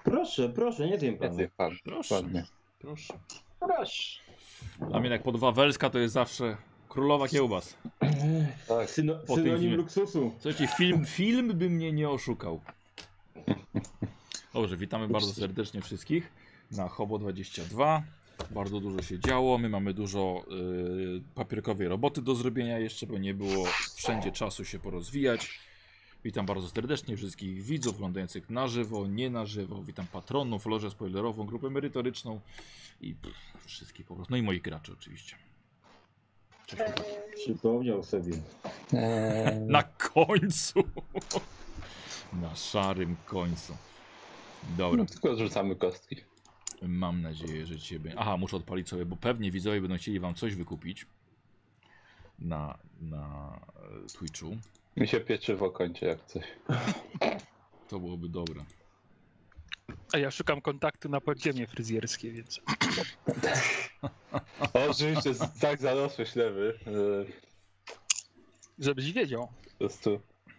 Proszę, proszę, nie wiem panu. Proszę, Ładnie. proszę. Proszę. Dla mnie jak podwawelska to jest zawsze królowa kiełbas. Tak. Po tym Synonim filmie. luksusu. Słuchajcie, film by mnie nie oszukał. Dobrze, witamy bardzo serdecznie wszystkich na Hobo22. Bardzo dużo się działo, my mamy dużo papierkowej roboty do zrobienia jeszcze, bo nie było wszędzie czasu się porozwijać. Witam bardzo serdecznie wszystkich widzów oglądających na żywo, nie na żywo. Witam patronów, lożę spoilerową, grupę merytoryczną i wszystkich po prostu. No i moich graczy oczywiście. Cześć chłopaki. Przypomniał sobie. Na końcu! Na szarym końcu. Dobra. No, tylko rzucamy kostki. Mam nadzieję, że ciebie... Aha, muszę odpalić sobie, bo pewnie widzowie będą chcieli wam coś wykupić na Twitchu. Mi się pieczywo kończy jak coś. To byłoby dobre. A ja szukam kontaktu na podziemie fryzjerskie, więc... O, oczywiście jest tak zarosły ślewy. Żebyś wiedział. Po prostu.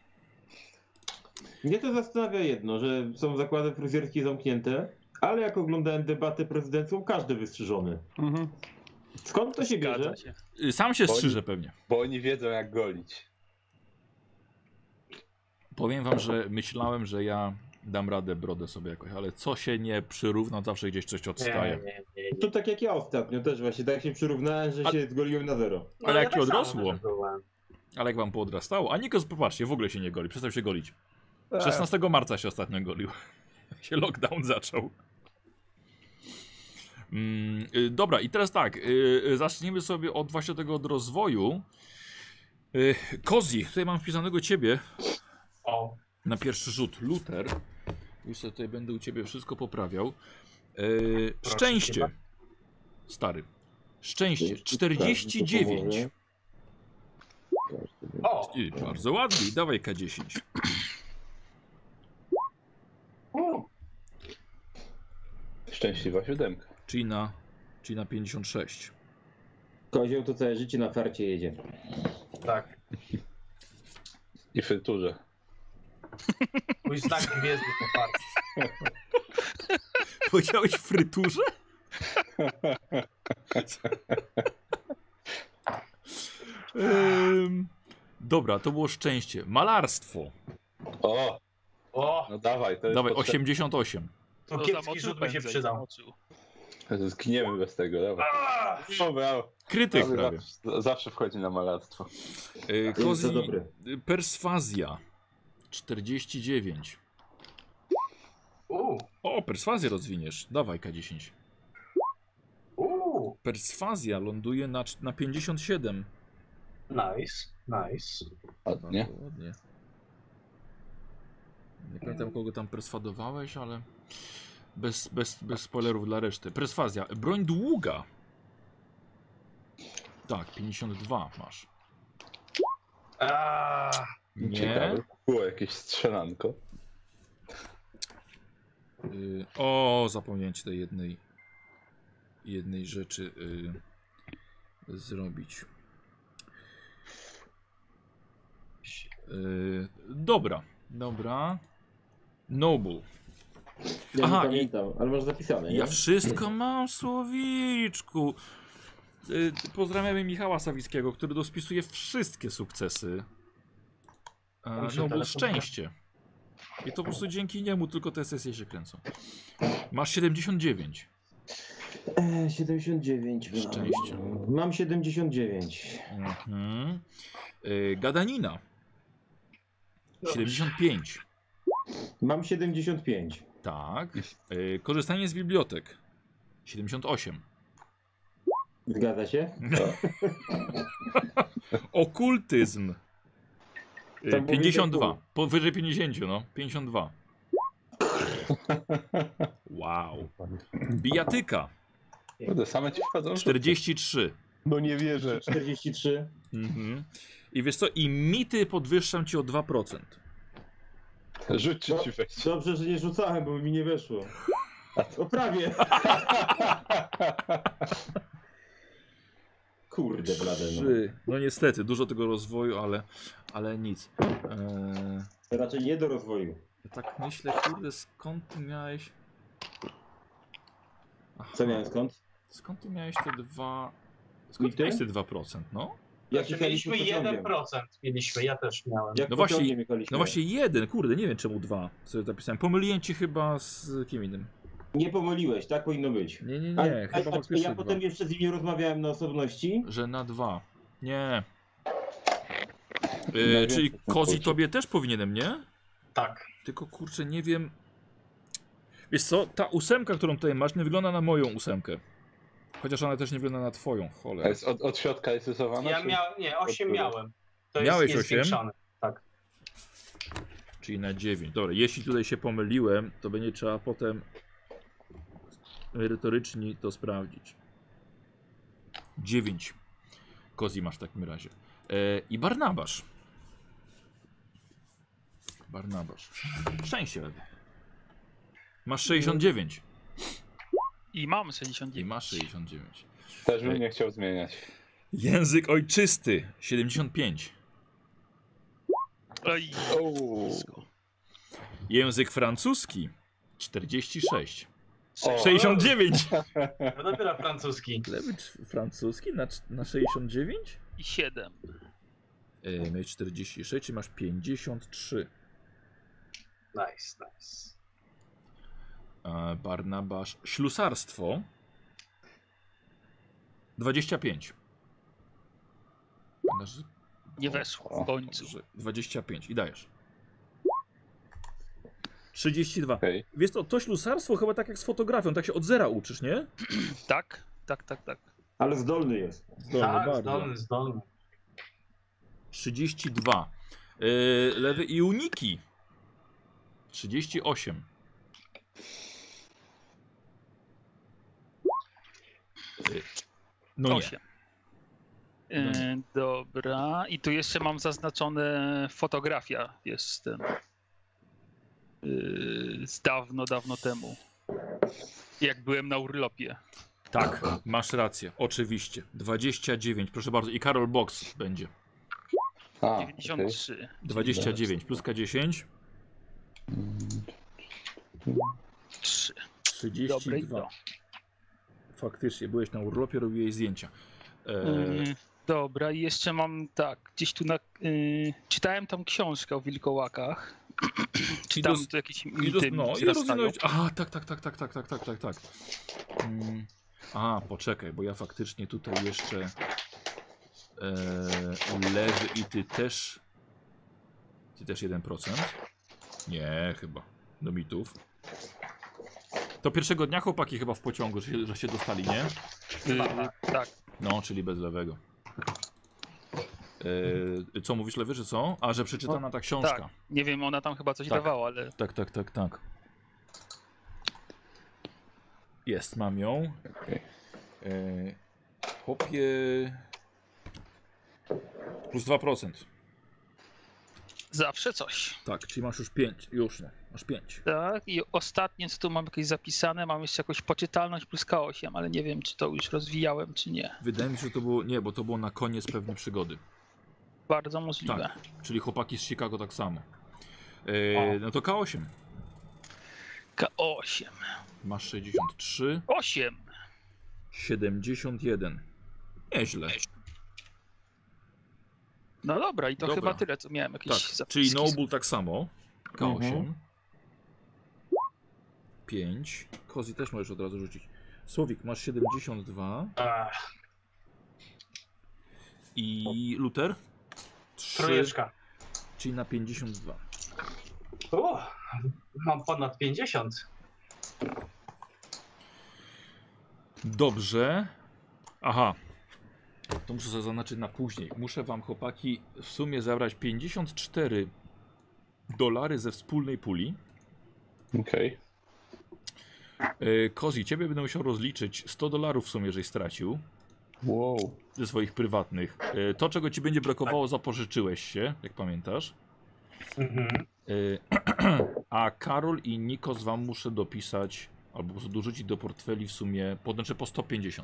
Mnie to zastanawia jedno, że są zakłady fryzjerskie zamknięte, ale jak oglądałem debatę prezydencką, każdy wystrzyżony. Skąd to się bierze? Zgadza się. Sam się Bo strzyże oni- pewnie. Bo oni wiedzą jak golić. Powiem wam, że myślałem, że ja dam radę brodę sobie jakoś, ale co się nie przyrówna, zawsze gdzieś coś odstaje. To tak jak ja ostatnio też właśnie, tak się przyrównałem, że się zgoliłem na zero. Ale jak ci odrosło, ale jak wam poodrastało, a Nikos, popatrzcie, w ogóle się nie goli, przestał się golić. 16 marca się ostatnio golił. się lockdown zaczął. Dobra, i teraz tak, zaczniemy sobie od właśnie tego od rozwoju. Kozi, tutaj mam wpisanego ciebie O, na pierwszy rzut. Luther. Już sobie tutaj będę u ciebie wszystko poprawiał. Szczęście. chyba. Stary. Szczęście. 49. o, I bardzo ładnie. Dawaj K10. Szczęśliwa siódemka. Czyli na 56. Kozioł to całe życie na farcie jedzie. tak. I fryturze. Mój znak gwiezdny poparty. Powiedziałeś fryturze? Dobra, to było szczęście. Malarstwo. O, O, no dawaj, to jest Dawaj, potrzebne. 88. to No, kiepski zamoczył rzut by się pędzel, przydał. zamoczył. Zginiemy bez tego, dawaj. O, brawo. Krytyk Prawie prawie. zawsze wchodzi na malarstwo. Jest Kozi, to dobre. perswazja. 49. Uuu, O, perswazję rozwiniesz. Dawaj K10. Perswazja ląduje na 57. nice, nice. Ładnie. Bardzo ładnie. Nie pamiętam kogo tam perswadowałeś, ale bez spoilerów dla reszty. Perswazja. Broń długa. Tak, 52 masz. Nie. Ciekawe. Było jakieś strzelanko. O, zapomniałem ci tej jednej rzeczy zrobić. Dobra. Noble. Ja Aha, nie pamiętam, ale masz zapisane, nie? Ja wszystko mam w słowiczku. Pozdrawiamy Michała Sawickiego, który dospisuje wszystkie sukcesy. Noble szczęście. I to po prostu dzięki niemu tylko te sesje się kręcą. Masz 79. 79. Szczęście. Mam 79. Mhm. Gadanina. 75. Mam 75. Tak. Korzystanie z bibliotek. 78. Zgadza się? Okultyzm. Tam 52. Powyżej 50, no. 52. Wow. Bijatyka. Kurde, same ci wchodzą. 43. No nie wierzę. 43. Mhm. I wiesz co, i mity podwyższam ci o 2%. Rzućcie ci wejść. Dobrze, że nie rzucałem, bo mi nie weszło. O prawie. Kurde blade, no. No niestety, dużo tego rozwoju, ale nic. To raczej nie do rozwoju. Ja tak myślę, kurde, skąd ty miałeś... Co miałem skąd? Skąd ty miałeś te 2... Skąd ty ty? miałeś te 2%, no? Jak Znaczy, jechaliśmy mieliśmy pociągiem. 1%. Mieliśmy, ja też miałem. Jak No pociągiem właśnie, jechaliśmy. no właśnie 1, kurde, nie wiem czemu 2 sobie zapisałem. Pomyliłem ci chyba z kim innym. Nie pomyliłem, tak powinno być. Nie, chyba faktycznie ja 2. potem jeszcze z nimi rozmawiałem na osobności. Że na 2. Nie. Najwięcej Czyli w tym Kozi kurcie. tobie też powinienem, nie? Tak. Tylko kurczę, nie wiem. Wiesz co, ta 8, którą tutaj masz, nie wygląda na moją 8. Chociaż ona też nie wygląda na twoją, A cholera. jest od środka jest rysowana? Ja czy- miałem, nie, 8 miałem. To Miałeś jest 8? niezwiększane. Tak. Czyli na 9. Dobra, jeśli tutaj się pomyliłem, to będzie trzeba potem merytorycznie to sprawdzić. 9. Kozi masz w takim razie. I Barnabasz. Barnabasz. Szczęście lewy. Masz 69. I mam I 69. masz 69. Też bym nie chciał zmieniać. Język ojczysty 75. Oj, Ouu. Język francuski 46. O. 69. No dopiero francuski. Lewy francuski na 69? i 7. Miałeś 46, czyli masz 53. Nice, nice. Barnabasz ślusarstwo 25. Pamiętasz, że- Nie weszło w końcu. że 25 i dajesz. 32. Okej. Wiesz to, to ślusarstwo chyba tak jak z fotografią, tak się od zera uczysz, nie? Tak, tak, tak, tak. Ale zdolny jest. Zdolny, Tak, bardzo. zdolny, zdolny. 32. Lewy i uniki 38. No nie. 8. Dobra, i tu jeszcze mam zaznaczone fotografia, jest ten z dawno, dawno temu, jak byłem na urlopie. Tak, masz rację, oczywiście. 29, proszę bardzo. I Karol Box będzie. A, okej. 93. 29 plus K10. 3. 32. Faktycznie, byłeś na urlopie, robiłeś zdjęcia. Dobra, i jeszcze mam tak, gdzieś tu czytałem tam książkę o wilkołakach. Czytałem tu jakieś mity mi no, i wzrastają. rozwinąłeś. Aha, tak. Aha, poczekaj, bo ja faktycznie tutaj jeszcze lewy i ty też. Ty też 1%. Nie, chyba. Do mitów. To pierwszego dnia chłopaki chyba w pociągu, że się dostali, nie? Tak, No, czyli bez lewego. Co mówisz, lewy, że co? A, że przeczytana ta książka. tak. Nie wiem, ona tam chyba coś Tak. dawała, ale Tak. Jest, mam ją. Okej. Chłopie... Plus 2%. zawsze coś. Tak, czyli masz już 5. Już no, masz 5. Tak, i ostatnie, co tu mam jakieś zapisane, mam jeszcze jakąś poczytalność plus K8, ale nie wiem, czy to już rozwijałem, czy nie. Wydaje mi się, że to było... Nie, bo to było na koniec pewnej przygody. Bardzo możliwe. Tak, czyli chłopaki z Chicago tak samo. No to K8. K8. Masz 63. 8. 71. Nieźle. No dobra, i to Dobra. chyba tyle, co miałem Tak, jakieś czyli zapiski. Noble tak samo. K8. Mhm. 5. Kozi też możesz od razu rzucić. Słowik, masz 72. I Luther? 3. Trójeczka. Czyli na 52. Mam ponad 50. Dobrze. Aha. To muszę sobie zaznaczyć na później. Muszę wam, chłopaki, w sumie zabrać $54 ze wspólnej puli. Okej. Kozi, ciebie będę musiał rozliczyć $100 w sumie, żeś stracił Wow. ze swoich prywatnych. To, czego ci będzie brakowało, zapożyczyłeś się, jak pamiętasz. Mhm. A Karol i Nikos wam muszę dopisać, albo po prostu dorzucić do portfeli w sumie, po $150.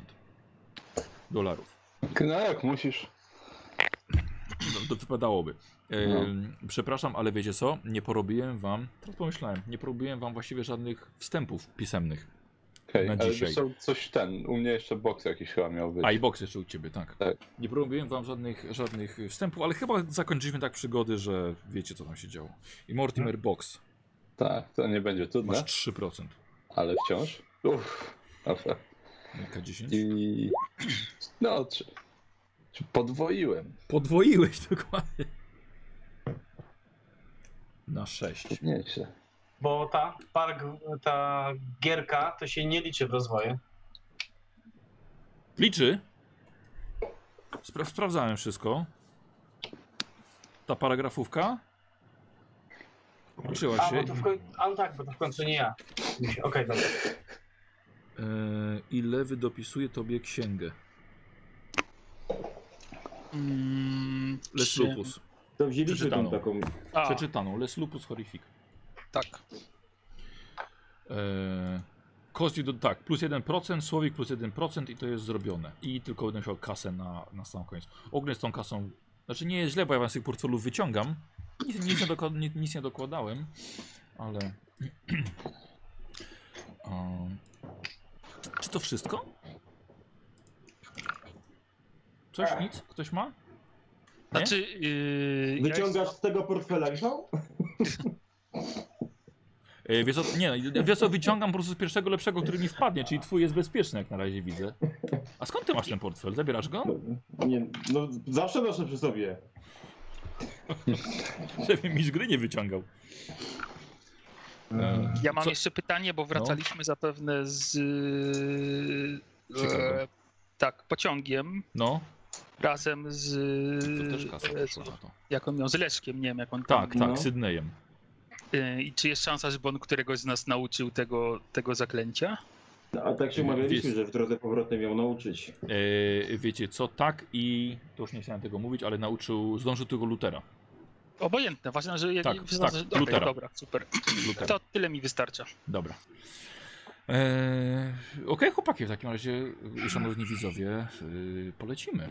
No jak musisz. No, to wypadałoby. No. Przepraszam, ale wiecie co? Nie porobiłem wam, teraz pomyślałem, nie porobiłem wam właściwie żadnych wstępów pisemnych. Okej, na ale dzisiaj. wiesz co, u mnie jeszcze boks jakiś chyba miał być. A i boks jeszcze u ciebie, tak. Tak. Nie robiłem wam żadnych wstępów, ale chyba zakończyliśmy tak przygody, że wiecie co tam się działo. I Mortimer box. Tak, to nie będzie trudne, Masz 3%. ale wciąż. Uff, dobra. K10. I no, podwoiłem. Podwoiłeś dokładnie. Na 6. Nieźle. Bo ta gierka to się nie liczy w rozwoju. Liczy. Sprawdzałem wszystko. Ta paragrafówka liczyła A, się. bo to no tak, bo to w końcu nie ja. Okej, dobra. Ile wydopisuje tobie księgę? Les Lupus. To wzięliśmy Przeczytaną. tą taką... Przeczytaną. Les Lupus Horrific. Tak. Kości tak, plus 1%, słowik plus 1% i to jest zrobione. I tylko będę musiał kasę na sam koniec. Ogólnie z tą kasą, znaczy nie jest źle, bo ja z tych portfelów wyciągam. Nic nie dokładałem, ale... Czy to wszystko? Coś? Nic? Ktoś ma? Nie? Znaczy, Wyciągasz z tego portfela, Michał? Wiesz co, nie, wiesz co, wyciągam po prostu z pierwszego lepszego, który mi wpadnie, czyli twój jest bezpieczny jak na razie widzę. A skąd ty masz ten portfel? Zabierasz go? Nie, no zawsze noszę przy sobie. Żeby mi z gry nie wyciągał. ja mam Co? jeszcze pytanie, bo wracaliśmy zapewne z Chicago. tak, pociągiem No, razem z to też kasa poszła na to. jak on miał, z Leszkiem, nie wiem jak on tam. Tak, tak, No. Sydneyem. I czy jest szansa, żeby on któregoś z nas nauczył tego zaklęcia? No, a tak się umawialiśmy, Wiesz- że w drodze powrotnej miał nauczyć. Wiecie co, tak i to już nie chciałem tego mówić, ale zdążył tylko Lutera. Obojętne, ważne, że jak Tak, wyznaczy, tak, okej, Lutera. dobra, super. Lutera. To tyle mi wystarcza. Dobra. Okej, chłopaki, w takim razie, szanowni widzowie, polecimy.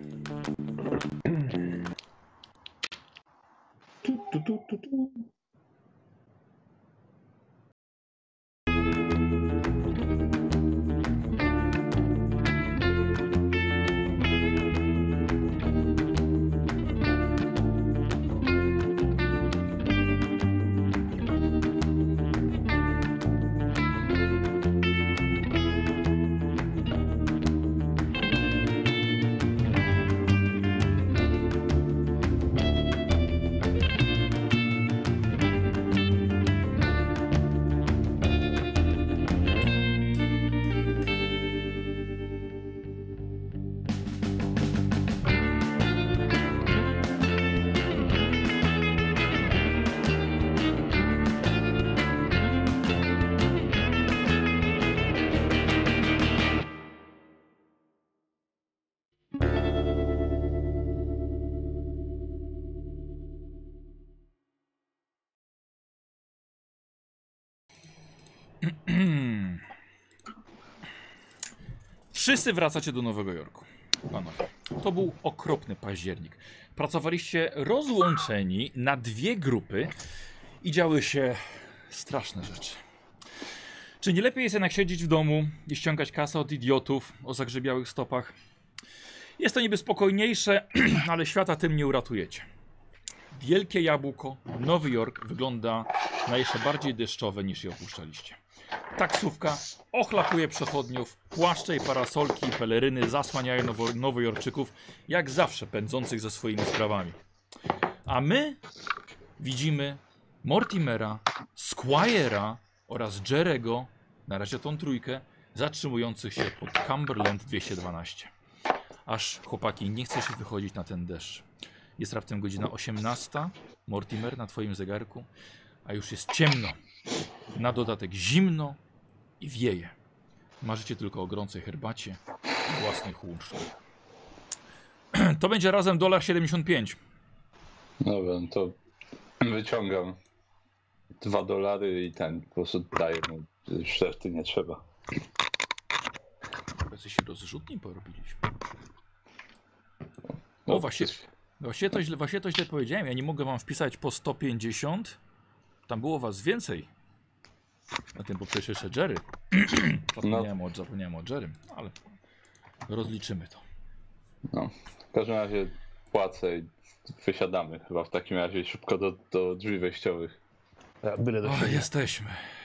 Tu. Wszyscy wracacie do Nowego Jorku. Panowie, to był okropny październik. Pracowaliście rozłączeni na dwie grupy i działy się straszne rzeczy. Czy nie lepiej jest jednak siedzieć w domu i ściągać kasę od idiotów o zagrzebiałych stopach? Jest to niby spokojniejsze, ale świata tym nie uratujecie. Wielkie Jabłko, Nowy Jork wygląda na jeszcze bardziej deszczowe niż je opuszczaliście. Taksówka ochlapuje przechodniów, płaszcze i parasolki i peleryny zasłaniają nowojorczyków, jak zawsze pędzących ze swoimi sprawami. A my widzimy Mortimera, Squire'a oraz Jerego, na razie tą trójkę, zatrzymujących się pod Cumberland 212. Aż chłopaki nie chce się wychodzić na ten deszcz. Jest raptem godzina 18, Mortimer, na twoim zegarku, a już jest ciemno. Na dodatek zimno i wieje. Marzycie tylko o gorącej herbacie i własnych łóżkach. To będzie razem $1.75. Dobra, no to wyciągam $2 i po prostu daję mu, już reszty nie trzeba. Jacyś rozrzutni porobiliśmy. O, właśnie to źle powiedziałem. Ja nie mogę wam wpisać po 150. Tam było was więcej. Na tym poprzez jeszcze Jerry. Zapomniałem o Jerrym, ale rozliczymy to. No, w każdym razie płacę i wysiadamy chyba w takim razie szybko do drzwi wejściowych. Byle do siebie. Jesteśmy.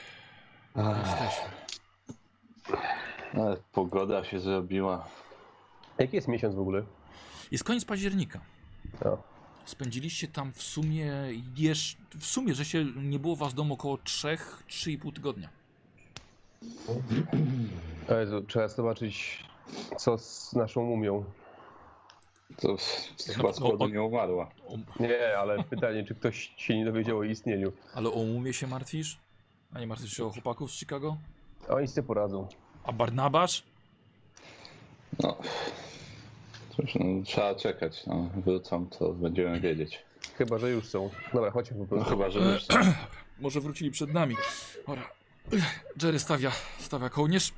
Ale pogoda się zrobiła. Jaki jest miesiąc w ogóle? Jest koniec października. No. Spędziliście tam w sumie, że się nie było was domu około 3,5 tygodnia. Jezu, trzeba zobaczyć, co z naszą mumią. To chyba z głodu nie umarła. Nie, ale pytanie, czy ktoś się nie dowiedział o istnieniu. Ale o mumie się martwisz? A nie martwisz się o chłopaków z Chicago? A oni sobie poradzą. A Barnabasz? No, cóż, no, trzeba czekać. No, wrócą, to będziemy wiedzieć. Chyba, że już są. Dobra, chodźmy po No, prostu. chyba, że już są. Może wrócili przed nami. Ora. Jerry stawia kołnierz.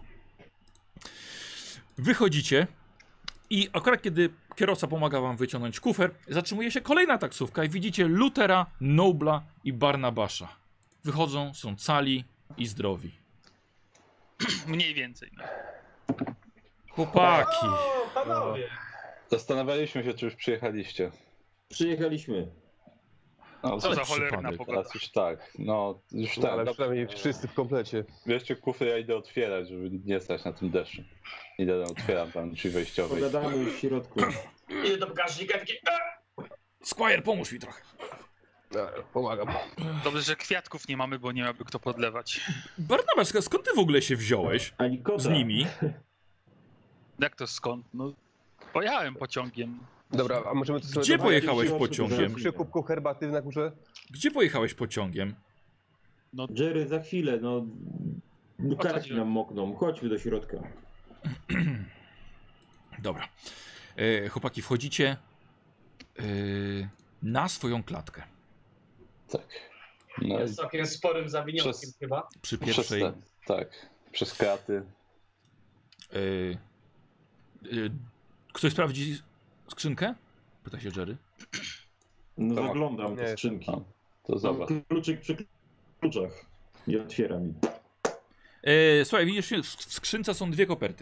Wychodzicie i akurat kiedy kierowca pomaga wam wyciągnąć kufer, zatrzymuje się kolejna taksówka i widzicie Luthera, Nobla i Barnabasza. Wychodzą, są cali i zdrowi. Mniej więcej. No. Chłopaki. O, panowie! Zastanawialiśmy się, czy już przyjechaliście. Przyjechaliśmy. No, Co za przypadek. cholerna pogoda. teraz już tak. No, już No, tak. ale No, przynajmniej wszyscy w komplecie. bierzcie kufry, ja idę otwierać, żeby nie stać na tym deszczu. Idę, otwieram tam drzwi wejściowe. Pogadamy już w środku. Idę do bagażnika, takie... Squire, pomóż mi trochę. Pomagam. Dobrze, że kwiatków nie mamy, bo nie miałby kto podlewać. Barnabasz, skąd ty w ogóle się wziąłeś Ani kota. z nimi? Jak to skąd? No, pojechałem pociągiem. Dobra, a możemy to sobie... Gdzie dowiedzieć? pojechałeś pociągiem? Przy kubku herbaty na górze? Gdzie pojechałeś pociągiem? Jerry, za chwilę, no... Karki chodzi? nam mokną. Chodźmy do środka. Dobra. Chłopaki, wchodzicie na swoją klatkę. Tak. No, Jest całkiem sporym zawiniątkiem Przez- chyba. Przy przez pierwszej... te, tak, przez kraty. Ktoś sprawdzi skrzynkę? Pyta się Jerry. No To ma- zaglądam Nie, do skrzynki. No, to Mam zobacz. kluczyk przy kluczach. Nie otwieram ich. Słuchaj, widzisz, w skrzynce są 2 koperty.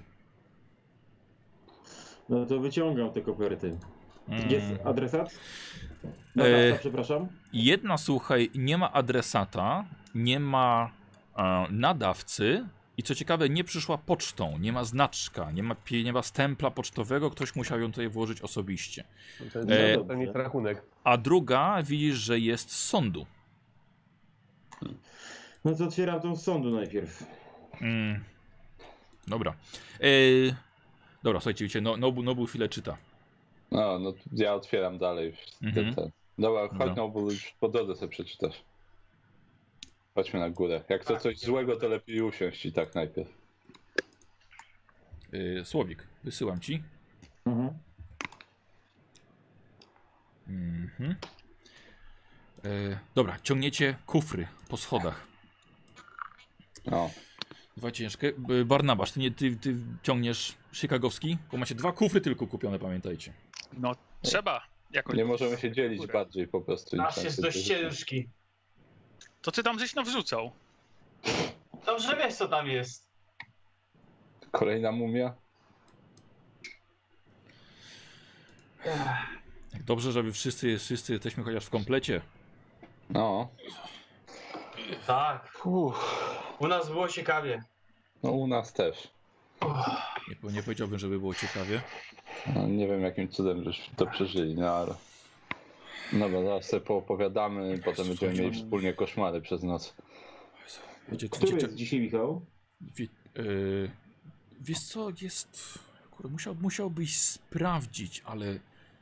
No to wyciągam te koperty. Jest adresat? Przepraszam. Jedna, słuchaj, nie ma adresata, nie ma nadawcy i co ciekawe, nie przyszła pocztą, nie ma znaczka, nie ma stempla pocztowego, ktoś musiał ją tutaj włożyć osobiście. To dobrze. jest rachunek. A druga, widzisz, że jest z sądu. No to otwieram tą z sądu najpierw. Dobra. Dobra, słuchajcie, wiecie, Nobu chwilę czyta. No, ja otwieram dalej. Mhm. Dobra, Dobra. chodź, no, bo już po drodze sobie przeczytasz. Chodźmy na górę. Jak to coś złego, to lepiej usiąść i tak najpierw. Słowik, wysyłam ci. Mhm. Dobra, ciągniecie kufry po schodach. No, 2 ciężkie. Barnabasz, ty ciągniesz chicagowski? Bo macie 2 kufry tylko kupione, pamiętajcie. No, trzeba jakoś. nie możemy się dzielić Górę. bardziej po prostu. Nasz jest dość ciężki. To ty tam żeś wrzucał. Dobrze wiesz, co tam jest. Kolejna mumia? Jak dobrze, że wy wszyscy jesteśmy chociaż w komplecie. No. Tak. U nas było ciekawie. No u nas też. Nie powiedziałbym, żeby było ciekawie. No, nie wiem jakim cudem żeśmy to przeżyli, no ale... Dobra, zaraz sobie poopowiadamy, potem będziemy mieli wspólnie koszmary przez noc. Wiecie, Który jest dzisiaj, Michał? wiesz co, jest... Kurde, musiałbyś sprawdzić, ale...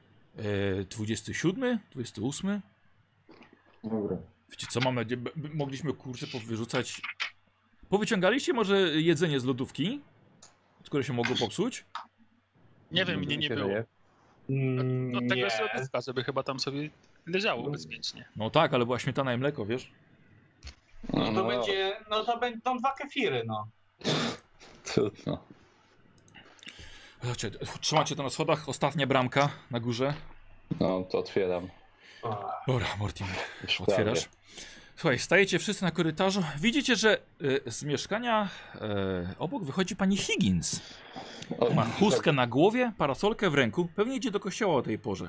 27? 28? Dobra. Wiecie co, mam nadzieję, mogliśmy kurczę powyrzucać... Powyciągaliście może jedzenie z lodówki? Które się mogło popsuć? Nie wiem, mnie nie Myślę, że było. Od tego Nie. jest lodówka, żeby chyba tam sobie leżało bezpiecznie. No tak, ale była śmietana i mleko, wiesz? No to będzie, będą 2 kefiry, no. Trudno. Zobaczcie, trzymacie to na schodach, ostatnia bramka na górze. No to otwieram. Dobra, Mortimer, Już otwierasz. Słuchaj, stajecie wszyscy na korytarzu. Widzicie, że z mieszkania obok wychodzi pani Higgins. Ma chustkę na głowie, parasolkę w ręku. Pewnie idzie do kościoła o tej porze.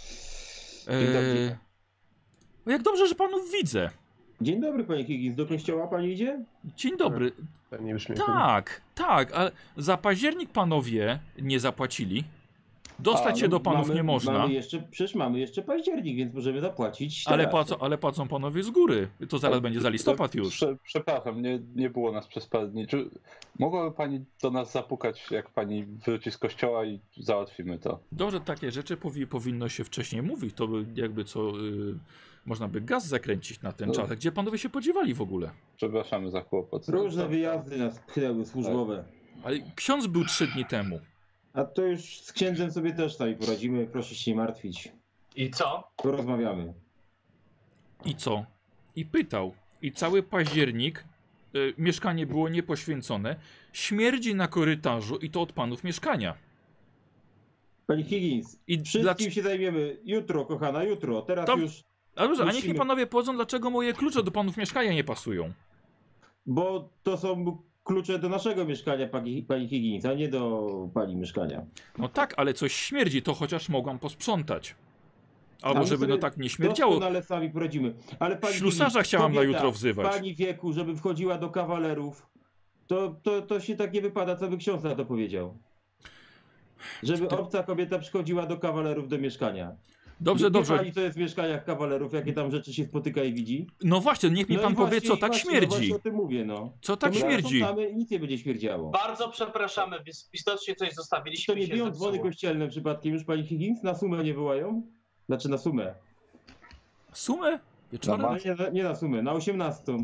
Jak dobrze, że panów widzę. Dzień dobry, panie Higgins. Do kościoła pani idzie? Dzień dobry. Pewnie już Tak, ale za październik panowie nie zapłacili. Dostać się do panów nie można. Przecież mamy jeszcze październik, więc możemy zapłacić Ale płacą panowie z góry. To zaraz będzie za listopad już. Przepraszam, nie było nas przez parę dni. Czy mogłaby pani do nas zapukać, jak pani wróci z kościoła i załatwimy to? Dobrze, takie rzeczy powinno się wcześniej mówić. To by jakby co... można by gaz zakręcić na ten czas. Gdzie panowie się podziewali w ogóle? Przepraszamy za kłopot. Różne wyjazdy nas pchnęły służbowe. Ale ksiądz był 3 dni temu. A to już z księdzem sobie też tam poradzimy, proszę się nie martwić. I co? Porozmawiamy. I co? I pytał. I cały październik mieszkanie było niepoświęcone. Śmierdzi na korytarzu i to od panów mieszkania. Pani Higgins, wszystkim się zajmiemy jutro, kochana, jutro. Teraz już... Ale dobrze, a niech mi panowie powiedzą, dlaczego moje klucze do panów mieszkania nie pasują. Bo to są klucze do naszego mieszkania, pani Higgins, a nie do pani mieszkania. No tak, ale coś śmierdzi, to chociaż mogłam posprzątać. Albo żeby no tak nie śmierdziało. Doskonale sami poradzimy. Ale pani ślusarza chciałam na jutro wzywać. Pani wieku, żeby wchodziła do kawalerów, to się tak nie wypada, co by ksiądz na to powiedział. Żeby obca kobieta przychodziła do kawalerów do mieszkania. Dobrze. Pani, co jest w mieszkaniach kawalerów, jakie tam rzeczy się spotyka i widzi? No właśnie, niech mi pan powie, co tak śmierdzi. No właśnie o tym mówię, no. Co tak śmierdzi? Nic nie będzie śmierdziało. Bardzo przepraszamy, widocznie coś zostawiliśmy. To nie biją dzwony kościelne przypadkiem już, pani Higgins? Na sumę nie wołają? Znaczy na sumę. Sumę? Wieczorem? Nie na sumę, na 18.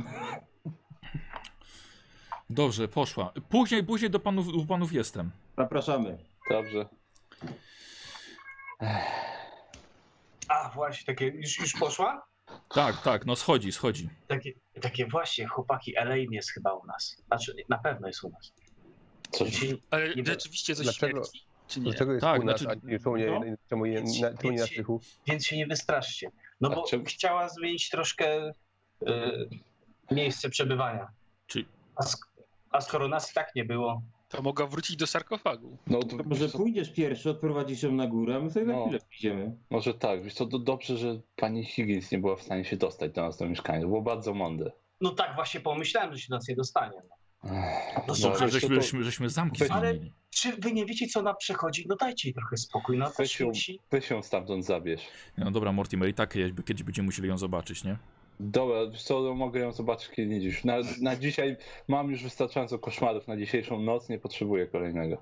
Dobrze, poszła. Później u panów jestem. Zapraszamy. Dobrze. A właśnie, takie już poszła? Tak, no schodzi. Takie właśnie, chłopaki, Elaine jest chyba u nas. Znaczy, na pewno jest u nas. Ale rzeczywiście coś śmierdzi, czy nie? Dlaczego jest tak, u nas, czemu nie na strychu? Więc się nie wystraszcie. No bo chciała zmienić troszkę miejsce przebywania. A skoro nas i tak nie było... To mogła wrócić do sarkofagu. No to może pójdziesz pierwszy, odprowadzisz ją na górę, a my sobie na chwilę pójdziemy. Może tak, wiesz co, to dobrze, że pani Higgins nie była w stanie się dostać do nas do mieszkania. To było bardzo mądre. No tak właśnie pomyślałem, że się do nas nie dostanie. No dobrze, żeśmy zamki ale czy wy nie wiecie, co ona przechodzi? No dajcie jej trochę spokój. No, weź ją stamtąd zabierz. No dobra, Mortimer, i tak kiedyś będziemy musieli ją zobaczyć, nie? Dobra, wiesz co, mogę ją zobaczyć kiedy nie dziś. Na dzisiaj mam już wystarczająco koszmarów na dzisiejszą noc, nie potrzebuję kolejnego.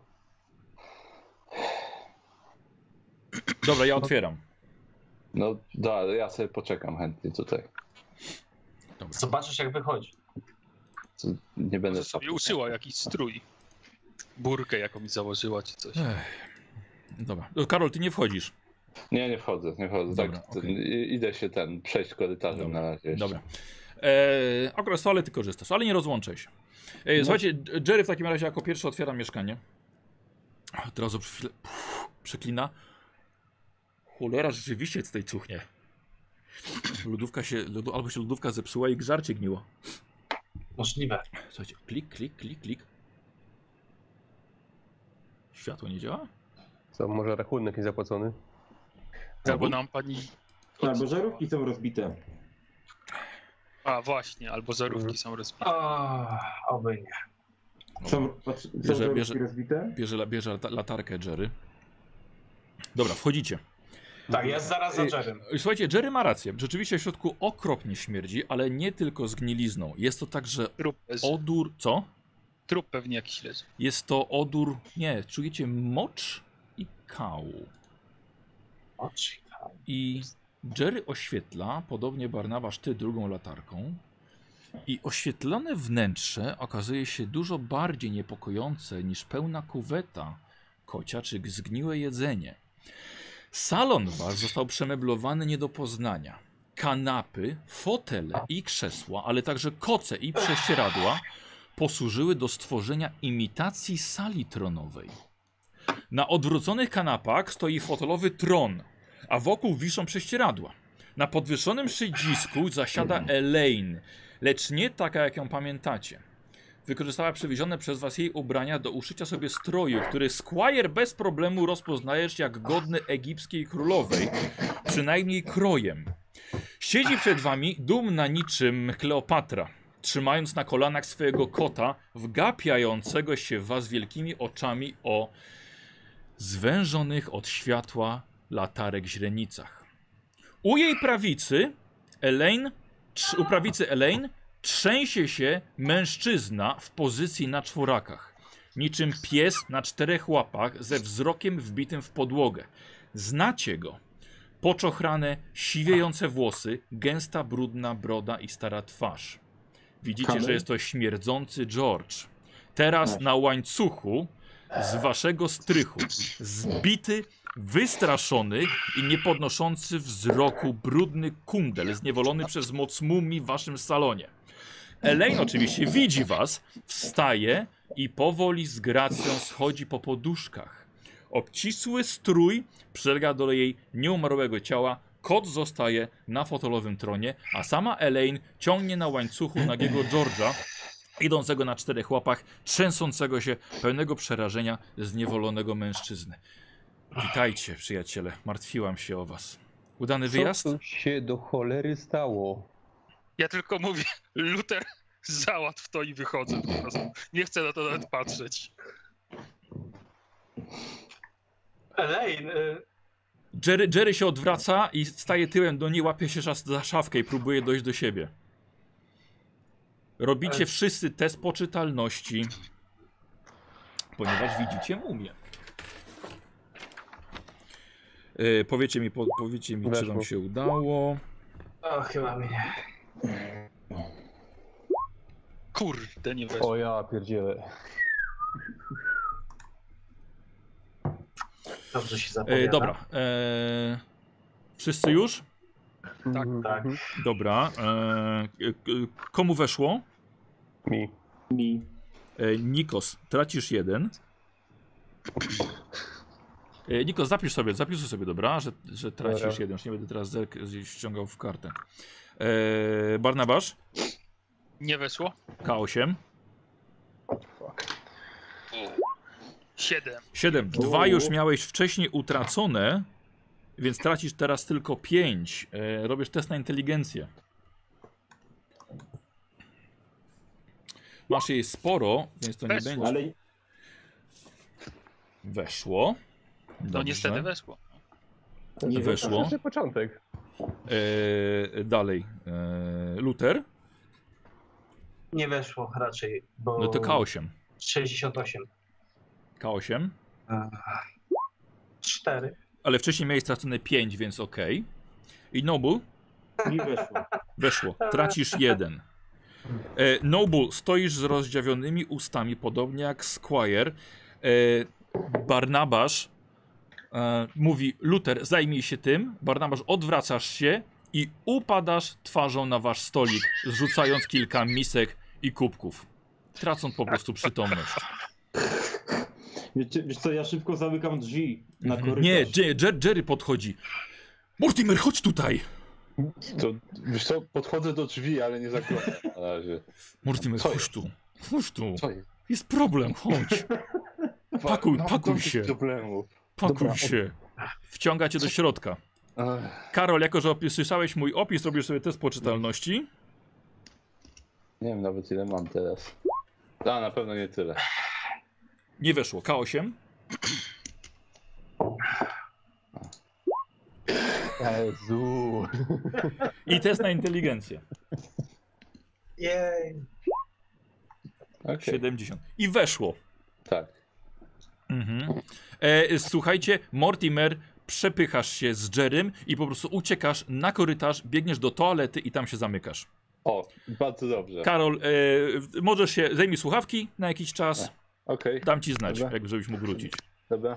Dobra, ja otwieram. No dobra, ja sobie poczekam chętnie tutaj. Dobra. Zobaczysz jak wychodzi. Nie będę Może sobie uszyła jakiś strój. Burkę jakąś założyła czy coś. Dobra. Karol, ty nie wchodzisz. Nie wchodzę. Dobra, tak, idę się przejść korytarzem na razie. Dobra. Akurat z toalety korzystasz, ale nie rozłączaj się. Słuchajcie, Jerry w takim razie jako pierwszy otwiera mieszkanie. Od razu przeklina. Cholera, rzeczywiście tutaj cuchnie. Albo się lodówka zepsuła i grzarcie gniło. Możliwe. Słuchajcie, klik. Światło nie działa? Co, może rachunek nie zapłacony? Albo nam pani... Albo żarówki są rozbite. A właśnie, albo żarówki są rozbite. Oby nie. Są żarówki rozbite? Bierze latarkę Jerry. Dobra, wchodzicie. Tak, jest zaraz za Jerrym. Słuchajcie, Jerry ma rację. Rzeczywiście w środku okropnie śmierdzi, ale nie tylko zgnilizną. Jest to także odór... Co? Trup pewnie jakiś leży. Jest to odór... Nie, czujecie mocz i kału. I Jerry oświetla, podobnie Barnabasz ty drugą latarką. I oświetlone wnętrze okazuje się dużo bardziej niepokojące niż pełna kuweta kocia czy zgniłe jedzenie. Salon wasz został przemeblowany nie do poznania. Kanapy, fotele i krzesła, ale także koce i prześcieradła posłużyły do stworzenia imitacji sali tronowej. Na odwróconych kanapach stoi fotelowy tron, a wokół wiszą prześcieradła. Na podwyższonym szydzisku zasiada Elaine, lecz nie taka, jak ją pamiętacie. Wykorzystała przywiezione przez was jej ubrania do uszycia sobie stroju, który Squire bez problemu rozpoznajesz jak godny egipskiej królowej, przynajmniej krojem. Siedzi przed wami dumna niczym Kleopatra, trzymając na kolanach swojego kota, wgapiającego się w was wielkimi oczami o zwężonych od światła latarek źrenicach. U jej prawicy Elaine trzęsie się mężczyzna w pozycji na czworakach, niczym pies na 4 łapach ze wzrokiem wbitym w podłogę. Znacie go. Poczochrane, siwiejące włosy, gęsta, brudna broda i stara twarz. Widzicie, że jest to śmierdzący George. Teraz na łańcuchu z waszego strychu, zbity, wystraszony i nie podnoszący wzroku brudny kundel zniewolony przez moc mumii w waszym salonie. Elaine oczywiście widzi was, wstaje i powoli z gracją schodzi po poduszkach. Obcisły strój przylega do jej nieumarłego ciała, kot zostaje na fotelowym tronie, a sama Elaine ciągnie na łańcuchu nagiego George'a, idącego na 4 łapach, trzęsącego się, pełnego przerażenia zniewolonego mężczyzny. Witajcie, przyjaciele, martwiłam się o was. Udany wyjazd? Co tu się do cholery stało? Ja tylko mówię, Luther, załatw to i wychodzę po prostu. Nie chcę na to nawet patrzeć. Elaine, Jerry się odwraca i staje tyłem do niej, łapie się za szafkę i próbuje dojść do siebie. Robicie wszyscy test poczytalności, ponieważ widzicie mumię. Powiecie mi, czy wam się udało. o, chyba mnie. Kurde, nie weszło. O ja pierdzielę. Dobrze się zapowiada. Dobra. Wszyscy już? Tak, tak. Dobra. Komu weszło? Mi. Nikos, tracisz 1. Nikos, zapisuj sobie, dobra, że tracisz Dobra. 1. Już nie będę teraz ściągał w kartę. Barnabasz? Nie weszło? K8. 7. 7. 2 już miałeś wcześniej utracone, więc tracisz teraz tylko 5. Robisz test na inteligencję. Masz jej sporo, więc to nie Weszło. będzie. Ale Weszło. No Dobrze. niestety weszło. Nie weszło. To początek. Dalej. Luther? Nie weszło raczej, bo... No to K8. 68. K8. 4. Ale wcześniej miałeś stracone 5, więc ok. I Noble? mi weszło. Weszło. Tracisz 1. Noble, stoisz z rozdziawionymi ustami, podobnie jak Squire. Barnabasz mówi, Luther, zajmij się tym. Barnabasz, odwracasz się i upadasz twarzą na wasz stolik, zrzucając kilka misek i kubków. Tracąc po prostu przytomność. Wiesz co, ja szybko zamykam drzwi na korytarz. Nie, Jerry podchodzi. Mortimer, chodź tutaj! To, wiesz co, podchodzę do drzwi, ale nie zakładam na razie. Mortimer, Co chodź tu. Chodź tu. Co jest? Jest problem, chodź. Pakuj się. Problemów. Pakuj się. Wciąga cię do środka. Karol, jako że słyszałeś mój opis, robisz sobie test poczytalności. Nie wiem nawet ile mam teraz. A, na pewno nie tyle. Nie weszło. K8. Jezu. I test na inteligencję. Jej. Okay. 70. I weszło. Tak. Słuchajcie, Mortimer, przepychasz się z Jerrym i po prostu uciekasz na korytarz, biegniesz do toalety i tam się zamykasz. O, bardzo dobrze. Karol, możesz się, zajmij słuchawki na jakiś czas. Okej. Dam ci znać, Dobra. jak żebyś mógł wrócić. Dobra.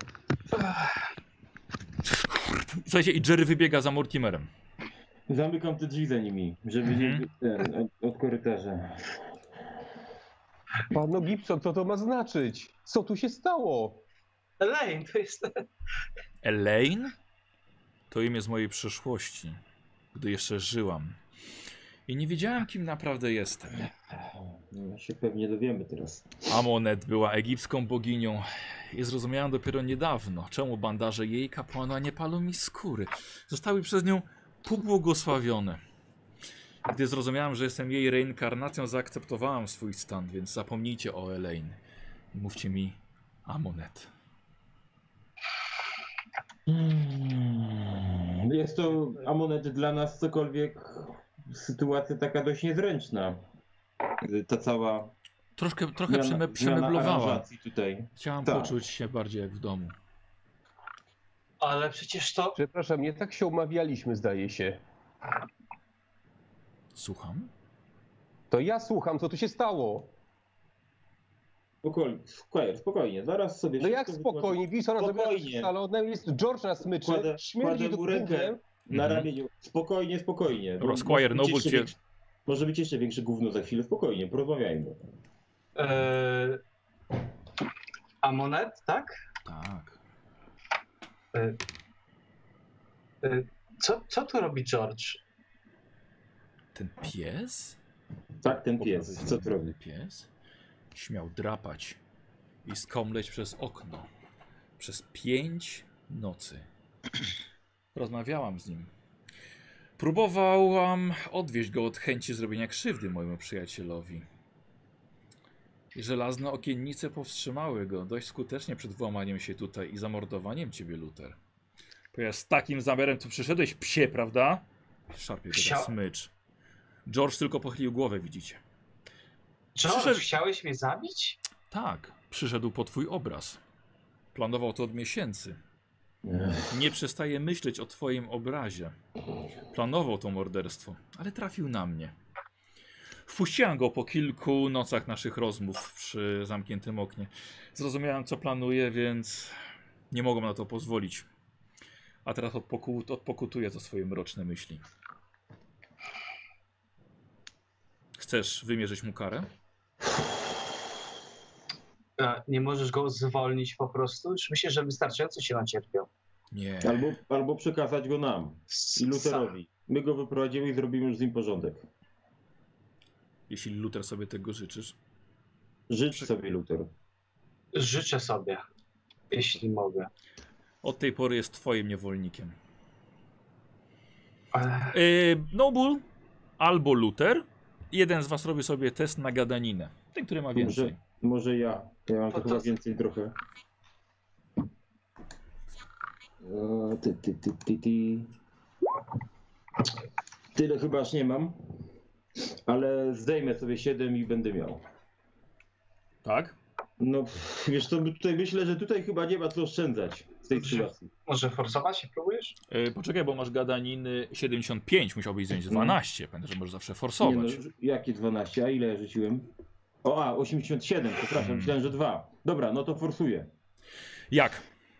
Słuchajcie, i Jerry wybiega za Mortimerem. Zamykam te drzwi za nimi, żeby nie być od korytarza. Pano Gibson, co to ma znaczyć? Co tu się stało? Elaine, to jest... Elaine? To imię z mojej przeszłości. gdy jeszcze żyłam. I nie wiedziałem, kim naprawdę jestem. No się pewnie dowiemy teraz. Amonet była egipską boginią i zrozumiałem dopiero niedawno, czemu bandaże jej kapłana nie palą mi skóry. Zostały przez nią pobłogosławione. Gdy zrozumiałem, że jestem jej reinkarnacją, zaakceptowałem swój stan, więc zapomnijcie o Elaine i mówcie mi Amonet. Jest to Amonet dla nas cokolwiek sytuacja taka dość niezręczna. Ta cała Trochę zmiana przemeblowała. aranżacji tutaj. Chciałem Tak. poczuć się bardziej jak w domu. Ale przecież to... Przepraszam, nie tak się umawialiśmy, zdaje się. Słucham? To ja słucham, co tu się stało. Spokojnie, zaraz sobie... No jak wszystko spokojnie? Widzisz, ona zrobiła coś Spokojnie. szalone, jest George na smyczy, śmierdzi tu mu rękę gównem. na Mhm. ramieniu. Spokojnie. Dobra, Squire Noble cię... Może być jeszcze większe gówno za chwilę. Spokojnie, porozmawiajmy. Amonet, tak? Tak. Co tu robi George? Ten pies? Tak, ten pies. Co tu robi? Pies śmiał drapać i skomleć przez okno. Przez 5 nocy. Rozmawiałam z nim. Próbowałam odwieźć go od chęci zrobienia krzywdy mojemu przyjacielowi. I żelazne okiennice powstrzymały go dość skutecznie przed włamaniem się tutaj i zamordowaniem ciebie, Luther. Ponieważ z takim zamiarem tu przyszedłeś, psie, prawda? Szarpie go na smycz. George tylko pochylił głowę, widzicie. George, chciałeś mnie zabić? Tak, przyszedł po twój obraz. Planował to od miesięcy. Nie przestaje myśleć o twoim obrazie. Planował to morderstwo, ale trafił na mnie. Wpuściłem go po kilku nocach naszych rozmów przy zamkniętym oknie. Zrozumiałem, co planuje, więc nie mogłem na to pozwolić. A teraz odpokutuję za swoje mroczne myśli. Chcesz wymierzyć mu karę? Nie możesz go zwolnić po prostu? Już myślę, że wystarczająco się nacierpiał. Nie. Albo przekazać go nam i Lutherowi. My go wyprowadzimy i zrobimy już z nim porządek. Jeśli Luther sobie tego życzysz. Życz sobie, Luther. Życzę sobie, jeśli mogę. Od tej pory jest twoim niewolnikiem. Ale... Noble albo Luther. Jeden z was robi sobie test na gadaninę. Ten, który ma więcej. Może ja. Ja mam chyba więcej trochę. Tyle chyba aż nie mam. Ale zdejmę sobie 7 i będę miał. Tak? No wiesz co, tutaj myślę, że tutaj chyba nie ma co oszczędzać w tej sytuacji. Może forsować się próbujesz? Poczekaj, bo masz gadaniny 75, musiałbyś zdjąć 12. Pamiętaj, że możesz zawsze forsować. Nie no, jakie 12? A ile ja rzuciłem? 87, przepraszam, myślałem, że 2. Dobra, no to forsuję. Jak?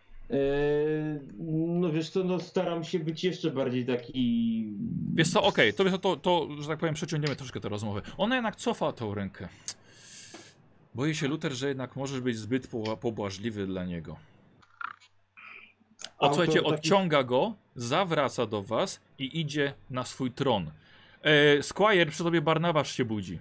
No wiesz co, no staram się być jeszcze bardziej taki... Wiesz co, okej, to, że tak powiem, przeciągniemy troszkę tę rozmowę. Ona jednak cofa tą rękę. Boję się, Luther, że jednak możesz być zbyt pobłażliwy dla niego. Słuchajcie, odciąga go, zawraca do was i idzie na swój tron. Squire, przy tobie Barnabasz się budzi.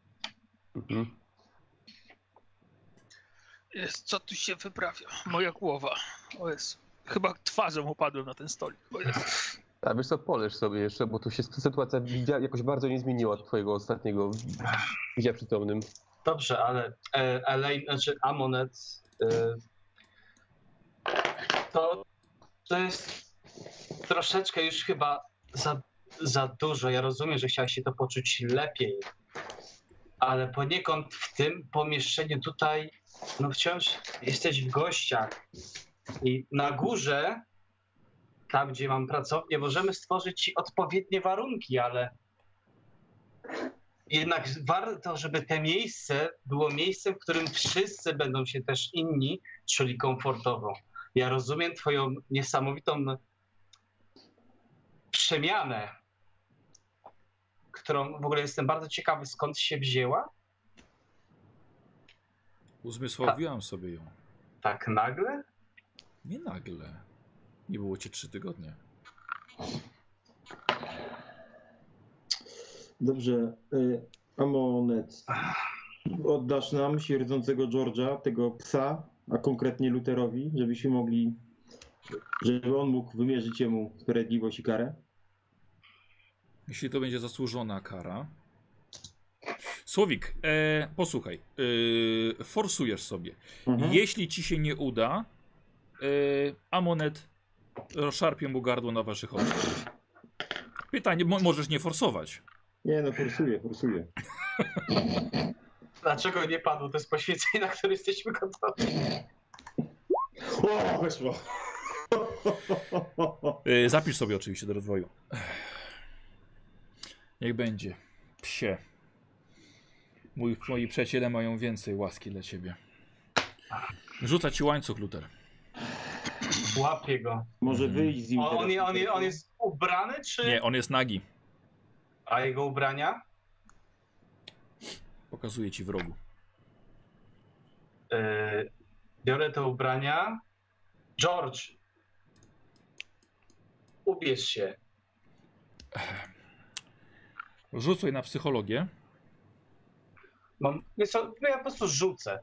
Jest, co tu się wyprawia? Moja głowa. O jest. Chyba twarzą upadłem na ten stolik. O jest. A wiesz co, poleż sobie jeszcze, bo tu się sytuacja jakoś bardzo nie zmieniła od twojego ostatniego bicia przytomnym. Dobrze, ale Elaine, znaczy Amonet, to jest troszeczkę już chyba za dużo. Ja rozumiem, że chciałeś się to poczuć lepiej, ale poniekąd w tym pomieszczeniu tutaj, no wciąż jesteś w gościach i na górze, tam gdzie mam pracownię, możemy stworzyć ci odpowiednie warunki, ale jednak warto, żeby to miejsce było miejscem, w którym wszyscy będą się też inni czuli komfortowo. Ja rozumiem twoją niesamowitą przemianę, którą w ogóle jestem bardzo ciekawy, skąd się wzięła. Uzmysłowiłam sobie ją. Tak nagle? Nie nagle. Nie było cię 3 tygodnie. Dobrze. Amonet, oddasz nam śmierdzącego George'a, tego psa, a konkretnie Luterowi, żebyśmy mogli, żeby on mógł wymierzyć jemu sprawiedliwość i karę? Jeśli to będzie zasłużona kara. Słowik, posłuchaj, forsujesz sobie. Jeśli ci się nie uda, Amonet rozszarpie mu gardło na waszych oczach. Pytanie, możesz nie forsować. Nie no, forsuję. Dlaczego nie padło? To jest poświęcenie, na które jesteśmy gotowi. O, weszło. Zapisz sobie oczywiście do rozwoju. Niech będzie. Psie. Moi przyjaciele mają więcej łaski dla ciebie. Rzuca ci łańcuch, Luter. Łapię go. Może wyjść z nim On jest ubrany, czy... Nie, on jest nagi. A jego ubrania? Pokazuję ci w rogu. Biorę te ubrania. George! Ubierz się. Rzucaj na psychologię. Wiesz co, ja po prostu rzucę.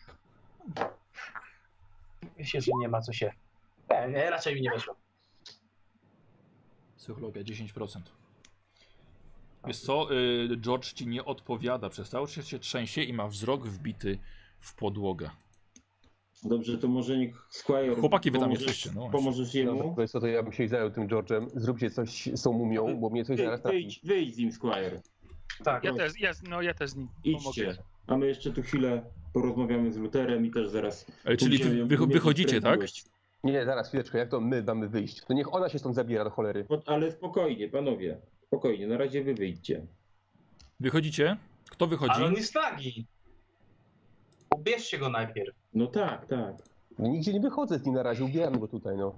Myślę, że nie ma co się... Nie, raczej mi nie weszło. Psychologia 10%. Wiesz co, George ci nie odpowiada, przez cały czas się trzęsie i ma wzrok wbity w podłogę. Dobrze, to może niech Squire... Chłopaki, wy tam jesteście, no. Pomożesz jemu? No, to ja bym się zajął tym George'em. Zróbcie coś z tą mumią, bo mnie coś zaraz trafi. Wyjdź z nim, Squire. Tak. Ja też z nim Idźcie. pomogę. A my jeszcze tu chwilę porozmawiamy z Luterem i też zaraz... Czyli wychodzicie, tak? Nie, zaraz, chwileczkę, jak to my mamy wyjść? To niech ona się stąd zabiera do cholery. Ale spokojnie, panowie. Spokojnie, na razie wy wyjdźcie. Wychodzicie? Kto wychodzi? Ale on jest nagi. Ubierzcie go najpierw. No tak. No, nigdzie nie wychodzę z nim na razie, ubieram go tutaj, no.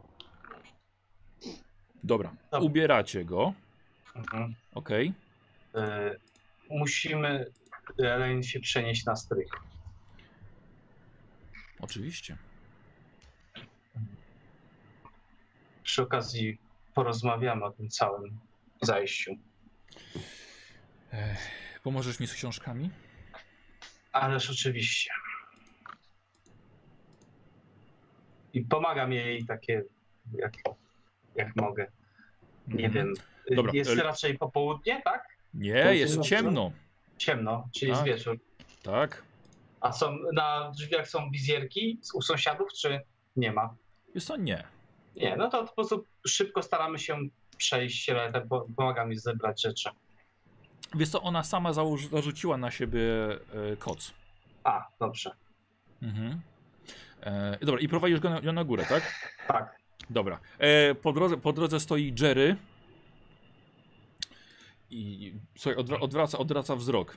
Dobra, ubieracie go. Mhm. Okej. Musimy Elaine się przenieść na strych. Oczywiście. Przy okazji porozmawiamy o tym całym zajściu. Pomożesz mi z książkami? Ależ oczywiście. I pomagam jej takie, jak mogę. Nie wiem. Dobra, Jest raczej popołudnie, tak? Nie, jest ciemno. Ciemno, czyli jest Tak. wieczór. Tak. A są na drzwiach są wizjerki u sąsiadów, czy nie ma? Jest to nie. Nie, no to po prostu szybko staramy się przejść, pomaga mi zebrać rzeczy. Wiesz co, ona sama zarzuciła na siebie koc. A, dobrze. Mhm. Dobra, i prowadzisz go na górę, tak? Tak. Dobra. Po drodze stoi Jerry. I słuchaj, odwraca wzrok.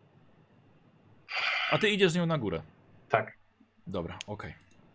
A ty idziesz z nią na górę. Tak. Dobra, okej.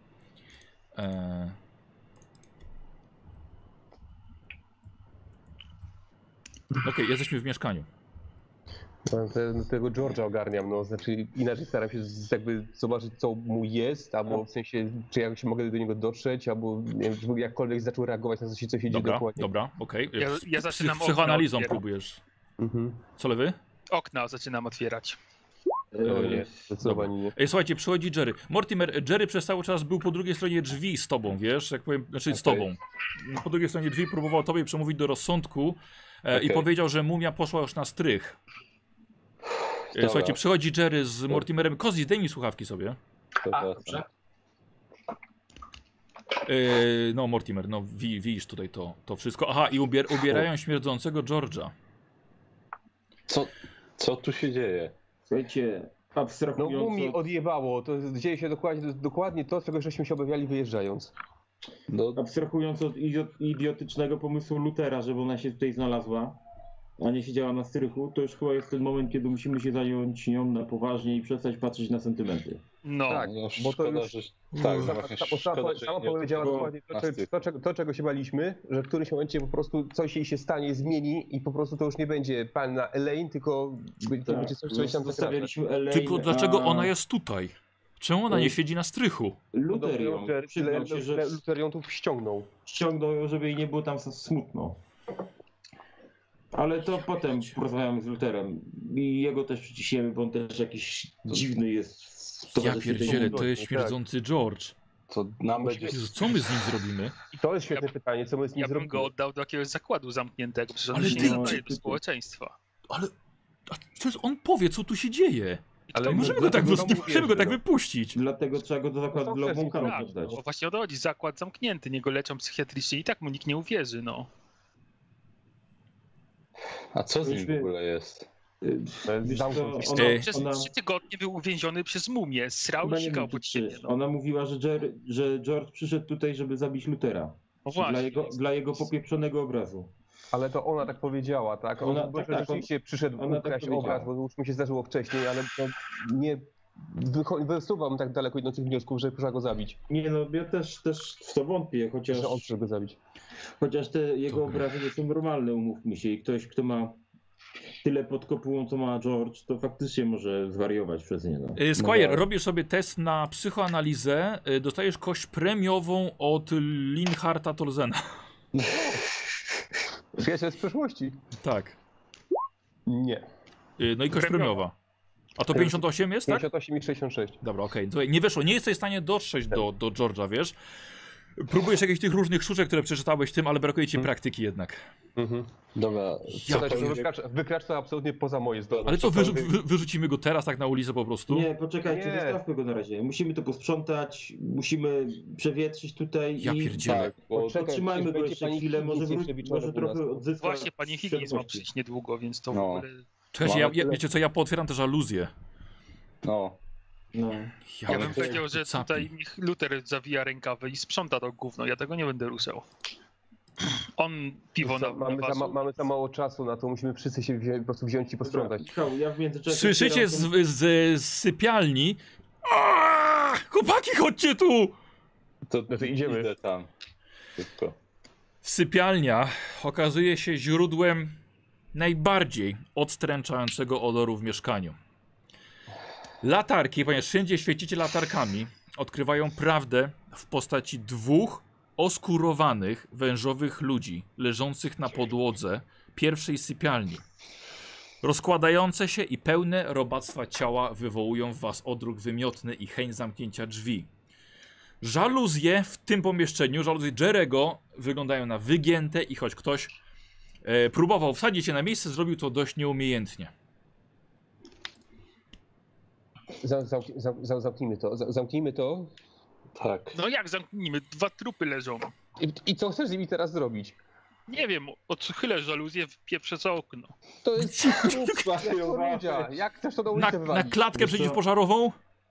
Okej, jesteśmy w mieszkaniu. Tego George'a ogarniam, no, znaczy inaczej staram się jakby zobaczyć, co mu jest, albo w sensie, czy jakoś mogę do niego dotrzeć, albo nie wiem, żeby jakkolwiek zaczął reagować na coś, co się dzieje dokładnie. Dobra, okej. Ja zaczynam psychoanalizą okno próbujesz. Mhm. Co lewy? Okna zaczynam otwierać. O nie, zdecydowanie nie. Ej, słuchajcie, przychodzi Jerry. Mortimer, Jerry przez cały czas był po drugiej stronie drzwi z tobą, wiesz, jak powiem, znaczy z tobą. Po drugiej stronie drzwi próbował tobie przemówić do rozsądku i powiedział, że mumia poszła już na strych. Słuchajcie, przychodzi Jerry z Mortimerem. Kozi, daj mi słuchawki sobie. A, dobrze. No, Mortimer, no widzisz tutaj to wszystko. Aha, i ubierają śmierdzącego George'a. Co tu się dzieje? Słuchajcie, No abstrahując mu mi od... odjebało, to dzieje się dokładnie to, czego żeśmy się obawiali wyjeżdżając. No, Abstrahując od idiotycznego pomysłu Lutera, żeby ona się tutaj znalazła, a nie siedziała na strychu, to już chyba jest ten moment, kiedy musimy się zająć nią na poważnie i przestać patrzeć na sentymenty. No, Tak, no bo to szkoda, już... że... Tak, właśnie szkoda, że sama nie powiedziała było dokładnie na styk. to, czego się baliśmy, że w którymś momencie po prostu coś jej się stanie, zmieni i po prostu to już nie będzie panna Elaine, tylko to będzie coś tam zakracza. Zostawialiśmy Elaine, Tylko dlaczego ona jest tutaj? Czemu ona nie siedzi na strychu? Luter ją przyznał się, że Luter ją tu ściągnął. ściągnął ją, żeby jej nie było tam smutno. Ale to potem porozmawiamy z Luterem i jego też przyciśniemy, bo on też jakiś dziwny jest. Ja pierdzielę, to jest śmierdzący George. To nam będzie... Jezu, co my z nim zrobimy? I to jest świetne pytanie, co my z nim Ja bym zrobimy. go oddał do jakiegoś zakładu zamkniętego, przecież on Ale się ty- nie nadaje do społeczeństwa. Ale przecież on powie, co tu się dzieje. Ale Możemy go tak, dlatego możemy go tak no. wypuścić. Dlatego trzeba go do zakładu No to dla wcześniej Bąkanów Tak, oddać. bo właśnie o to chodzi, zakład zamknięty, nie go leczą psychiatrycznie i tak mu nikt nie uwierzy, no. A co z nim w Myśmy- ogóle jest? Wiesz co, Down Ej. Przez ona, 3 tygodnie był uwięziony przez mumię, srał chyba i nie sikał wiem, czy pod siebie, 3. no. Ona mówiła, że George przyszedł tutaj, żeby zabić Lutera. No Dla właśnie. dla jego popieprzonego obrazu. Ale to ona tak powiedziała, tak? On Ona- może tak, rzeczywiście przyszedł ona tak ukraść powiedziała. obraz, bo już mi się zdarzyło wcześniej, ale to nie wysuwam tak daleko idących wniosków, że trzeba go zabić. Nie no, ja też w to wątpię, chociaż, Że on chce go zabić. chociaż te jego Dobra. obrazy nie są normalne, umówmy się. I ktoś, kto ma tyle pod kopułą, co ma George, to faktycznie może zwariować przez nie. No. Squire, No, robisz sobie test na psychoanalizę, dostajesz kość premiową od Linharta Tolzena. Przyjaciel z przeszłości? Tak. Nie. No i kość premiowa. A to 58 jest, tak? 58 i 66. Dobra, okej. Słuchaj, nie wyszło, nie jesteś w stanie dotrzeć do George'a, wiesz? Próbujesz jakichś tych różnych sztuczek, które przeczytałeś tym, ale brakuje ci praktyki jednak. Mhm. Dobra, Ja To cokolwiek- wykracza to absolutnie poza moje zdolności. Ale co, wyrzucimy go teraz tak na ulicę po prostu? Nie, poczekajcie, Nie. zostawmy go na razie. Musimy to posprzątać, musimy przewietrzyć tutaj Ja i pierdzielę. Tak, bo Poczekaj, podtrzymajmy go będzie jeszcze pani chwilę, Higgins może, jeszcze wieczorem może u nas. trochę odzyska Właśnie pani Higgins ma świadomości. przyjść niedługo, więc to w No. ogóle... Czekajcie, Mamy tyle- wiecie co, ja pootwieram też aluzję. no, No. Ja ale bym to powiedział, że capi. tutaj niech Luther zawija rękawy i sprząta to gówno, ja tego nie będę ruszał. On piwo na Mamy za mało czasu na to, musimy wszyscy się po prostu wziąć i posprzątać. Michał, ja w międzyczasie... Słyszycie z sypialni? Aaaa! Chłopaki, chodźcie tu! to idziemy. Idę tam. Szybko. Sypialnia okazuje się źródłem najbardziej odstręczającego odoru w mieszkaniu. Latarki, ponieważ wszędzie świecicie latarkami, odkrywają prawdę w postaci 2 oskurowanych, wężowych ludzi leżących na podłodze pierwszej sypialni. Rozkładające się i pełne robactwa ciała wywołują w was odruch wymiotny i chęć zamknięcia drzwi. Żaluzje w tym pomieszczeniu, żaluzje Jerego, wyglądają na wygięte i choć ktoś próbował wsadzić je na miejsce, zrobił to dość nieumiejętnie. Zamknijmy to. Zamknijmy to. Tak. No jak zamknijmy? 2 trupy leżą. I co chcesz z nimi teraz zrobić? Nie wiem, odchylę żaluzję, wpieprzę za okno. To jest powiedzia. Jak chcesz to na ulicę Na wywalić? klatkę Wiesz co? przeciwpożarową?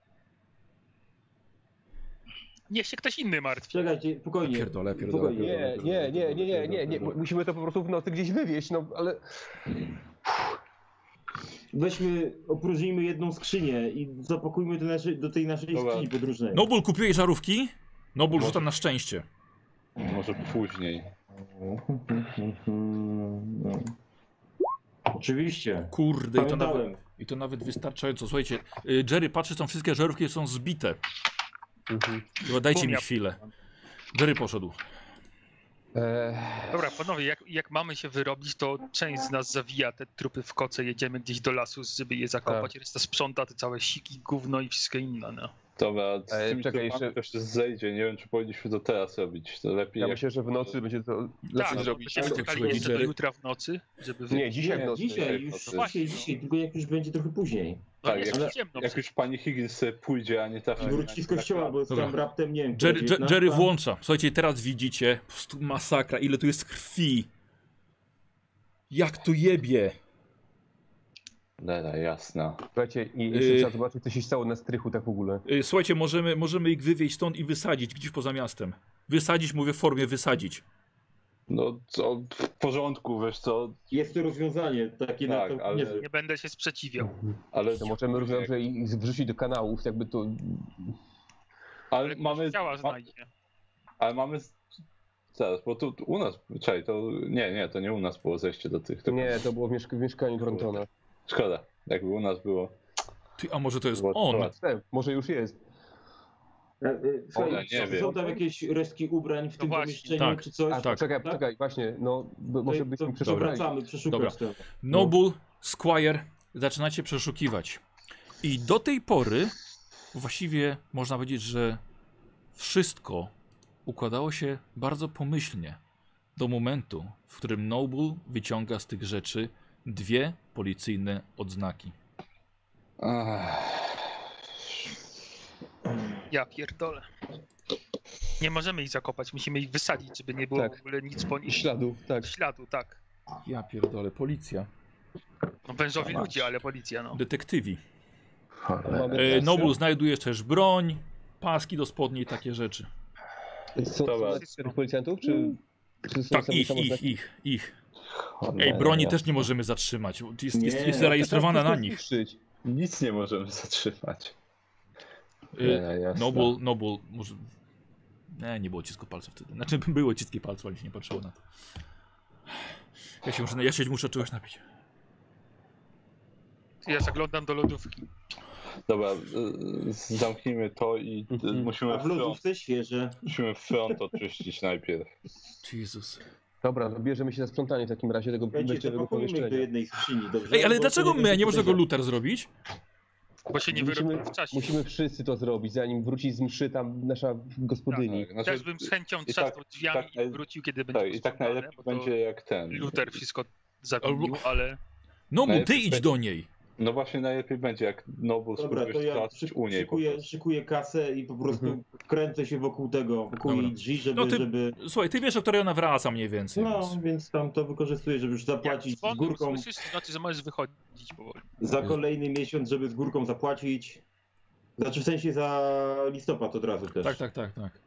Niech się ktoś inny martwi. Czekajcie, spokojnie. Pierdolę. Spokojnie. Nie. Musimy to po prostu w nocy gdzieś wywieźć, no ale... Weźmy, opróżnijmy jedną skrzynię i zapakujmy do tej naszej Dobra. skrzyni podróżnej. Nobul, kupiłeś żarówki? Nobul, rzucam na szczęście. Może później. No. Oczywiście. Kurde, Pamiętałem. i to nawet wystarczająco. Słuchajcie, Jerry patrzy, są wszystkie żarówki są zbite. Chyba dajcie mi chwilę. Jerry poszedł. Dobra, panowie, jak mamy się wyrobić, to część z nas zawija te trupy w koce, jedziemy gdzieś do lasu, żeby je zakopać, reszta sprząta te całe siki, gówno i wszystko inne, no. Dobra, z tymi czekaj, jeszcze... jeszcze- to się zejdzie. Nie wiem, czy powinniśmy to teraz robić. To lepiej Ja jak... myślę, że w nocy będzie to Tak, lepiej no, zrobić. będziemy Tak, czekali tak, jeszcze do Jerry. jutra w nocy, żeby Nie, dzisiaj w Nie, nocy. dzisiaj, tylko jak już będzie trochę później. No Tak, nie, jak- jest ciemno. Jak już pani Higgins sobie pójdzie, a nie trafi... Wróci z kościoła, bo jest Dobra. tam raptem, nie wiem, Jerry, 19. Jerry włącza. Słuchajcie, teraz widzicie po prostu masakra, ile tu jest krwi. Jak tu jebie. Dobra, jasna. Słuchajcie, i jeszcze trzeba zobaczyć, co się stało na strychu tak w ogóle. Słuchajcie, możemy ich wywieźć stąd i wysadzić gdzieś poza miastem. Wysadzić, mówię w formie wysadzić. No, co w porządku, wiesz co, Jest to rozwiązanie, takie Tak, na to ale- niezłe. Nie będę się sprzeciwiał. ale... To możemy równie dobrze ich wrzucić do kanałów, jakby to... Ale mamy... Ciała znajdzie. Ale mamy... Zaraz, bo tu u nas... Czekaj, to... Nie, to nie u nas było zejście do tych. To... Nie, to było w mieszkaniu Thorntona. Szkoda, jakby u nas było... Ty, a może to jest Było on? trochę. Może już jest. Słuchaj, nie wiem. są tam jakieś resztki ubrań w tym właśnie. pomieszczeniu, Tak. czy coś? A, tak. czekaj, właśnie, no, może byśmy To przeszukali. wracamy, przeszukać to. Noble, Squire, zaczynacie przeszukiwać. I do tej pory właściwie można powiedzieć, że wszystko układało się bardzo pomyślnie. Do momentu, w którym Noble wyciąga z tych rzeczy 2 policyjne odznaki. Ja pierdolę. Nie możemy ich zakopać, musimy ich wysadzić, żeby nie było Tak. w ogóle nic po nich. Śladu, tak. Śladu, tak. Ja pierdolę, policja. No wężowi ludzie, ale policja, no. Detektywi. Cholera. Noble, znajdujesz też broń, paski do spodni i takie rzeczy. Są Dobra. czterech policjantów, czy są Tak, same ich. Cholera, Ej, broni ja- też nie możemy zatrzymać. Jest Nie. zarejestrowana na nich. Zniszczyć. Nic nie możemy zatrzymać. Jasne. Noble, może... Nie było cisku palców wtedy. Znaczy było ciskie palce, ale się nie patrzyło na to. Ja się muszę czegoś napić. Ja zaglądam do lodówki. Dobra, zamknijmy to i musimy A w lodówce świeże. front oczyścić najpierw. Jezus. Dobra, no bierzemy się za sprzątanie w takim razie tego Będzie, bezczynnego zapakujmy ich do pomieszczenia. jednej skrzyni, dobrze? Ej, ale Bo dlaczego to my? Nie będzie może go super. Luther zrobić? Bo się nie wyrobimy w czasie. Musimy wszyscy to zrobić, zanim wróci z mszy tam nasza gospodyni. Tak, Też bym z chęcią i trzasnął drzwiami tak, i wrócił, kiedy będzie Tak, i tak posprzątane, najlepiej bo to będzie jak ten. Luther wszystko zawinił, ale... Noble, ty Najlepiej idź będzie- do niej. No właśnie najlepiej będzie jak Noble Dobra, to spróbujesz ja sprawdzić u niej po prostu. szykuję kasę i po prostu kręcę się wokół Dobra. jej drzwi, żeby, No ty- żeby... Słuchaj, ty wiesz, o której ona wraca mniej więcej. No, Więc... więc tam to wykorzystuję, żeby już Jak zapłacić z dzwonią, górką słyszysz, to znaczy, że możesz wychodzić powoli. za kolejny miesiąc, żeby z górką zapłacić. Znaczy w sensie za listopad od razu też. Tak.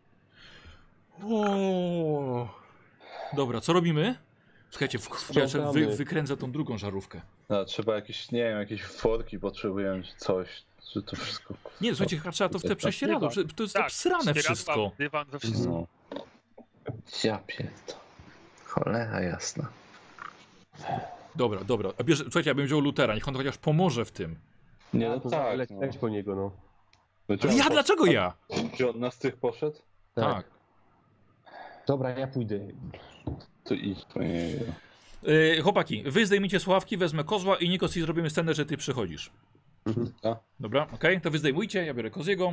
O. Dobra, co robimy? Słuchajcie, wykręcę tą drugą żarówkę. No, trzeba jakieś, nie wiem, jakieś worki potrzebujemy, czy coś, czy to wszystko... Nie, słuchajcie, trzeba to w te prześcieradło. To jest tak srane spodnie, wszystko. dywan, we wszystko. No. Ja pierdolę. Cholera jasna. Dobra. A słuchajcie, ja bym wziął Luthera, niech on chociaż pomoże w tym. Nie, no tak. No. Leć po niego, no. Gdzie Ale on ja, poszedł? dlaczego ja? Gdzie on nas tych poszedł? Tak. Dobra, ja pójdę. To idź po niego. Chłopaki, wy zdejmijcie słuchawki, wezmę kozła i Nikos i zrobimy scenę, że ty przychodzisz. A? Dobra, okej, to wy zdejmujcie, ja biorę Koziego.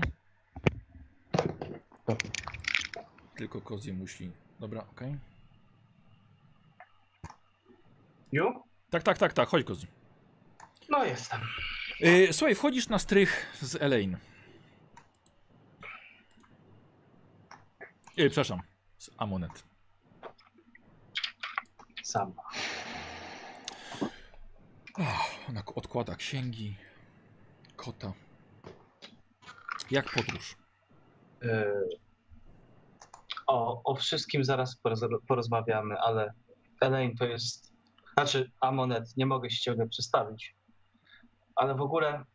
Tylko Kozie musi... Dobra, okej. Ju? Tak, chodź Kozi. No jestem. Słuchaj, wchodzisz na strych z Elaine. Przepraszam, z Amonet. Sam. Ona odkłada księgi, kota. Jak podróż? O wszystkim zaraz porozmawiamy, ale Elaine to jest... Znaczy, Amonet, nie mogę się ciągle przedstawić. Ale w ogóle...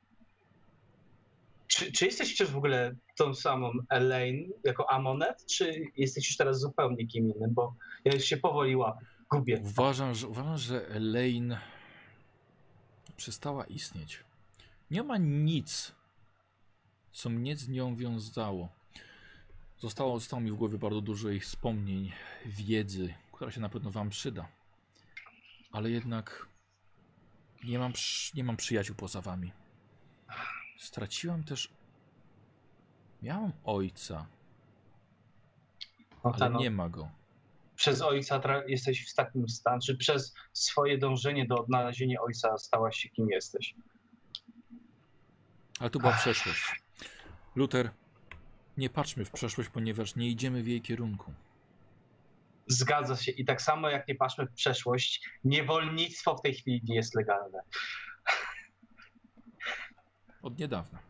Czy jesteś wciąż w ogóle tą samą Elaine jako Amonet, czy jesteś już teraz zupełnie kim innym? Bo ja już się powoli gubię. Uważam, że Elaine przestała istnieć. Nie ma nic, co mnie z nią wiązało. Zostało mi w głowie bardzo dużo jej wspomnień, wiedzy, która się na pewno wam przyda. Ale jednak nie mam przyjaciół poza wami. Straciłam też... Miałam ojca, ale nie ma go. Przez ojca jesteś w takim stanie, czy przez swoje dążenie do odnalezienia ojca stałaś się kim jesteś? Ale to była przeszłość. Luther, nie patrzmy w przeszłość, ponieważ nie idziemy w jej kierunku. Zgadza się. I tak samo jak nie patrzmy w przeszłość, niewolnictwo w tej chwili nie jest legalne. Od niedawna.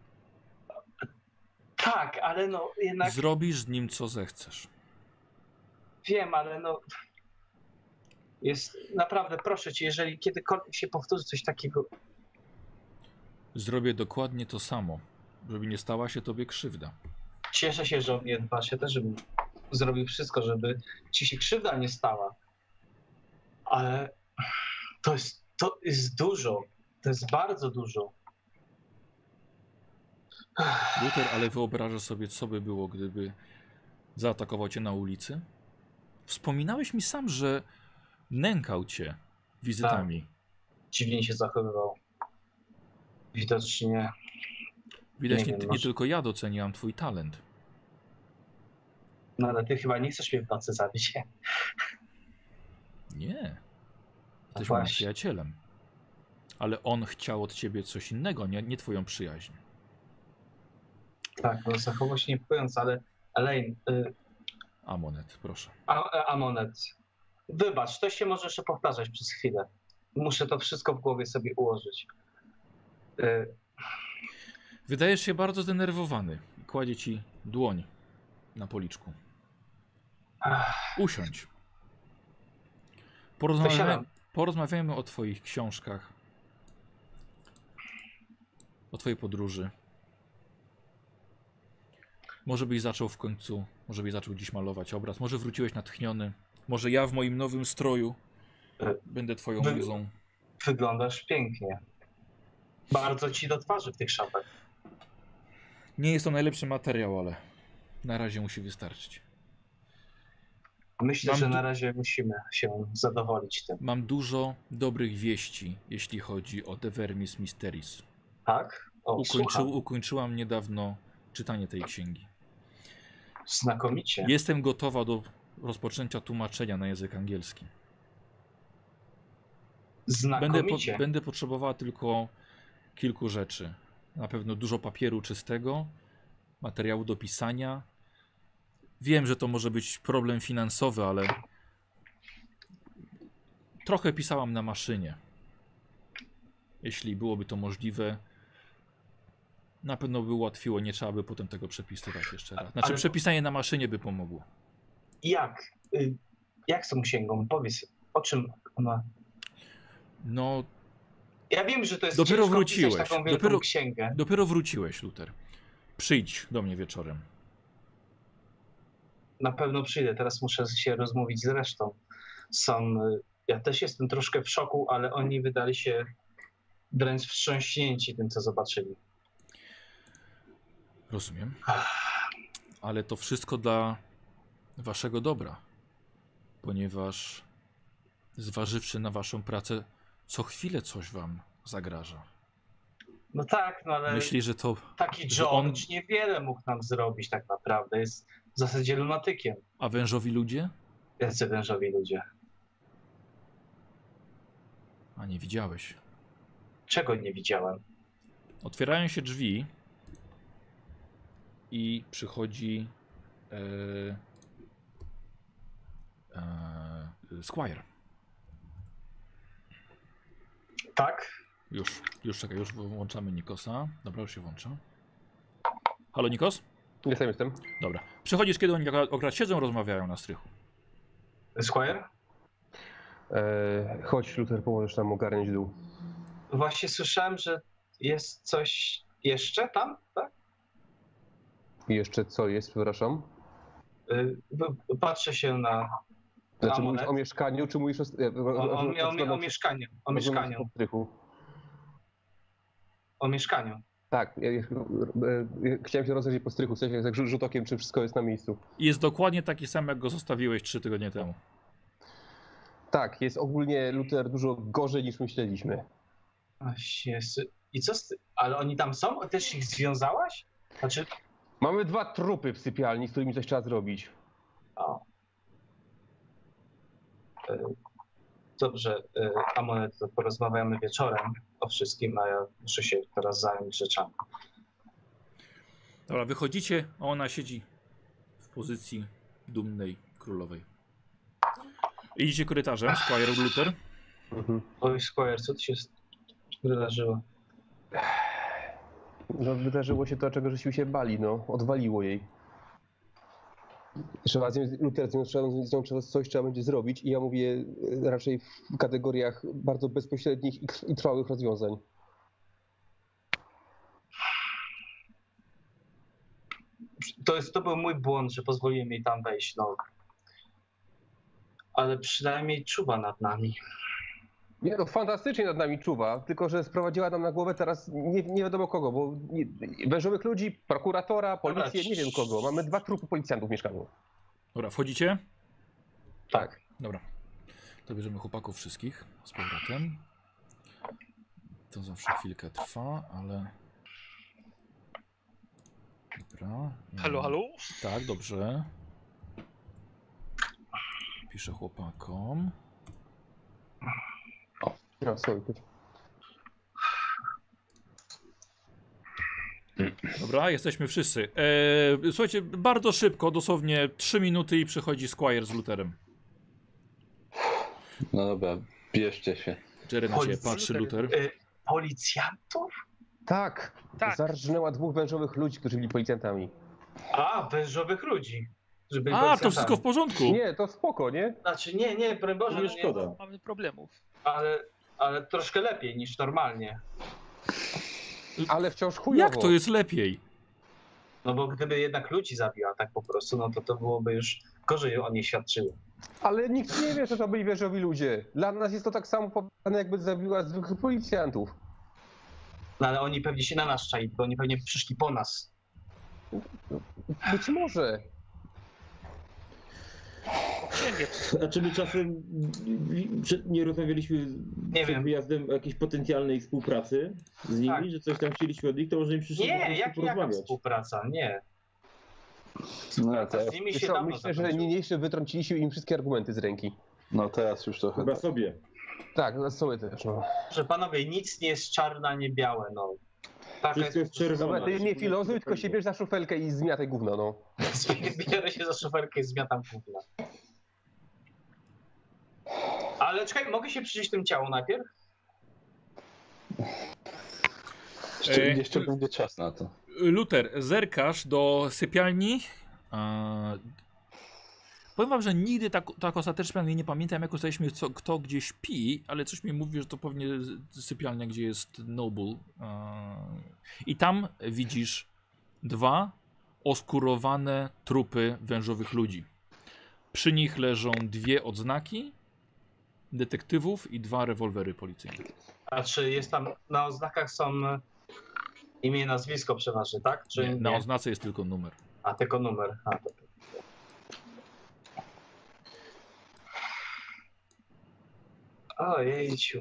Tak, ale no jednak Zrobisz z nim co zechcesz. wiem, ale no jest naprawdę, proszę cię, jeżeli kiedykolwiek się powtórzy coś takiego, Zrobię dokładnie to samo, żeby nie stała się tobie krzywda. cieszę się, że o mnie dbasz. Ja też bym zrobił wszystko, żeby ci się krzywda nie stała. Ale to jest dużo. To jest bardzo dużo. Luther, ale wyobrażasz sobie, co by było, gdyby zaatakował cię na ulicy? Wspominałeś mi sam, że nękał cię wizytami. Dziwnie się zachowywał. Widocznie. Widać, Nie nie, wiem, nie może- tylko ja doceniam twój talent. No ale ty chyba nie chcesz mnie w nocy zabić. Nie. No Jesteś moim właśnie. przyjacielem. Ale on chciał od ciebie coś innego, nie twoją przyjaźń. Tak, no zachował się niepokojąco, ale Elaine, Amonet, proszę. Amonet, wybacz, to się może jeszcze powtarzać przez chwilę. Muszę to wszystko w głowie sobie ułożyć. Wydajesz się bardzo zdenerwowany. Kładzie ci dłoń na policzku. Usiądź. Siadam. Porozmawiajmy o twoich książkach. O twojej podróży. Może byś zaczął w końcu, może byś zaczął dziś malować obraz. Może wróciłeś natchniony. Może ja w moim nowym stroju będę twoją muzą. Wyglądasz pięknie. Bardzo ci do twarzy w tych szatach. Nie jest to najlepszy materiał, ale na razie musi wystarczyć. Myślę, Mam że du- na razie musimy się zadowolić tym. Mam dużo dobrych wieści, jeśli chodzi o The Vermis Mysteries. Tak? O, słucham. Ukończyłam niedawno czytanie tej księgi. Znakomicie. Jestem gotowa do rozpoczęcia tłumaczenia na język angielski. Znakomicie. Będę potrzebowała tylko kilku rzeczy. Na pewno dużo papieru czystego, materiału do pisania. Wiem, że to może być problem finansowy, ale trochę pisałam na maszynie. Jeśli byłoby to możliwe, na pewno by ułatwiło, nie trzeba by potem tego przepisywać jeszcze raz. Znaczy, Ale- przepisanie na maszynie by pomogło. Jak? Jak z tą księgą? Powiedz, o czym ona... No, Ja wiem, że to jest Dopiero ciężko wróciłeś. pisać taką wielką Dopiero- księgę. dopiero wróciłeś, Luther. Przyjdź do mnie wieczorem. Na pewno przyjdę. Teraz muszę się rozmówić z resztą. Ja też jestem troszkę w szoku, ale oni wydali się wręcz wstrząśnięci tym, co zobaczyli. Rozumiem. Ale to wszystko dla waszego dobra. Ponieważ zważywszy na waszą pracę, co chwilę coś wam zagraża. No tak, no ale Myśli, że to... taki że on- George niewiele mógł nam zrobić tak naprawdę. Jest w zasadzie lunatykiem. A wężowi ludzie? Jacy wężowi ludzie. A nie widziałeś. Czego nie widziałem? Otwierają się drzwi i przychodzi Squire. Tak? Już czekaj, już włączamy Nikosa. Dobra, już się włącza. Halo Nikos? Jestem. Dobra. Przychodzisz, kiedy oni akurat siedzą, rozmawiają na strychu. Squire? Chodź, Luther, pomożesz nam ogarnąć dół. Właśnie słyszałem, że jest coś jeszcze tam, tak? I jeszcze co jest, przepraszam? Patrzę się na Znaczy Amonet. mówisz o mieszkaniu, czy mówisz o... o mieszkaniu. O mieszkaniu. O mieszkaniu. Tak, chciałem się rozejrzeć po strychu, w sensie tak rzut okiem, czy wszystko jest na miejscu. Jest dokładnie taki sam, jak go zostawiłeś 3 tygodnie temu. Tak, jest ogólnie, Luther, dużo gorzej niż myśleliśmy. Jezu. I co z tym? Ale oni tam są? Też ich związałaś? Znaczy... Mamy 2 trupy w sypialni, z którymi coś trzeba zrobić. O. Dobrze, Amonet, to porozmawiamy wieczorem o wszystkim, a ja muszę się teraz zająć rzeczami. Dobra, wychodzicie, a ona siedzi w pozycji dumnej królowej. Idziecie korytarzem, Squire Luther. Oj, Squire, co ci się wydarzyło? No, wydarzyło się to, czego żeśmy się bali, no. Odwaliło jej. Trzeba z nią, Luther, z nią coś trzeba będzie zrobić i ja mówię raczej w kategoriach bardzo bezpośrednich i trwałych rozwiązań. To był mój błąd, że pozwoliłem jej tam wejść, no. Ale przynajmniej czuwa nad nami. Nie no, fantastycznie nad nami czuwa, tylko że sprowadziła nam na głowę teraz nie wiadomo kogo, bo wężowych ludzi, prokuratora, policję, nie wiem kogo. Mamy 2 trupy policjantów w mieszkaniu. Dobra, wchodzicie? Tak. Dobra. To bierzemy chłopaków wszystkich z powrotem. To zawsze chwilkę trwa, ale... Dobra. Halo, halo? Tak, dobrze. Piszę chłopakom. No, sorry. Dobra, jesteśmy wszyscy. Słuchajcie, bardzo szybko, dosłownie 3 minuty i przychodzi Squire z Lutherem. No dobra, bierzcie się. Jerry na ciebie patrzy, Luther. Policjantów? Tak, Tak. zarżnęła 2 wężowych ludzi, którzy byli policjantami. A, wężowych ludzi. Żeby A, to wszystko w porządku. Nie, to spoko, nie? Znaczy nie, broń Boże, Nie szkoda. Mamy problemów. ale troszkę lepiej niż normalnie. Ale wciąż chujowo. Jak to jest lepiej? No bo gdyby jednak ludzi zabiła tak po prostu, no to byłoby już gorzej o niej świadczyło. Ale nikt nie wie, że to byli wężowi ludzie. Dla nas jest to tak samo powiedziane, jakby zabiła zwykłych policjantów. No ale oni pewnie się na nas czai, bo oni pewnie przyszli po nas. Być może. A czy my czasem nie rozmawialiśmy Nie przed wiem. wyjazdem o jakiejś potencjalnej współpracy z nimi, Tak. że coś tam chcieliśmy od nich, to może im przyszło Nie, jaka porozmawiać. współpraca? Nie. No, Z nimi się Wiesz co, dawno myślę, że zakończyło. niniejszym wytrąciliśmy im wszystkie argumenty z ręki. no teraz już trochę Chyba tak. sobie. Tak, na sobie też, no. Że panowie, nic nie jest czarne, nie białe, no. Taka Wszystko jest czerwone. Dobra, ty nie filozuj, tylko się bierz za szufelkę i zmiataj gówno, no. Biorę się za szoferkę i zmiatam gówna. Ale czekaj, mogę się przyjrzeć tym ciału najpierw? Jeszcze będzie czas na to. Luther, zerkasz do sypialni. Powiem wam, że nigdy tak ostatecznie nie pamiętam, jak ustaliliśmy, kto gdzie śpi, ale coś mi mówi, że to pewnie sypialnia, gdzie jest Noble. I tam widzisz 2 oskurowane trupy wężowych ludzi. Przy nich leżą 2 odznaki detektywów i 2 rewolwery policyjne. A czy jest tam, na oznakach są imię i nazwisko przeważnie, tak? Czy Nie, na oznace jest tylko numer. A, tylko numer. A, to... Ojejciu.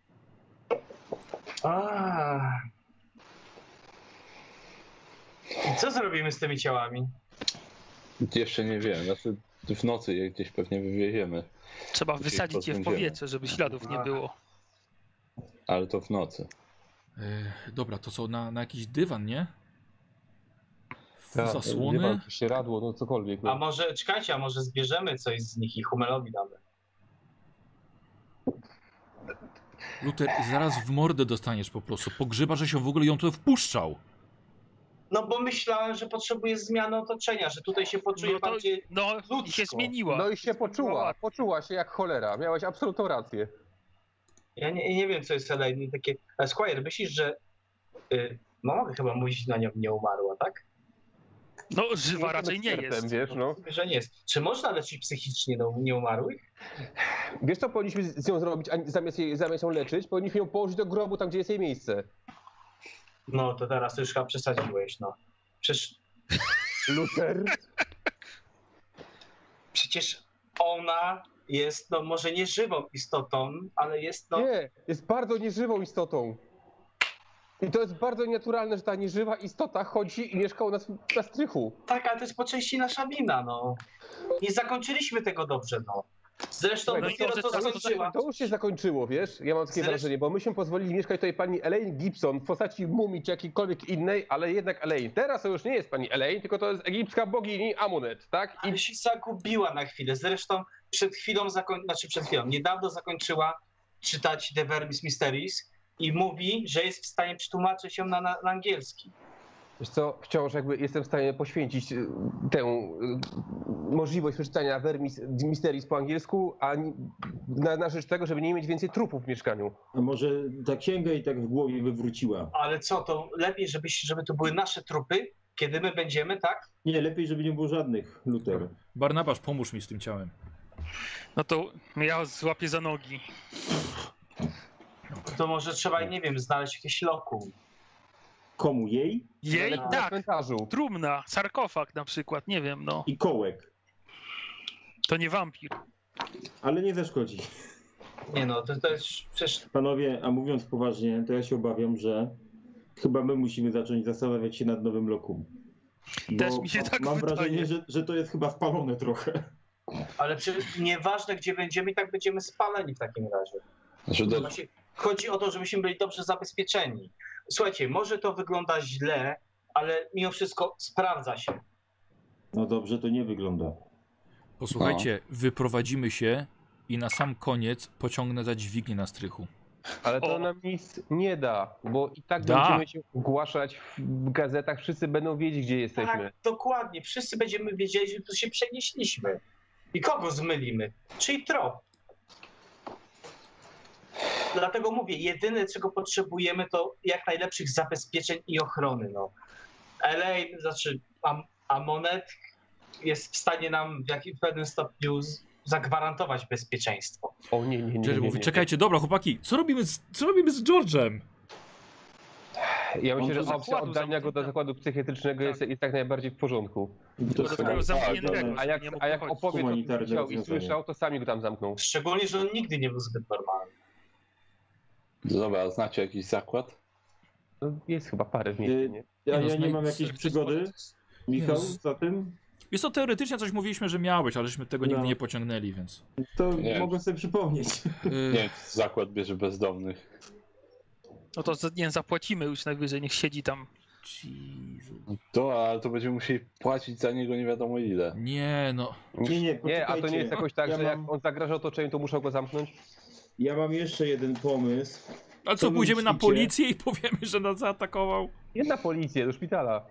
I co zrobimy z tymi ciałami? Jeszcze nie wiem, znaczy w nocy je gdzieś pewnie wywieziemy, Trzeba wysadzić je w powietrze, żeby śladów nie było. ale to w nocy. Dobra, to są na jakiś dywan, nie? Tak, Zasłony. dywan, sieradło, no cokolwiek. A No. może, czekajcie, a może zbierzemy coś z nich i Humelowi damy? Luther, zaraz w mordę dostaniesz po prostu. Pogrzyba, że się w ogóle ją tu wpuszczał. No bo myślałem, że potrzebuje zmiany otoczenia, że tutaj się poczuje No to bardziej... i ludzko. się zmieniła. No i się poczuła się jak cholera. Miałeś absolutną rację. Ja nie wiem, co jest Elaine. Takie... Squire, myślisz, że... mogę chyba mówić, na nią nie umarła, tak? No żywa Jestem raczej nie ekspertem, jest. Wiesz, no. Że nie jest. Czy można leczyć psychicznie nieumarłych? Wiesz co powinniśmy z nią zrobić, zamiast ją leczyć? Powinniśmy ją położyć do grobu tam, gdzie jest jej miejsce. No to teraz już chyba przesadziłeś, no. Luther? Przecież ona jest, no może nie żywą istotą, ale jest, no... Nie, jest bardzo nieżywą istotą. I to jest bardzo nienaturalne, że ta nieżywa istota chodzi i mieszka u nas na strychu. Tak, ale to jest po części nasza wina, no. Nie zakończyliśmy tego dobrze, no. Zresztą Słuchaj, dopiero to to jest- zakończyła. To już się zakończyło, wiesz? Ja mam takie wrażenie, bo myśmy pozwolili mieszkać tutaj pani Elaine Gibson w postaci mumii czy jakiejkolwiek innej, ale jednak Elaine. Teraz to już nie jest pani Elaine, tylko to jest egipska bogini Amunet, tak? Ale się zagubiła na chwilę. Zresztą przed chwilą, niedawno zakończyła czytać The Vermis Mysteries i mówi, że jest w stanie przetłumaczyć ją na angielski. Wiesz co, wciąż jakby jestem w stanie poświęcić tę możliwość przeczytania Vermis Mysteries po angielsku, a na rzecz tego, żeby nie mieć więcej trupów w mieszkaniu. A może ta księga i tak w głowie wywróciła? Ale co, to lepiej, żeby to były nasze trupy, kiedy my będziemy, tak? Nie, lepiej, żeby nie było żadnych, Luther. Barnabasz, pomóż mi z tym ciałem. No to ja złapię za nogi. To może trzeba, nie wiem, znaleźć jakieś lokum. Komu? Jej? Jej, Na tak, cmentarzu. trumna, sarkofag na przykład, nie wiem, no. I kołek. To nie wampir. Ale nie zaszkodzi. Nie no, to jest przecież... Panowie, a mówiąc poważnie, to ja się obawiam, że chyba my musimy zacząć zastanawiać się nad nowym lokum. Też mi się tak mam wydaje. wrażenie, że to jest chyba spalone trochę. Ale przecież nieważne gdzie będziemy, i tak będziemy spaleni w takim razie. Znaczy, Właśnie chodzi o to, żebyśmy byli dobrze zabezpieczeni. Słuchajcie, może to wygląda źle, ale mimo wszystko sprawdza się. No dobrze, to nie wygląda. Posłuchajcie, wyprowadzimy się i na sam koniec pociągnę za dźwignię na strychu. Ale to O. nam nic nie da, bo i tak Da. będziemy się ogłaszać w gazetach, wszyscy będą wiedzieć, gdzie jesteśmy. Tak, dokładnie. Wszyscy będziemy wiedzieli, że tu się przenieśliśmy. I kogo zmylimy? Czyli trop. Dlatego mówię, jedyne czego potrzebujemy to jak najlepszych zabezpieczeń i ochrony. No. LA, znaczy Amonet jest w stanie nam w pewnym stopniu zagwarantować bezpieczeństwo. O nie, nie, nie, Jerry nie, mówi, nie. czekajcie, dobra chłopaki, co robimy z George'em? Ja myślę, że do opcja zakładu oddania go do zamkniętego. zakładu psychiatrycznego Tak. jest jak najbardziej w porządku. Do tego zamkniętego, A jak, żeby nie mógł a jak wychodzić. opowie, co Humanitarne widział i rozwiązanie. słyszał, to sami go tam zamkną. Szczególnie, że on nigdy nie był zbyt normalny. dobra, a znacie jakiś zakład? No, jest chyba parę w mieście, nie? Ja no, nie mam jakiejś przygody, Michał, no, za tym? Jest to teoretycznie coś mówiliśmy, że miałeś, ale żeśmy tego nigdy No. nie pociągnęli, więc... To Nie. mogę sobie przypomnieć. Nie, zakład bierze bezdomnych. No to nie zapłacimy już najwyżej, niech siedzi tam. Jezu. To, ale to będziemy musieli płacić za niego nie wiadomo ile. Nie no, Nie, Nie, a to nie jest jakoś tak, Ja że mam- jak on zagraża otoczeniu, to muszą go zamknąć? Ja mam jeszcze jeden pomysł. ale Co co, wy pójdziemy na myślicie? policję i powiemy, że nas zaatakował? Jedna policję, do szpitala.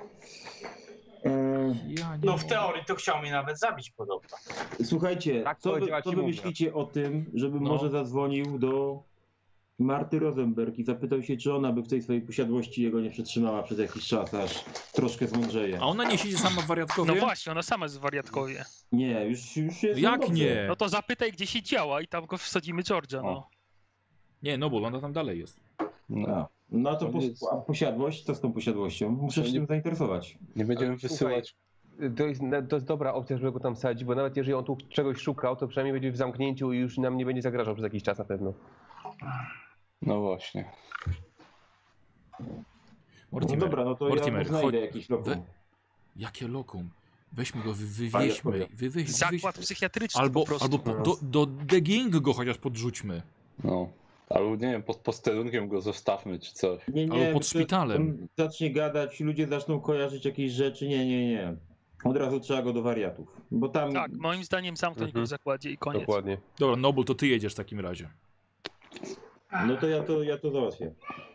Ja nie No w mogę. teorii to chciał mnie nawet zabić podobno. Słuchajcie, Tak co powiedziała wy ci Mumia. myślicie o tym, żebym No. może zadzwonił do Marty Rosenberg i zapytał się, czy ona by w tej swojej posiadłości jego nie przetrzymała przez jakiś czas, aż troszkę zmądrzeje. A ona nie siedzi sama w wariatkowie? No właśnie, ona sama jest w wariatkowie. Nie, już jest Jak dobrze. nie? No to zapytaj, gdzie się działa i tam go wsadzimy George'a, no. O. Nie, no bo ona tam dalej jest. No. No to To nic. a posiadłość? Co z tą posiadłością? Muszę się To tym nie- zainteresować. Nie będziemy Ale słuchaj, wysyłać. To jest dobra opcja, żeby go tam sadzić, bo nawet jeżeli on tu czegoś szukał, to przynajmniej będzie w zamknięciu i już nam nie będzie zagrażał przez jakiś czas na pewno. No właśnie. No Mortimer, dobra, no to Mortimer, ja znajdę chodź. jakiś lokum. Jakie lokum? Weźmy go, wywieźmy. Fajnie, Zakład psychiatryczny Albo, po prostu. albo do The Gang go chociaż podrzućmy. No. Albo nie wiem, pod posterunkiem go zostawmy czy coś. Nie, Albo pod to- szpitalem. to zacznie gadać, ludzie zaczną kojarzyć jakieś rzeczy. Nie. Od razu trzeba go do wariatów. Bo tam Tak, moim zdaniem zamknąć go w zakładzie i koniec. Dokładnie. Dobra, Noble, to ty jedziesz w takim razie. no to ja to załatwię.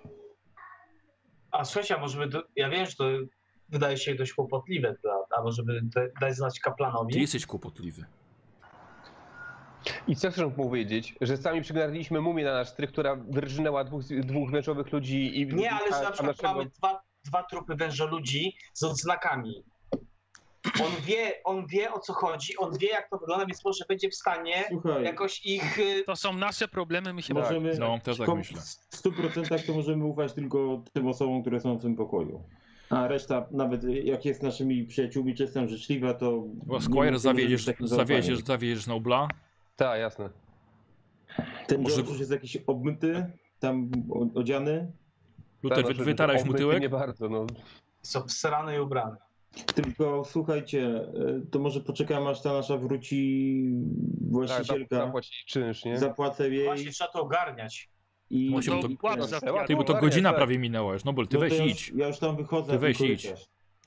A słuchajcie, a może ja wiem, że to wydaje się dość kłopotliwe, a może by dać znać Ty kaplanowi? jesteś kłopotliwy. I co chcę powiedzieć, że sami przygarnęliśmy mumię na nasz strych, która wyrżnęła dwóch mężowych ludzi i... Nie, ale że na a przykład naszego- mamy dwa trupy wężoludzi z odznakami. On wie o co chodzi, on wie jak to wygląda, więc może będzie w stanie Słuchaj, jakoś ich... To są nasze problemy, my się możemy, No, też tak myślę. w 100% to możemy ufać tylko tym osobom, które są w tym pokoju. A reszta, nawet jak jest naszymi przyjaciółmi, czy jestem życzliwa, to... Bo nie Squire, możemy być takim zaufaniem. zawieziesz Nobla. Tak, jasne. Ten Może- George już jest jakiś obmyty, tam odziany, Luther, Tak, no, wytarałeś mu obmyty tyłek? Nie bardzo, no. Są obsrane i ubrane. tylko słuchajcie, to może poczekamy, aż ta nasza wróci właścicielka, Zapłacić czynsz, nie? zapłacę jej Właśnie trzeba to ogarniać. i... Może To to- łap za Ty, Ty, bo to Tak, godzina tak. prawie minęła już. Nobel, ty No to weź ja idź. ja już tam wychodzę. Ty weź na idź. korytarz.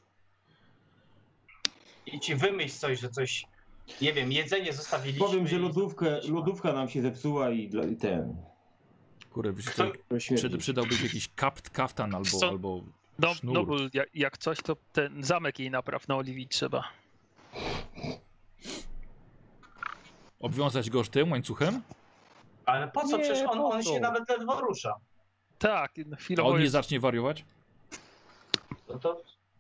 I ci wymyśl coś, że coś... Nie wiem, jedzenie zostawiliśmy. Powiem, że i- lodówka nam się zepsuła i ten... Kurde, wiesz, Kto- to śmierdzi. przydałby się jakiś kaftan Co? albo No, sznur. no bo jak coś, to ten zamek jej napraw na Oliwii trzeba. Obwiązać go tym łańcuchem? Ale po co? Nie, Przecież po on co? się nawet ledwo rusza. Tak, A on chwilowo nie jest... zacznie wariować? No to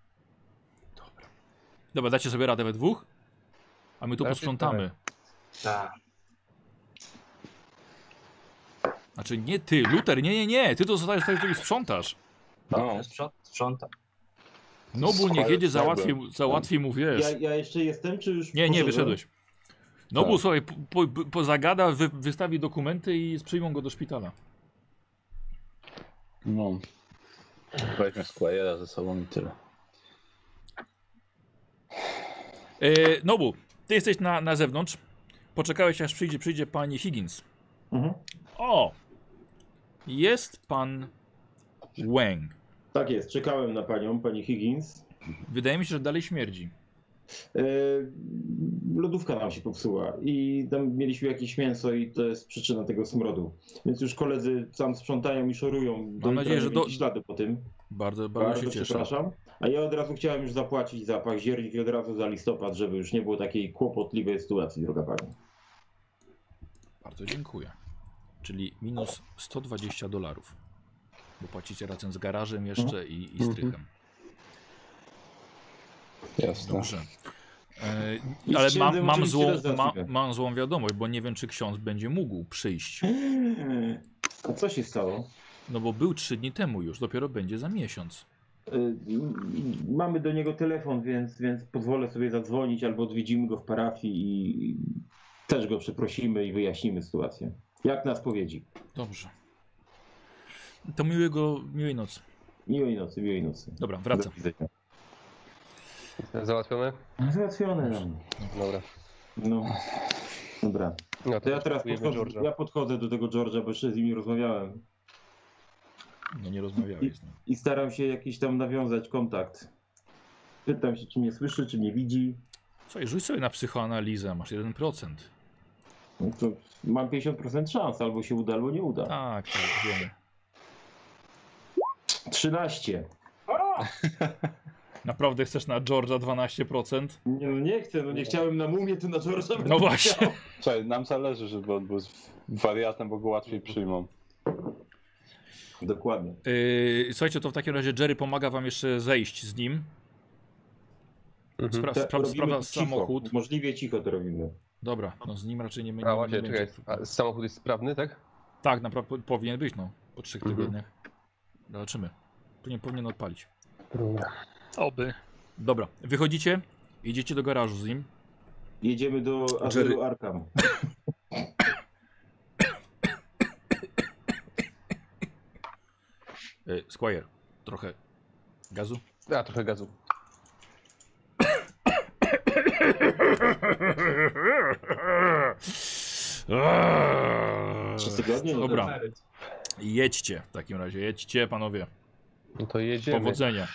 Dobra, dacie sobie radę we dwóch? A my tu Raczej posprzątamy. tak. Znaczy nie ty, Luther, nie, ty to zostajesz tutaj i sprzątasz. No, Sprzątam. Nobul niech jedzie, załatwi mu, wiesz. Ja jeszcze jestem, czy już Nie, poszedłem? wyszedłeś. Nobul, Tak. słuchaj, zagada, wystawi dokumenty i przyjmą go do szpitala. no. Weźmy Squire'a ze sobą i tyle. Nobul, ty jesteś na zewnątrz. Poczekałeś, aż przyjdzie pani Higgins. Mhm. O! Jest pan Wang. Tak jest, czekałem na pani Higgins. Wydaje mi się, że dalej śmierdzi. Lodówka nam się popsuła i tam mieliśmy jakieś mięso i to jest przyczyna tego smrodu. Więc już koledzy tam sprzątają i szorują. Mam nadzieję, że ślady po tym. Bardzo się cieszę. przepraszam. A ja od razu chciałem już zapłacić za październik i od razu za listopad, żeby już nie było takiej kłopotliwej sytuacji, droga pani. Bardzo dziękuję. Czyli minus $120. Bo płacicie razem z garażem jeszcze i strychem. Jasne. Dobrze. I Ale księdzem mam oczywiście też za chwilę. mam złą wiadomość, bo nie wiem, czy ksiądz będzie mógł przyjść. A co się stało? No bo był 3 dni temu już, dopiero będzie za miesiąc. Mamy do niego telefon, więc pozwolę sobie zadzwonić albo odwiedzimy go w parafii i też go przeprosimy i wyjaśnimy sytuację. Jak na spowiedzi. Dobrze. To miłej nocy. Miłej nocy. Dobra, wracam. Do widzenia. Załatwione? Załatwione nam. Dobra. No, dobra. No To ja teraz dziękujemy George'a. podchodzę do tego George'a, bo jeszcze z nim rozmawiałem. No nie rozmawiałeś z nim. I staram się jakiś tam nawiązać kontakt. Pytam się, czy mnie słyszy, czy mnie widzi. Słuchaj, rzuć sobie na psychoanalizę, masz 1%. No to mam 50% szans, albo się uda, albo nie uda. Tak, wiemy. 13. Naprawdę chcesz na George'a 12%? Nie chcę, nie chciałem na mumię, to na George'a. No właśnie. Słuchaj, nam zależy, żeby on był wariatem, bo go łatwiej przyjmą. Dokładnie. Słuchajcie, to w takim razie Jerry pomaga wam jeszcze zejść z nim. Mhm. Robimy Sprawa to cicho. samochód. Możliwie cicho to robimy. Dobra, no z nim raczej nie A właśnie, będzie. czekaj, a samochód jest sprawny, tak? Tak, naprawdę powinien być, no. Po 3 tygodniach. Zobaczymy. Powinien odpalić. Oby. Dobra, wychodzicie, idziecie do garażu z nim. Jedziemy do azylu Arkham. Squire, trochę gazu? A, trochę gazu. 3 tygodnie? No Dobra. dobra. Jedźcie w takim razie, jedźcie panowie. No to jedziemy. Powodzenia.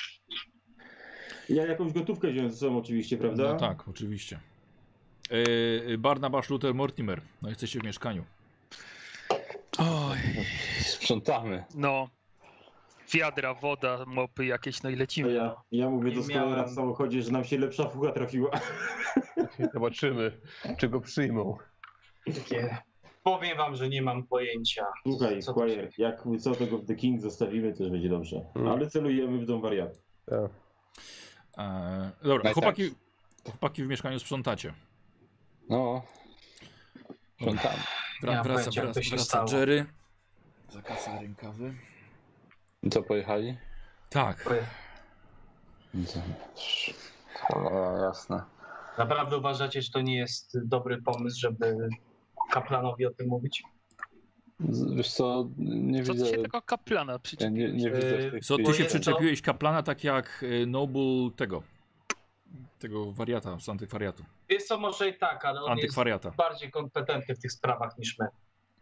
Ja jakąś gotówkę wziąłem ze sobą oczywiście, prawda? No tak, oczywiście. Barnabasz Luther Mortimer, no jesteście w mieszkaniu. Oj, Sprzątamy. no. Wiadra, woda, mopy jakieś, no i To lecimy. ja mówię do Nie Square'a miałem. w samochodzie, że nam się lepsza fuga trafiła. Zobaczymy, czy go przyjmą. Takie... Powiem wam, że nie mam pojęcia. Słuchaj, Co Squire, jak co tego w The King zostawimy, też będzie dobrze. Mm. Ale celujemy w dom wariatów. Tak. Dobra, No i chłopaki w mieszkaniu sprzątacie. No. Sprzątamy. Nie mam Wraca pojęcia, jak to się stało. Jerry. Zakaca rękawy. I co, pojechali? Tak. O, jasne. Naprawdę uważacie, że to nie jest dobry pomysł, żeby kaplanowi o tym mówić? Wiesz co, nie Co widzę... ty się tego kaplana Ja przyczepiłeś? nie widzę w tej Co, ty chwili- się jest to- przyczepiłeś kaplana tak jak Noble tego wariata z antywariatu. Jest to może i tak, ale on jest Antykwariata. bardziej kompetentny w tych sprawach niż my.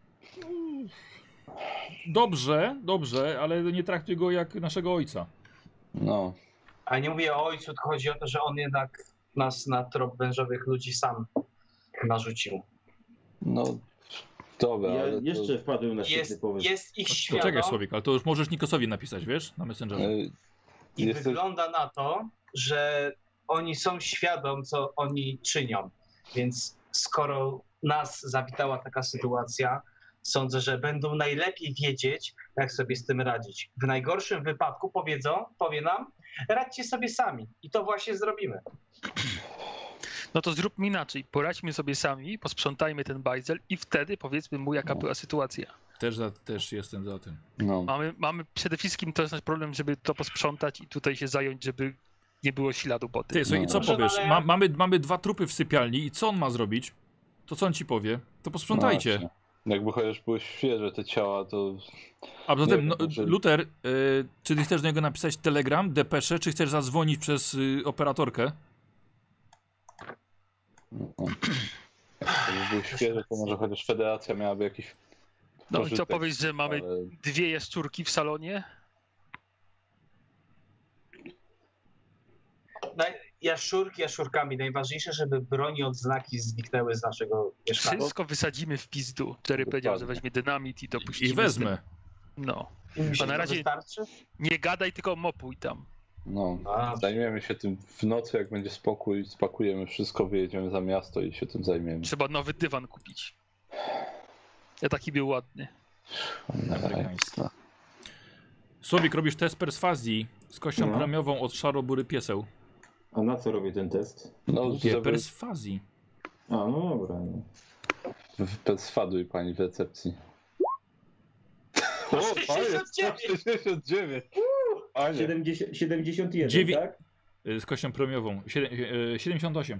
Dobrze, ale nie traktuj go jak naszego ojca. No. A nie mówię o ojcu, tylko chodzi o to, że on jednak nas na trop wężowych ludzi sam narzucił. No, dobra, Ja ale to... jeszcze wpadłem na świetny pomysł. Jest ich To świadom czekaj Słowik, ale to już możesz Nikosowi napisać, wiesz? Na Messengerze. i Jesteś... wygląda na to, że oni są świadom, co oni czynią. Więc skoro nas zawitała taka sytuacja, sądzę, że będą najlepiej wiedzieć, jak sobie z tym radzić. W najgorszym wypadku powie nam, radźcie sobie sami. I to właśnie zrobimy. No to zróbmy inaczej. Poradźmy sobie sami, posprzątajmy ten bajzel i wtedy powiedzmy mu, jaka była sytuacja. Też jestem za tym. No. Mamy przede wszystkim to jest nasz problem, żeby to posprzątać i tutaj się zająć, żeby nie było śladu po tym. Ty, słuchaj, i co Proszę, powiesz? ale- Mamy 2 trupy w sypialni i co on ma zrobić? To co on ci powie? To posprzątajcie. No właśnie. Jakby chociaż były świeże te ciała, to... A poza tym, Nie, no, może- Luther, czy ty chcesz do niego napisać telegram, depeszę, czy chcesz zadzwonić przez operatorkę? Jakby były świeże, to może chociaż federacja miałaby jakiś No i co pożytek, powiesz, że mamy ale... 2 jaszczurki w salonie? Jaszczurkami. Najważniejsze, żeby broni odznaki zniknęły z naszego mieszkania. Wszystko wysadzimy w pizdu. Jerry powiedział, że weźmie dynamit i dopuścimy. I wezmę. No. Mi się A na to razie- wystarczy? Nie gadaj, tylko mopuj tam. No, A. zajmiemy się tym w nocy, jak będzie spokój, spakujemy wszystko, wyjedziemy za miasto i się tym zajmiemy. Trzeba nowy dywan kupić. Ja taki był ładny. Amerykański. Słowik, robisz test perswazji z kością No. premiową od szarobury pieseł. A na co robię ten test? No, Nie, żeby perswazji. A, no dobra. No. sfaduj pani w recepcji. O, panie, 169! Panie, 71, Dziewię- tak? Z kością premiową. 78.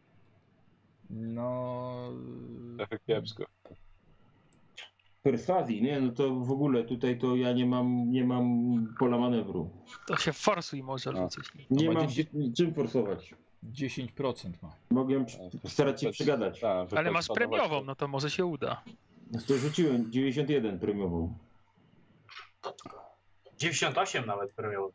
No... trochę kiepsko. Perswazji, nie? No to w ogóle tutaj to ja nie mam pola manewru. To się forsuj może No. rzucić. Nie ma mam się czym forsować. 10% ma. Mogę starać się przegadać. Tak, Ale masz wypad- premiową, no to może się uda. To rzuciłem 91 premiową. 98 nawet premiowy.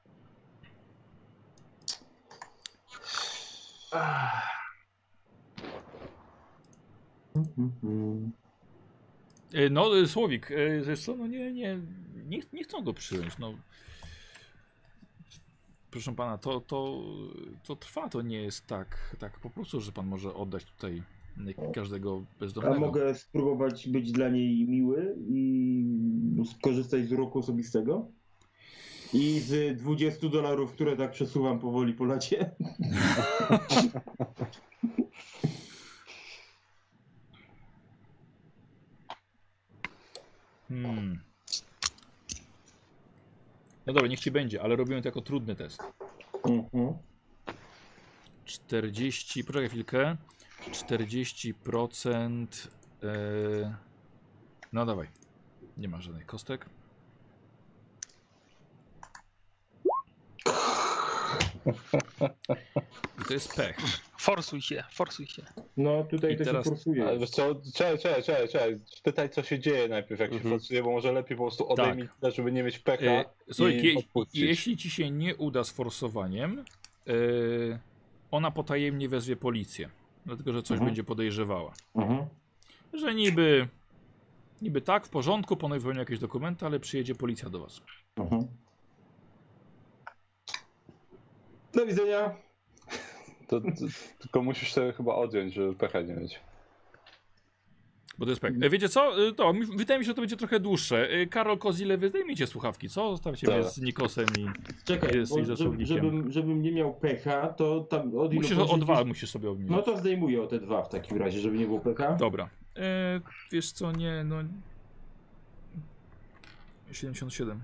No, Słowik, wiesz co, no nie chcą go przyjąć, no. Proszę pana, to trwa, to nie jest tak po prostu, że pan może oddać tutaj każdego A bezdomnego. mogę spróbować być dla niej miły i skorzystać z uroku osobistego? I z $20, które tak przesuwam powoli po lacie? No dobra, niech ci będzie, ale robimy to jako trudny test. Mhm. 40, poczekaj chwilkę. 40%. No dawaj. Nie ma żadnych kostek. I to jest pech. Forsuj się, forsuj się. No tutaj I to teraz- się forsuje. Ale wiesz co, czekaj. Pytaj, co się dzieje najpierw, jak się forsuje, bo może lepiej po prostu odejmij tyle, żeby nie mieć pecha Słuchaj, i odpuścić. jeśli ci się nie uda z forsowaniem, ona potajemnie wezwie policję. Dlatego, że coś Mhm. będzie podejrzewała. Mhm. Że niby tak, w porządku, ponowi wypełnią jakieś dokumenty, ale przyjedzie policja do was. Mhm. Do widzenia. To tylko musisz sobie chyba odjąć, żeby pecha nie mieć. Bo to jest pech. Wiecie co? Wydaje mi się, że to będzie trochę dłuższe. Karol Kozile, wy zdejmijcie słuchawki, co? Zostawcie mnie Dobra. z Nikosem i... Czekaj, Jest bo i ze słownikiem. żebym nie miał pecha, to tam od ilu Musisz o poziomów- 2 musisz sobie obniżyć. No to zdejmuję o te 2 w takim razie, żeby nie było pecha. Dobra. Wiesz co, nie, no... 77.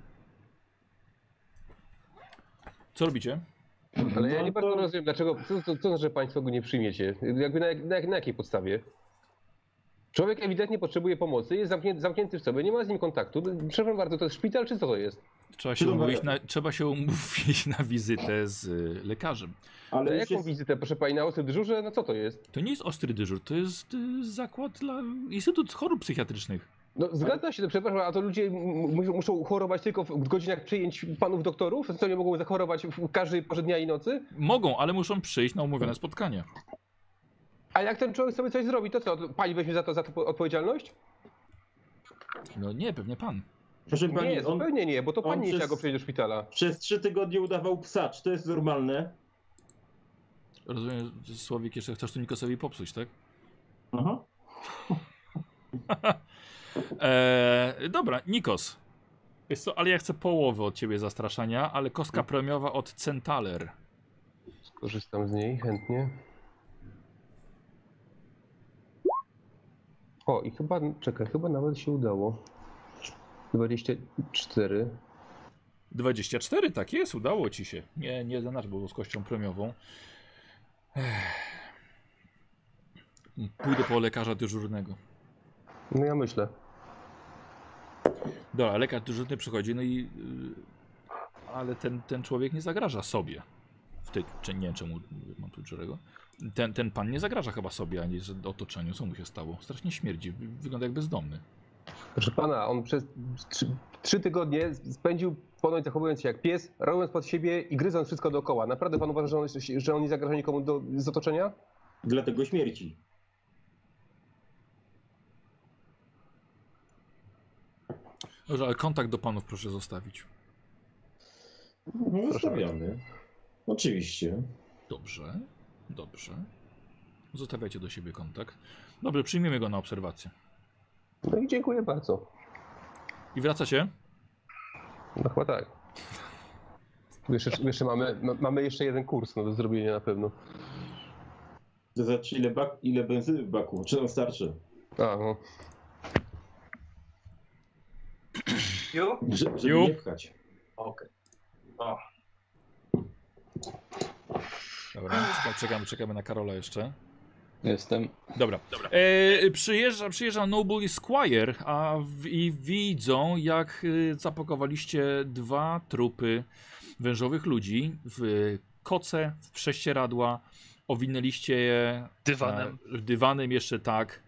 Co robicie? Ale ja No nie to- bardzo rozumiem, dlaczego, co znaczy, że państwo go nie przyjmiecie? Jakby na jakiej podstawie? Człowiek ewidentnie potrzebuje pomocy, jest zamknięty w sobie, nie ma z nim kontaktu. Przepraszam bardzo, to jest szpital czy co to jest? Trzeba się umówić na wizytę z lekarzem. Ale Na już jaką jest, wizytę, proszę pani, na ostry dyżurze? No co to jest? To nie jest ostry dyżur, to jest zakład dla Instytut Chorób Psychiatrycznych. No zgadza się, to przepraszam, a to ludzie muszą chorować tylko w godzinach przyjęć panów doktorów? Co nie mogą zachorować w każdej porze dnia i nocy? Mogą, ale muszą przyjść na umówione spotkanie. A jak ten człowiek sobie coś zrobi, to co? Pani weźmie za to odpowiedzialność? No nie, pewnie pan. proszę pani, Nie, on zupełnie nie, bo to on pani nie przez- chciała go przejść do szpitala. przez 3 tygodnie udawał psa. Czy to jest normalne? Rozumiem, Słowik, jeszcze chcesz tu Nikosowi popsuć, tak? Aha. Dobra, Nikos. Wiesz co, ale ja chcę połowę od ciebie zastraszania, ale kostka premiowa od Centaler. Skorzystam z niej chętnie. O, i chyba, czekaj, chyba nawet się udało. 24. 24, tak jest, udało ci się. Nie nasz był z kością premiową. Pójdę po lekarza dyżurnego. No ja myślę. Dobra, lekarz dyżurny przychodzi, no i... ale ten człowiek nie zagraża sobie. Czy nie wiem czemu mam tu czerego. Ten pan nie zagraża chyba sobie, ani otoczeniu. Co mu się stało? Strasznie śmierdzi, wygląda jak bezdomny. Proszę pana, on przez 3 tygodnie spędził ponoć zachowując się jak pies, robiąc pod siebie i gryząc wszystko dookoła. Naprawdę pan uważa, że on nie zagraża nikomu z otoczenia? Dlatego śmierci. Dobrze, ale kontakt do panów proszę zostawić. No, zostawiamy. Oczywiście. Dobrze, dobrze. Zostawiajcie do siebie kontakt. Dobrze, przyjmiemy go na obserwację. No i dziękuję bardzo. I wracacie? No chyba tak. Jeszcze mamy jeszcze jeden kurs do zrobienia na pewno. To znaczy ile benzyny w baku? Czy on starczy? A, no. Ju? Żeby Ju. nie pchać. Okej. O. Dobra, czekamy na Karola jeszcze. Jestem. Dobra. Przyjeżdża Noble i Squire, i widzą, jak zapakowaliście 2 trupy wężowych ludzi w koce, w prześcieradła, owinęliście je Dywanem. Dywanem jeszcze tak.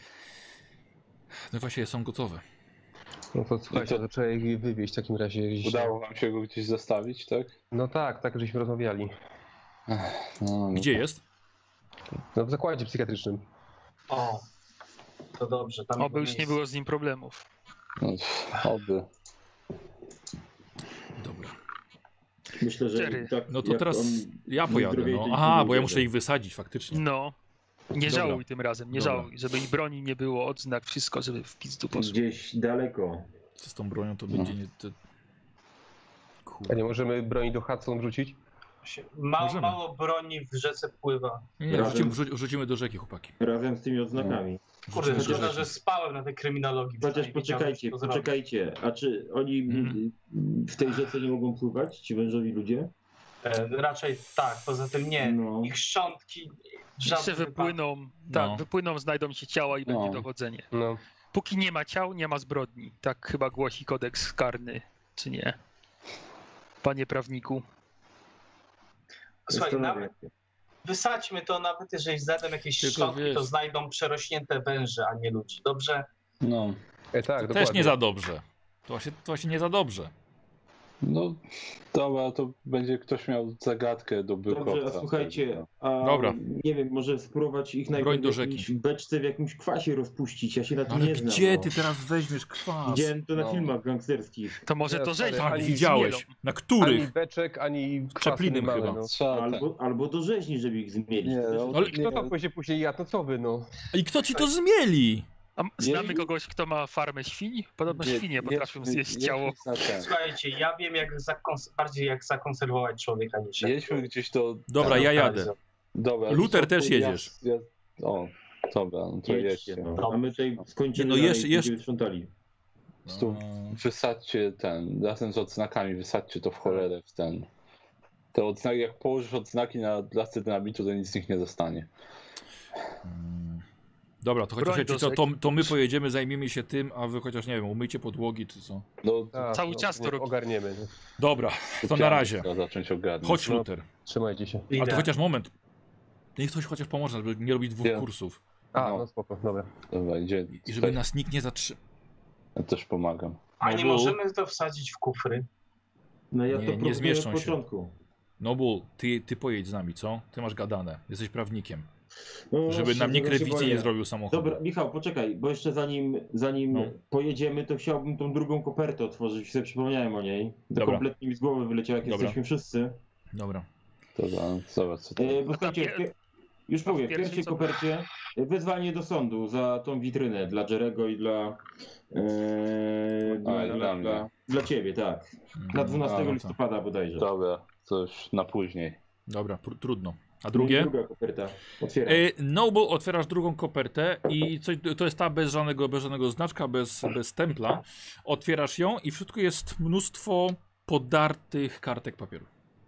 No właśnie są gotowe. No to słuchajcie, to trzeba ich wywieźć w takim razie gdzieś. Udało wam się go gdzieś zostawić, tak? No tak, żeśmy rozmawiali. No, Gdzie jest? No w zakładzie psychiatrycznym. O. To dobrze. Tam Oby jego już nie miejsce. było z nim problemów. no, oby. Dobra. Myślę, że Jerry. tak No to jak teraz on ja pojadę. wyzdrowieje, No. to Aha, ich bo ja nie muszę ich wysadzić faktycznie. No. Nie Dobra. żałuj tym razem, nie Dobra. żałuj, żeby i broni nie było, odznak, wszystko, żeby w pizdu poszło. gdzieś daleko. Co z tą bronią to będzie nie... A Kurde. nie możemy broni do Hudson wrzucić? Możemy. Mało broni w rzece pływa. Nie, Razem. wrzucimy do rzeki, chłopaki. Razem z tymi odznakami. Kurde, Wrzucimy do szkoda, rzeki. że spałem na tej kryminologii. Chociaż przynajmniej wiedziałem, co to zrobić. poczekajcie. A czy oni w tej rzece nie mogą pływać, ci wężowi ludzie? Raczej tak, poza tym nie. No. Ich szczątki w Jeszcze żadnym wypłyną, No. wypłyną, znajdą się ciała i No. będzie dochodzenie. No. Póki nie ma ciał, nie ma zbrodni. Tak chyba głosi kodeks karny, czy nie? Panie prawniku. Słuchaj, Zastanawiam nawet się. wysadźmy to, nawet jeżeli znajdą jakieś Tylko szczątki, wiesz- to znajdą przerośnięte węże, a nie ludzi. Dobrze? No. Tak, Też dokładnie. nie za dobrze. To właśnie nie za dobrze. No dobra, to będzie ktoś miał zagadkę do byłkowca. Dobrze, a słuchajcie, a Dobra. nie wiem, może spróbować ich Broń najpierw do w jakiejś rzeki. beczce w jakimś kwasie rozpuścić. Ja się na tym Ale nie znam. gdzie no. ty teraz weźmiesz kwas? Widziałem to na No. filmach gangsterskich. To może Ja to rzeź stary, Tak, ani widziałeś. zmielą. Na Ani których? beczek, ani kwasu Czeplinem nie mamy, chyba. no. Trzeba Albo do rzeźni, żeby ich zmielić. Nie, To też no, jest- Ale Kto to później ja, to co wy, no? I kto ci to zmieli? A znamy Jeśli- kogoś, kto ma farmę świń? Podobno świnie potrafią zjeść ciało. Słuchajcie, ja wiem jak bardziej jak zakonserwować człowieka niż jak... Jedźmy gdzieś do... Dobra, ja jadę. Bardzo. Dobra. Luther to też ja- jedziesz. O, dobra, no to Jedźcie, jedźcie. no. A my tutaj skończymy Nie, no dalej, jeszcze- będziemy sprzątali. Po prostu wysadźcie razem z odznakami, wysadźcie to w cholerę w ten... Te odznaki, jak położysz odznaki na lasce dynamitu, to nic z nich nie zostanie. Dobra, to chociaż Broń do co, rzeki. to my pojedziemy, zajmiemy się tym, a wy chociaż nie wiem, umyjcie podłogi czy co. No, Tak, Cały czas to robi. Ogarniemy. No. Dobra, to na chciałem razie. trzeba zacząć ogarniać. Chodź, No. Luther. Trzymajcie się. A to Idę. chociaż moment. Niech ktoś chociaż pomoże, żeby nie robić 2 Ja. kursów. A, No. no spoko, dobra. Dobra, idzie. I żeby nas nikt nie zatrzymał. Ja też pomagam. A nie No bo- możemy to wsadzić w kufry? No ja Nie, to nie proponuję od zmieszczą się. początku. Nobu, ty pojedź z nami, co? Ty masz gadane. Jesteś prawnikiem. No, Żeby właśnie, nam nikt tego się rewizji boję. nie zrobił samochodu. Dobra, Michał, poczekaj, bo jeszcze zanim No. pojedziemy, to chciałbym tą drugą kopertę otworzyć, sobie przypomniałem o niej. To Dobra. kompletnie mi z głowy wyleciało, jak Dobra. jesteśmy wszyscy. Dobra. Dobra, zobacz co to. Bo słuchajcie, już mówię, w pierwszej pierwszej co- kopercie wezwanie do sądu za tą witrynę dla Jerego i dla i dla mnie. dla ciebie, tak. Na 12 A, no to- listopada bodajże. Dobra, to już na później. Dobra, trudno. A drugie? Druga koperta. Otwieram. Noble, otwierasz drugą kopertę i to jest ta bez żadnego znaczka, bez templa. Otwierasz ją i w środku jest mnóstwo podartych kartek papieru.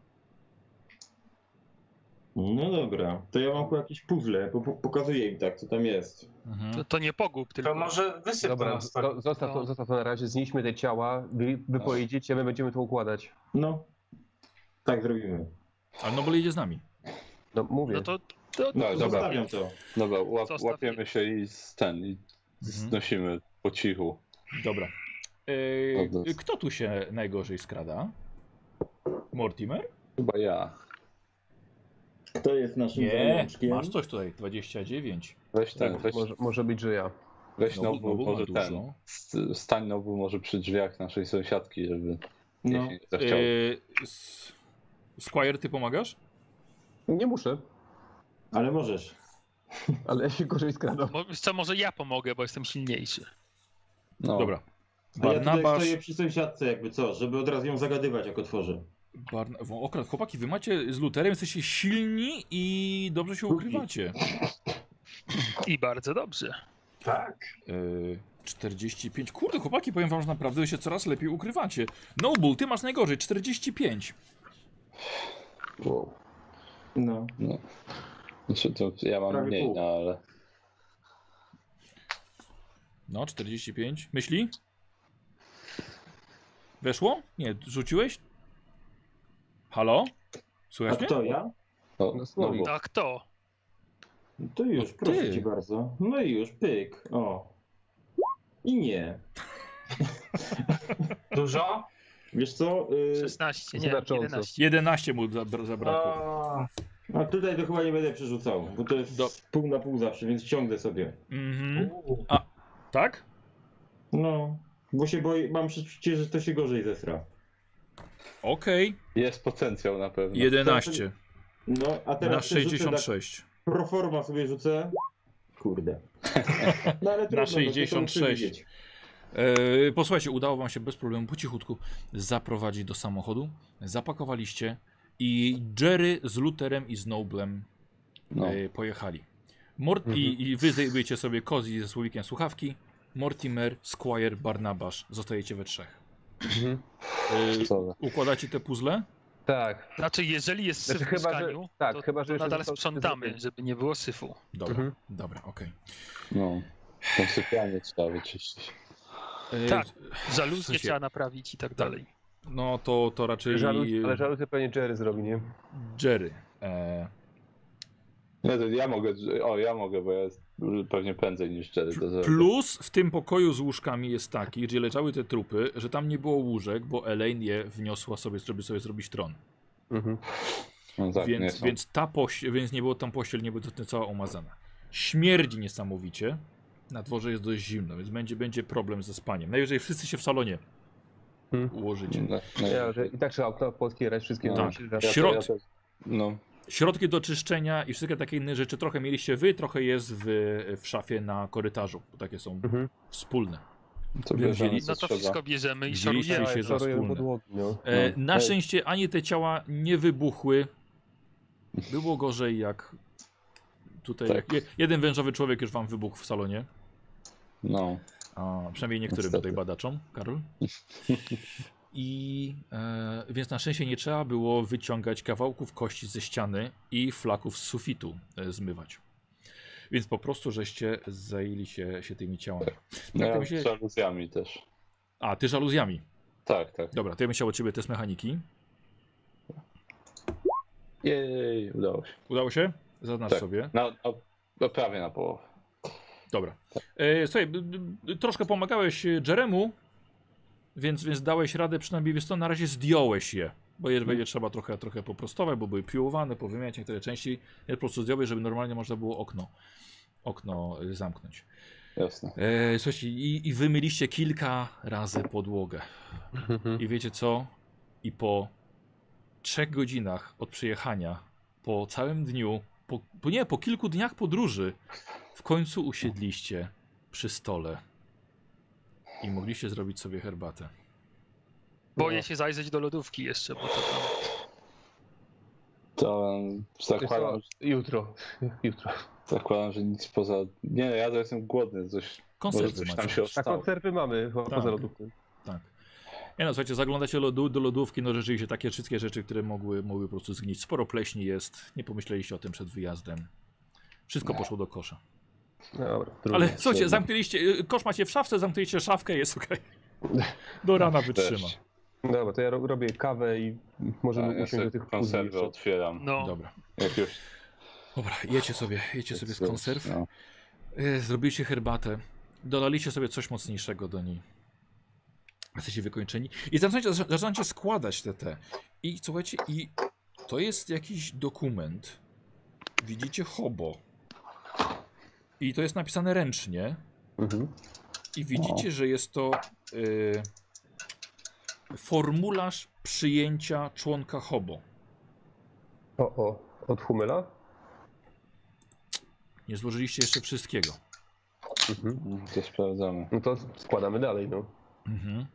No dobra, to ja mam tu jakieś puzzle, pokazuję im tak, co tam jest. To nie pogub, tylko... To może wysyp to Dobra, na stole. zostaw to na razie, znieśmy te ciała, wy pojedziecie, my będziemy to układać. No, tak zrobimy. Ale Noble idzie z nami. No mówię. No to No, dobra, Zostawiam to. dobra Zostaw łapiemy je. się i znosimy po cichu. Dobra. Dobra. Kto tu się najgorzej skrada? Mortimer? Chyba ja. Kto jest naszym Nie, zajączkiem? masz coś tutaj, 29. Weź ten, weź, Może być, że ja. weź Nobu Nobu, ma może ten. dużo. Stań Nobu może przy drzwiach naszej sąsiadki, żeby No. jeśli nie zachciał. Squire, ty pomagasz? Nie muszę, Ale możesz. ale ja się gorzej skradam. Co, może ja pomogę, bo jestem silniejszy. No. Dobra. A ja tutaj Barnabasz. stoję przy sąsiadce jakby co, żeby od razu ją zagadywać jak otworzę. Akurat chłopaki, wy macie z Luterem, jesteście silni i dobrze się ukrywacie. I bardzo dobrze. Tak. 45. Kurde, chłopaki, powiem wam, że naprawdę wy się coraz lepiej ukrywacie. Noble, ty masz najgorzej, 45. Wow. No. No. Znaczy, to ja mam Prawie mniej, pół. no ale... No, 45. Myśli? Weszło? Nie, rzuciłeś? Halo? A Słychać mnie? kto ja? No, No, słowo. bo- A kto? No to już, No proszę ty. cię bardzo. No i już, pyk. O. I nie. Dużo? Wiesz co? 16, nie, Znacząco. 11. 11 mu zabrakło. O, A tutaj to chyba nie będę przerzucał, bo to jest pół na pół zawsze, więc ciągnę sobie. Mhm. Tak? No. Bo się boję, mam przeczucie, że to się gorzej zesra. Okej. Jest potencjał na pewno. 11 No, a na teraz też rzucę 66. Tak, proforma sobie rzucę. Kurde. No ale trudno, no, to 66. muszę widzieć. Posłuchajcie, udało wam się bez problemu po cichutku zaprowadzić do samochodu. Zapakowaliście i Jerry z Luterem i z Noblem No. pojechali. I wy zdejmujecie sobie Cozy ze słowikiem słuchawki. Mortimer, Squire, Barnabasz. Zostajecie we trzech. Co? Układacie te puzzle? Tak. Znaczy, jeżeli jest syf Znaczy, w chyba, że- mieszkaniu, tak, to, chyba, że to jeszcze nadal został sprzątamy, zrobiony. żeby nie było syfu. Dobra, dobra, okej. No. Tą sypialnię trzeba wyczyścić. Tak. w Żaluzję sensie- trzeba naprawić i tak dalej. No to raczej Ale żaluzję pewnie Jerry zrobi, nie? Jerry. Nie, to ja mogę, bo ja pewnie prędzej niż Jerry to zrobię. Plus w tym pokoju z łóżkami jest taki, gdzie leżały te trupy, że tam nie było łóżek, bo Elaine je wniosła sobie, żeby sobie zrobić tron. Mhm. No tak, nie są. Więc nie było tam pościel, nie była cała umazana. Śmierdzi niesamowicie. Na dworze jest dość zimno, więc będzie problem ze spaniem. Najwyżej wszyscy się w salonie ułożycie. No, Ja, że i tak trzeba okna pootwierać wszystkie. Tak. no, myślę, że- No, Środki do czyszczenia i wszystkie takie inne rzeczy trochę mieliście wy, trochę jest w szafie na korytarzu. Bo takie są Mhm. wspólne. to Wzięli- bierzemy No co to trzeba. wszystko bierzemy i Wzięliście szorujemy. się za Szorują wspólne. podłogi, no. Na szczęście ani te ciała nie wybuchły. Było gorzej jak tutaj. Tak. Jeden wężowy człowiek już wam wybuchł w salonie. No. A przynajmniej niektórym Niestety. tutaj badaczom, Karol. Więc na szczęście nie trzeba było wyciągać kawałków kości ze ściany i flaków z sufitu zmywać. Więc po prostu żeście zajęli się tymi ciałami. No, Jak ja to się- z żaluzjami też. A, ty żaluzjami. Tak, tak. Dobra, to ja bym chciał od ciebie test mechaniki. Jej, udało się. Udało się? Zaznacz Tak. sobie. No, prawie na połowę. Dobra. Słuchaj, troszkę pomagałeś Jeremu, więc dałeś radę, przynajmniej wiesz co, na razie zdjąłeś je. Bo je będzie trzeba trochę poprostować, bo były piłowane, powymieniać niektóre części. Je po prostu zdjąłeś, żeby normalnie można było okno zamknąć. Jasne. Słuchajcie, i wymyliście kilka razy podłogę. I wiecie co? I po 3 godzinach od przyjechania, po całym dniu, po kilku dniach podróży, w końcu usiedliście przy stole i mogliście zrobić sobie herbatę. Boję się zajrzeć do lodówki jeszcze, bo to tam... To zakładam, Jutro. zakładam, że nic poza... Nie, ja to jestem głodny, może Konserwy coś tam macie. się A ostało. konserwy mamy chyba Tak. poza lodówką. Tak. Nie no, słuchajcie, zaglądacie do lodówki, no rzeczywiście takie wszystkie rzeczy, które mogły po prostu zgnić. Sporo pleśni jest, nie pomyśleliście o tym przed wyjazdem. Wszystko poszło do kosza. No dobra, trudno. Ale słuchajcie, zamknęliście, kosz macie w szafce, zamknęliście szafkę, jest okej. Do rana wytrzyma. Dobra, to ja robię kawę i możemy Ja usiąść sobie do tych konserwy puzli. otwieram. No, Dobra. Jakiegoś... Dobra, jecie sobie z konserw. No. Zrobiliście herbatę, dolaliście sobie coś mocniejszego do niej. Jesteście wykończeni i zaczynacie składać te. I słuchajcie, i to jest jakiś dokument. Widzicie hobo. I to jest napisane ręcznie. Mhm. I widzicie, że jest to formularz przyjęcia członka hobo. Od Hummela? Nie złożyliście jeszcze wszystkiego. Mhm. To sprawdzamy. No to składamy dalej, no. Mhm.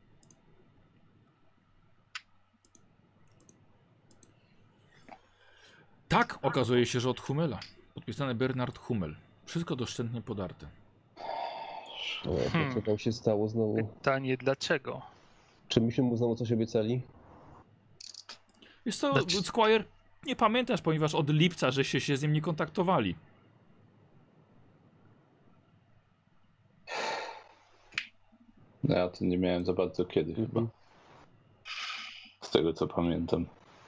Tak, okazuje się, że od Hummela. Podpisane Bernard Hummel. Wszystko doszczętnie podarte. Co tam się stało znowu? pytanie dlaczego? Czy myśmy mu znowu coś obiecali? Jest to, Znaczy- Squire, nie pamiętasz, ponieważ od lipca, żeście się z nim nie kontaktowali. No ja to nie miałem za bardzo kiedy chyba. Z tego co pamiętam.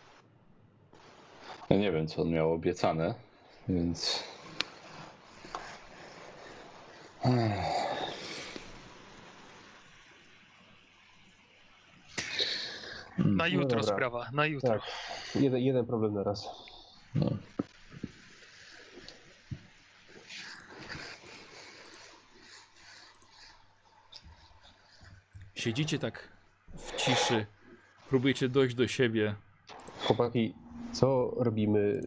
Ja nie wiem co on miał obiecane, więc... Na jutro dobra. sprawa, na jutro. Tak. Jeden problem na raz. No. Siedzicie tak w ciszy, próbujecie dojść do siebie. Chłopaki, co robimy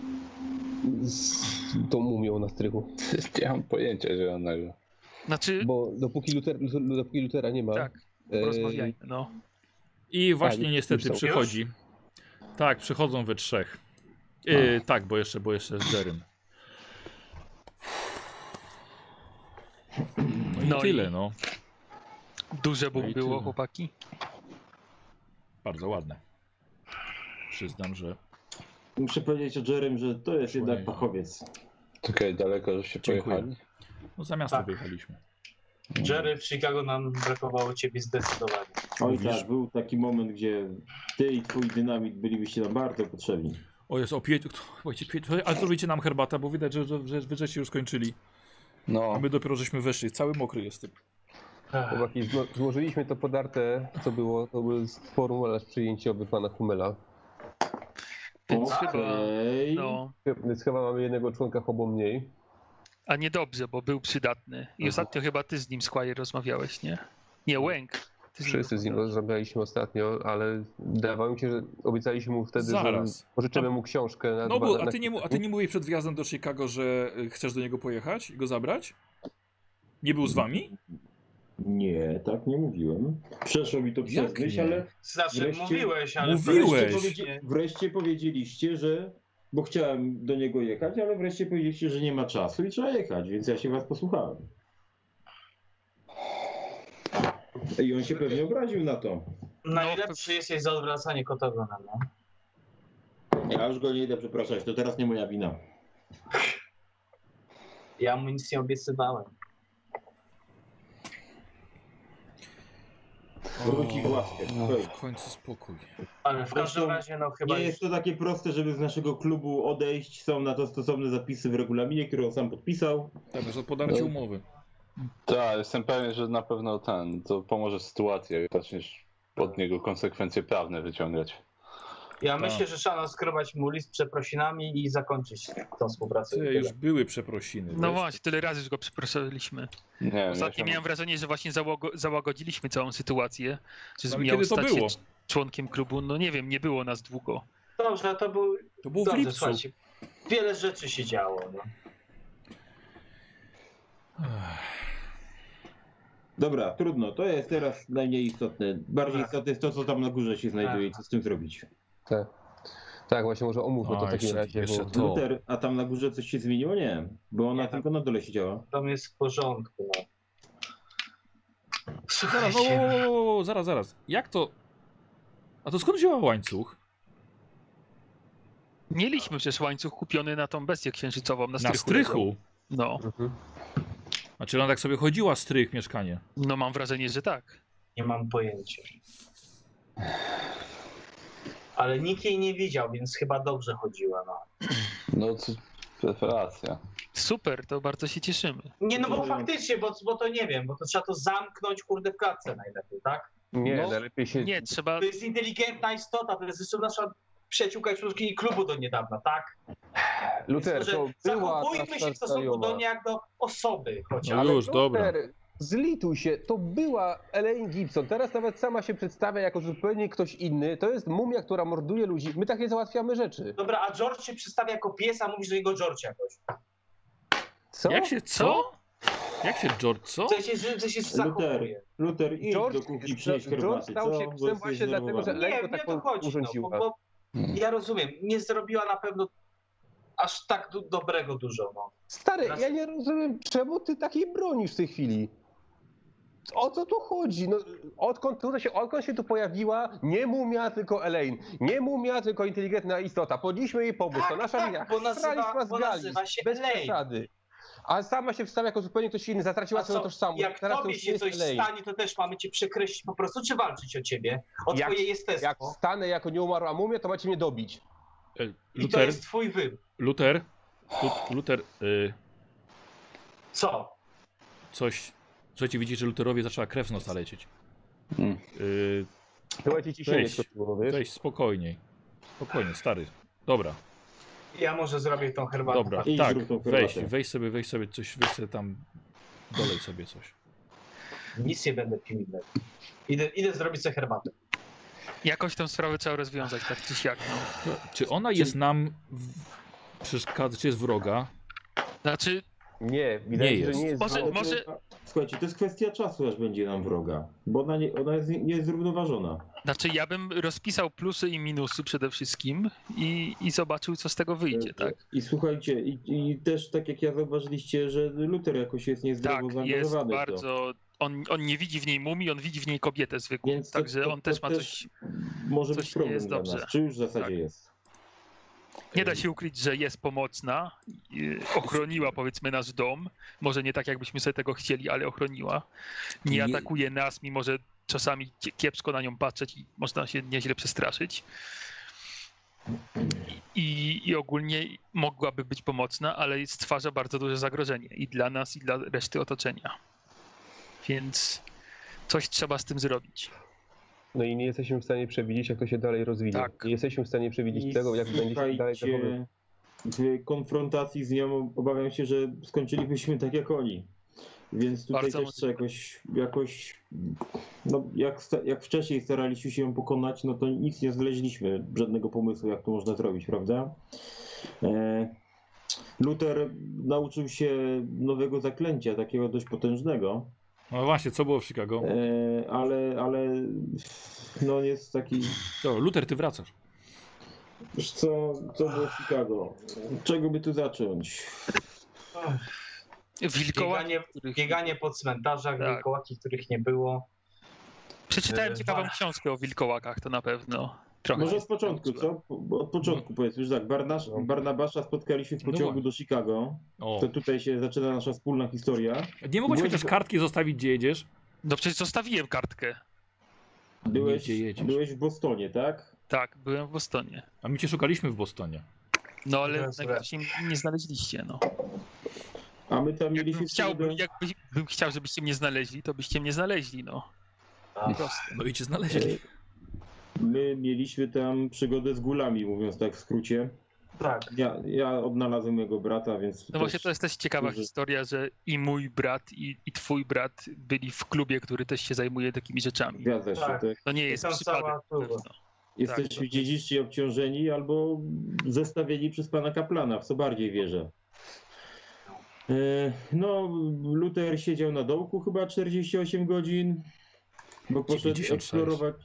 z tą mumią na strychu? Nie mam pojęcia zielonego. Znaczy, Bo dopóki Lutera nie ma... tak, porozmawiajmy, no. I właśnie już niestety są. przychodzi. Tak, przychodzą we trzech. Tak, bo jeszcze z Jerem. No i No i- tyle, no. Duże No i było, tyle. chłopaki. Bardzo ładne. Przyznam, że Muszę powiedzieć o Jerem, że to jest jednak Człowiek. fachowiec. Okej, daleko żeście Dziękuję. pojechali? no za miasto Tak. wyjechaliśmy. Jerry, w Chicago nam brakowało ciebie zdecydowanie. Oj Mówisz? tak, był taki moment, gdzie ty i twój dynamit bylibyście nam bardzo potrzebni. O jest, ale zrobicie nam herbatę, bo widać, że wy żeście już skończyli. A No, my dopiero żeśmy weszli. Cały mokry jestem. Chłopaki, złożyliśmy to podarte, co było, to był formularz przyjęciowy pana Hummela. Więc chyba, Okej. no. Więc chyba mamy jednego członka hobo mniej. A niedobrze, bo był przydatny. I ostatnio chyba ty z nim, Squire, rozmawiałeś, nie? Nie, Łęk. Ty Wszyscy z nim rozmawialiśmy ostatnio, ale wydawało mi się, że obiecaliśmy mu wtedy, Zaraz. że pożyczymy mu książkę na No dwa... bo, na- a ty nie mówiłeś przed wjazdem do Chicago, że chcesz do niego pojechać i go zabrać? Nie był z wami? Nie, tak nie mówiłem. Przeszło mi to Jak przez myśl, nie? ale Znaczy, Wreszcie- mówiłeś, ale... Mówiłeś. wreszcie powiedzieliście, że... Bo chciałem do niego jechać, ale wreszcie powiedzieliście, że nie ma czasu i trzeba jechać, więc ja się was posłuchałem. I on się pewnie obraził na to. Najlepszy jesteś za odwracanie kota ogonem, no. Ja już go nie idę przepraszać, to teraz nie moja wina. Ja mu nic nie obiecywałem. Wróci w łaskę. spokojnie. W końcu spokój. Ale w każdym Zresztą razie, no chyba Nie jest to takie proste, żeby z naszego klubu odejść. Są na to stosowne zapisy w regulaminie, które on sam podpisał. Tak, że podarcie No. umowy. tak, jestem pewien, że na pewno to pomoże sytuacji, jak zaczniesz od niego konsekwencje prawne wyciągać. Ja myślę, że trzeba skrobać mu list z przeprosinami i zakończyć tą współpracę. Ty, już były przeprosiny. No wiesz? właśnie, tyle razy już go przeprosiliśmy. Nie wiem, Ostatnio miałem wrażenie, że właśnie załagodziliśmy całą sytuację. Że Ale miał kiedy to stać się było? członkiem klubu. No nie wiem, nie było nas długo. Dobrze, to był... To było w Dobrze, lipcu. słuchajcie. Wiele rzeczy się działo, no. Dobra, trudno. To jest teraz najmniej istotne. Bardziej Tak. istotne jest to, co tam na górze się znajduje i co z tym zrobić. Tak. Tak, właśnie może omówmy to w takim razie. Jeszcze Bo... to. Luther, a tam na górze coś się zmieniło? Nie, bo ona Nie. tylko na dole siedziała. Dom jest w porządku. No. Zaraz, Słuchajcie, zaraz. Jak to... A to skąd działa łańcuch? Mieliśmy przecież łańcuch kupiony na tą bestię księżycową, na Na strychu. strychu? No, Znaczy ona tak sobie chodziła strych mieszkanie. no mam wrażenie, że tak. nie mam pojęcia. Ale nikt jej nie widział, więc chyba dobrze chodziła. No. No to racja. Super, to bardzo się cieszymy. Nie, no bo Dobrze. faktycznie, bo to nie wiem, bo to trzeba to zamknąć, kurde, w klatce najlepiej, tak? Nie, No. najlepiej się... Nie, trzeba... To jest inteligentna istota, to jest zresztą nasza przyjaciółka i członkini klubu do niedawna, tak? Luther, Więc to może była zachowujmy nasza się w stosunku znajoma. do niej jak do osoby chociaż. No już, dobra. Luther, zlituj się, to była Elaine Gibson. Teraz nawet sama się przedstawia jako zupełnie ktoś inny. To jest mumia, która morduje ludzi. My takie załatwiamy rzeczy. Dobra, a George się przedstawia jako pies, a mówisz do niego George jakoś. Co? Jak się co? Jak się George co? W sensie, że się zachowuje. Luther, idź George, do kuchni przynieść George herbaty, stał co? się Bo psem jesteś właśnie dlatego, że zdenerwowany. Nie, Lego nie tak to chodzi, no, urządziła. bo ja rozumiem, nie zrobiła na pewno aż tak dobrego dużo, no. Stary, ja nie rozumiem, czemu ty takiej bronisz w tej chwili? O co tu chodzi? No, odkąd się tu pojawiła nie mumia, tylko Elaine. Nie mumia, tylko inteligentna istota. Powinniśmy jej pomóc. To nasza tak, linia. bo Straliśmy nazywa się bez Elaine. przesady. A sama się wstawia jako zupełnie ktoś inny. Zatraciła A swoją co, tożsamość. jak Teraz to tobie już nie się jest coś Elaine. stanie, to też mamy cię przekreślić po prostu, czy walczyć o ciebie? O Jak- twoje Jak jestestwo. stanę jako nieumarła mumia, to macie mnie dobić. I to Luther, jest twój wybór. Luther, Co? coś... Słuchajcie, widzicie, że Lutherowi zaczęła krew z nosa lecieć. Mm. Słuchajcie, ciśnienie Weź. skoczyło, wiesz? Weź spokojniej. Spokojnie, stary. Dobra, Ja może zrobię tą herbatę. dobra, Idź tak, zrób tą weź herbatę. sobie coś, weź sobie tam, dolej sobie coś. Nic nie będę pił innego. Idę zrobić sobie herbatę. Jakoś tę sprawę trzeba rozwiązać, tak czy siak. No. Czy ona jest nam przeszkadza, czy jest wroga? Znaczy, Nie, widać, Nie że jest. nie jest. Może- Ale to- może- Słuchajcie, to jest kwestia czasu, aż będzie nam wroga. Bo ona jest niezrównoważona. ja bym rozpisał plusy i minusy przede wszystkim i zobaczył, co z tego wyjdzie, tak? I słuchajcie, i też tak jak ja zauważyliście, że Luther jakoś jest niezdrowo Tak, jest zaangażowany w to. bardzo... On nie widzi w niej mumii, on widzi w niej kobietę zwykłą, Więc także to on też ma też coś... Może coś być nie problem jest dla dobrze. nas. Czy już w zasadzie Tak. jest? Nie da się ukryć, że jest pomocna, ochroniła powiedzmy nasz dom, może nie tak jakbyśmy sobie tego chcieli, ale ochroniła. Nie Je- atakuje nas, mimo że czasami kiepsko na nią patrzeć i można się nieźle przestraszyć. I ogólnie mogłaby być pomocna, ale stwarza bardzo duże zagrożenie i dla nas, i dla reszty otoczenia. Więc coś trzeba z tym zrobić. No i nie jesteśmy w stanie przewidzieć, jak to się dalej rozwinie. Tak. Nie jesteśmy w stanie przewidzieć I tego, jak będzie się dalej zachowywać. w konfrontacji z nią obawiam się, że skończylibyśmy tak jak oni. Więc tutaj Bardzo też trzeba jakoś no jak wcześniej staraliśmy się ją pokonać, no to nic nie znaleźliśmy, żadnego pomysłu, jak to można zrobić, prawda? Luther nauczył się nowego zaklęcia, takiego dość potężnego, No właśnie, co było w Chicago? ale no jest taki... To, Luther, ty wracasz. Wiesz co było w Chicago? Czego by tu zacząć? Wilkołaki, których... Bieganie po cmentarzach, Tak. wilkołaki, których nie było. Przeczytałem ciekawą książkę o wilkołakach, to na pewno trochę. Może jest od początku, co? Od początku powiedzmy, że tak, Barnabasza spotkaliśmy w No pociągu właśnie. do Chicago. O. To tutaj się zaczyna nasza wspólna historia. Nie mogłeś Byłeś- chociaż kartki zostawić, gdzie jedziesz? No przecież zostawiłem kartkę. Gdzie jedziesz? Byłeś w Bostonie, tak? Tak, byłem w Bostonie. A my cię szukaliśmy w Bostonie. No ale Jezu, najwidoczniej nie znaleźliście, no. A my tam mieliśmy... Jakbym chciał, żebyście mnie znaleźli, to byście mnie znaleźli, no. Proste. No i cię znaleźli. My mieliśmy tam przygodę z gulami, mówiąc tak w skrócie. Tak. Ja odnalazłem mojego brata, więc... No właśnie to jest też ciekawa duży- historia, że i mój brat, i twój brat byli w klubie, który też się zajmuje takimi rzeczami. Zgadza się, Tak. tak. To nie jest tam przypadek. cała na próba. pewno. Jesteśmy Tak. dziedzicznie obciążeni albo zestawieni przez pana kaplana, w co bardziej wierzę. No, Luther siedział na dołku chyba 48 godzin, bo poszedł 96. eksplorować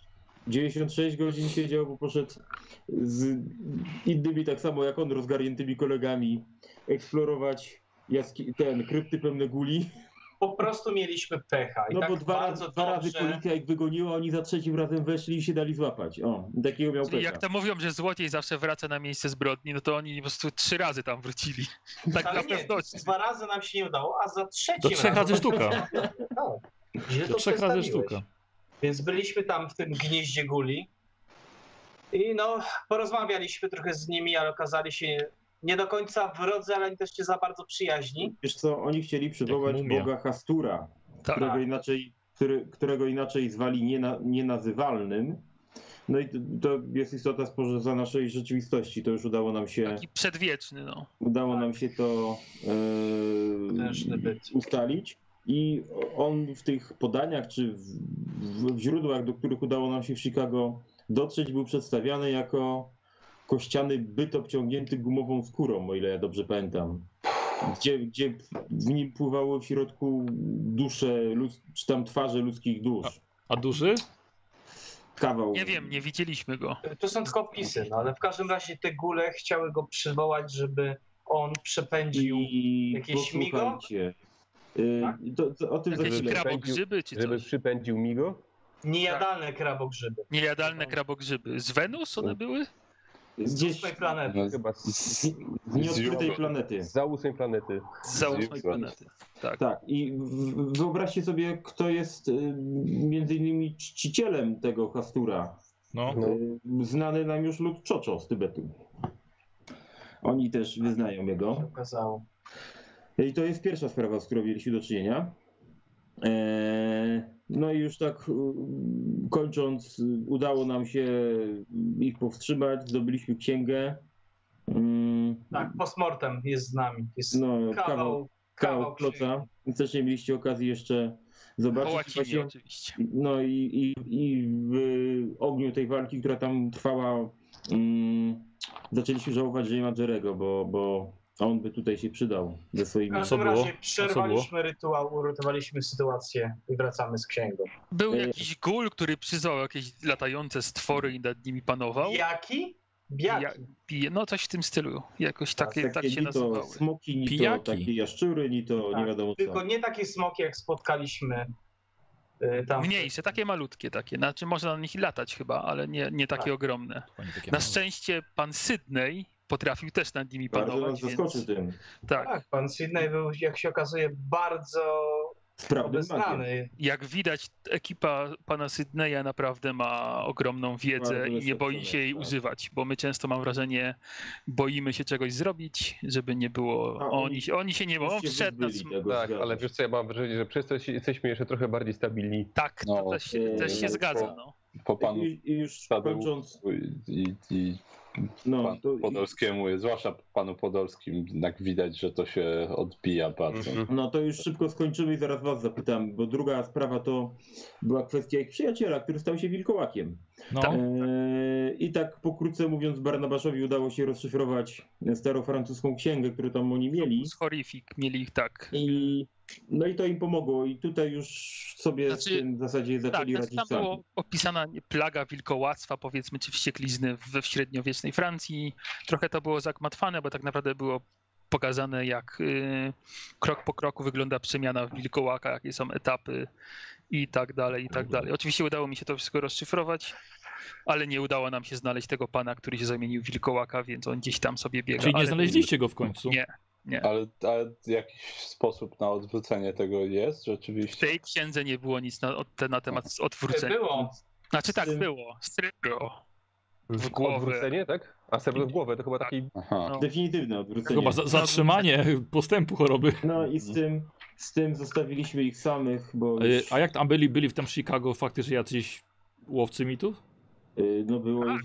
96 godzin siedział, bo poszedł z innymi, tak samo jak on, rozgarniętymi kolegami eksplorować krypty pełne guli. Po prostu mieliśmy pecha. I No tak bo dwa razy dobrze. policja ich wygoniła, oni za trzecim razem weszli i się dali złapać. O, takiego miał Czyli pecha. jak to mówią, że złodziej zawsze wraca na miejsce zbrodni, no to oni po prostu 3 razy tam wrócili. Tak Ale na nie, pewności. 2 razy nam się nie udało, a za trzecim Do 3 razy sztuka. Tak. Źle Do to 3 razy przedstawiłeś. sztuka. Więc byliśmy tam w tym gnieździe guli i no, porozmawialiśmy trochę z nimi, ale okazali się nie do końca wrodzy, ale też nie za bardzo przyjaźni. Wiesz co, oni chcieli przywołać Jak mumia. boga Hastura, Tak. którego inaczej zwali nienazywalnym. No i to jest istota spoza naszej rzeczywistości. To już udało nam się Taki przedwieczny, no. to Potężny byt. ustalić. I on w tych podaniach czy w źródłach, do których udało nam się w Chicago dotrzeć, był przedstawiany jako kościany byt obciągnięty gumową skórą, o ile ja dobrze pamiętam. Gdzie w nim pływały w środku dusze, czy tam twarze ludzkich dusz. A duży? Kawał. Nie wiem, nie widzieliśmy go. To są tylko opisy, no ale w każdym razie te góle chciały go przywołać, żeby on przepędził I jakieś migo? posłuchajcie, Tak? to o tym za Jakieś chwilę. krabogrzyby czy Żeby coś? przypędził Migo? niejadalne krabogrzyby. Niejadalne krabogrzyby. Z Wenus one były? Z Gdzieś 8 planety. No, Chyba z nieodkrytej planety. z załóżnej planety. Z założonej Zjadłem. planety. Tak. Tak, i wyobraźcie sobie, kto jest między innymi czcicielem tego Hastura. No. Znany nam już lud Czoczo z Tybetu. Oni też wyznają Się jego. okazało. I to jest pierwsza sprawa, z którą mieliśmy do czynienia. No i już tak kończąc, udało nam się ich powstrzymać, zdobyliśmy księgę. Tak, postmortem jest z nami. Jest No, kawał kawał kloca. Też nie mieliście okazji jeszcze Po zobaczyć. łacinie Właśnie- oczywiście. No i w ogniu tej walki, która tam trwała, zaczęliśmy żałować, że nie ma Jerego, bo on by tutaj się przydał ze W swoimi... każdym było? razie A co przerwaliśmy rytuał, uratowaliśmy sytuację i wracamy z księgą. Był E, jakiś gul, który przyzwał jakieś latające stwory i nad nimi panował. Jaki? Biaki. No coś w tym stylu. Jakoś tak się ni to nazywały. smoki, ni to Pijaki. takie jaszczury, ni to nie Tak, wiadomo Tylko co. nie takie smoki, jak spotkaliśmy tam. Mniejsze, takie malutkie takie. Znaczy można na nich latać chyba, ale nie takie Tak. ogromne. Oni takie Na małe. szczęście pan Sydney potrafił też nad nimi Bardzo nas panować, zaskoczył więc tym. tak. Tak, pan Sydney był, jak się okazuje, bardzo Sprawnym magiem. obeznany. Jak widać, ekipa pana Sydneya naprawdę ma ogromną wiedzę Bardzo i nie boi się jej doświadczona, tak. używać, bo my często, mam wrażenie, boimy się czegoś zrobić, żeby nie było... A Oni się nie boją, on Już się wszedł na... wyzbyli tego, Tak, zgadza ale się. wiesz co, ja mam wrażenie, że przez to jesteśmy jeszcze trochę bardziej stabilni. Tak, to No, też się no, zgadza, no. Po panu I już Tadeusz kończąc, i no panu to, Podolskiemu, zwłaszcza panu Podolskim, jednak widać, że to się odbija bardzo. no to już szybko skończymy i zaraz was zapytam, bo druga sprawa to była kwestia ich przyjaciela, który stał się wilkołakiem. No. Tak. I tak pokrótce mówiąc, Barnabaszowi udało się rozszyfrować starofrancuską księgę, którą tam oni mieli. Z Horrific mieli ich tak. No i to im pomogło i tutaj już sobie Znaczy, z tym w zasadzie Tak, zaczęli znaczy radzić tam sami. było opisana plaga wilkołactwa, powiedzmy, czy wścieklizny we średniowiecznej Francji. Trochę to było zagmatwane, bo tak naprawdę było pokazane, jak krok po kroku wygląda przemiana w wilkołaka, jakie są etapy i tak dalej, i tak dalej. Oczywiście udało mi się to wszystko rozszyfrować, ale nie udało nam się znaleźć tego pana, który się zamienił w wilkołaka, więc on gdzieś tam sobie biega. Czyli nie ale- znaleźliście go w końcu? Nie. Ale jakiś sposób na odwrócenie tego jest W rzeczywiście? tej księdze nie było nic na temat odwrócenia. Było. Znaczy tak, Z tym- było. Srebro. W głowę. Odwrócenie, tak? A srebro w głowę to chyba taki... Aha. No. Definitywne odwrócenie. Chyba zatrzymanie postępu choroby. No i z tym zostawiliśmy ich samych, bo już, A jak tam byli w tam Chicago faktycznie jacyś łowcy mitów? no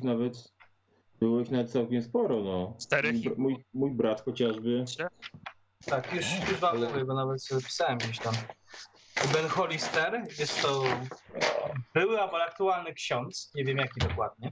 było ich nawet całkiem sporo, no. 4 Mój brat chociażby. Tak, już chyba mówię, bo nawet sobie pisałem gdzieś tam. Ben Hollister jest to były albo aktualny ksiądz, nie wiem jaki dokładnie.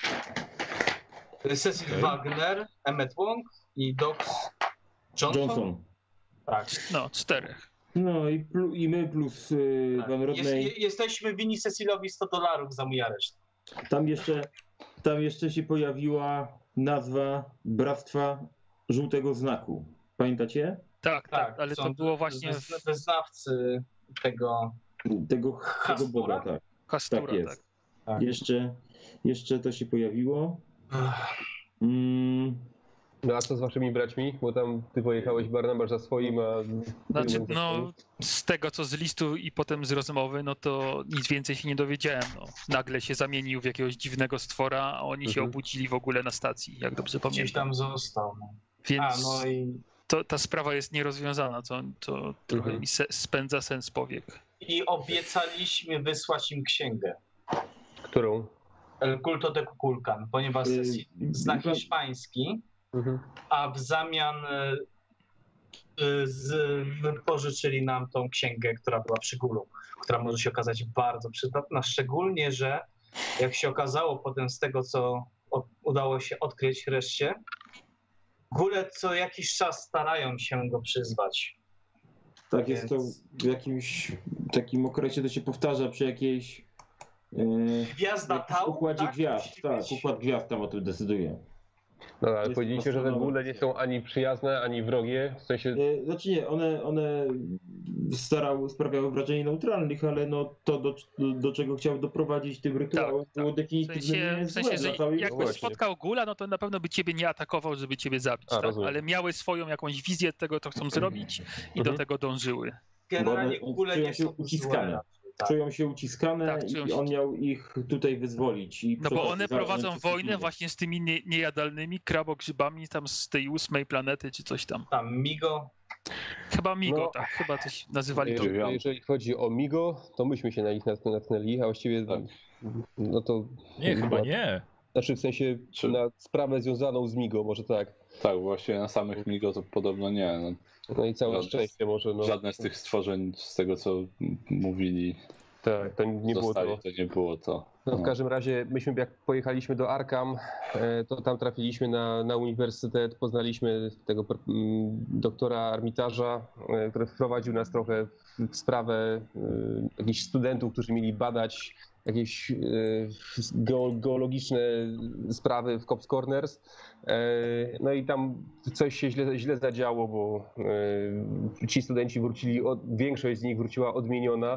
Cecil Okej. Wagner, Emmett Wong i Doc Johnson. Tak. No, 4. No i my plus tak. Van Rodney. Jesteśmy winni Cecilowi $100 za mój areszt. Tam jeszcze się pojawiła nazwa Bractwa Żółtego Znaku. Pamiętacie? Tak, ale to są było właśnie w wyznawcy tego Tego Hastura? Boga, tak. Hastura, Tak jest. tak. Tak. Jeszcze to się pojawiło. Mm, No a co z waszymi braćmi? Bo tam ty pojechałeś, Barnabasz, za swoim, a... Znaczy, za no swoim. z tego co z listu i potem z rozmowy, no to nic więcej się nie dowiedziałem. No. Nagle się zamienił w jakiegoś dziwnego stwora, a oni się obudzili w ogóle na stacji, jak dobrze gdzieś pamiętam. tam został. No. Więc No i ta sprawa jest nierozwiązana, to trochę mi spędza sens powiek. obiecaliśmy wysłać im księgę. Którą? El Culto de Kukulkan, ponieważ to jest znak hiszpański, a w zamian wypożyczyli nam tą księgę, która była przy Gulu, która może się okazać bardzo przydatna, szczególnie, że jak się okazało potem z tego, co udało się odkryć reszcie, Gule co jakiś czas starają się go przyzwać. tak, jest to w jakimś takim okresie, to się powtarza przy jakiejś Gwiazda Tau, układzie tak? gwiazd. Musi Tak, być. układ gwiazd tam o tym decyduje. No ale Jest powiedzieliście, że te postanowione. góle nie są ani przyjazne, ani wrogie, w sensie... Znaczy nie, one sprawiały wrażenie neutralnych, ale no to do czego chciał doprowadzić tym rytuałem było W definitywnie sensie, złe że dla całej jakbyś właśnie. spotkał Gula, no to na pewno by ciebie nie atakował, żeby ciebie zabić, A, tak? rozumiem. Ale miały swoją jakąś wizję tego, co chcą zrobić i do tego dążyły. Generalnie Bo one Gule czują nie się są uciskane. złe. Tak. Czują się uciskane Tak, czują i się on miał ich tutaj wyzwolić. I No przy bo okazji one zająć prowadzą się wojnę wszystkimi. właśnie z tymi niejadalnymi krabogrzybami tam z tej 8 planety czy coś tam. Tam Migo. Chyba Migo, No. tak, chyba coś nazywali to. Jeżeli chodzi o Migo, to myśmy się na nich natknęli, a właściwie Tak. no to... Nie, chyba nie. Znaczy w sensie Czy- na sprawę związaną z Migo, może tak. Tak, właśnie na samych Migo to podobno nie. No, No i całe Żadne- szczęście może, no. żadne z tych stworzeń, z tego co mówili, Tak, to nie było zostali, to. to nie było to. No, w każdym razie myśmy jak pojechaliśmy do Arkham, to tam trafiliśmy na uniwersytet, poznaliśmy tego doktora Armitaża, który wprowadził nas trochę w sprawę jakichś studentów, którzy mieli badać jakieś geologiczne sprawy w Cops Corners. No i tam coś się źle zadziało, bo ci studenci wrócili, większość z nich wróciła odmieniona.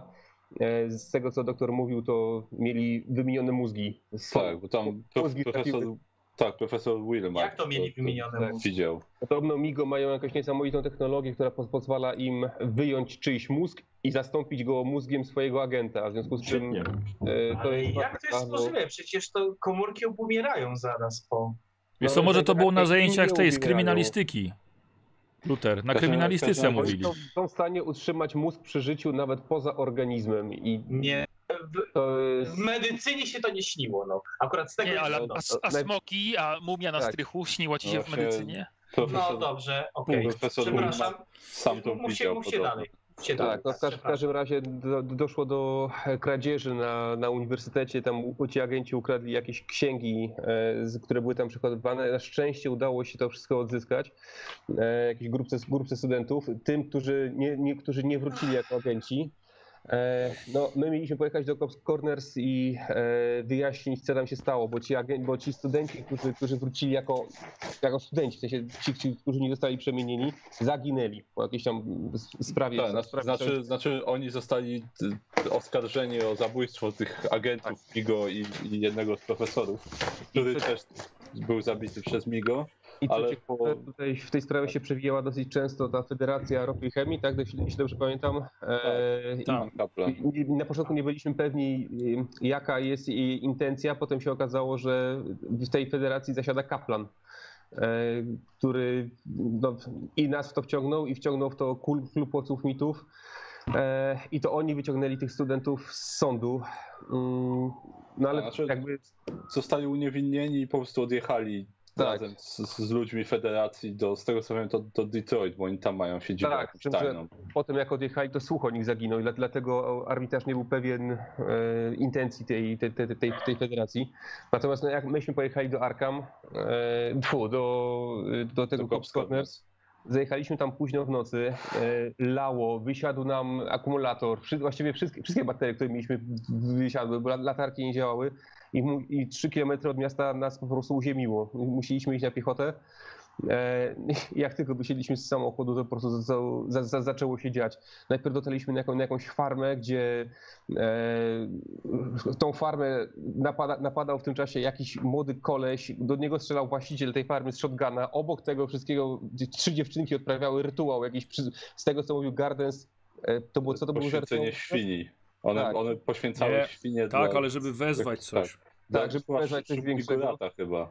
Z tego, co doktor mówił, to mieli wymienione mózgi. Tak, bo tam Mózgi trafiły. profesor Wilma Jak to mieli wymienione tak. mózgi? widział. Podobno Migo mają jakąś niesamowitą technologię, która pozwala im wyjąć czyjś mózg i zastąpić go mózgiem swojego agenta, w związku z czym Świetnie. to Ale jest... jak to jest możliwe? Przecież to komórki obumierają zaraz po... Wiesz co, ale może tak to było na jak zajęciach nie tej z ubierają. kryminalistyki. Luther, na Każdy- kryminalistyce każdy- mówili. Są w stanie utrzymać mózg przy życiu nawet poza organizmem i Nie. to W jest... medycynie się to nie śniło, no. Akurat z tego... Nie, ale no, a smoki, a mumia na Tak. strychu śniła ci No się w właśnie- medycynie? No dobrze, okej. Profesor Przepraszam. Wilma sam to Mówcie widział dalej. podobno. Mówcie Tak, dalej. no w każdym razie doszło do kradzieży na uniwersytecie. Tam ci agenci ukradli jakieś księgi, które były tam przekonywane. Na szczęście udało się to wszystko odzyskać. Jakiejś grupce studentów. Tym, którzy nie wrócili jako agenci. No, my mieliśmy pojechać do Cops Corners i wyjaśnić, co tam się stało, bo ci studenci, którzy wrócili jako studenci, w sensie ci, którzy nie zostali przemienieni, zaginęli po jakiejś tam sprawie. Tak, znaczy oni zostali oskarżeni o zabójstwo tych agentów Migo i jednego z profesorów, który też był zabity przez Migo. I co ale ciekawe, tutaj w tej sprawie się przewijała dosyć często ta Federacja Ropy i Chemii, tak, jeśli dobrze pamiętam. Pan Kaplan. I na początku nie byliśmy pewni, jaka jest jej intencja. Potem się okazało, że w tej federacji zasiada Kaplan, który no, i nas w to wciągnął, i wciągnął w to klub łowców mitów. I to oni wyciągnęli tych studentów z sądu. No ale Znaczy, jakby... Zostali uniewinnieni i po prostu odjechali Tak. razem z ludźmi federacji z tego co wiem, do Detroit, bo oni tam mają siedzibę Tak, jakąś z tym, że tajną. potem jak odjechali, to słuch o nich zaginął i dlatego arbitraż nie był pewien intencji tej federacji. Natomiast no, jak myśmy pojechali do Arkham, do tego Cops Corners, Zajechaliśmy tam późno w nocy, lało, wysiadł nam akumulator, właściwie wszystkie baterie, które mieliśmy, wysiadły, bo latarki nie działały i 3 km od miasta nas po prostu uziemiło. Musieliśmy iść na piechotę. Jak tylko wysiedliśmy z samochodu, to po prostu zaczęło się dziać. Najpierw dotarliśmy na jakąś farmę, gdzie tą farmę napadał w tym czasie jakiś młody koleś, do niego strzelał właściciel tej farmy z shotguna. Obok tego wszystkiego 3 dziewczynki odprawiały rytuał jakiś, z tego co mówił Gardens, to było co to było za rytuał? Poświęcenie świni. One poświęcały świnie tak, ale żeby wezwać coś. Tak, żeby wezwać coś większego. Chyba.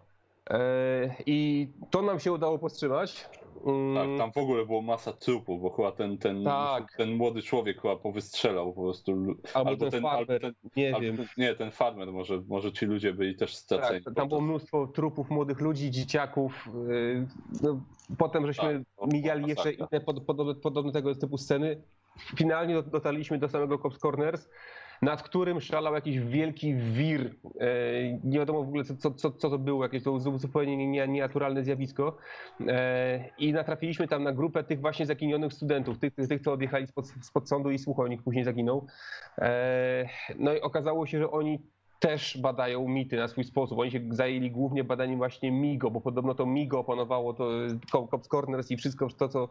I to nam się udało powstrzymać. Tak, tam w ogóle było masa trupów, bo chyba ten młody człowiek chyba powystrzelał po prostu. Albo ten farmer, nie wiem. Nie, ten farmer, może ci ludzie byli też straceni. Tak, tam było mnóstwo trupów młodych ludzi, dzieciaków. No, potem żeśmy mijali jeszcze inne podobne tego typu sceny. Finalnie dotarliśmy do samego Cops Corners, nad którym szalał jakiś wielki wir. Nie wiadomo w ogóle, co to było, jakieś to zupełnie nienaturalne zjawisko. I natrafiliśmy tam na grupę tych właśnie zaginionych studentów, tych co odjechali spod sądu i Słuchonik później zaginął. No i okazało się, że oni też badają mity na swój sposób. Oni się zajęli głównie badaniem właśnie Migo, bo podobno to Migo opanowało to Cops Corners i wszystko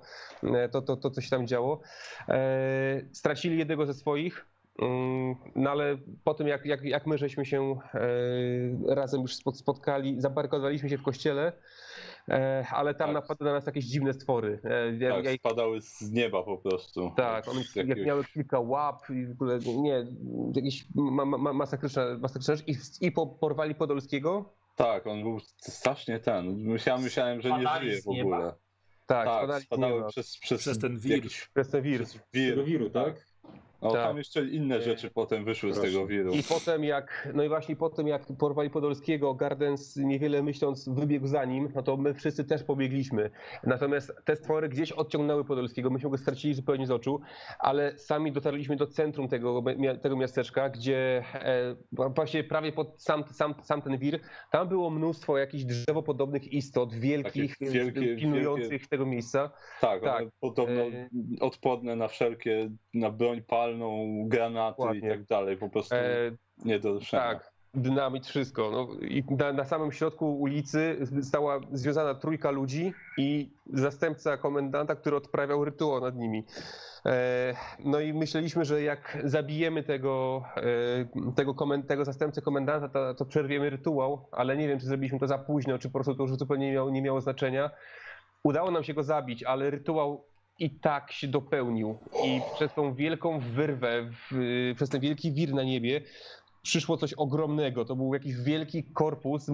to co się tam działo. Stracili jednego ze swoich. No ale po tym jak my żeśmy się razem już spotkali, zabarykadowaliśmy się w kościele, ale tam napadły na nas jakieś dziwne stwory. Spadały z nieba po prostu. Tak, one miały kilka łap i w ogóle jakieś masakryczne rzeczy i porwali Podolskiego. Tak, on był strasznie myślałem, że nie żyje w ogóle. Tak, spadały przez ten wir. Przez ten wir. Z tego wiru, tak? No tak. Tam jeszcze inne rzeczy potem wyszły z tego wiru. I potem jak porwali Podolskiego, Gardens niewiele myśląc wybiegł za nim, no to my wszyscy też pobiegliśmy. Natomiast te stwory gdzieś odciągnęły Podolskiego, myśmy go stracili zupełnie z oczu, ale sami dotarliśmy do centrum tego miasteczka, gdzie właśnie prawie pod sam ten wir, tam było mnóstwo jakichś drzewopodobnych istot, wielkich, pilnujących tego miejsca. Tak. Podobno odporne na broń palną, granaty i tak dalej, po prostu nie do ruszenia. Tak, dynamit, wszystko. No, i na samym środku ulicy stała związana trójka ludzi i zastępca komendanta, który odprawiał rytuał nad nimi. No i myśleliśmy, że jak zabijemy tego zastępcę komendanta, to przerwiemy rytuał, ale nie wiem, czy zrobiliśmy to za późno, czy po prostu to już zupełnie nie miało znaczenia. Udało nam się go zabić, ale rytuał i tak się dopełnił i przez tą wielką wyrwę, przez ten wielki wir na niebie przyszło coś ogromnego. To był jakiś wielki korpus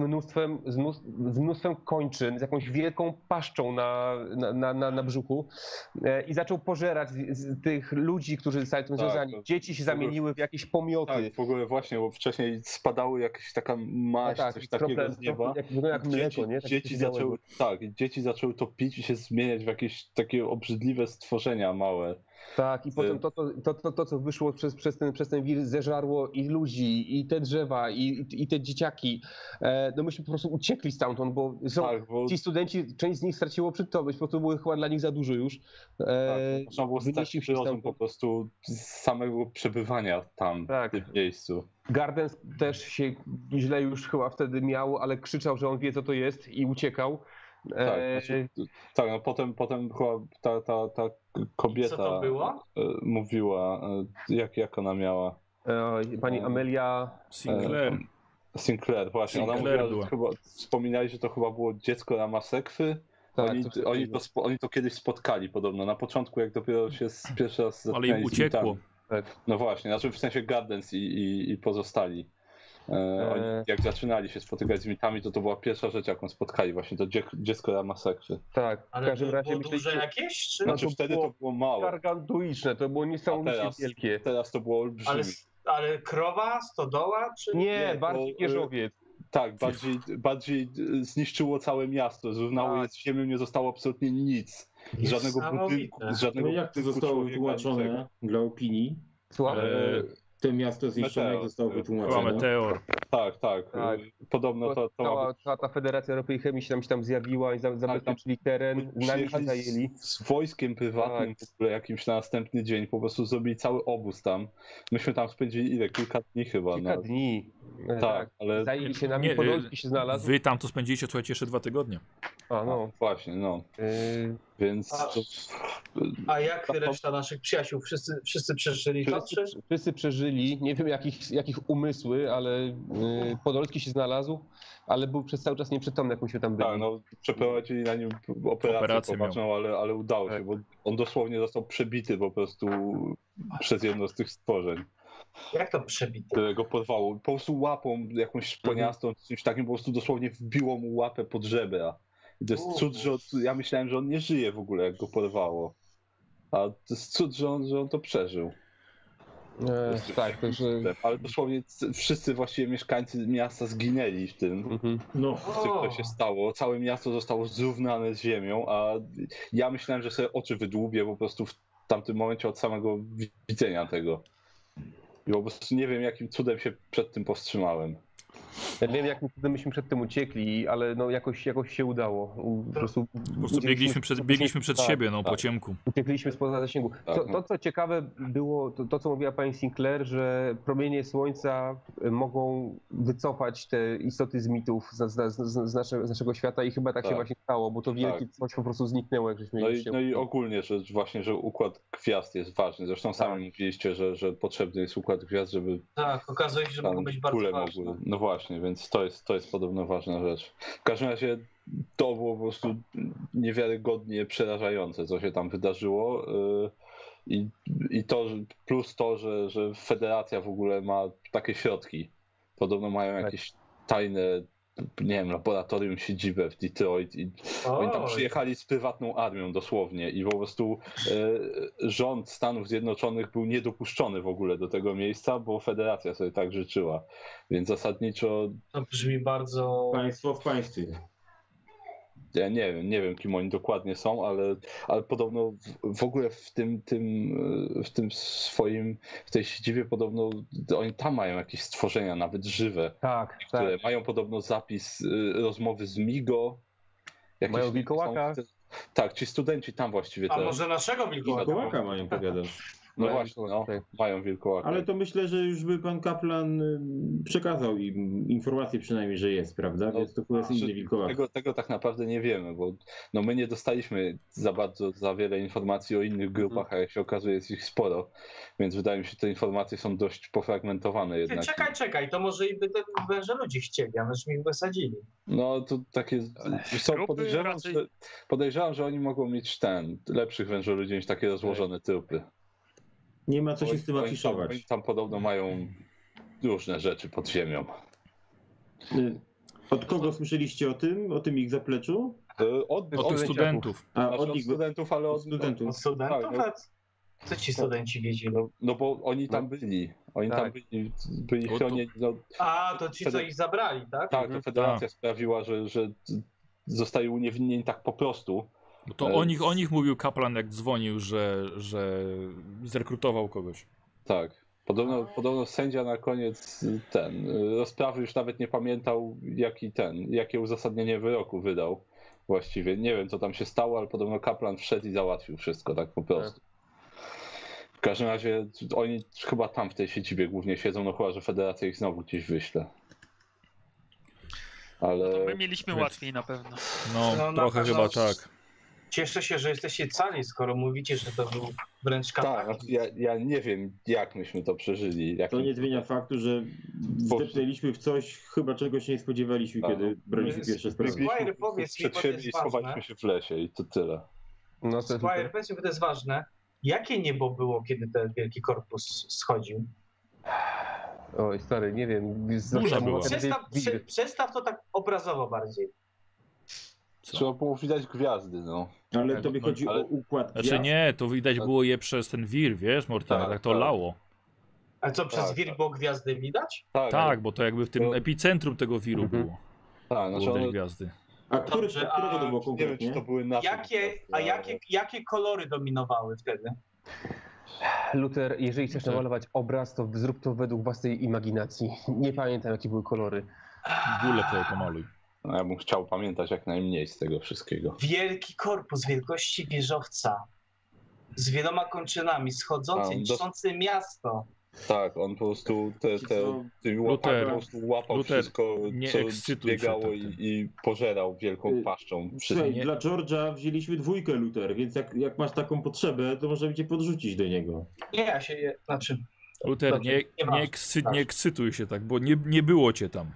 z mnóstwem kończyn, z jakąś wielką paszczą na brzuchu i zaczął pożerać tych ludzi, którzy zostali tym związani. Dzieci się zamieniły w jakieś pomioty. Tak, w ogóle właśnie, bo wcześniej spadały jakieś taka maść, coś takiego z nieba. Jak mleko, nie? Dzieci zaczęły to pić i się zmieniać w jakieś takie obrzydliwe stworzenia małe. Tak, i potem to co wyszło przez ten wir, zeżarło i ludzi, i te drzewa, i te dzieciaki. No myśmy po prostu uciekli stamtąd, bo ci studenci, część z nich straciło przytomność, po prostu było chyba dla nich za dużo już. Można było stracić rozum po prostu z samego przebywania tam, w tym miejscu. Gardens też się źle już chyba wtedy miał, ale krzyczał, że on wie co to jest i uciekał. No potem chyba ta kobieta co to było? Mówiła, jak ona miała. Pani Amelia Sinclair, właśnie. Ona mówiła, że chyba wspominali, że to chyba było dziecko Ramasekwy. Oni to kiedyś spotkali podobno. Na początku, jak dopiero się pierwszy raz ale im uciekło. No właśnie, znaczy w sensie Gardens i pozostali. Oni jak zaczynali się spotykać z mitami, to była pierwsza rzecz, jaką spotkali, właśnie to dziecko Ramasekwy. Tak, ale w każdym razie było duże jakieś? Czy? Znaczy wtedy to było małe. Gargantuiczne, to było niesamowicie wielkie. Teraz to było olbrzymie. Ale krowa, stodoła? Czy... Nie, bardziej wieżowiec. Tak, bardziej zniszczyło całe miasto, zrównało je z ziemią, nie zostało absolutnie nic. Żadnego budynku, żadnego no jak to zostało wytłumaczone dla opinii? To miasto zniszczone, jak zostało wytłumaczone? Meteor. Tak. Podobno to Cała ta Federacja Ropy i Chemii się tam zjawiła i zabezpieczyli teren, nami się zajęli. Z wojskiem prywatnym w ogóle jakimś na następny dzień, po prostu zrobili cały obóz tam. Myśmy tam spędzili kilka dni chyba. Kilka dni. Tak, ale... Zajęli się nami, Podolski się znalazł. Wy tam to spędziliście, słuchajcie, jeszcze 2 tygodnie. Właśnie, Więc... A jak reszta naszych przyjaciół? Wszyscy przeżyli to? Wszyscy przeżyli, nie wiem jakich umysły, ale Podolski się znalazł, ale był przez cały czas nieprzytomny, jak myśmy tam byli. Tak, przeprowadzili na nim operację poważną, ale udało się, bo on dosłownie został przebity po prostu przez jedno z tych stworzeń. Jak to przebity? Którego porwało. Po prostu łapą jakąś szponiastą, czymś takim, po prostu dosłownie wbiło mu łapę pod żebra. I to jest cud, że ja myślałem, że on nie żyje w ogóle, jak go porwało. A to jest cud, że on to przeżył. Tak, także... Ale dosłownie wszyscy właściwie mieszkańcy miasta zginęli w tym, co się stało. Całe miasto zostało zrównane z ziemią, a ja myślałem, że sobie oczy wydłubię po prostu w tamtym momencie od samego widzenia tego. I po prostu nie wiem, jakim cudem się przed tym powstrzymałem. Ja nie wiem, jakim cudem myśmy przed tym uciekli, ale jakoś się udało. Po prostu biegliśmy przed siebie, po ciemku. Uciekliśmy spoza zasięgu. To, co ciekawe było, to co mówiła pani Sinclair, że promienie słońca mogą wycofać te istoty z mitów z naszego świata i chyba tak się właśnie stało, bo to wielkie coś po prostu zniknęło, jak żeśmy i ogólnie, że układ gwiazd jest ważny. Zresztą sami mówiliście, że potrzebny jest układ gwiazd, żeby... Tak, okazuje się, że mogą być bardzo ważne. No właśnie, więc to jest podobno ważna rzecz. W każdym razie to było po prostu niewiarygodnie przerażające, co się tam wydarzyło. I to, plus to, że Federacja w ogóle ma takie środki. Podobno mają jakieś tajne, nie wiem, laboratorium, siedzibę w Detroit i oni tam przyjechali z prywatną armią dosłownie i po prostu rząd Stanów Zjednoczonych był niedopuszczony w ogóle do tego miejsca, bo Federacja sobie tak życzyła. Więc zasadniczo... To brzmi bardzo... Państwo w państwie. Ja nie wiem kim oni dokładnie są, ale podobno w ogóle w tej siedzibie podobno oni tam mają jakieś stworzenia, nawet żywe, które mają podobno zapis rozmowy z Migo. Mają wilkołaka. Tak, ci studenci tam właściwie. A może naszego wilkołaka mają powiadać. No właśnie, mają wilkołaka. Ale to myślę, że już by pan kaplan przekazał im informację przynajmniej, że jest, prawda? Więc to jest inny wilkołak. Tego tak naprawdę nie wiemy, bo my nie dostaliśmy za wiele informacji o innych grupach, a jak się okazuje jest ich sporo, więc wydaje mi się, że te informacje są dość pofragmentowane jednak. Czekaj, to może i by te węże ludzi chcieli, a myśmy ich wysadzili. No to takie... Podejrzewam, że oni mogą mieć lepszych wężoludzi niż takie rozłożone trupy. Nie ma co się z tym afiszować. Oni tam podobno mają różne rzeczy pod ziemią. Od kogo słyszeliście o tym ich zapleczu? Od studentów. Od studentów, ale od studentów. Od studentów? Co ci studenci wiedzieli? No bo oni tam byli. Oni tam byli chronieni. To ci, co ich zabrali, tak? Tak, to Federacja sprawiła, że zostali uniewinnieni tak po prostu. To o nich mówił kaplan, jak dzwonił, że zrekrutował kogoś. Tak. Podobno sędzia na koniec rozprawy już nawet nie pamiętał, jakie uzasadnienie wyroku wydał właściwie. Nie wiem, co tam się stało, ale podobno kaplan wszedł i załatwił wszystko, tak po prostu. W każdym razie oni chyba tam w tej siedzibie głównie siedzą, chyba, że Federacja ich znowu gdzieś wyśle. Ale... To my mieliśmy łatwiej na pewno. No trochę chyba tak. Cieszę się, że jesteście cali, skoro mówicie, że to był wręcz kataklizm. Ja nie wiem, jak myśmy to przeżyli. To nie zmienia faktu, że wdepnęliśmy w coś, chyba czego się nie spodziewaliśmy, kiedy braliśmy pierwsze sprawy. Squire, powiedz mi, przed siebie i schowaliśmy się w lesie i to tyle. Squire, powiedz mi, bo to jest ważne. Jakie niebo było, kiedy ten wielki korpus schodził? Oj, stary, nie wiem. Przestaw to tak obrazowo bardziej. Trzeba było widać gwiazdy, Ale tobie chodzi o układ gwiazd? Znaczy nie, to widać było je przez ten wir, wiesz, Mortana, tak to lało. A co, przez wir było gwiazdy widać? Tak, bo to jakby w tym epicentrum tego wiru było. Tak, było gwiazdy. A którego to było konkretnie? Nie wiem, czy to były nasze jakie kolory dominowały wtedy? Luther, jeżeli chcesz Luther. namalować obraz, to zrób to według własnej imaginacji. Nie pamiętam, jakie były kolory. Gulę tutaj pomaluj. No, ja bym chciał pamiętać jak najmniej z tego wszystkiego. Wielki korpus wielkości wieżowca z wieloma kończynami, schodzący, niszczący miasto. Tak, on po prostu tymi łapami Luther, po prostu łapał Luther, wszystko, nie co ekscytuj się biegało tak i pożerał wielką paszczą. Słuchaj, Nie- dla George'a wzięliśmy 2, Luther, więc jak masz taką potrzebę, to możemy cię podrzucić do niego. Nie, ja się, znaczy, Luther, Dobrze, nie nieważne. ekscytuj się tak, bo nie było cię tam.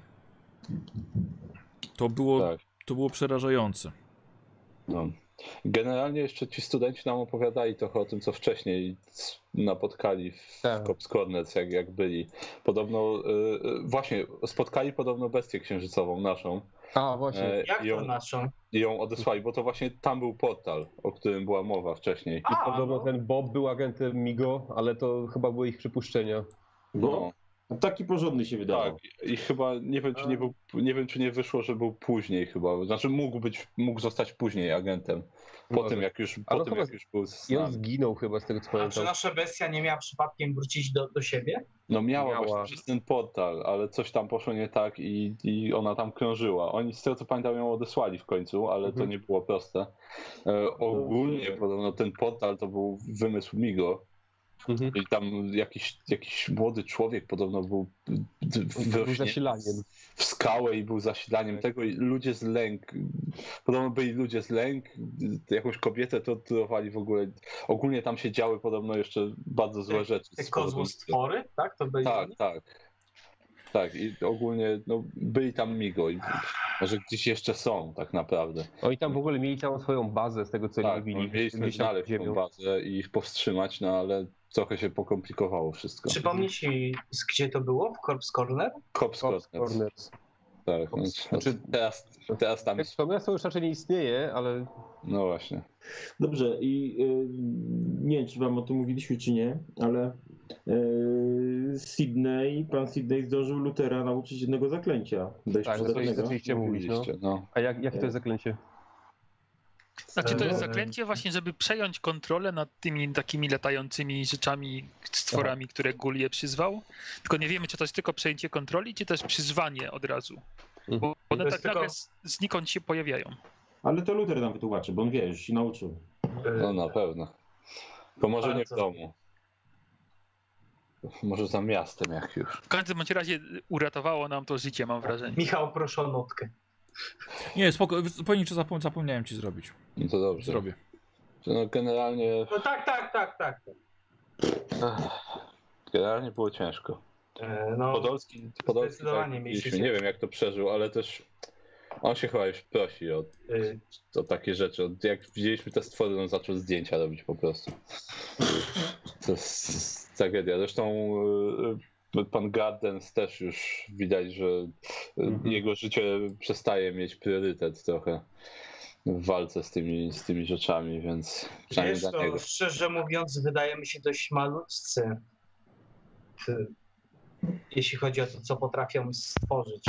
To Tak. było przerażające. No. Generalnie jeszcze ci studenci nam opowiadali trochę o tym, co wcześniej napotkali w Tak. Cops Corners, jak byli. Podobno, właśnie, spotkali podobno bestię księżycową naszą. A, właśnie. jak i to naszą? ją odesłali, bo to właśnie tam był portal, o którym była mowa wcześniej. A, Podobno no. ten Bob był agentem MIGO, ale to chyba były ich przypuszczenia. Bo taki porządny się wydawał. Tak, i chyba nie wiem, czy nie wiem, czy nie wyszło, że był później chyba. Znaczy mógł zostać później agentem. Po Może. tym, jak już Ale był z I on nami. zginął chyba, z tego co A czy pamiętam. nasza bestia nie miała przypadkiem wrócić do siebie? No miała Miała. właśnie przez ten portal, ale coś tam poszło nie tak i ona tam krążyła. Oni z tego co pamiętam ją odesłali w końcu, ale to nie było proste. Ogólnie podobno ten portal to był wymysł MIGO. Mhm. I tam jakiś młody człowiek podobno był Był wrośnięty zasilaniem. w skałę i był zasilaniem tego i ludzie z lęk, podobno byli ludzie z lęk, jakąś kobietę torturowali w ogóle. Ogólnie tam się działy podobno jeszcze bardzo złe rzeczy. Te z powodu- kozłostwory, tak? To byli Tak, oni? tak. Tak, i ogólnie no, byli tam MIGO i może gdzieś jeszcze są tak naprawdę. Oni tam w ogóle mieli całą swoją bazę, z tego co Tak, nie mówili. no, mieliśmy Gdzieś tam znaleźć pod tą ziemią. bazę i ich powstrzymać, no ale trochę się pokomplikowało wszystko. Przypomnieć mi, gdzie to było? W Corpse Corner? Cops Cops Corners. Corners. Tak, no, Znaczy- teraz tam jest. To miasto już raczej nie istnieje, ale No właśnie. Dobrze, i nie wiem, czy wam o tym mówiliśmy, czy nie, ale pan Sydney zdążył Luthera nauczyć jednego zaklęcia. Dość Tak, przydatnego. zaczęliście mówić. No. Mówiliście, no. A jakie to jest zaklęcie? Znaczy to jest No. zaklęcie właśnie, żeby przejąć kontrolę nad tymi takimi latającymi rzeczami, stworami, które Gul je przyzwał. Tylko nie wiemy, czy to jest tylko przejęcie kontroli, czy też przyzwanie od razu. Bo one To jest tak nagle tylko- znikąd się pojawiają. Ale to Luther nam wytłumaczy, bo on wie, już się nauczył. No na pewno. To może nie w Bardzo. domu. Może za miastem jak już. W każdym bądź razie uratowało nam to życie, mam wrażenie. Michał, proszę o notkę. Nie, spoko, powiem, czy zapomniałem ci zrobić. No to dobrze. Zrobię. No generalnie. No tak. Generalnie było ciężko. No, Podolski zdecydowanie tak, mieliście nie wiem jak to przeżył, ale też on się chyba już prosi o takie rzeczy. Jak widzieliśmy te stwory, on zaczął zdjęcia robić po prostu. To jest tragedia. Zresztą pan Gardens też już widać, że jego życie przestaje mieć priorytet trochę w walce z tymi rzeczami, więc przynajmniej wiesz, dla niego. to szczerze mówiąc, wydajemy się dość malutcy, jeśli chodzi o to, co potrafią stworzyć.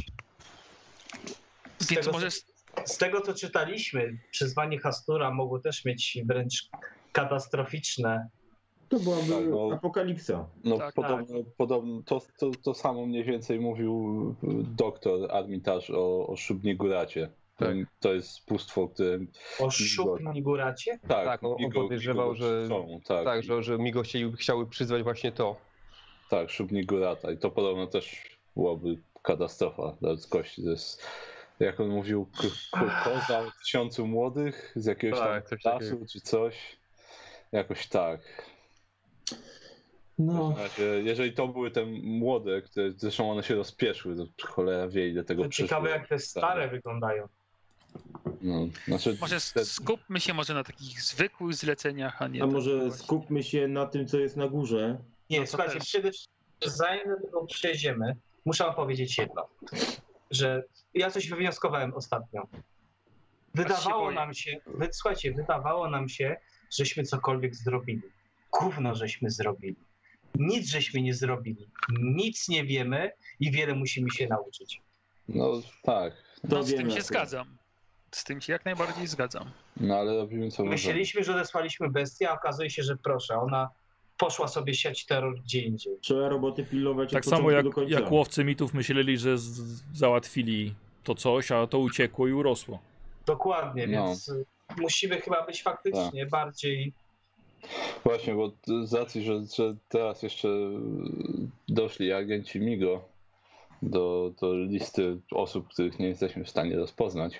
Więc może Z tego, co czytaliśmy, przyzwanie Hastura mogło też mieć wręcz katastroficzne. To byłaby Tak, no. apokalipsa. No Tak, podobno to samo mniej więcej mówił doktor Armitage o Szubniguracie. Tak. To jest bóstwo, które... O Szubniguracie? Tak, on podejrzewał, że- są, tak, Tak, że MIGO chciały przyzwać właśnie to. tak, Szubnigurata i to podobno też byłaby katastrofa dla ludzkości. To jest, jak on mówił, koza od 1000 młodych z jakiegoś Tak, coś tam takiego. lasu czy coś. Jakoś tak. No, W razie, jeżeli to były te młode, które zresztą one się rozpieszły, to cholera wie ile tego To ciekawe, przeżyło. jak te stare wyglądają. No, znaczy, Może skupmy się może na takich zwykłych zleceniach, a nie... a tak może właśnie. skupmy się na tym, co jest na górze. Nie, No to słuchajcie, też. przede wszystkim zanim do tego przejdziemy, muszę wam powiedzieć jedno, że ja coś wywnioskowałem ostatnio. Wydawało boję. nam się, słuchajcie, wydawało nam się, żeśmy cokolwiek zrobili. Gówno żeśmy zrobili. Nic żeśmy nie zrobili. Nic nie wiemy i wiele musimy się nauczyć. no tak, No z tym wiemy się akurat. zgadzam. Z tym się jak najbardziej zgadzam. no ale robimy co możemy. Myśleliśmy, że odesłaliśmy bestię, a okazuje się, że proszę, ona poszła sobie siać terror gdzie indziej. Trzeba roboty pilnować Tak od samo początku do końca. jak łowcy mitów myśleli, że załatwili to coś, a to uciekło i urosło. Dokładnie, No. więc musimy chyba być faktycznie bardziej... Właśnie, bo z racji, że teraz jeszcze doszli agenci MIGO do listy osób, których nie jesteśmy w stanie rozpoznać.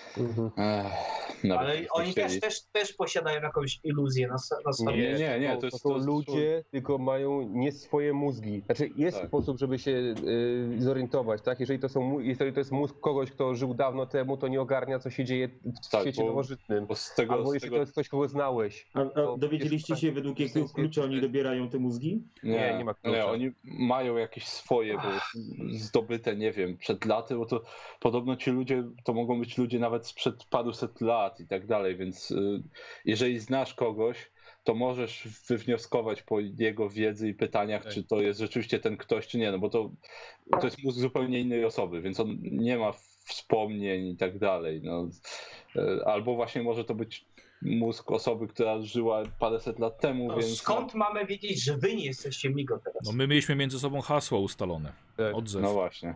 Ale oni też posiadają jakąś iluzję na sobie. Nie, to są ludzie, tylko mają nie swoje mózgi. Znaczy jest Tak. sposób, żeby się zorientować, tak? Jeżeli to jest mózg kogoś, kto żył dawno temu, to nie ogarnia, co się dzieje w świecie nowożytnym. Bo Jeśli to jest ktoś, kogo znałeś. A dowiedzieliście się, według jakiego klucza oni dobierają te mózgi? Nie ma klucza. Nie, oni mają jakieś swoje, bo zdobyte, nie wiem, przed laty, bo to podobno ci ludzie, to mogą być ludzie nawet sprzed paruset lat i tak dalej, więc jeżeli znasz kogoś, to możesz wywnioskować po jego wiedzy i pytaniach, czy to jest rzeczywiście ten ktoś, czy nie, no bo to jest mózg zupełnie innej osoby, więc on nie ma wspomnień i tak dalej, no. Albo właśnie może to być mózg osoby, która żyła paręset lat temu, No, więc... skąd mamy wiedzieć, że wy nie jesteście MIGO teraz? No my mieliśmy między sobą hasła ustalone. Tak. Od zew. No właśnie.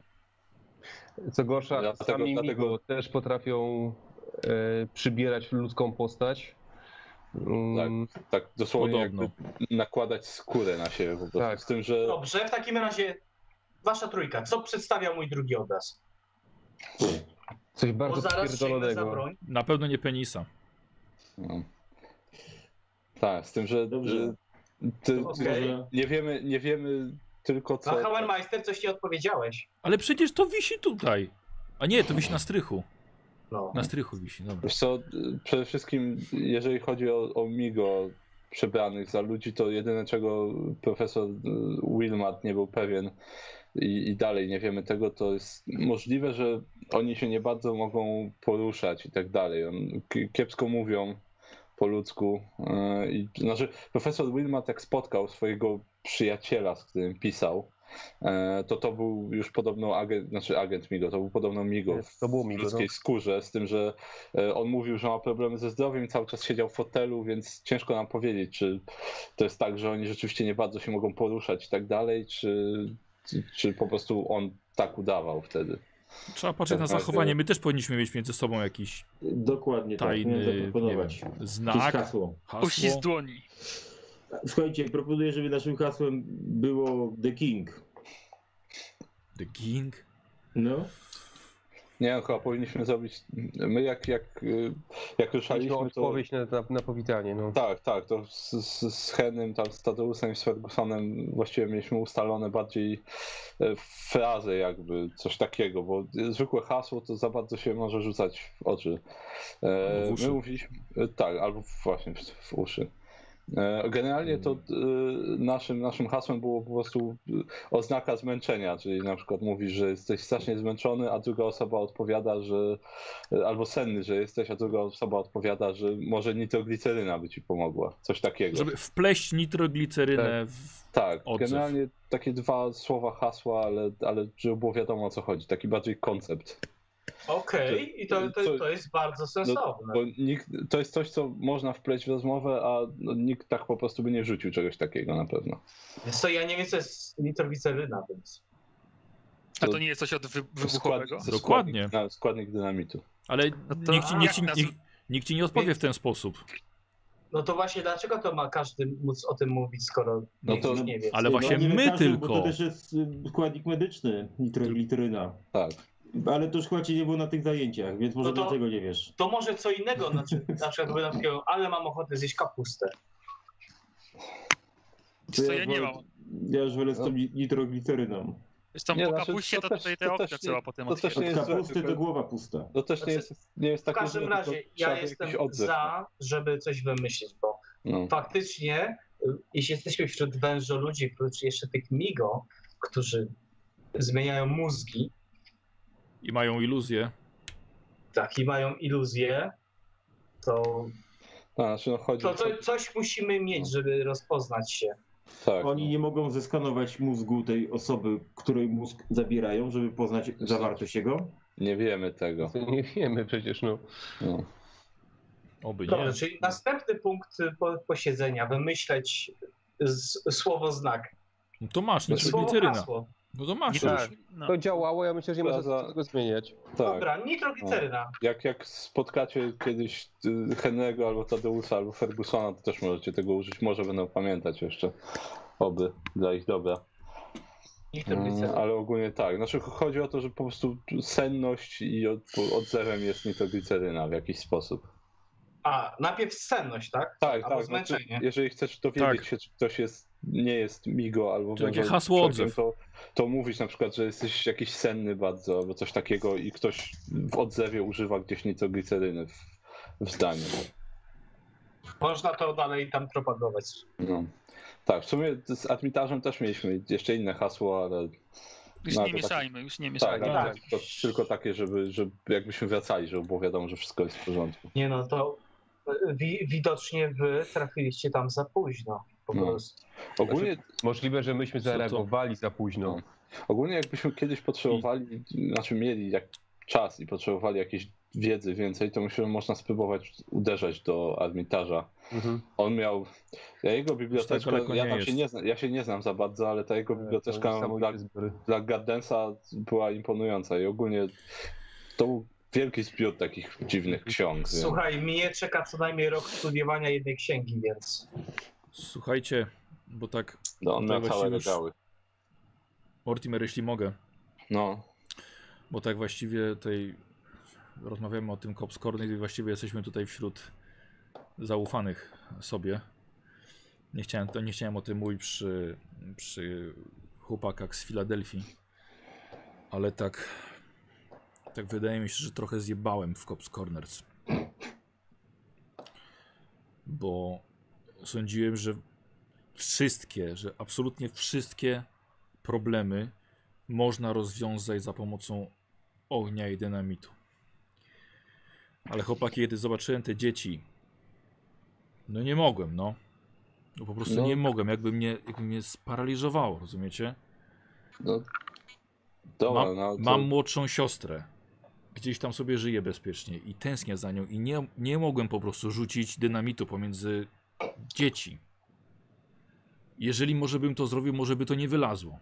Co gorsza, sami dlatego- MIGO też potrafią przybierać ludzką postać. Tak dosłownie Podobno. jakby nakładać skórę na siebie po prostu. Tak. Z tym, że Dobrze, w takim razie wasza trójka, co przedstawia mój drugi obraz? Coś Bo bardzo zaraz sięgnę za pierdolonego. broń. Na pewno nie penisa. no. Tak, z tym, że Dobrze. Okej. nie wiemy tylko co... No Hauenmeister, coś ci odpowiedziałeś. Ale przecież to wisi tutaj. A nie, to wisi na strychu. No. Na strychu wisi, dobra. Wiesz co, przede wszystkim jeżeli chodzi o MIGO przebranych za ludzi, to jedyne czego profesor Wilmot nie był pewien i dalej nie wiemy tego, to jest możliwe, że oni się nie bardzo mogą poruszać i tak dalej. Kiepsko mówią po ludzku. Znaczy profesor Wilmot jak spotkał swojego przyjaciela, z którym pisał, to był już podobno agent MIGO, to był podobno MIGO To było w MIGO, ludzkiej skórze, z tym, że on mówił, że ma problemy ze zdrowiem i cały czas siedział w fotelu, więc ciężko nam powiedzieć, czy to jest tak, że oni rzeczywiście nie bardzo się mogą poruszać i tak dalej, czy po prostu on tak udawał wtedy. Trzeba patrzeć na zachowanie. My też powinniśmy mieć między sobą jakiś Dokładnie tak, miałem tajny, nie zaproponować. wiem, Jakieś znak, hasło. Uścisk dłoni. Słuchajcie, proponuję, żeby naszym hasłem było The King. The King. No. Nie, chyba powinniśmy zrobić, my jak Mieliśmy ruszaliśmy, to... odpowiedź na powitanie. No. Tak, to z Hennym, tam z Tadeusem i z Fergusonem właściwie mieliśmy ustalone bardziej frazę jakby, coś takiego, bo zwykłe hasło to za bardzo się może rzucać w oczy. Albo w uszy. My mówiliśmy, tak, albo właśnie w uszy. Generalnie to naszym hasłem było po prostu oznaka zmęczenia, czyli na przykład mówisz, że jesteś strasznie zmęczony, a druga osoba odpowiada, że albo senny, że jesteś, a druga osoba odpowiada, że może nitrogliceryna by ci pomogła, coś takiego. Żeby wpleść nitroglicerynę w Tak, odzew. generalnie takie dwa słowa hasła, ale żeby było wiadomo o co chodzi, taki bardziej koncept. Okej, i to jest bardzo sensowne. Bo to jest coś, co można wpleść w rozmowę, a nikt tak po prostu by nie wrzucił czegoś takiego na pewno. Wiesz co, ja nie wiem, co jest nitrogliceryna, więc... A to nie jest coś od wybuchowego? Dokładnie. Składnik dynamitu. Ale No to nikt ci nie odpowie w ten sposób. No to właśnie dlaczego to ma każdy móc o tym mówić, skoro No nikt to- już nie wie? Ale właśnie nie my lekarzy, tylko. Bo to też jest składnik medyczny, nitrogliceryna. Tak. Ale to już chyba cię nie było na tych zajęciach, więc może No to- dlatego nie wiesz. To może co innego, na przykład by takiego, ale mam ochotę zjeść kapustę. Co ja nie mam. Ja już wolę z tą nitrogliceryną. Zresztą Nie, po znaczy, kapuście to to też- tutaj to te okna też trzeba nie- potem to też nie Od jest złe, kapusty tylko- do głowa pusta. To też nie jest W takie każdym złe, razie tylko ja trzeba jestem jakiś odzew. za, żeby coś wymyślić, bo No. faktycznie, jeśli jesteśmy wśród ludzi, którzy jeszcze tych MIGO, którzy zmieniają mózgi, I mają iluzję. tak, i mają iluzję, to Znaczy, no chodzi, coś musimy mieć, żeby rozpoznać się. tak, Oni nie mogą zeskanować mózgu tej osoby, której mózg zabierają, żeby poznać zawartość jego. nie wiemy tego. To nie wiemy przecież, no. Oby nie. Dobrze, czyli następny punkt posiedzenia, wymyśleć słowo znak. No to masz, Słowo nitrogliceryna. hasło. No to masz. Tak. No. To działało, ja myślę, że nie ma sensu tego zmieniać. Tak. Dobra, nitrogliceryna. Jak spotkacie kiedyś Henry'ego albo Tadeusa albo Fergusona, to też możecie tego użyć. Może będą pamiętać jeszcze. Oby, dla ich dobra. Nitrogliceryna. Ale ogólnie tak. Znaczy chodzi o to, że po prostu senność i odzewem jest nitrogliceryna w jakiś sposób. A, najpierw senność, tak? Tak, Albo tak. zmęczenie. Znaczy, jeżeli chcesz dowiedzieć Tak. się, czy ktoś nie jest migo albo To jakie wężowym hasło człowiekiem, odzew? to mówić na przykład, że jesteś jakiś senny bardzo albo coś takiego i ktoś w odzewie używa gdzieś nitrogliceryny w zdaniu. Można to dalej tam propagować. No. Tak, w sumie z admitarzem też mieliśmy jeszcze inne hasło, ale Już No, nie to tak- mieszajmy, już nie tak, mieszajmy. ale tylko takie, żeby jakbyśmy wracali, żeby było wiadomo, że wszystko jest w porządku. Nie no, to widocznie wy trafiliście tam za późno. Po No. prostu. Ogólnie, Możliwe, że myśmy Co to? zareagowali za późno. ogólnie jakbyśmy kiedyś potrzebowali, znaczy mieli czas i potrzebowali jakiejś wiedzy więcej, to myślę, że można spróbować uderzać do admitarza. Mhm. On miał, jego biblioteczka, daleko ja nie tam jest. się nie znam, ja się nie znam za bardzo, ale ta jego biblioteczka Niesamowite zbiory. dla Gardensa była imponująca i ogólnie to był wielki zbiór takich dziwnych ksiąg. więc- Słuchaj, mnie czeka co najmniej rok studiowania jednej księgi, więc Słuchajcie, bo tak, No, on miał Tutaj całe właściwie regały. Mortimer, jeśli mogę, No, bo tak właściwie tutaj rozmawiamy o tym Cops Corner i właściwie jesteśmy tutaj wśród zaufanych sobie. Nie chciałem o tym mówić przy chłopakach z Filadelfii, ale tak wydaje mi się, że trochę zjebałem w Cops Corners. Bo sądziłem, że absolutnie wszystkie problemy można rozwiązać za pomocą ognia i dynamitu. Ale chłopaki, kiedy zobaczyłem te dzieci, no nie mogłem, no. No po prostu No. nie mogłem, jakby mnie sparaliżowało, rozumiecie? no dobra, no to... Mam młodszą siostrę. Gdzieś tam sobie żyję bezpiecznie i tęsknię za nią i nie mogłem po prostu rzucić dynamitu pomiędzy dzieci. Jeżeli może bym to zrobił, może by to nie wylazło.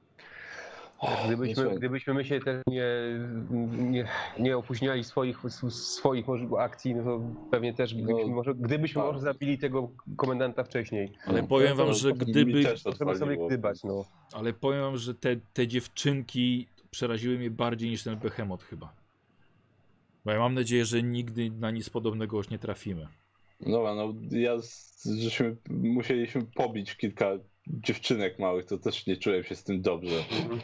Gdybyśmy my się też nie opóźniali swoich akcji, no to pewnie też gdybyśmy tak. może zabili tego komendanta wcześniej. Ale No, powiem to- wam, że to mi gdyby... też to Możemy sobie odpaliło. gdybać, no. Ale powiem wam, że te dziewczynki przeraziły mnie bardziej niż ten Behemoth chyba. Bo ja mam nadzieję, że nigdy na nic podobnego już nie trafimy. Dobra, no żeśmy musieliśmy pobić kilka dziewczynek małych, to też nie czułem się z tym dobrze.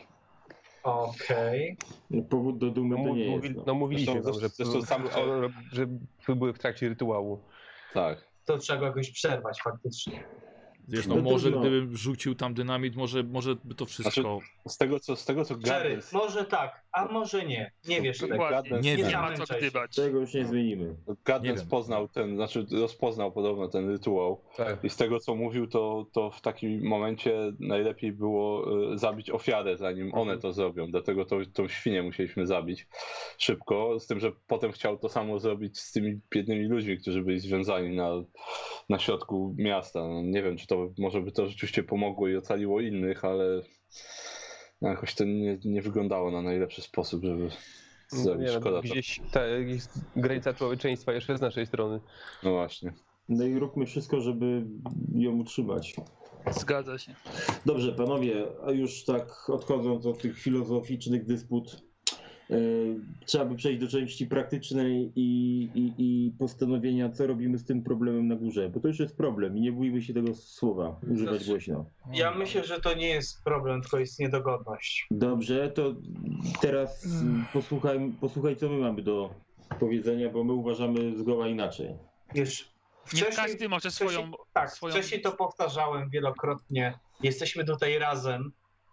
okej. Powód do dumy to nie jest. No. No mówiliśmy Zresztą- wam, zresztą sam że były w trakcie rytuału. Tak. To trzeba go jakoś przerwać faktycznie. Zresztą No może trudno. gdybym rzucił tam dynamit, może by to wszystko... Z tego co Jerry, Gardens, może tak, a może nie. Nie wiesz tego. Dokładnie. Gardens- Nie Nie wiem. ma co Zamęczaj się. gdybać. Tego już nie zmienimy. Nie Gardens wiem. poznał rozpoznał podobno ten rytuał. Tak. I z tego co mówił, to w takim momencie najlepiej było zabić ofiarę, zanim one to zrobią. Dlatego tą świnię musieliśmy zabić szybko. Z tym, że potem chciał to samo zrobić z tymi biednymi ludźmi, którzy byli związani na środku miasta. No, nie wiem, czy to może by to rzeczywiście pomogło i ocaliło innych, ale jakoś to nie wyglądało na najlepszy sposób, żeby zrobić. Szkoda to. Gdzieś jest granica człowieczeństwa jeszcze z naszej strony. No właśnie. No i róbmy wszystko, żeby ją utrzymać. Zgadza się. Dobrze, panowie, a już tak odchodząc od tych filozoficznych dysput, trzeba by przejść do części praktycznej i postanowienia, co robimy z tym problemem na górze, bo to już jest problem i nie bójmy się tego słowa używać głośno. Ja myślę, że to nie jest problem, tylko jest niedogodność. Dobrze, to teraz posłuchaj, co my mamy do powiedzenia, bo my uważamy zgoła inaczej. Wiesz, Nie każdy może swoją... Tak, swoją... wcześniej to powtarzałem wielokrotnie. Jesteśmy tutaj razem,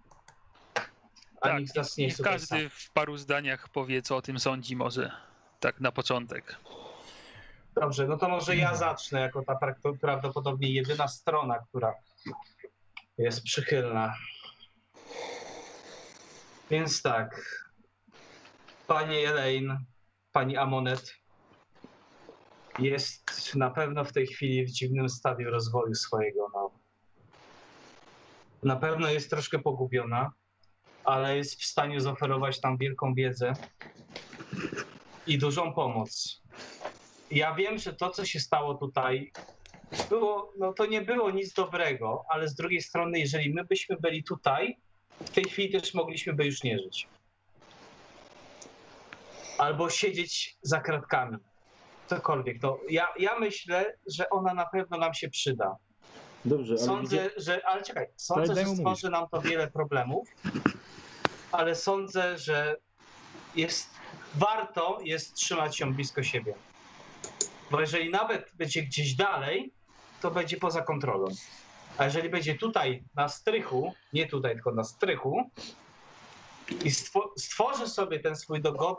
a Tak, nikt z nas nie niech jest tutaj sam. każdy w paru zdaniach powie, co o tym sądzi może. Tak na początek. Dobrze, no to może ja zacznę jako ta prawdopodobnie jedyna strona, która jest przychylna. Więc tak, pani Elaine, pani Amonet jest na pewno w tej chwili w dziwnym stadium rozwoju swojego. No. Na pewno jest troszkę pogubiona, ale jest w stanie zaoferować tam wielką wiedzę i dużą pomoc. Ja wiem, że to, co się stało tutaj, to nie było nic dobrego, ale z drugiej strony, jeżeli my byśmy byli tutaj, w tej chwili też mogliśmy by już nie żyć. Albo siedzieć za kratkami. Cokolwiek. To ja myślę, że ona na pewno nam się przyda. Dobrze, ale Sądzę, że stworzy nam to wiele problemów, ale sądzę, że warto jest trzymać ją blisko siebie. Bo jeżeli nawet będzie gdzieś dalej, to będzie poza kontrolą. A jeżeli będzie tutaj na strychu, nie tutaj, tylko na strychu i stworzy sobie ten swój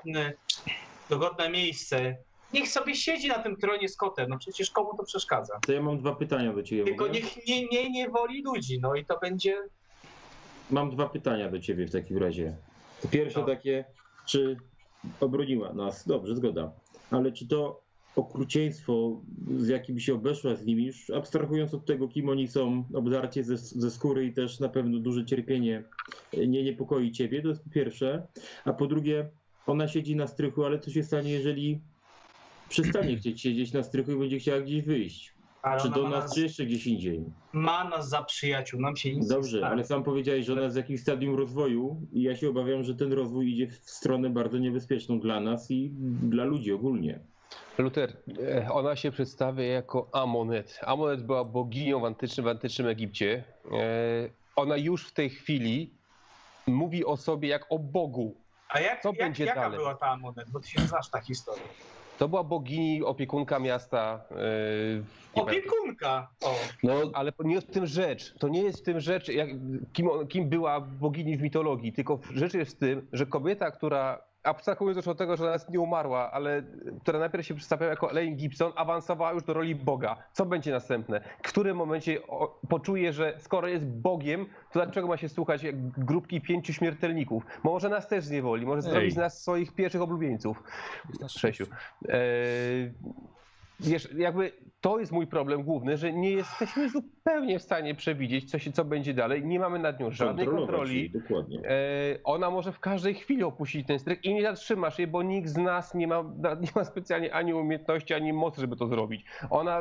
dogodne miejsce, niech sobie siedzi na tym tronie z kotem, no przecież komu to przeszkadza? To ja mam 2 pytania do ciebie. Tylko mogę? niech nie woli ludzi, no i to będzie... Mam 2 pytania do ciebie w takim razie. To pierwsze takie, czy obroniła nas? Dobrze, zgoda. Ale czy to okrucieństwo, z jakim się obeszła z nimi, już abstrahując od tego, kim oni są, obdarcie ze skóry i też na pewno duże cierpienie nie niepokoi ciebie, to jest po pierwsze. A po drugie, ona siedzi na strychu, ale co się stanie, jeżeli przestanie chcieć siedzieć na strychu i będzie chciała gdzieś wyjść? Ale Czy ona do nas, czy jeszcze gdzieś indziej? ma nas za przyjaciół, nam się nic nie Dobrze, stanie. ale sam powiedziałeś, że ona jest w jakimś stadium rozwoju i ja się obawiam, że ten rozwój idzie w stronę bardzo niebezpieczną dla nas i dla ludzi ogólnie. Luther, ona się przedstawia jako Amonet. Amonet była boginią w antycznym Egipcie. Ona już w tej chwili mówi o sobie jak o Bogu. A jaka dalej? była ta Amonet? Bo ty się znasz ta historia. To była bogini, opiekunka miasta. Opiekunka! O. No, Ale nie jest w tym rzecz. To nie jest w tym rzecz, kim była bogini w mitologii, tylko rzecz jest w tym, że kobieta, która, abstrahując już od tego, że ona nie umarła, ale która najpierw się przedstawiała jako Elaine Gibson, awansowała już do roli Boga. Co będzie następne? W którym momencie poczuje, że skoro jest Bogiem, to dlaczego ma się słuchać grupki 5 śmiertelników? Bo może nas też zniewoli, może zrobić z nas swoich pierwszych oblubieńców. 6. Wiesz, jakby to jest mój problem główny, że nie jesteśmy zupełnie w stanie przewidzieć, co będzie dalej. Nie mamy nad nią żadnej kontroli. Dokładnie. Ona może w każdej chwili opuścić ten strych i nie zatrzymasz jej, bo nikt z nas nie ma specjalnie ani umiejętności, ani mocy, żeby to zrobić. Ona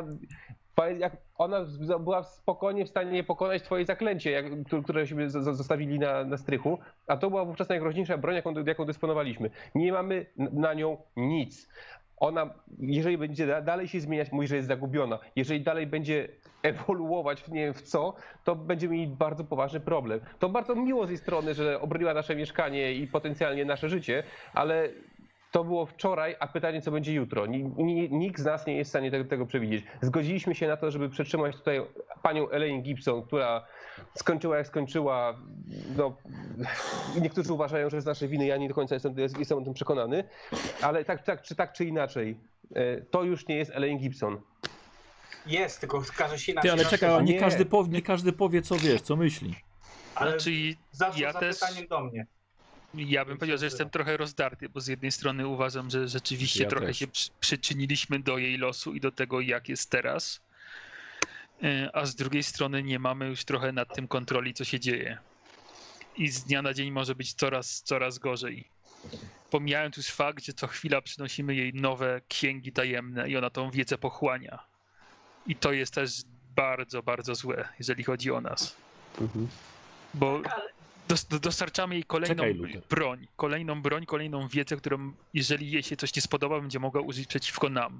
była spokojnie w stanie pokonać twoje zaklęcie, któreśmy zostawili na strychu, a to była wówczas najgroźniejsza broń, jaką dysponowaliśmy. Nie mamy na nią nic. Ona, jeżeli będzie dalej się zmieniać, mówi, że jest zagubiona. Jeżeli dalej będzie ewoluować, nie wiem w co, to będziemy mieli bardzo poważny problem. To bardzo miło z jej strony, że obroniła nasze mieszkanie i potencjalnie nasze życie, ale to było wczoraj, a pytanie, co będzie jutro. Nikt z nas nie jest w stanie tego przewidzieć. Zgodziliśmy się na to, żeby przetrzymać tutaj panią Elaine Gibson, która skończyła jak skończyła. No, niektórzy uważają, że z naszej winy, ja nie do końca jestem o tym przekonany, ale tak czy inaczej, to już nie jest Elaine Gibson. Jest, tylko każe się inaczej. Ty, ale czekaj, Nie. nie każdy powie, co wiesz, co myśli. Ale Czyli zawsze ja też- zapytaniem do mnie. Ja bym powiedział, że jestem trochę rozdarty, bo z jednej strony uważam, że rzeczywiście Ja trochę też. się przyczyniliśmy do jej losu i do tego, jak jest teraz, a z drugiej strony nie mamy już trochę nad tym kontroli, co się dzieje. I z dnia na dzień może być coraz gorzej. Pomijając już fakt, że co chwila przynosimy jej nowe księgi tajemne i ona tą wiedzę pochłania. I to jest też bardzo, bardzo złe, jeżeli chodzi o nas. Bo dostarczamy jej Czekaj, Luther. kolejną wiedzę, którą jeżeli jej się coś nie spodoba, będzie mogła użyć przeciwko nam.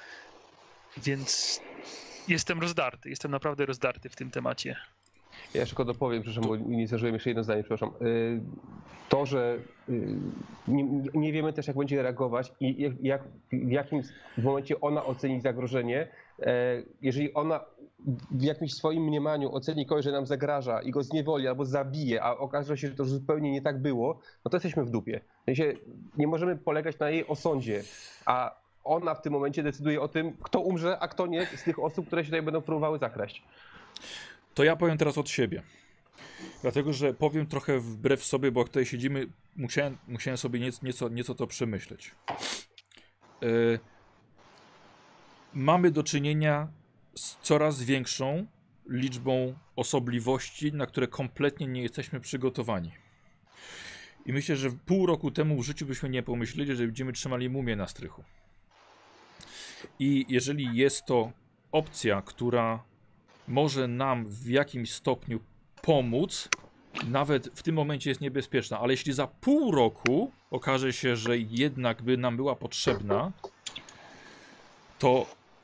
Więc jestem naprawdę rozdarty w tym temacie. Ja jeszcze tylko dopowiem, przepraszam, bo nie zdążyłem jeszcze jedno zdanie, przepraszam. To, że nie wiemy też, jak będzie reagować i w jakim momencie ona oceni zagrożenie. Jeżeli ona w jakimś swoim mniemaniu oceni kogoś, że nam zagraża i go zniewoli albo zabije, a okaże się, że to zupełnie nie tak było, no to jesteśmy w dupie. W sensie nie możemy polegać na jej osądzie, a ona w tym momencie decyduje o tym, kto umrze, a kto nie z tych osób, które się tutaj będą próbowały zakraść. To ja powiem teraz od siebie. Dlatego, że powiem trochę wbrew sobie, bo jak tutaj siedzimy, musiałem sobie nieco to przemyśleć. Mamy do czynienia z coraz większą liczbą osobliwości, na które kompletnie nie jesteśmy przygotowani. I myślę, że pół roku temu w życiu byśmy nie pomyśleli, że będziemy trzymali mumię na strychu. I jeżeli jest to opcja, która może nam w jakimś stopniu pomóc, nawet w tym momencie jest niebezpieczna, ale jeśli za pół roku okaże się, że jednak by nam była potrzebna, to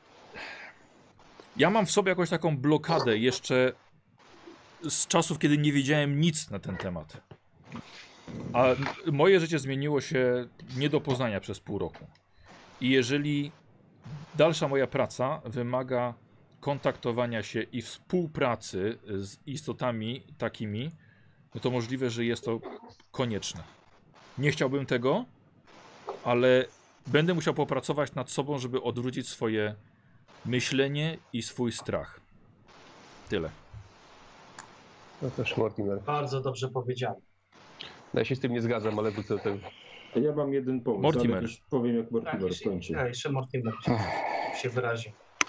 ja mam w sobie jakąś taką blokadę jeszcze z czasów, kiedy nie wiedziałem nic na ten temat. A moje życie zmieniło się nie do poznania przez pół roku. I jeżeli dalsza moja praca wymaga kontaktowania się i współpracy z istotami takimi, no to możliwe, że jest to konieczne. Nie chciałbym tego, ale będę musiał popracować nad sobą, żeby odwrócić swoje myślenie i swój strach. Tyle. No też Mortimer. Bardzo dobrze powiedziane. Ja się z tym nie zgadzam, ale wrócę do tego. Ja mam jeden pomysł, Mortimer. ale już powiem, jak Mortimer jeszcze, kończy. jeszcze Mortimer się wyrazi.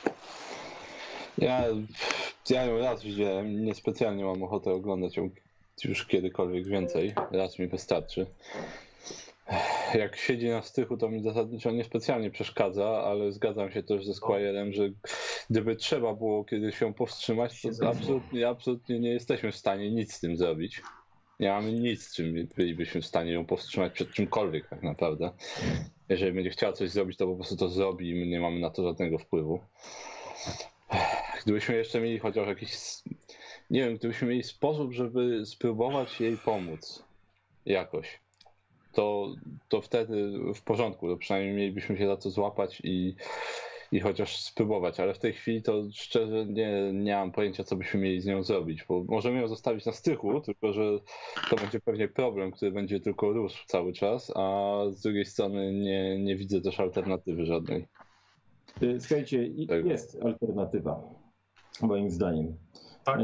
Ja ją raz widziałem, niespecjalnie mam ochotę oglądać ją już kiedykolwiek więcej. Raz mi wystarczy. Jak siedzi na strychu, to mi zasadniczo niespecjalnie przeszkadza, ale zgadzam się też ze Squire'em, że gdyby trzeba było kiedyś ją powstrzymać, to absolutnie nie jesteśmy w stanie nic z tym zrobić. Nie mamy nic, czym bylibyśmy w stanie ją powstrzymać przed czymkolwiek tak naprawdę. Jeżeli będzie chciała coś zrobić, to po prostu to zrobi i my nie mamy na to żadnego wpływu. Gdybyśmy jeszcze mieli chociaż jakiś, nie wiem, gdybyśmy mieli sposób, żeby spróbować jej pomóc jakoś, to wtedy w porządku, to przynajmniej mielibyśmy się za to złapać i chociaż spróbować, ale w tej chwili to szczerze nie mam pojęcia, co byśmy mieli z nią zrobić, bo możemy ją zostawić na strychu, tylko że to będzie pewnie problem, który będzie tylko rósł cały czas, a z drugiej strony nie widzę też alternatywy żadnej. Słuchajcie, jest alternatywa, moim zdaniem. Tak?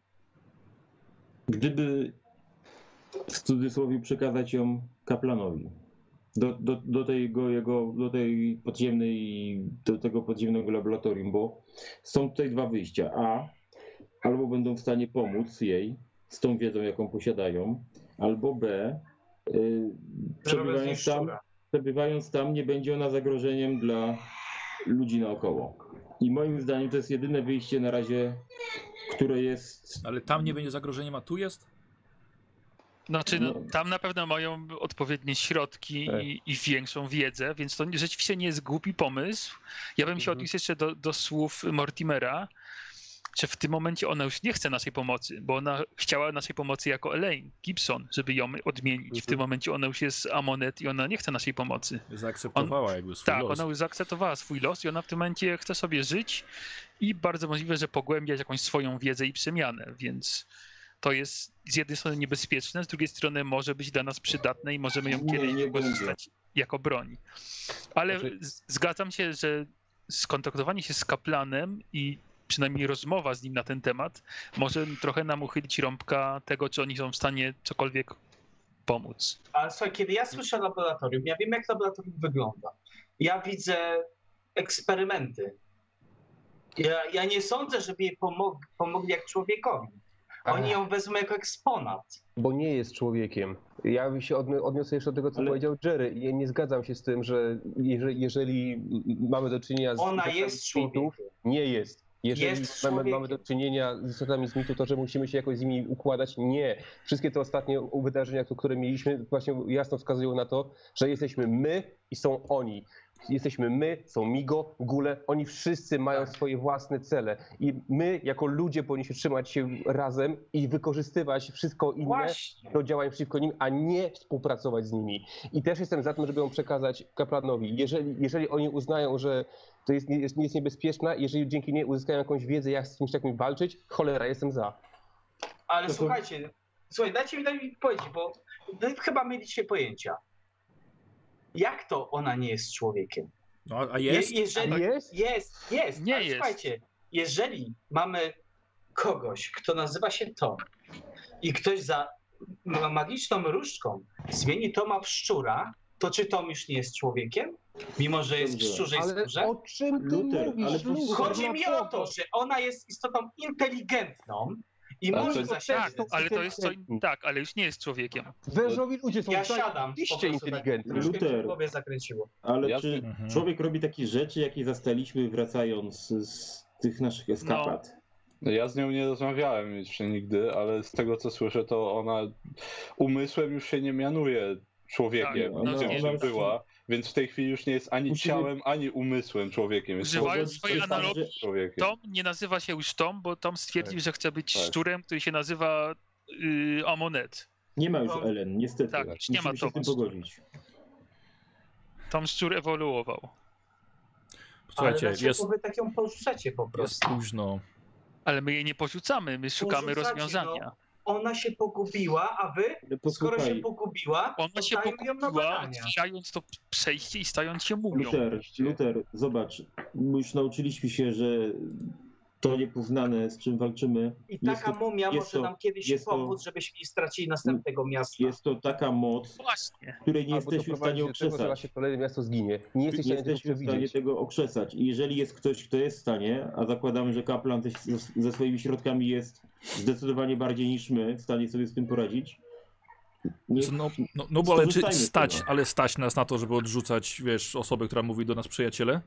Gdyby w cudzysłowie przekazać ją kaplanowi, do tego podziemnego laboratorium, bo są tutaj dwa wyjścia. Albo będą w stanie pomóc jej z tą wiedzą, jaką posiadają, albo B, przebywając tam, nie będzie ona zagrożeniem dla ludzi naokoło. I moim zdaniem to jest jedyne wyjście na razie, które jest... Ale tam nie będzie zagrożeniem, a tu jest? Znaczy, tam na pewno mają odpowiednie środki Tak. i większą wiedzę, więc to rzeczywiście nie jest głupi pomysł. Ja bym się odniósł jeszcze do słów Mortimera, że w tym momencie ona już nie chce naszej pomocy, bo ona chciała naszej pomocy jako Elaine Gibson, żeby ją odmienić. W tym momencie ona już jest Amonet i ona nie chce naszej pomocy. Zaakceptowała jakby swój los. Tak, ona już zaakceptowała swój los i ona w tym momencie chce sobie żyć i bardzo możliwe, że pogłębiać jakąś swoją wiedzę i przemianę, więc to jest z jednej strony niebezpieczne, z drugiej strony może być dla nas przydatne i możemy ją kiedyś wykorzystać jako broń. Ale zgadzam się, że skontaktowanie się z kaplanem i przynajmniej rozmowa z nim na ten temat może trochę nam uchylić rąbka tego, czy oni są w stanie cokolwiek pomóc. Ale słuchaj, kiedy ja słyszę laboratorium, ja wiem, jak laboratorium wygląda. Ja widzę eksperymenty. Ja nie sądzę, żeby jej pomogli jak człowiekowi. Oni ją wezmą jako eksponat. Bo nie jest człowiekiem. Ja bym się odniosę jeszcze do tego, co powiedział Jerry. Ja nie zgadzam się z tym, że jeżeli mamy do czynienia z... Ona jest człowiekiem. Nie jest. Jeżeli mamy do czynienia z istotami z mitu, to że musimy się jakoś z nimi układać, nie. Wszystkie te ostatnie wydarzenia, które mieliśmy, właśnie jasno wskazują na to, że jesteśmy my i są oni. Jesteśmy my, są Migo, Gule, oni wszyscy mają swoje własne cele i my jako ludzie powinniśmy trzymać się razem i wykorzystywać wszystko inne do działań przeciwko nim, a nie współpracować z nimi. I też jestem za tym, żeby ją przekazać kaplanowi. Jeżeli oni uznają, że to jest niebezpieczna, jeżeli dzięki niej uzyskają jakąś wiedzę, jak z kimś takim walczyć, cholera, jestem za. Ale słuchajcie, dajcie mi powiedzieć, bo wy chyba mieliście pojęcia. Jak to ona nie jest człowiekiem? No, a jest? Jest. Nie ale jest. Słuchajcie, jeżeli mamy kogoś, kto nazywa się Tom i ktoś za magiczną różdżką zmieni Toma w szczura, to czy Tom już nie jest człowiekiem? Mimo, że jest w Dobrze, szczurzej Ale skórze? o czym ty Luther, mówisz? ale Luther, Chodzi na mi o to, Boga. że ona jest istotą inteligentną i Ale może to- za siebie Tak, decydować. ale to jest co tak, ale już nie jest człowiekiem. Wężowi ludzie są Ja siadam, po zajebiście prostu tak, inteligentni. troszkę mi się Luther. w głowie zakręciło. Ale Ja- czy Mhm. człowiek robi takie rzeczy, jakie zastaliśmy wracając z tych naszych eskapad? Ja z nią nie rozmawiałem jeszcze nigdy, ale z tego co słyszę, to ona umysłem już się nie mianuje człowiekiem, Tak, czym nie. że była, więc w tej chwili już nie jest ani Musimy- ciałem, ani umysłem człowiekiem. Jest Używając po swojej prostu analogii, człowiekiem. Tom nie nazywa się już Tom, bo Tom stwierdził, że chce być Tak. szczurem, który się nazywa Amonet. Nie ma już No. Ellen, niestety. Tak, już nie ma Musimy się z tym Toma. pogodzić. Tom szczur ewoluował. Słuchajcie, Ale dlaczego jest wy tak ją porzucacie po prostu? późno. Ale my jej nie porzucamy, my szukamy Porzucacie, rozwiązania. Ona się pogubiła, a wy, Ale skoro się posłuchaj, pogubiła, Ona się oddają ją na pokupiła, badania. otwierając to przejście i stając się mumią. Luther, zobacz, my już nauczyliśmy się, że to niepoznane, z czym walczymy, I jest taka to- mumia jest może to- nam kiedyś jest to- pomóc, żebyśmy nie stracili następnego miasta. jest to taka moc, Właśnie. której nie Albo jesteśmy w stanie doprowadzi do tego, że okrzesać. właśnie kolejne miasto zginie. Nie Nie jesteś w stanie tego jesteśmy w stanie przewidzieć. tego okrzesać. I jeżeli jest ktoś, kto jest w stanie, a zakładamy, że kaplan też ze swoimi środkami jest zdecydowanie bardziej niż my w stanie sobie z tym poradzić. Nie, No bo ale czy Skorzystajmy z tego. stać nas na to, żeby odrzucać, wiesz, osobę, która mówi do nas przyjaciele?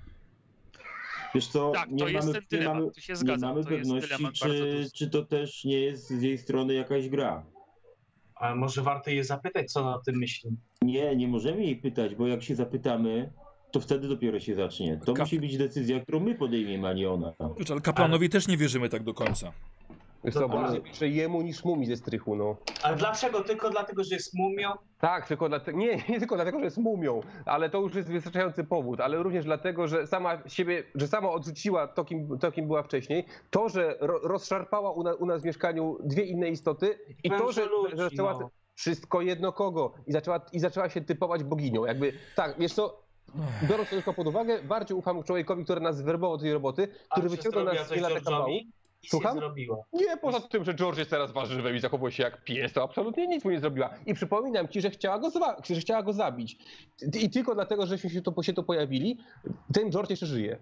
wiesz co, Tak, to nie jest mamy, ten nie dylemat, mamy, tu się nie zgadzam, mamy to jest pewności, dylemat bardzo duży. czy to też nie jest z jej strony jakaś gra. Ale może warto je zapytać, co ona o tym myśli. Nie możemy jej pytać, bo jak się zapytamy, to wtedy dopiero się zacznie. To musi być decyzja, którą my podejmiemy, a nie ona. Wiesz, ale kaplanowi też nie wierzymy tak do końca. Wiesz co, Dokładnie. bardziej pisze jemu niż mumii ze strychu, no. Ale dlaczego? Tylko dlatego, że jest mumią? Tak, tylko dlatego, nie tylko dlatego, że jest mumią, ale to już jest wystarczający powód, ale również dlatego, że sama odrzuciła to, kim była wcześniej, to, że rozszarpała u nas w mieszkaniu dwie inne istoty i to, że Ludzi, zaczęła no. wszystko jedno kogo i zaczęła się typować boginią. Jakby, tak, wiesz co, biorąc to tylko pod uwagę, bardziej ufam człowiekowi, który nas zwerbował do tej roboty, który czy wyciągnął zrobiła nas z coś wiele kawału. George'owi? Nic Słucham? nie zrobiła. Nie, poza tym, że George jest teraz warzywem i zachowuje się jak pies, to absolutnie nic mu nie zrobiła. I przypominam ci, że chciała go zabić. I tylko dlatego, żeśmy się tu pojawili, ten George jeszcze żyje.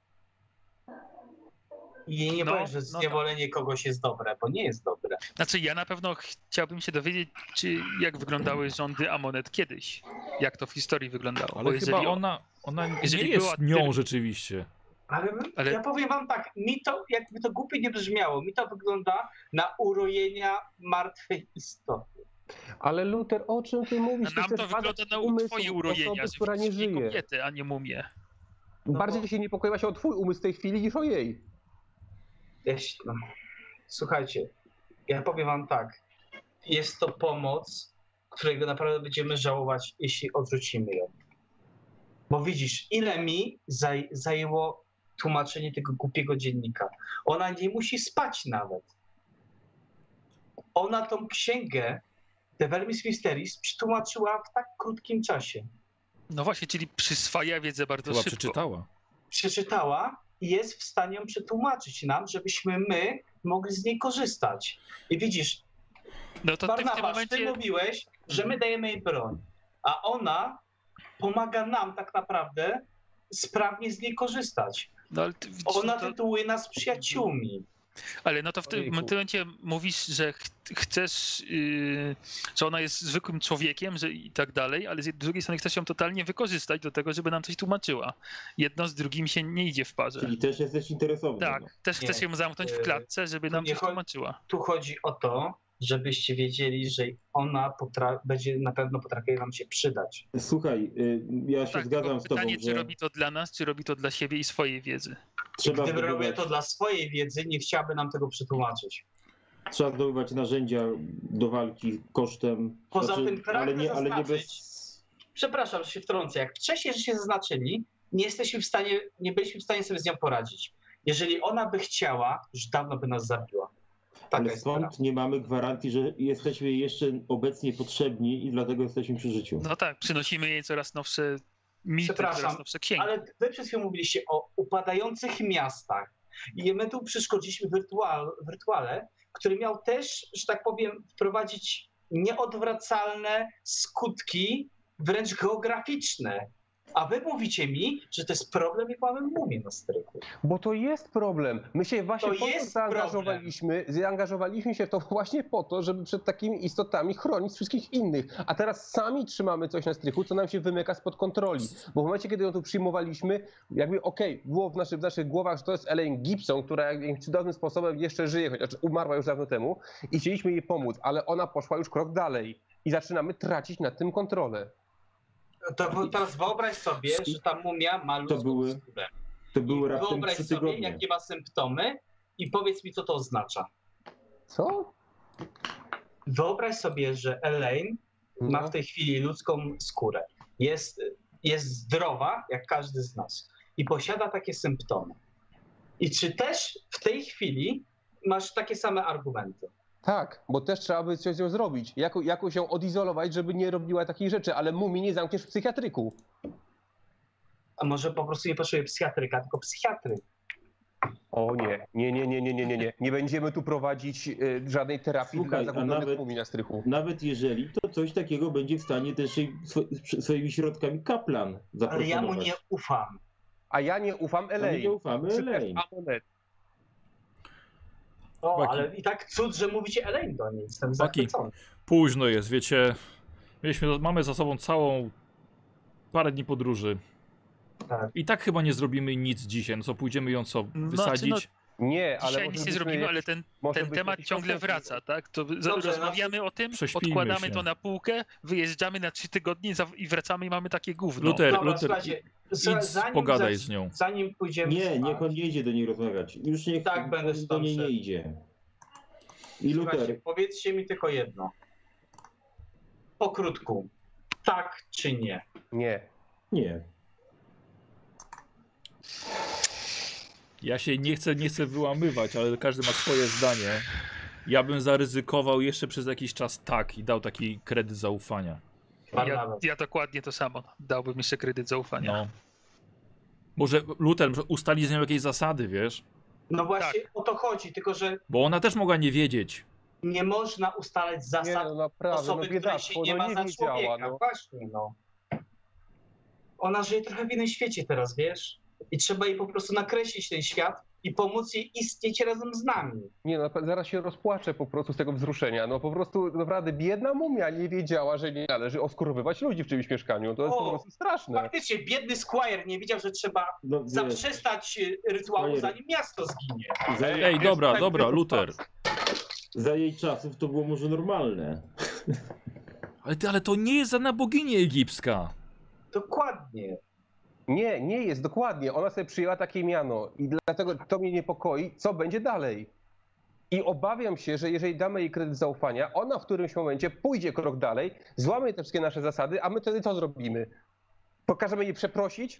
I nie No, powiem, że no zniewolenie kogoś jest dobre, bo nie jest dobre. Znaczy ja na pewno chciałbym się dowiedzieć, jak wyglądały rządy Amonet kiedyś. Jak to w historii wyglądało. Bo Ale jeżeli chyba ona jeżeli nie jest była nią tym- rzeczywiście. Ale- Ja powiem wam tak, mi to, jakby to głupie nie brzmiało, mi to wygląda na urojenia martwej istoty. Ale Luther, o czym ty mówisz? nam chcesz to wygląda badać na umysł twoje urojenia, osoby, że która nie widzisz w niej żyje. kobietę, a nie mumię. Bardziej się niepokoiła się o twój umysł w tej chwili niż o jej. No. Słuchajcie, ja powiem wam tak, jest to pomoc, którego naprawdę będziemy żałować, jeśli odrzucimy ją. Bo widzisz, ile mi zajęło tłumaczenie tego głupiego dziennika. Ona nie musi spać nawet. Ona tą księgę The Vermis Mysteries przetłumaczyła w tak krótkim czasie. No właśnie, czyli przyswaja wiedzę bardzo Chyba szybko. przeczytała. Przeczytała i jest w stanie ją przetłumaczyć nam, żebyśmy my mogli z niej korzystać. I widzisz, No to ty w tym Barnabasz, momencie... ty mówiłeś, że my dajemy jej broń, a ona pomaga nam tak naprawdę sprawnie z niej korzystać. No, ale ty, widzisz, Ona no to, tytułuje nas przyjaciółmi. ale no to w tym Ojejku. momencie mówisz, że chcesz, że ona jest zwykłym człowiekiem że i tak dalej, ale z drugiej strony chcesz ją totalnie wykorzystać do tego, żeby nam coś tłumaczyła. Jedno z drugim się nie idzie w parze. Czyli też jesteś interesowny. Tak, no. też chcesz ją zamknąć w klatce, żeby nam nie coś chodzi- tłumaczyła. Tu chodzi o to, żebyście wiedzieli, że ona będzie na pewno potrafiła nam się przydać. Słuchaj, ja się Tak, zgadzam tylko z tobą, pytanie, czy że robi to dla nas, czy robi to dla siebie i swojej wiedzy. trzeba Gdyby robiła zdobywać, to dla swojej wiedzy, nie chciałaby nam tego przetłumaczyć. trzeba zdobywać narzędzia do walki kosztem. Poza tym pragnę ale nie zaznaczyć- bez. Przepraszam, że się wtrącę. Jak wcześniej, że się zaznaczyli, nie byliśmy w stanie sobie z nią poradzić. Jeżeli ona by chciała, już dawno by nas zabiła. Taka Ale jest prawda. stąd nie mamy gwarancji, że jesteśmy jeszcze obecnie potrzebni i dlatego jesteśmy przy życiu. No tak, przynosimy jej coraz nowsze mity, Przepraszam, coraz nowsze księgi. Ale wy przed chwilą mówiliście o upadających miastach. I my tu przeszkodziliśmy w rytuale, który miał też, że tak powiem, wprowadzić nieodwracalne skutki wręcz geograficzne. A wy mówicie mi, że to jest problem, jak mamy mumię na strychu. Bo to jest problem. My się właśnie To po to jest zaangażowaliśmy się w to właśnie po to, żeby przed takimi istotami chronić wszystkich innych. A teraz sami trzymamy coś na strychu, co nam się wymyka spod kontroli. Bo w momencie, kiedy ją tu przyjmowaliśmy, jakby było w naszych głowach, że to jest Elaine Gibson, która jakimś cudownym sposobem jeszcze żyje, chociaż umarła już dawno temu i chcieliśmy jej pomóc, ale ona poszła już krok dalej i zaczynamy tracić nad tym kontrolę. To teraz wyobraź sobie, że ta mumia ma ludzką skórę. To były raptem Wyobraź 3 sobie, tygodnie. jakie ma symptomy i powiedz mi, co to oznacza. Co? Wyobraź sobie, że Elaine ma w tej chwili ludzką skórę. Jest zdrowa, jak każdy z nas. I posiada takie symptomy. I czy też w tej chwili masz takie same argumenty? Tak, bo też trzeba by coś z nią zrobić. Jakoś ją odizolować, żeby nie robiła takich rzeczy, ale mumii nie zamkniesz w psychiatryku. A może po prostu nie potrzebuje psychiatryka, tylko psychiatry? O nie. Nie będziemy tu prowadzić żadnej terapii Słuchaj, dla a zagubionych nawet- mumii na strychu. Nawet jeżeli, to coś takiego będzie w stanie też swoimi środkami kaplan Ale zaproponować. ja mu nie ufam. A ja nie ufam A my Elaine. nie ufamy Przypomnę Elaine. Amonet. O, Baki. ale i tak cud, że mówicie Elaine do niej. Jestem Baki. zachwycony. Późno jest, wiecie. Mamy za sobą całą parę dni podróży. Tak. I tak chyba nie zrobimy nic dzisiaj. No co, pójdziemy ją wysadzić? Nie, ale Dzisiaj może nic nie byśmy zrobimy, je- ale ten może ten być temat jakiś ciągle następny. wraca, tak? To Dobrze, rozmawiamy o tym, Prześpijmy odkładamy się. to na półkę, wyjeżdżamy na 3 tygodnie i wracamy i mamy takie gówno. Luther, Dobra, słuchajcie, pogadaj z nią. Zanim pójdziemy Nie, spać, niech on nie idzie do niej rozmawiać. Już niech Tak, będę on do stąd niej nie szedł. idzie. I słuchajcie, Luther, powiedzcie mi tylko jedno. Po krótku. Tak czy nie? Nie. nie. Ja się nie chcę wyłamywać, ale każdy ma swoje zdanie. Ja bym zaryzykował jeszcze przez jakiś czas tak i dał taki kredyt zaufania. Barnabas. Ja dokładnie to samo. Dałbym jeszcze kredyt zaufania. No. Może Luther ustali z nią jakieś zasady, wiesz? No właśnie o to chodzi, tylko że Bo ona też mogła nie wiedzieć. nie można ustalać Nie, zasad no naprawdę, osoby, której się biedactwo, nie ma nie za wiedziała, człowieka. no. Właśnie, no. Ona żyje trochę w innym świecie teraz, wiesz? I trzeba jej po prostu nakreślić ten świat i pomóc jej istnieć razem z nami. Nie, no zaraz się rozpłaczę po prostu z tego wzruszenia. No po prostu naprawdę biedna mumia nie wiedziała, że nie należy oskurowywać ludzi w czymś mieszkaniu. To jest O, po prostu straszne. Faktycznie, biedny Squire nie wiedział, że trzeba No, wiesz, zaprzestać rytuału, Squire- zanim miasto zginie. Ej, dobra, tak dobra, było Luther. za jej czasów to było może normalne. Ale to nie jest żadna bogini egipska. Dokładnie. Nie jest, dokładnie. Ona sobie przyjęła takie miano i dlatego to mnie niepokoi, co będzie dalej. I obawiam się, że jeżeli damy jej kredyt zaufania, ona w którymś momencie pójdzie krok dalej, złamie te wszystkie nasze zasady, a my wtedy co zrobimy? Pokażemy jej przeprosić?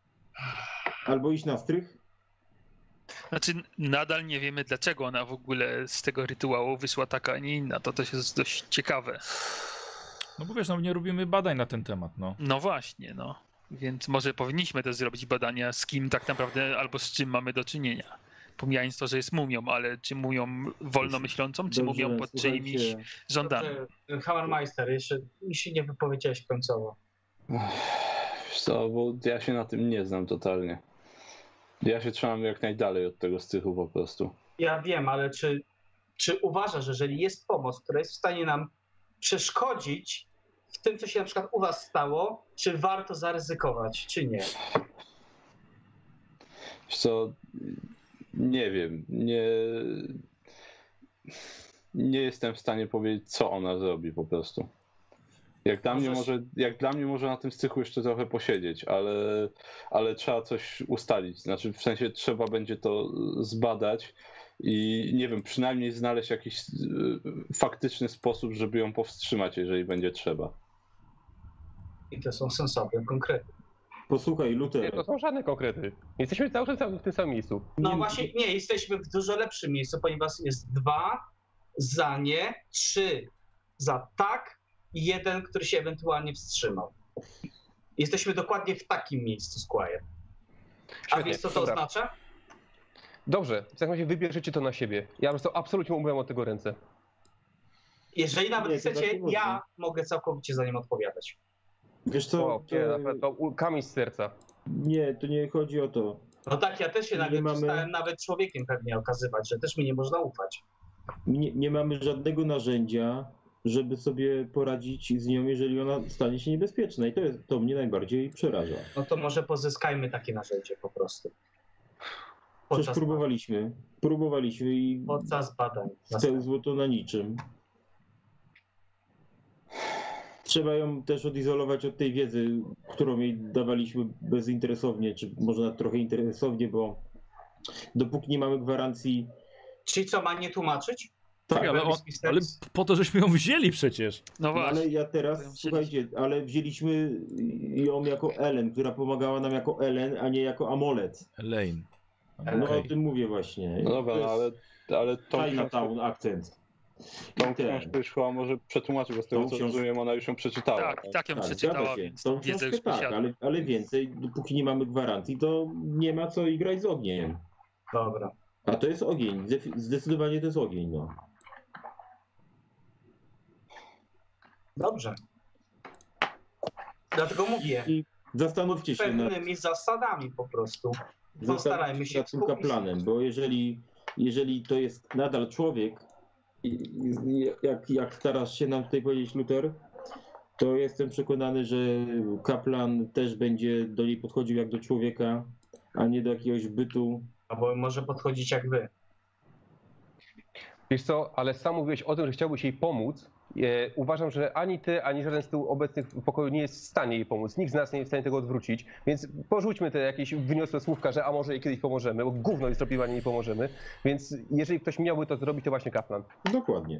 Albo iść na strych. Znaczy, nadal nie wiemy, dlaczego ona w ogóle z tego rytuału wyszła taka, a nie inna. To też jest dość ciekawe. No bo wiesz, no nie robimy badań na ten temat, no. No właśnie, no. Więc może powinniśmy też zrobić badania, z kim tak naprawdę albo z czym mamy do czynienia. Pomijając to, że jest mumią, ale czy mumią wolnomyślącą, czy Dobrze, mumią pod czyimiś słuchajcie, żądami. Dobrze, Hammermeister, jeszcze mi się nie wypowiedziałeś końcowo. Wiesz co, bo ja się na tym nie znam totalnie. Ja się trzymam jak najdalej od tego strychu po prostu. Ja wiem, ale czy uważasz, że jeżeli jest pomoc, która jest w stanie nam przeszkodzić w tym, co się na przykład u was stało, czy warto zaryzykować, czy nie? Wiesz co, nie wiem, nie jestem w stanie powiedzieć, co ona zrobi po prostu. Jak dla mnie może na tym strychu jeszcze trochę posiedzieć, ale trzeba coś ustalić. Znaczy w sensie trzeba będzie to zbadać i nie wiem, przynajmniej znaleźć jakiś faktyczny sposób, żeby ją powstrzymać, jeżeli będzie trzeba. I to są sensowne, konkretne. Posłuchaj, Nie, Luther. to są żadne konkrety. Jesteśmy cały czas w tym samym miejscu. No Nie- właśnie, nie, jesteśmy w dużo lepszym miejscu, ponieważ jest 2 za nie, 3 za tak i 1, który się ewentualnie wstrzymał. Jesteśmy dokładnie w takim miejscu, Squire. A Świetnie, wiesz, co to dobra. oznacza? Dobrze, w takim razie wybierzecie to na siebie. Ja po prostu absolutnie umyłem od tego ręce. Jeżeli nawet Nie, to chcecie, tak nie można. ja mogę całkowicie za nim odpowiadać. Wiesz co, O, nie, naprawdę, to kamień z serca. nie, to nie chodzi o to. No tak, ja też się Nie nagle mamy- przestałem nawet człowiekiem pewnie okazywać, że też mi nie można ufać. Nie mamy żadnego narzędzia, żeby sobie poradzić z nią, jeżeli ona stanie się niebezpieczna. I to mnie najbardziej przeraża. No to może pozyskajmy takie narzędzie po prostu. Przecież próbowaliśmy i Podczas badań. spełzło to na niczym. Trzeba ją też odizolować od tej wiedzy, którą jej dawaliśmy bezinteresownie, czy może nawet trochę interesownie, bo dopóki nie mamy gwarancji... Czyli co, ma nie tłumaczyć? Tak, ale po to, żeśmy ją wzięli przecież. No No właśnie. ale ja teraz, Wzięliśmy. słuchajcie, ale wzięliśmy ją jako Ellen, która pomagała nam jako Ellen, a nie jako Amolet. Lane. No Okej. o tym mówię właśnie. No dobra, To no, jest ale tą książkę, Chinatown akcent. tą I ten. książkę już chyba może przetłumaczyć, bo z tego Tą co książkę- rozumiem, ona już ją przeczytała. Tak ją Tak, przeczytała, zgadza się. więc Tą wiedzę książkę już tak, posiada. ale więcej, dopóki nie mamy gwarancji, to nie ma co grać z ogniem. Dobra. A to jest ogień, zdecydowanie to jest ogień, no. Dobrze. Dlatego mówię. I zastanówcie się nad, Pewnymi zasadami po prostu. Postarajmy się nad tym kaplanem, bo jeżeli to jest nadal człowiek, jak starasz się nam tutaj powiedzieć Luther, to jestem przekonany, że kaplan też będzie do niej podchodził jak do człowieka, a nie do jakiegoś bytu. Albo może podchodzić jak wy. Wiesz co, ale sam mówiłeś o tym, że chciałbyś jej pomóc. Uważam, że ani ty, ani żaden z tyłu obecnych w pokoju nie jest w stanie jej pomóc. Nikt z nas nie jest w stanie tego odwrócić, więc porzućmy te jakieś wyniosłe słówka, że a może jej kiedyś pomożemy, bo gówno jest zrobiła, nie jej pomożemy. Więc jeżeli ktoś miałby to zrobić, to właśnie kaplan. Dokładnie.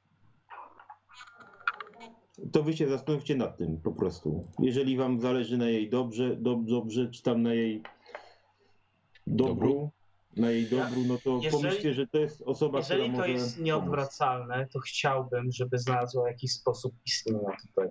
To wy się zastanówcie nad tym po prostu. Jeżeli wam zależy na jej dobrze, czy tam na jej dobru, no to Jeżeli- pomyślcie, że to jest osoba, Jeżeli która to może jest pomóc. nieodwracalne, to chciałbym, żeby znalazła jakiś sposób istnienia tutaj.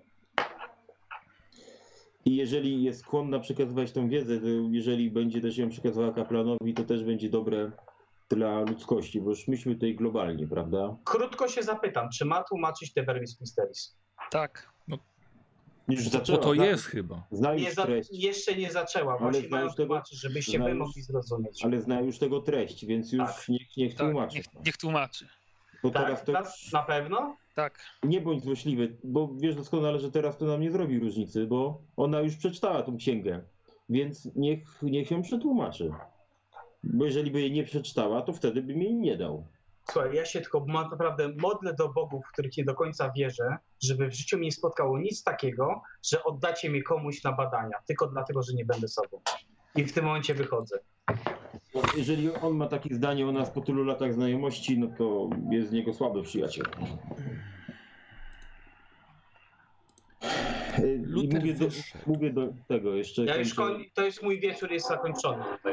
I jeżeli jest skłonna przekazywać tą wiedzę, to jeżeli będzie też ją przekazywała kaplanowi, to też będzie dobre dla ludzkości, bo już myślmy tutaj globalnie, prawda? Krótko się zapytam, czy ma tłumaczyć te Verbis Mysteris? Tak. Już zaczęła, Bo to zna- jest chyba. Zna Nie już za, treść, jeszcze nie zaczęła, Ale właśnie zna mają już tego- tłumaczyć, żebyście zna wy już- mogli zrozumieć. ale zna już tego treść, więc już Tak. niech Tak, tłumaczy. niech tłumaczy. Bo Tak, teraz to na pewno? Tak. nie bądź złośliwy, bo wiesz doskonale, że teraz to nam nie zrobi różnicy, bo ona już przeczytała tą księgę, więc niech ją przetłumaczy. Bo jeżeli by jej nie przeczytała, to wtedy bym jej nie dał. Słuchaj, ja się tylko naprawdę modlę do bogów, w których nie do końca wierzę, żeby w życiu mnie nie spotkało nic takiego, że oddacie mnie komuś na badania, tylko dlatego, że nie będę sobą. I w tym momencie wychodzę. Bo jeżeli on ma takie zdanie o nas po tylu latach znajomości, no to jest z niego słaby przyjaciel. I Luther wyszedł. mówię do tego jeszcze. Ja już kończę. to jest mój wieczór, jest zakończony tutaj.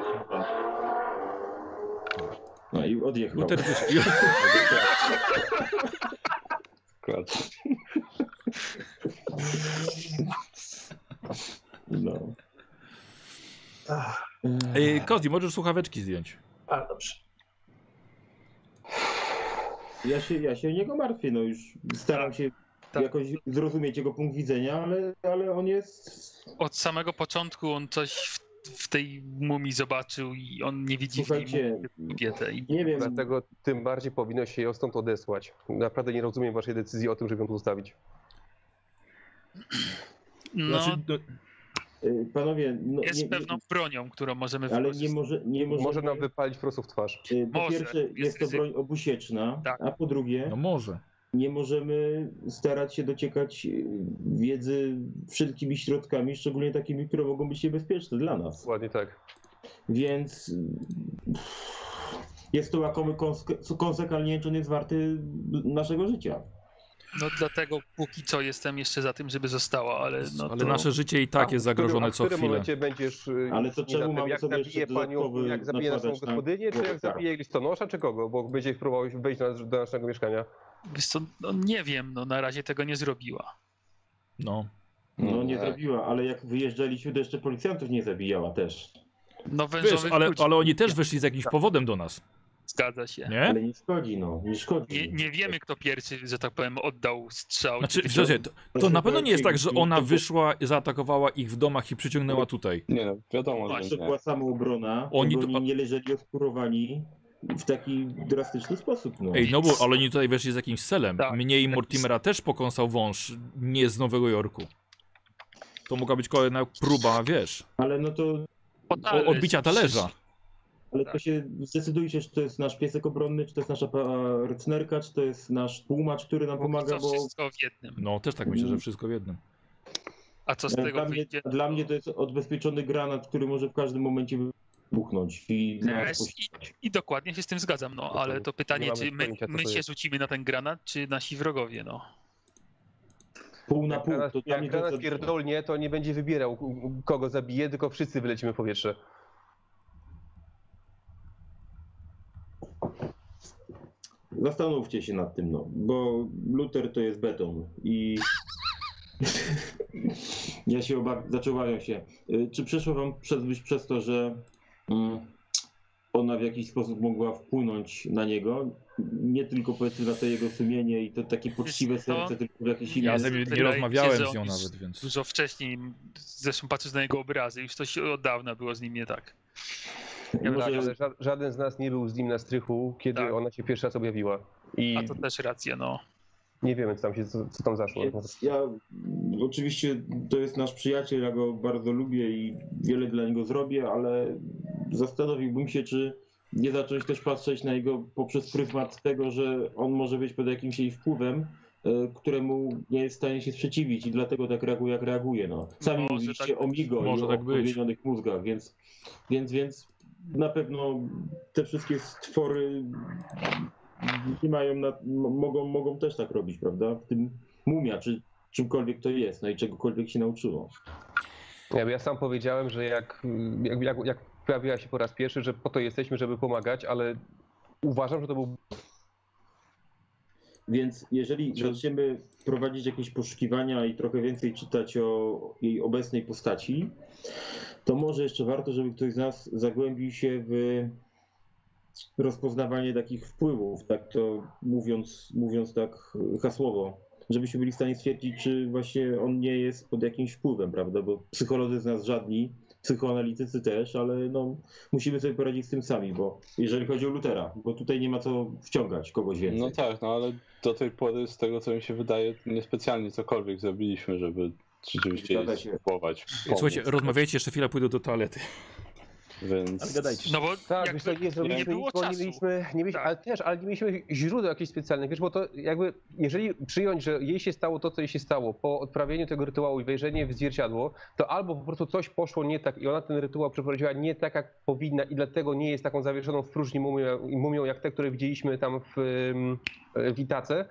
No i odjechał. Luther wyszedł. Dokładnie. No. Kozi, możesz słuchaweczki zdjąć. A, dobrze. Ja się o niego martwię, no już staram się tak. jakoś zrozumieć jego punkt widzenia, ale on jest... Od samego początku on coś w tej mumii zobaczył i on nie widzi w niej Słuchajcie, kobietę. I nie wiem, Dlatego tym bardziej powinno się ją stąd odesłać. Naprawdę nie rozumiem waszej decyzji o tym, żeby ją tu zostawić. no, Znaczy, no, panowie, no, jest pewną bronią, którą możemy ale wykorzystać. nie Może nam wypalić prosto w twarz. Po Może, pierwsze, jest jest to ryzyko. broń obusieczna, Tak. a po drugie, no może. nie możemy starać się dociekać wiedzy wszelkimi środkami, szczególnie takimi, które mogą być niebezpieczne dla nas. Ładnie tak. Więc jest to łakomy konsekwentnie, czy on jest warty naszego życia. No dlatego póki co jestem jeszcze za tym, żeby została, ale no Ale to... nasze życie i tak jest zagrożone co w którym chwilę. momencie będziesz Ale to nie czemu za tym, mamy jak sobie zabije jeszcze panią, dodatkowy jak zabije naszą nakładać na gospodynię, czy głowę jak kar? zabije listonosza, czy kogo? Bo będzie próbował wejść do naszego mieszkania. Wiesz co, no nie wiem, no na razie tego nie zrobiła. No. No nie Nie. zrobiła, ale jak wyjeżdżaliśmy, to jeszcze policjantów nie zabijała też. No Wiesz, wężowych ludzi. ale oni też wyszli z jakimś powodem do nas. Zgadza się. Nie? Ale nie szkodzi, no, nie szkodzi. Nie wiemy, kto pierwszy, że tak powiem, oddał strzał. Znaczy, czy- wiecie, to na pewno nie jest tak, że ona wyszła, zaatakowała ich w domach i przyciągnęła tutaj. Nie no, wiadomo, Właśnie, że To nie. była samoobrona, Oni oni to- nie leżeli oskurowani w taki drastyczny sposób, no. Ej, no bo, ale oni tutaj weszli z jakimś celem. Tak. Mnie i Mortimera też pokąsał wąż, nie z Nowego Jorku. To mogła być kolejna próba, wiesz, Ale no to, odbicia talerza. ale to się zdecydujcie, czy to jest nasz piesek obronny, czy to jest nasza rycnerka, czy to jest nasz tłumacz, który nam pomaga, Co bo wszystko w jednym. No, też tak myślę, że wszystko w jednym. A co z tego dla mnie, wyjdzie? dla mnie to jest odbezpieczony granat, który może w każdym momencie wybuchnąć i nas Też pościgać. I dokładnie się z tym zgadzam, no ale to pytanie, Nie mamy czy my, pojęcia, co my to się jest. rzucimy na ten granat, czy nasi wrogowie, no. Pół na pół, to dla Jak mnie granat to pierdolnie, to nie będzie wybierał, kogo zabije, tylko wszyscy wylecimy w powietrze. Zastanówcie się nad tym, no, bo Luther to jest beton i ja się obawiam się. Czy przeszło wam przez myśl przez to, że ona w jakiś sposób mogła wpłynąć na niego? Nie tylko powiedzmy na to jego sumienie i to takie poczciwe Wiesz co? serce, tylko w jakiś Ja inny... z nim nie Wydaje mi się, rozmawiałem że z nią on już nawet, więc... Dużo wcześniej, zresztą patrząc na jego obrazy, już coś od dawna było z nim nie tak. Tak, Może, ale żaden z nas nie był z nim na strychu, kiedy Tak. ona się pierwszy raz objawiła. I A to też racja, no. nie wiemy, co tam zaszło. Więc ja oczywiście to jest nasz przyjaciel, ja go bardzo lubię i wiele dla niego zrobię, ale zastanowiłbym się, czy nie zacząć też patrzeć na jego poprzez pryzmat tego, że on może być pod jakimś jej wpływem, któremu nie jest w stanie się sprzeciwić i dlatego tak reaguje, jak reaguje. No. Sami Może mówiliście tak o być. Migo Może i o tak być. podmienionych mózgach, więc na pewno te wszystkie stwory nie mają mogą też tak robić, prawda? W tym mumia, czy czymkolwiek to jest, no i czegokolwiek się nauczyło. Ja sam powiedziałem, że jak pojawiła się po raz pierwszy, że po to jesteśmy, żeby pomagać, ale uważam, że to był... Więc jeżeli zaczniemy prowadzić jakieś poszukiwania i trochę więcej czytać o jej obecnej postaci, to może jeszcze warto, żeby ktoś z nas zagłębił się w rozpoznawanie takich wpływów, tak to mówiąc tak hasłowo, żebyśmy byli w stanie stwierdzić, czy właśnie on nie jest pod jakimś wpływem, prawda, bo psycholodzy z nas żadni, psychoanalitycy też, ale no, musimy sobie poradzić z tym sami, bo jeżeli chodzi o Luthera, bo tutaj nie ma co wciągać kogoś więcej. No tak, no ale do tej pory, z tego co mi się wydaje, niespecjalnie cokolwiek zrobiliśmy, żeby rzeczywiście Zgadza jej się. spróbować Słuchajcie, pomóc. rozmawiajcie, jeszcze chwilę pójdę do toalety. Więc... Ale gadajcie. No bo Tak, jakby wiesz, co, nie zrobiliśmy było nic, bo czasu. nie mieliśmy, Tak. ale nie mieliśmy źródeł jakichś specjalnych, wiesz, bo to jakby, jeżeli przyjąć, że jej się stało to, co jej się stało po odprawieniu tego rytuału i wejrzeniu w zwierciadło, to albo po prostu coś poszło nie tak i ona ten rytuał przeprowadziła nie tak, jak powinna i dlatego nie jest taką zawieszoną w próżni mumią jak te, które widzieliśmy tam w Itace,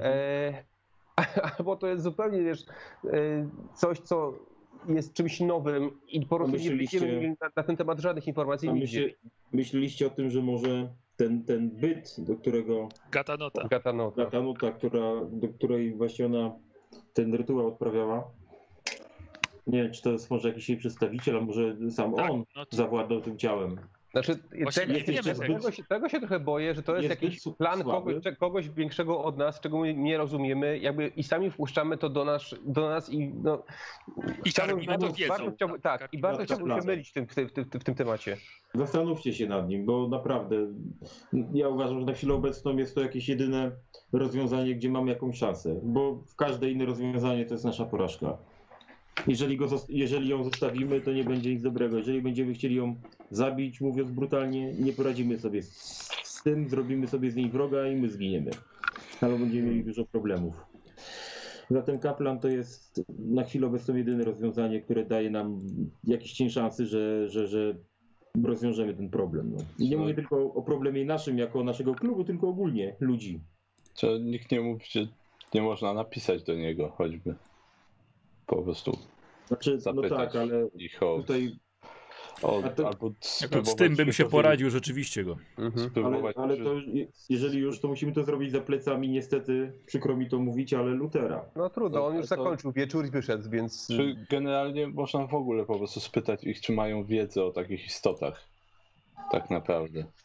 albo to jest zupełnie, wiesz, coś, co jest czymś nowym i po prostu nie będziemy na ten temat żadnych informacji A nigdzie. myśleliście o tym, że może ten byt, do którego Gatanota. Gatanota. Gatanuta, do której właśnie ona ten rytuał odprawiała, nie wiem, czy to jest może jakiś jej przedstawiciel, a może sam Tak, on no to- zawładał tym ciałem. Znaczy, Właśnie nie wiemy tego się trochę boję, że to jest Jest jakiś zbyt plan słaby. kogoś większego od nas, czego my nie rozumiemy, jakby i sami wpuszczamy to do nas i no... I karmimy to wiedzą. Bardzo chciałbym, tak, i bardzo to chciałbym się plazę. mylić w tym temacie. Zastanówcie się nad nim, bo naprawdę ja uważam, że na chwilę obecną jest to jakieś jedyne rozwiązanie, gdzie mamy jakąś szansę, bo w każde inne rozwiązanie to jest nasza porażka. Jeżeli ją zostawimy, to nie będzie nic dobrego. Jeżeli będziemy chcieli ją zabić, mówiąc brutalnie, nie poradzimy sobie z tym, zrobimy sobie z niej wroga i my zginiemy. Albo będziemy mieli dużo problemów. Zatem kaplan to jest na chwilę obecną jedyne rozwiązanie, które daje nam jakiś cień szansy, że rozwiążemy ten problem. No. I nie mówię tylko o problemie naszym, jako naszego klubu, tylko ogólnie ludzi. Czy nikt nie mówi, że nie można napisać do niego choćby. Po prostu Znaczy, no zapytać tak, ale ich o... tutaj albo Z spróbować tym bym się to poradził rzeczywiście go. spróbować, ale to, jeżeli już, to musimy to zrobić za plecami, niestety, przykro mi to mówić, ale Lutera. No trudno, on już To- zakończył wieczór i wyszedł, więc... Czy generalnie można w ogóle po prostu spytać ich, czy mają wiedzę o takich istotach? Tak naprawdę.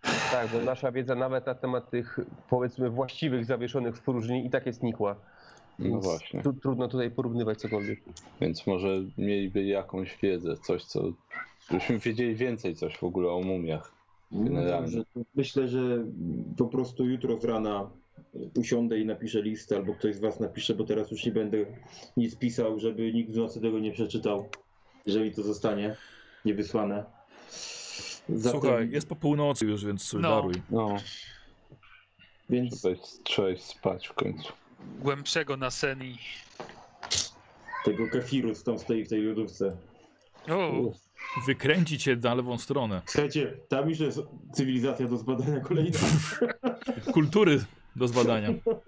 Tak, bo nasza wiedza nawet na temat tych, powiedzmy, właściwych zawieszonych w próżni i tak jest nikła. No Więc właśnie. Trudno tutaj porównywać cokolwiek. Więc może mieliby jakąś wiedzę, coś co... Żebyśmy wiedzieli więcej coś w ogóle o mumiach. Generalnie. Dobrze, to myślę, że po prostu jutro z rana usiądę i napiszę listę, albo ktoś z was napisze, bo teraz już nie będę nic pisał, żeby nikt w nocy tego nie przeczytał, jeżeli to zostanie niewysłane. Zatem, Słuchaj, jest po północy już, więc daruj. No, więc trzeba iść spać w końcu. Głębszego na sen i... tego kefiru, co tam stoi w tej lodówce. O, Wykręci cię na lewą stronę. Słuchajcie, tam już jest cywilizacja do zbadania kolejna. Kultury do zbadania.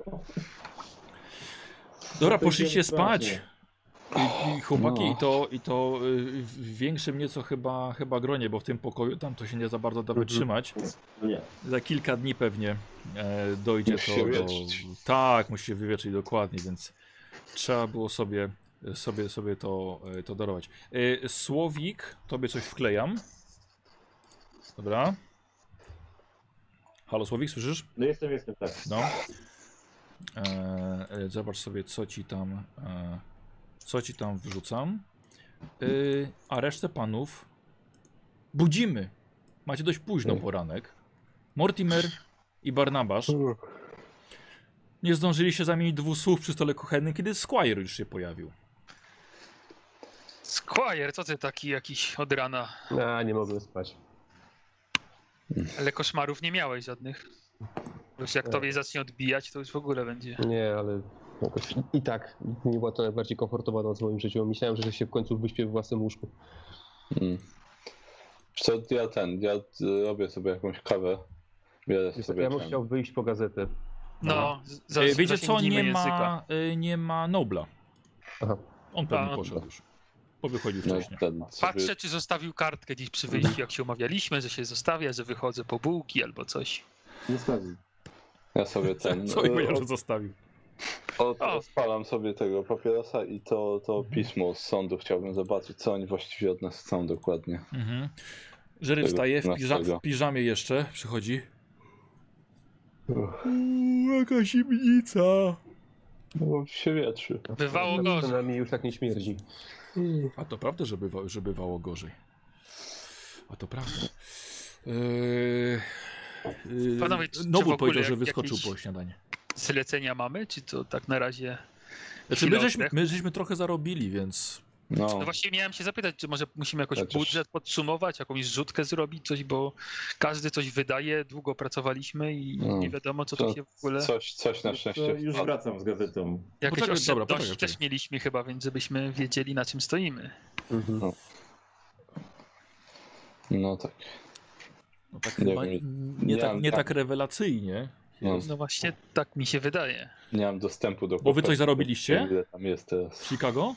Dobra, poszliście Spokojnie, spać. I chłopaki, No. i to w większym nieco chyba gronie, bo w tym pokoju tam to się nie za bardzo da wytrzymać. Nie. Za kilka dni pewnie dojdzie Musi to się do... wywietrzyć. Tak, musi się wywietrzyć dokładnie, więc trzeba było sobie to darować. Słowik, tobie coś wklejam. Dobra. Halo Słowik, słyszysz? No jestem, tak. No. Zobacz sobie, co ci tam wrzucam. A resztę panów budzimy. Macie dość późno poranek. Mortimer i Barnabasz nie zdążyli się zamienić 2 słów przy stole kuchennym, kiedy Squire już się pojawił. Squire, co ty taki jakiś od rana? Nie mogłem spać. Ale koszmarów nie miałeś żadnych. Już jak tobie zacznie odbijać, to już w ogóle będzie. Nie, ale jakoś i tak nie była to najbardziej komfortowa noc w moim życiu. Myślałem, że się w końcu wyśpię w własnym łóżku. Co ja robię sobie jakąś kawę. Biorę sobie Ja bym chciał wyjść po gazetę. No, Wiecie co, zasięgnijmy nie ma Nobla. Aha. On pewnie A, poszedł już. Bo wychodził No, wcześniej. Patrzę, czy zostawił kartkę gdzieś przy wyjściu, jak się umawialiśmy, że się zostawia, że wychodzę po bułki albo coś. Zostawił. Ja sobie Co mi powiedział, że zostawił? odpalam sobie tego papierosa i to pismo z sądu chciałbym zobaczyć, co oni właściwie od nas chcą dokładnie. Mhm. Jerry Tego wstaje w 15. piżamie jeszcze, przychodzi. Jaka zimnica. No, się wietrzy. Bywało gorzej. Przynajmniej już tak nie śmierdzi. A to prawda, że bywało gorzej. A to prawda. Panowie, czy w Nobu ogóle powiedział, że wyskoczył jakieś po śniadanie. Zlecenia mamy, czy to tak na razie... Znaczy, chwilę my żeśmy trochę zarobili, więc... No, No właśnie miałem się zapytać, czy może musimy jakoś Chociaż- budżet podsumować, jakąś zrzutkę zrobić, coś, bo każdy coś wydaje, długo pracowaliśmy i No. nie wiadomo, co to się w ogóle... coś na To szczęście już wpadło. wracam z gazetą. Jakieś Poczekaj, dobra, oszczędności poczekaj. też mieliśmy chyba, więc żebyśmy wiedzieli, na czym stoimy. No tak. No tak Nie chyba wiem, nie tak rewelacyjnie. No. No właśnie, tak mi się wydaje. Nie mam dostępu do... Bo wy coś zarobiliście? Ile tam jest W teraz. Chicago?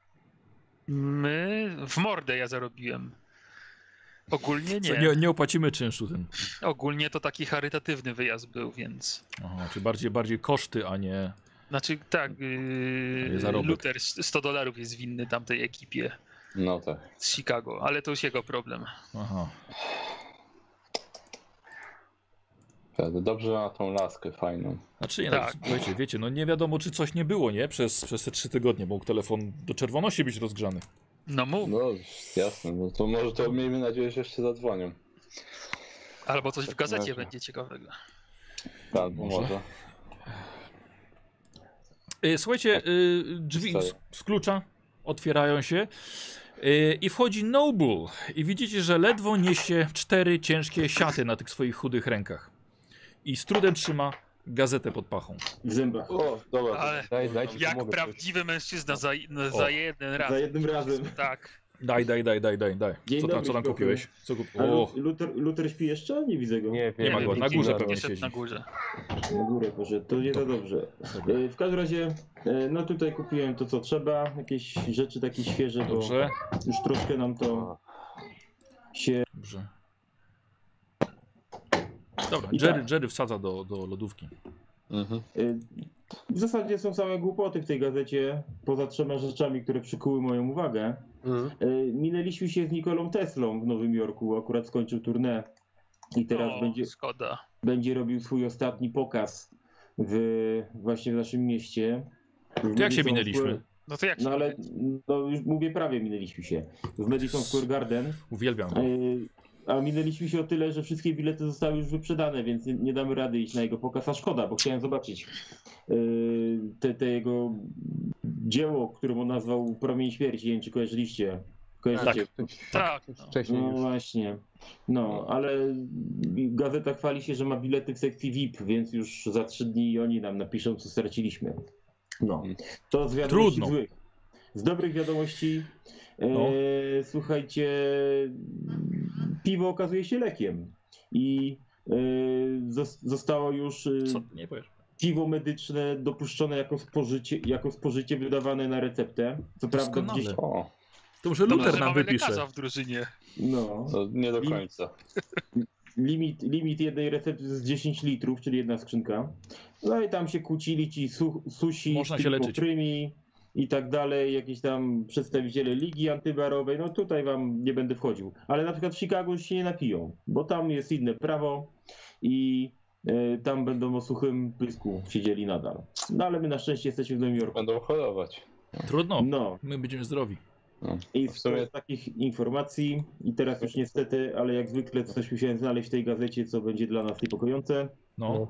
My w mordę ja zarobiłem. Ogólnie Co, nie. nie opłacimy czynszu ten. Ogólnie to taki charytatywny wyjazd był, więc... Aha, czyli bardziej koszty, a nie... Znaczy tak, nie zarobek. Luther $100 jest winny tamtej ekipie No tak. z Chicago, ale to już jego problem. Aha. Prawda. Dobrze na tą laskę fajną. Znaczy nie, Tak. no, słuchajcie, wiecie, no nie wiadomo, czy coś nie było, nie? Przez te 3 tygodnie mógł telefon do czerwoności być rozgrzany. No mów, No jasne, no to może to miejmy nadzieję, że jeszcze zadzwonią. albo coś w gazecie razie. będzie ciekawego. Albo może. Słuchajcie, drzwi Wstaję. z klucza otwierają się i wchodzi Noble i widzicie, że ledwo niesie 4 ciężkie siaty na tych swoich chudych rękach i z trudem trzyma gazetę pod pachą. W zębach. O, dobra. Ale Dajcie, jak pomogę. prawdziwy mężczyzna za jeden raz. Za jednym razem. Daj. Tak. Dzień Co tam dobry, śpiochu. kupiłeś? A O, Luther śpi jeszcze? Nie widzę go. Nie Nie ma wiem. go, na górze pewnie Poszedł siedzi. na górze. Na górę poszedł, to nie za dobrze. W każdym razie, no tutaj kupiłem to co trzeba, jakieś rzeczy takie świeże, bo Dobrze, już troszkę nam to się... dobrze. Dobra, I Jerry wsadza do lodówki. Mhm. W zasadzie są same głupoty w tej gazecie, poza 3 rzeczami, które przykuły moją uwagę. Minęliśmy się z Nikolą Teslą w Nowym Jorku, akurat skończył tournée I teraz Szkoda. będzie robił swój ostatni pokaz właśnie w naszym mieście. To jak się minęliśmy? No to jak się No ale już mówię, prawie minęliśmy się. W Madison Square Garden. Uwielbiam go. A minęliśmy się o tyle, że wszystkie bilety zostały już wyprzedane, więc nie damy rady iść na jego pokaz, a szkoda, bo chciałem zobaczyć te jego dzieło, którym on nazwał Promień Śmierci. Nie wiem, czy kojarzyliście. Kojarzycie? Tak. Wcześniej No już. właśnie. No, ale gazeta chwali się, że ma bilety w sekcji VIP, więc już za 3 dni oni nam napiszą, co straciliśmy. No, to z wiadomości Trudno. złych. Z dobrych wiadomości, słuchajcie, piwo okazuje się lekiem i zostało już Co? Nie powiesz. piwo medyczne dopuszczone jako spożycie wydawane na receptę. Co prawda Doskonale. gdzieś... O, To może Dobrze, Luther że nam mamy wypisze. lekarza w drużynie. No. to nie do końca. Limit jednej recepty jest 10 litrów, czyli jedna skrzynka. No i tam się kłócili ci susi, Można się leczyć. prymi i tak dalej, jakieś tam przedstawiciele ligi antybarowej. No tutaj wam nie będę wchodził. Ale na przykład w Chicago już się nie napiją, bo tam jest inne prawo i tam będą o suchym pysku siedzieli nadal. No ale my na szczęście jesteśmy w Nowym Jorku. Będą chorować. Trudno. No. My będziemy zdrowi. I W sumie- z takich informacji, i teraz już niestety, ale jak zwykle coś musiałem znaleźć w tej gazecie, co będzie dla nas niepokojące. No.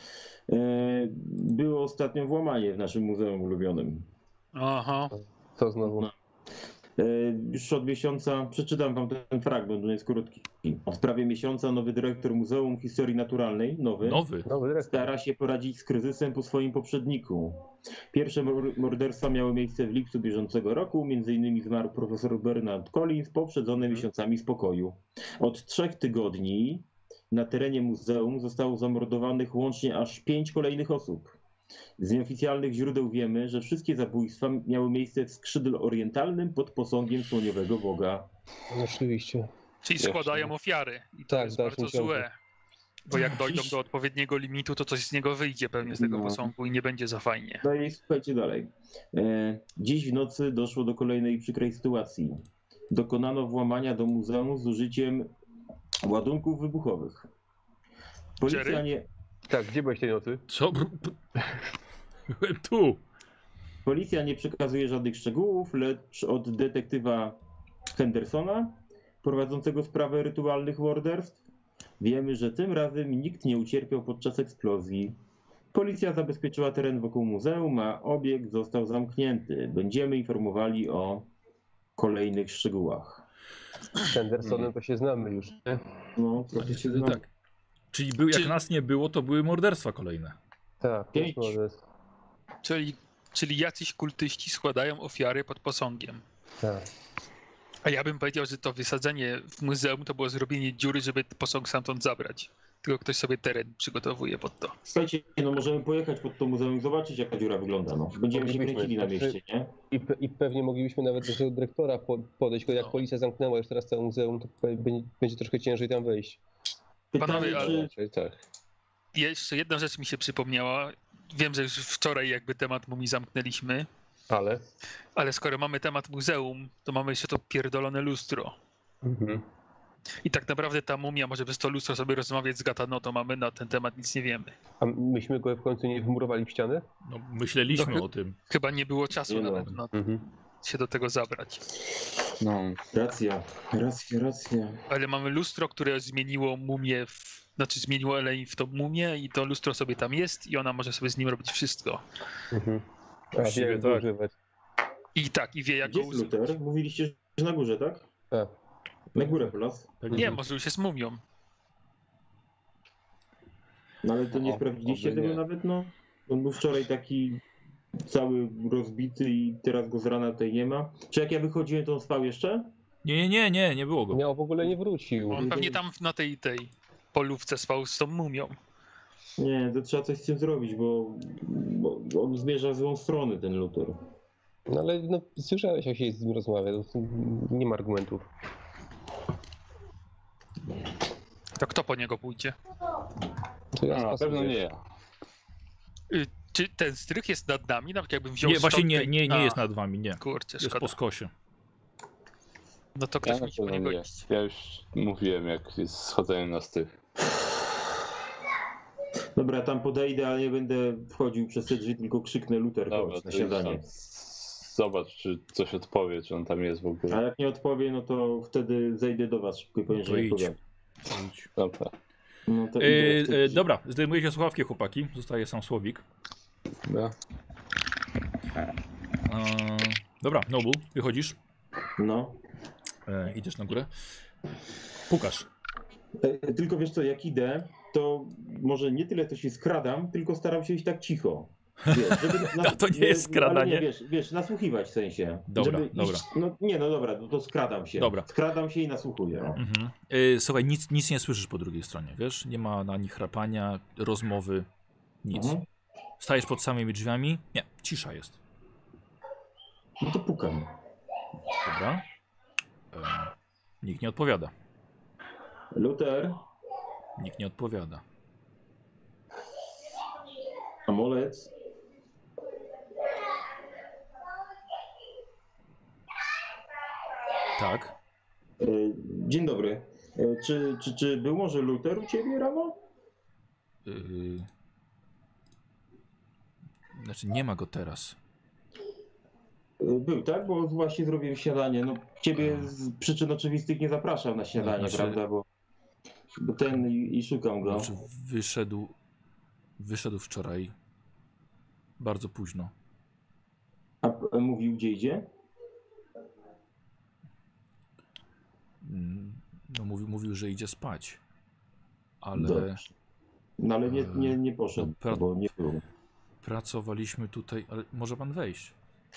Było ostatnio włamanie w naszym muzeum ulubionym. Aha. Co znowu? No. Już od miesiąca, przeczytam wam ten fragment, on jest krótki. Od prawie miesiąca nowy dyrektor Muzeum Historii Naturalnej, nowy, Nowy. Nowy dyrektor. stara się poradzić z kryzysem po swoim poprzedniku. Pierwsze morderstwa miały miejsce w lipcu bieżącego roku, m.in. zmarł profesor Bernard Collins, poprzedzony miesiącami spokoju. Od 3 tygodni na terenie muzeum zostało zamordowanych łącznie aż 5 kolejnych osób. Z nieoficjalnych źródeł wiemy, że wszystkie zabójstwa miały miejsce w skrzydle orientalnym pod posągiem słoniowego boga. No, oczywiście. Czyli Jasne. składają ofiary. I to Tak, jest w dalszym bardzo ciągu. złe. Bo jak dojdą do odpowiedniego limitu, to coś z niego wyjdzie pewnie z tego No. posągu i nie będzie za fajnie. No i słuchajcie dalej. Dziś w nocy doszło do kolejnej przykrej sytuacji. Dokonano włamania do muzeum z użyciem ładunków wybuchowych. Policja Jerry? nie, Tak, gdzie byłeś tej nocy? Co? Byłem tu. policja nie przekazuje żadnych szczegółów, lecz od detektywa Hendersona, prowadzącego sprawę rytualnych morderstw, wiemy, że tym razem nikt nie ucierpiał podczas eksplozji. Policja zabezpieczyła teren wokół muzeum, a obiekt został zamknięty. Będziemy informowali o kolejnych szczegółach. Z Hendersonem to się znamy już, nie? No, trochę się znam. Tak. Czyli był, jak Czy- nas nie było, to były morderstwa kolejne. Tak, 5. to jest. Czyli jacyś kultyści składają ofiary pod posągiem. Tak. A ja bym powiedział, że to wysadzenie w muzeum to było zrobienie dziury, żeby posąg stamtąd zabrać. Tylko ktoś sobie teren przygotowuje pod to. Słuchajcie, no możemy pojechać pod to muzeum i zobaczyć, jak ta dziura wygląda. No. Będziemy się Moglibyśmy. kręcili na mieście, nie? I pewnie moglibyśmy nawet do tego dyrektora podejść, tylko jak No. policja zamknęła już teraz całe muzeum, to będzie troszkę ciężej tam wejść. Pytanie, Panowie, ale- Raczej tak. I jeszcze jedna rzecz mi się przypomniała. Wiem, że już wczoraj jakby temat mumii zamknęliśmy, ale skoro mamy temat muzeum, to mamy jeszcze to pierdolone lustro. Mhm. I tak naprawdę ta mumia, może bez to lustro sobie rozmawiać z Gatano, to mamy na ten temat nic nie wiemy. A myśmy go w końcu nie wmurowali w ścianę? No, myśleliśmy No, o tym. Chyba nie było czasu Nie no. nawet na Mhm. się do tego zabrać. No, Racja. Ale mamy lustro, które zmieniło mumię, zmieniło Elaine w tą mumię i to lustro sobie tam jest i ona może sobie z nim robić wszystko. Mhm. A Właściwie wie jak tak. go używać. I wie jak Gdzie go jest używać. Luther? Mówiliście, że na górze, tak? Tak. Na górę plus. Tak, Nie, może już jest mumią. No ale to nie O, sprawdziliście oby tego nie. nawet, no? On był wczoraj taki cały rozbity i teraz go z rana tutaj nie ma. Czy jak ja wychodziłem, to on spał jeszcze? nie było go. Miał w ogóle nie wrócił. On pewnie tam na tej polówce spał z tą mumią. Nie, to trzeba coś z tym zrobić, bo on zmierza w złą stronę, ten Luther. No ale no, słyszałeś jak się z nim rozmawia, to nie ma argumentów. To kto po niego pójdzie? To ja a, na pewno nie ja. Czy ten strych jest nad nami? Nawet jakbym wziął Nie, właśnie szczotkę nie i- jest nad wami, nie. Kurczę, Jest szkoda. po skosie. No to Ja ktoś na musi po pewno niego nie. iść. Ja już mówiłem, jak jest schodzeniem na stych. Dobra, ja tam podejdę, ale nie będę wchodził przez te drzwi, tylko krzyknę Luther, Dobra, chodź na to śniadanie. tam zobacz, czy coś odpowie, czy on tam jest w A ogóle. jak nie odpowie, no to wtedy zejdę do was szybko i powiem, To że nie idź. odpowiada. Idź. Dobra. No to idę w te drzwi. Dobra, zdejmujecie słuchawki, chłopaki. Zostaje sam Słowik. Dobra. Dobra, Noble, wychodzisz. No. Idziesz na górę. Pukasz. Tylko wiesz co, jak idę, to może nie tyle to się skradam, tylko staram się iść tak cicho. Wiesz, żeby To nie jest skradanie. Ale nie, wiesz, nasłuchiwać w sensie. Dobra, żeby dobra. Iść, no dobra, no to skradam się. Dobra. Skradam się i nasłuchuję. No. Mhm. Słuchaj, nic nie słyszysz po drugiej stronie, wiesz? Nie ma ani chrapania, rozmowy, nic. Mhm. Stajesz pod samymi drzwiami? Nie, cisza jest. No to pukam. Dobra. Nikt nie odpowiada. Luther, Nikt nie odpowiada. Amolec. Tak. Dzień dobry. Czy był może Luther u ciebie rano? Znaczy nie ma go teraz. Był, tak? Bo właśnie zrobiłem śniadanie. No, ciebie z przyczyn oczywistych nie zapraszam na śniadanie, Znaczy- prawda? Bo ten i szukam go. Znaczy wyszedł wczoraj bardzo późno. A mówił, gdzie idzie? No mówił, że idzie spać. Ale Dobrze. No ale nie poszedł, no, bo nie był. pracowaliśmy tutaj, ale może pan wejść?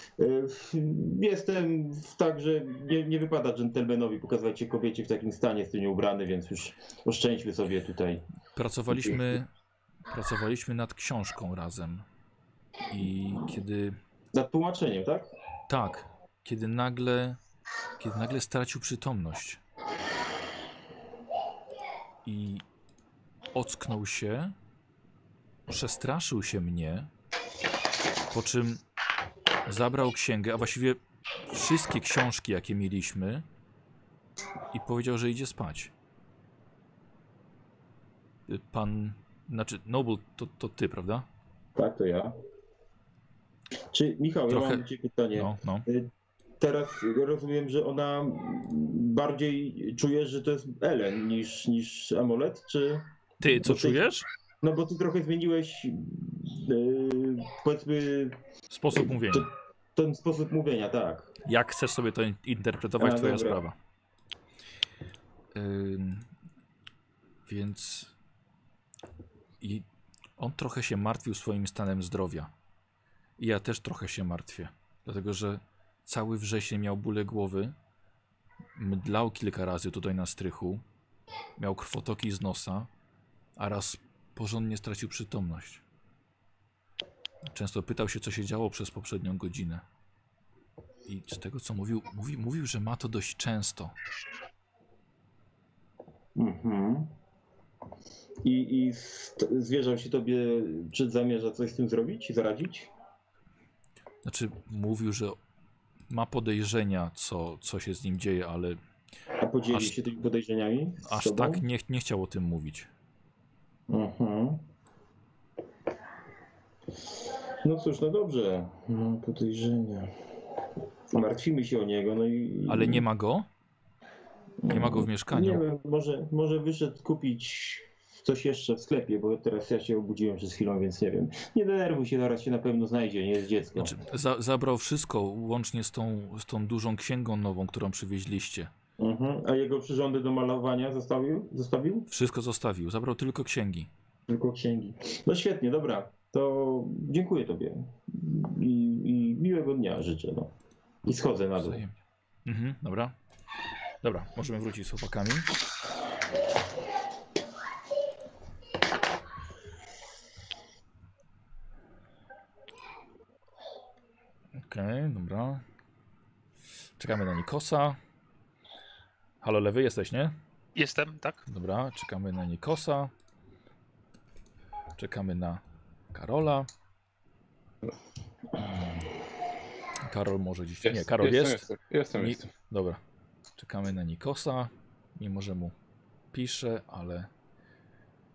Jestem tak, że nie wypada dżentelmenowi pokazywać się kobiecie w takim stanie, w tym ubrany, więc już oszczędźmy sobie tutaj. Pracowaliśmy nad książką razem. I kiedy... Nad tłumaczeniem, tak? Tak, kiedy nagle stracił przytomność. I ocknął się, przestraszył się mnie, po czym zabrał księgę, a właściwie wszystkie książki, jakie mieliśmy, i powiedział, że idzie spać. Pan, znaczy Noble, to ty, prawda? Tak, to ja. Czy, Michał, Trochę- ja mam do ciebie pytanie. No. Teraz rozumiem, że ona bardziej czuje, że to jest Ellen niż Amolet, czy... Ty, co Bo ty- czujesz? No bo ty trochę zmieniłeś, powiedzmy, Sposób mówienia. ten sposób mówienia, tak. Jak chcesz sobie to interpretować, A, twoja dobra. sprawa. Więc i on trochę się martwił swoim stanem zdrowia. I ja też trochę się martwię, dlatego że cały wrzesień miał bóle głowy, mdlał kilka razy tutaj na strychu, miał krwotoki z nosa, a raz porządnie stracił przytomność. Często pytał się, co się działo przez poprzednią godzinę. I z tego, co mówił, że ma to dość często. Mhm. I zwierzał się tobie, czy zamierza coś z tym zrobić, zaradzić? Znaczy, mówił, że ma podejrzenia, co się z nim dzieje, ale A podzieli Aż- się tymi podejrzeniami z aż tobą? tak nie chciał o tym mówić. Mhm. No cóż, no dobrze. No, podejrzenia. Martwimy się o niego, no i... Ale nie ma go? Nie ma go w mieszkaniu. Nie wiem, może wyszedł kupić coś jeszcze w sklepie, bo teraz ja się obudziłem przed chwilą, więc nie wiem. Nie denerwuj się, zaraz się na pewno znajdzie, nie jest dziecko. Znaczy, zabrał wszystko, łącznie z tą dużą księgą nową, którą przywieźliście. Mhm. A jego przyrządy do malowania zostawił? Wszystko zostawił, zabrał tylko księgi. Tylko księgi. No świetnie, dobra. To dziękuję tobie. I miłego dnia życzę. No. I schodzę na dół. Wzajemnie. Mhm, dobra. Dobra, możemy wrócić z chłopakami. Okej, dobra. Czekamy na Nikosa. Halo, lewy jesteś, nie? Jestem, tak? Dobra, czekamy na Nikosa. Czekamy na Karola. Karol może dziś... Nie, Karol jest. Jestem. Dobra. Czekamy na Nikosa. Mimo, że mu piszę, ale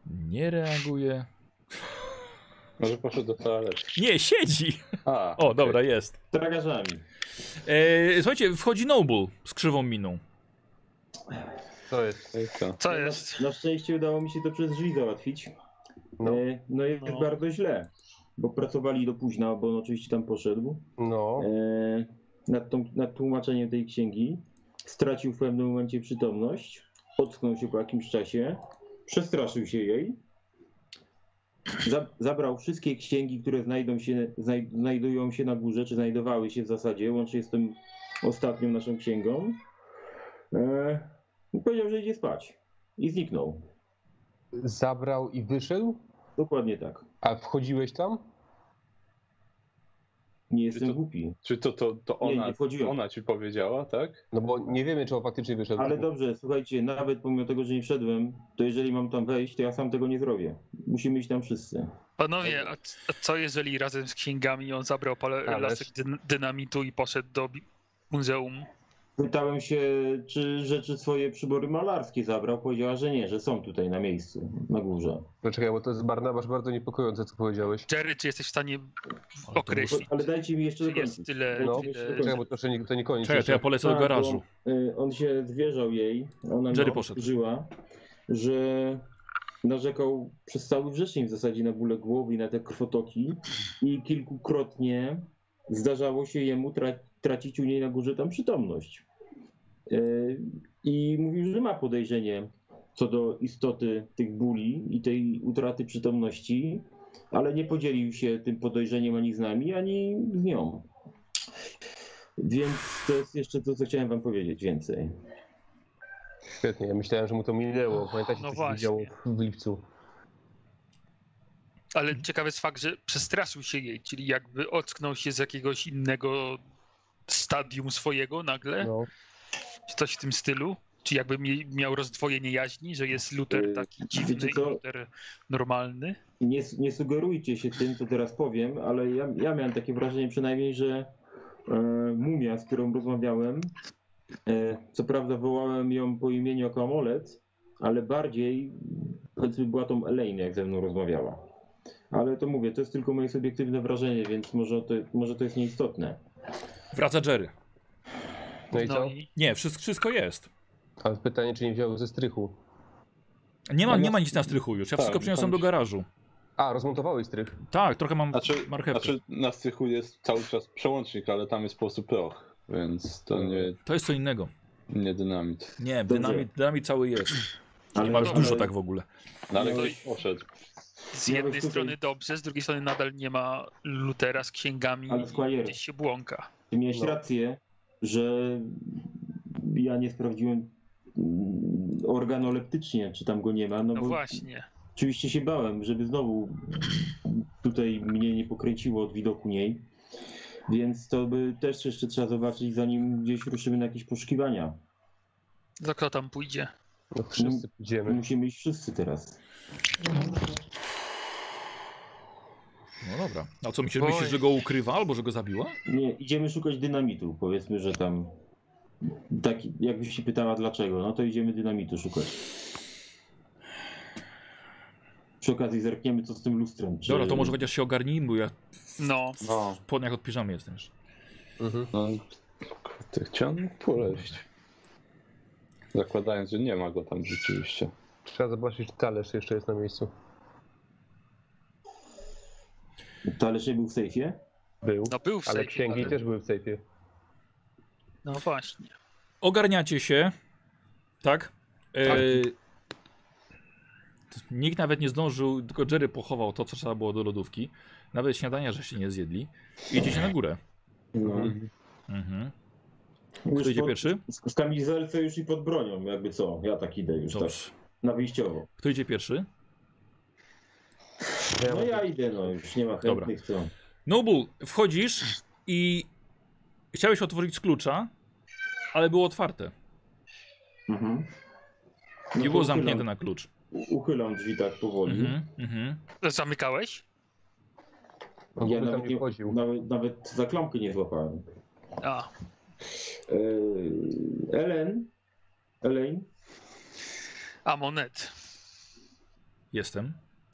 Nie reaguje. Może poszedł do toalety. Nie, siedzi! A, O, okej. dobra, jest. Tragarzami. Słuchajcie, wchodzi Noble z krzywą miną. To jest. Ej, to. Co jest? Na szczęście udało mi się to przez drzwi załatwić. No. No jest No. bardzo źle, bo pracowali do późna, bo on oczywiście tam poszedł. No. Nad tłumaczeniem tej księgi. Stracił w pewnym momencie przytomność, ocknął się po jakimś czasie, przestraszył się jej, zabrał wszystkie księgi, które znajdują się na górze, czy znajdowały się w zasadzie, łącznie z tym ostatnią naszą księgą. I powiedział, że idzie spać. I zniknął. Zabrał i wyszedł? Dokładnie tak. A wchodziłeś tam? Nie jestem to- głupi. Czy to Nie, ona, nie wchodziłem. ona ci powiedziała, tak? No bo nie wiemy, czy on faktycznie wyszedł. Ale dobrze, słuchajcie, nawet pomimo tego, że nie wszedłem, to jeżeli mam tam wejść, to ja sam tego nie zrobię. Musimy iść tam wszyscy. Panowie, a co jeżeli razem z księgami on zabrał Ależ. lasek dynamitu i poszedł do muzeum? Pytałem się, czy rzeczy swoje przybory malarskie zabrał. Powiedziała, że nie, że są tutaj na miejscu, na górze. Poczekaj, bo to jest Barnabasz bardzo niepokojące, co powiedziałeś. Jerry, czy jesteś w stanie określić, Ale dajcie mi jeszcze czy dokończyć. jest tyle... No, tyle... Czekaj, bo to nie koniec. Czekaj, to ja polecę do Tak, garażu. bo, on się zwierzał jej, ona Jerry no, poszedł. żyła, że narzekał przez cały wrzesień w zasadzie na bóle głowy i na te krwotoki i kilkukrotnie zdarzało się jemu tracić u niej na górze tam przytomność. I mówił, że ma podejrzenie co do istoty tych bóli i tej utraty przytomności, ale nie podzielił się tym podejrzeniem ani z nami, ani z nią. Więc to jest jeszcze to, co chciałem wam powiedzieć więcej. Świetnie, ja myślałem, że mu to minęło. Pamiętacie, No co się właśnie. działo w lipcu? Ale ciekawy jest fakt, że przestraszył się jej, czyli jakby ocknął się z jakiegoś innego stadium swojego nagle, No. czy coś w tym stylu? Czy jakby miał rozdwojenie jaźni, że jest Luther taki dziwny wiecie i co? Luther normalny? Nie sugerujcie się tym, co teraz powiem, ale ja miałem takie wrażenie przynajmniej, że mumia, z którą rozmawiałem, co prawda wołałem ją po imieniu jako amulet, ale bardziej powiedzmy była tą Elaine, jak ze mną rozmawiała. Ale to mówię, to jest tylko moje subiektywne wrażenie, więc może to jest nieistotne. Wraca Jerry. No i co? Nie, wszystko jest. Ale pytanie, czy nie wziął ze strychu? Nie ma nic na strychu już. Ja Tak, wszystko przyniosłem do garażu. A, rozmontowałeś strych. Tak, trochę mam marchewkę. Znaczy na strychu jest cały czas przełącznik, ale tam jest po prostu proch, więc to To jest co innego. nie dynamit. Nie, Dobrze. dynamit cały jest. Ale Nie ma już dobrze. dużo tak w ogóle. No ale No gdzieś poszedł. Z Miałeś jednej tutaj- strony dobrze, z drugiej strony nadal nie ma Luthera z księgami Ale i Squire, gdzieś się błąka. ty miałeś No. rację, że ja nie sprawdziłem organoleptycznie, czy tam go nie ma. No bo właśnie. oczywiście się bałem, żeby znowu tutaj mnie nie pokręciło od widoku niej. Więc to by też jeszcze trzeba zobaczyć, zanim gdzieś ruszymy na jakieś poszukiwania. Za kto tam pójdzie? No wszyscy pójdziemy. Musimy iść wszyscy teraz. No dobra. A co, myślisz, Oj. że go ukrywa albo że go zabiła? Nie, idziemy szukać dynamitu. Powiedzmy, że tam. Taki, jakbyś się pytała dlaczego, no to idziemy dynamitu szukać. Przy okazji zerkniemy, co z tym lustrem. Czy... Dobra, to może chociaż się ogarnijmy, bo ja No, No, w spodniach od piżamy jestem już. Mhm. no kurde, chciałem poleść. Zakładając, że nie ma go tam rzeczywiście. Trzeba zobaczyć, czy talerz jeszcze jest na miejscu. Talerz nie był w sejfie? Był. no był w Ale sejfie. księgi też były w sejfie. No właśnie. Ogarniacie się, tak? Nikt nawet nie zdążył, tylko Jerry pochował to, co trzeba było do lodówki. Nawet śniadania, że się nie zjedli. Idziecie na górę. No. Mhm. Już Kto idzie pod- pierwszy? W kamizelce już i pod bronią, jakby co. Ja tak idę już, tak. Dobrze. Na wyjściowo. Kto idzie pierwszy? No ja idę, no już nie ma chętnych, co. Noble, wchodzisz i chciałeś otworzyć z klucza, ale było otwarte. Mhm. Nie to było uchylam- zamknięte na klucz. Uchylam drzwi tak powoli. Mhm. Zamykałeś? On Ja by tam nawet, nie wchodził. nawet za klamkę nie złapałem. A, Elaine? a monet. Jestem.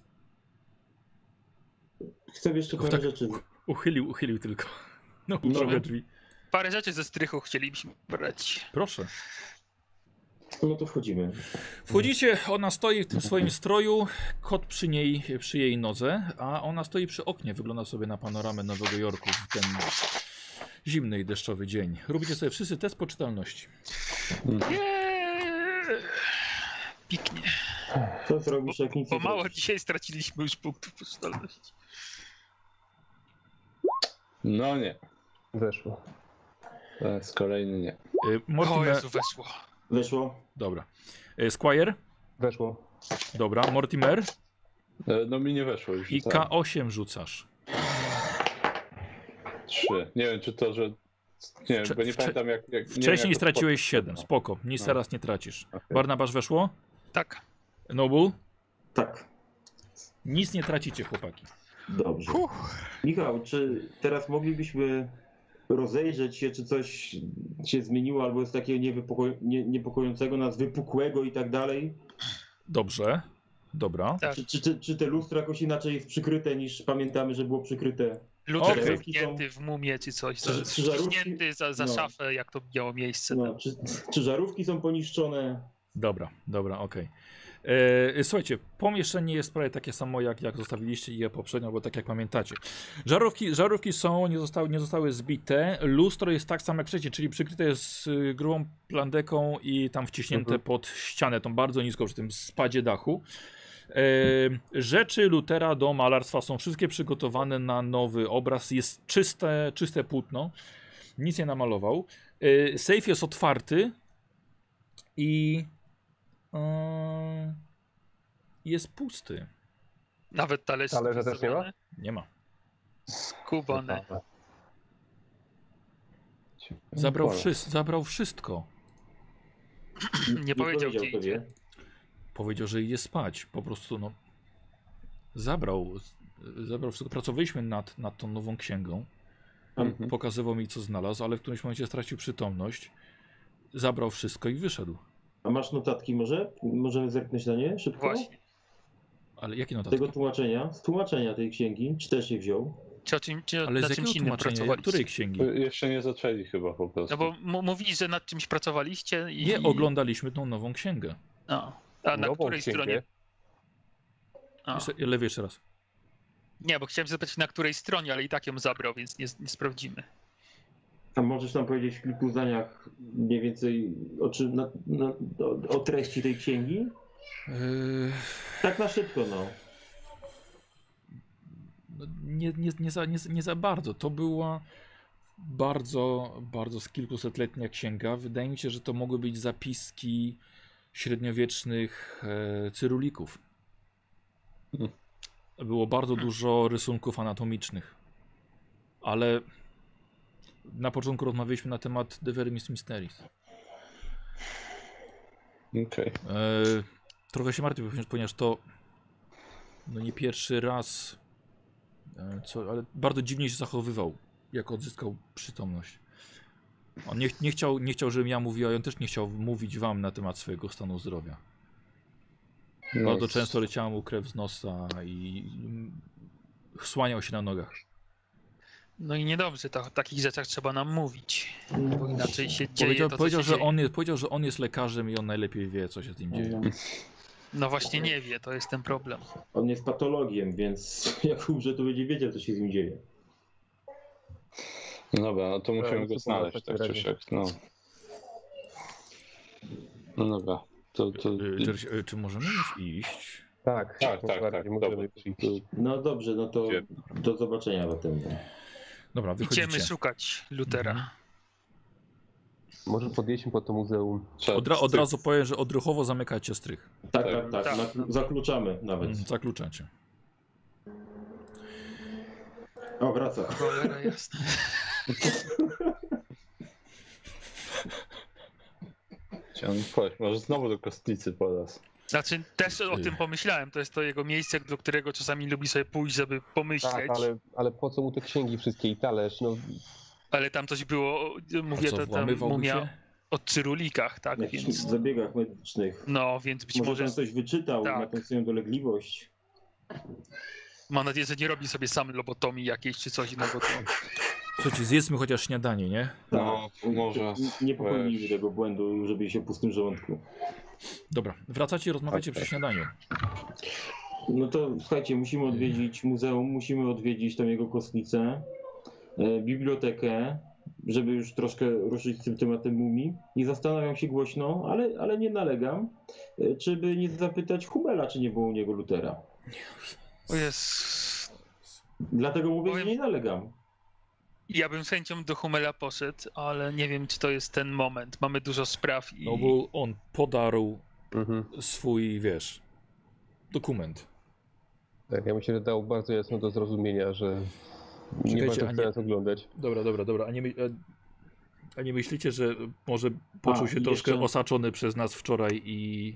Chcę jeszcze Tylko parę tak- rzeczy. Uchylił tylko. No, No. trochę drzwi. Parę rzeczy ze strychu chcielibyśmy brać. Proszę. No to wchodzimy. Wchodzicie, ona stoi w tym swoim stroju, kot przy jej nodze, a ona stoi przy oknie, wygląda sobie na panoramę Nowego Jorku w ten zimny i deszczowy dzień. Robicie sobie wszyscy test poczytalności. Piknie. Co zrobisz, jak nic Bo nie mało zrobisz? dzisiaj straciliśmy już punktów poczytalności. No nie, Weszło. to jest kolejny nie. O Mortimer... Jezu, weszło. Weszło? Dobra. Squire? Weszło. Dobra. Mortimer? No mi nie weszło już. I K8 rzucasz. 3. Nie wiem, czy to, że... Nie wiem, bo nie Wcze- pamiętam jak... nie wiem, Wcześniej jak to straciłeś pod- 7, spoko. Nic No. teraz nie tracisz. Okej. Barnabasz weszło? Tak. Noble? Tak. Nic nie tracicie, chłopaki. Dobrze. Michał, czy teraz moglibyśmy rozejrzeć się, czy coś się zmieniło, albo jest takiego niepokojącego nas, wypukłego i tak dalej? Dobrze. Dobra. Tak. Czy te lustro jakoś inaczej jest przykryte, niż pamiętamy, że było przykryte? Luther Okej. wpchnięty w mumię czy coś. Krzyżarówki- Wpchnięty za no. szafę, jak to miało miejsce. No, czy żarówki są poniszczone? Dobra, okej. Słuchajcie, pomieszczenie jest prawie takie samo jak zostawiliście je poprzednio, bo tak jak pamiętacie. Żarówki są, nie zostały zbite. Lustro jest tak samo jak wcześniej, czyli przykryte jest grubą plandeką i tam wciśnięte pod ścianę, tą bardzo nisko przy tym spadzie dachu. Rzeczy Luthera do malarstwa są wszystkie przygotowane na nowy obraz. Jest czyste płótno. Nic nie namalował. Sejf jest otwarty i jest pusty. Nawet talerze Talerza też nie ma? Nie ma. Skubane. Zabrał wszystko. Nie powiedział, gdzie tobie. idzie. Powiedział, że idzie spać. Po prostu no. Zabrał wszystko. Pracowaliśmy nad tą nową księgą. Mhm. Pokazywał mi, co znalazł, ale w którymś momencie stracił przytomność. Zabrał wszystko i wyszedł. A masz notatki może? Możemy zerknąć na nie szybko? Właśnie. Ale jakie notatki? Tego tłumaczenia, z tłumaczenia tej księgi, czy też je wziął? Czy Ale nad z jakiego czymś innym tłumaczenia? pracowaliście? Której księgi? Jeszcze nie zaczęli chyba po prostu. No bo mówili, że nad czymś pracowaliście i... Nie, oglądaliśmy tą nową księgę. No. A na Nową której księgę? stronie? A. Lewy jeszcze raz. Nie, bo chciałem zapytać na której stronie, ale i tak ją zabrał, więc nie sprawdzimy. A możesz nam powiedzieć w kilku zdaniach mniej więcej o treści tej księgi? Tak na szybko, no. No, nie za bardzo. To była bardzo z kilkusetletnia księga. Wydaje mi się, że to mogły być zapiski średniowiecznych cyrulików. Było bardzo dużo rysunków anatomicznych. Ale na początku rozmawialiśmy na temat The Vermis Mysteries. Okej. Trochę się martwię, ponieważ to no nie pierwszy raz, ale bardzo dziwnie się zachowywał, jak odzyskał przytomność. On nie chciał, żebym ja mówił, a on też nie chciał mówić wam na temat swojego stanu zdrowia. No, Bardzo często leciała mu krew z nosa i słaniał się na nogach. No i niedobrze, o takich rzeczach trzeba nam mówić, bo inaczej się dzieje Powiedział, że on jest lekarzem i on najlepiej wie, co się z nim dzieje. No właśnie nie wie, to jest ten problem. On jest patologiem, więc jak umrze, to będzie wiedział, co się z nim dzieje. No dobra, no to musimy go super, znaleźć, w takim tak czy razie. siak, no. No dobra, to... Czy możemy już iść? Tak, Tak, możemy dobra. przyjść. No dobrze, no to do zobaczenia potem. Dobra, wychodzicie. Idziemy szukać Luthera. Może podjedźmy po to muzeum. Od razu powiem, że odruchowo zamykacie strych. Tak. Tak. Zakluczamy nawet. Zakluczacie. O, wraca. Cholera jasna. Chciałem pójść, może znowu do kostnicy po raz. Znaczy też o tym pomyślałem, to jest to jego miejsce, do którego czasami lubi sobie pójść, żeby pomyśleć. Tak, ale po co mu te księgi wszystkie i talerz? No, Ale tam coś było, mówię, A co, to tam włamywałby mumia się? o cyrulikach, tak? jakichś Więc, zabiegach medycznych. no, więc być Może może, tam coś wyczytał, tak. ma tą swoją dolegliwość. mam nadzieję, że nie robi sobie sam lobotomii jakiejś czy coś innego. To... Słuchajcie, zjedzmy chociaż śniadanie, nie? No, może. Nie popełnijmy tego błędu, żeby się pustym żołądku. Dobra, wracacie i rozmawiacie Tak, przy śniadaniu. No to słuchajcie, musimy odwiedzić muzeum, musimy odwiedzić tam jego kostnicę, bibliotekę, żeby już troszkę ruszyć z tym tematem mumii. I zastanawiam się głośno, ale nie nalegam, czy by nie zapytać Hummela, czy nie było u niego Lutera. O jest. Dlatego mówię, że Powiem- nie nalegam. Ja bym z chęcią do Hummela poszedł, ale nie wiem, czy to jest ten moment. Mamy dużo spraw i... No bo on podarł Mhm. swój, wiesz, dokument. Tak, ja myślę, że dał bardzo jasno do zrozumienia, że nie Czekajcie, warto a nie- teraz oglądać. Dobra. A nie myślicie, że może poczuł się i troszkę jeszcze- osaczony przez nas wczoraj i...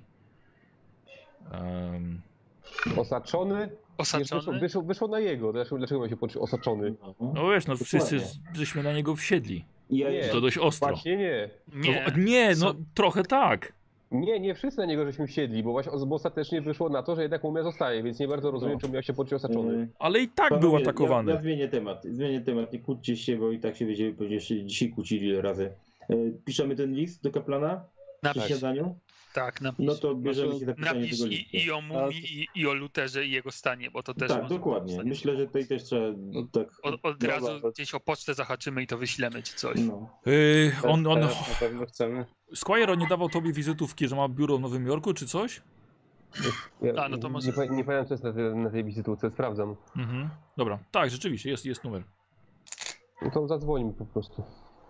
Osaczony? Wiesz, Osaczony? wyszło na jego. Dlaczego ma się poczuć osaczony? No wiesz, no wszyscy Dokładnie. żeśmy na niego wsiedli. I ja Nie. jeszcze To dość ostro. Właśnie nie. Nie. Nie, no Co? trochę tak. Nie wszyscy na niego żeśmy wsiedli, bo ostatecznie wyszło na to, że jednak mumia zostaje, więc nie bardzo rozumiem, No. czemu miał się poczuć osaczony. Ale i tak Panowie, był atakowany. Ja zmienię temat, nie kłóćcie się, bo i tak się będziemy pewnie jeszcze dzisiaj kłócili ile razy. Piszemy ten list do kaplana przy Napisz, śniadaniu? tak, napisz. No to bierzemy się za pisanie Napisz tego listu. i o mumii, i o Luterze, i jego stanie, bo to też Tak, może dokładnie. zostanie. Myślę, że tutaj też trzeba tak... Od Dobra, razu to- gdzieś o pocztę zahaczymy i to wyślemy czy coś. No. On, Teraz na pewno chcemy. Squire nie dawał tobie wizytówki, że ma biuro w Nowym Jorku czy coś? A, no to może- Nie pamiętam, co jest na tej wizytówce, sprawdzam. Mhm. Dobra, tak, rzeczywiście, jest numer. No to zadzwońmy po prostu.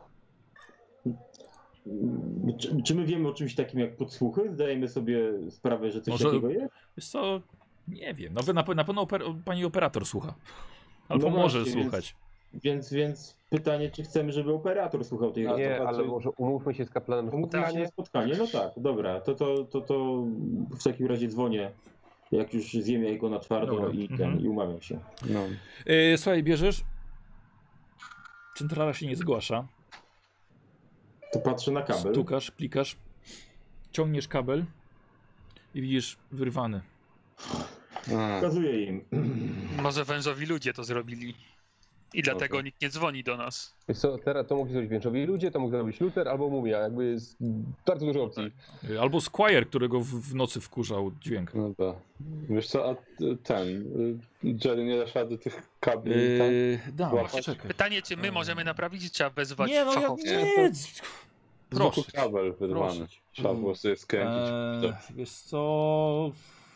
Czy my wiemy o czymś takim jak podsłuchy? Zdajemy sobie sprawę, że coś Może- takiego jest? Wiesz co, nie wiem, no wy na pewno pani operator słucha. Albo No może właśnie, słuchać. Więc pytanie, czy chcemy, żeby operator słuchał tej rozmowy? Nie, ale może umówmy się z kaplanem Umówmy się spotkanie. na spotkanie, no tak, dobra, to w takim razie dzwonię, jak już zjem jajko na twardo Dobra, i umawiam się. No. Słuchaj, bierzesz? Centrala się nie zgłasza. To patrzę na kabel. Stukasz, klikasz, ciągniesz kabel i widzisz wyrwany. A, Pokazuję im. Może wężowi ludzie to zrobili. I dlatego nikt nie dzwoni do nas. Wiesz co, teraz to mogli zrobić większowi ludzie, to mógł zrobić Luther albo mumia, jakby jest bardzo dużo opcji. Albo Squire, którego w nocy wkurzał dźwięk. no dobra. Wiesz co, a Jerry nie dasz rady tych kabli tam? Dam, Złapać? czekaj. Pytanie, czy my możemy naprawić, czy trzeba wezwać Nie, no ja fachowców? nie. Proszę. Proszę. Kabel wyrwany. Proszę cię. Trzeba było sobie skręcić. Wiesz co...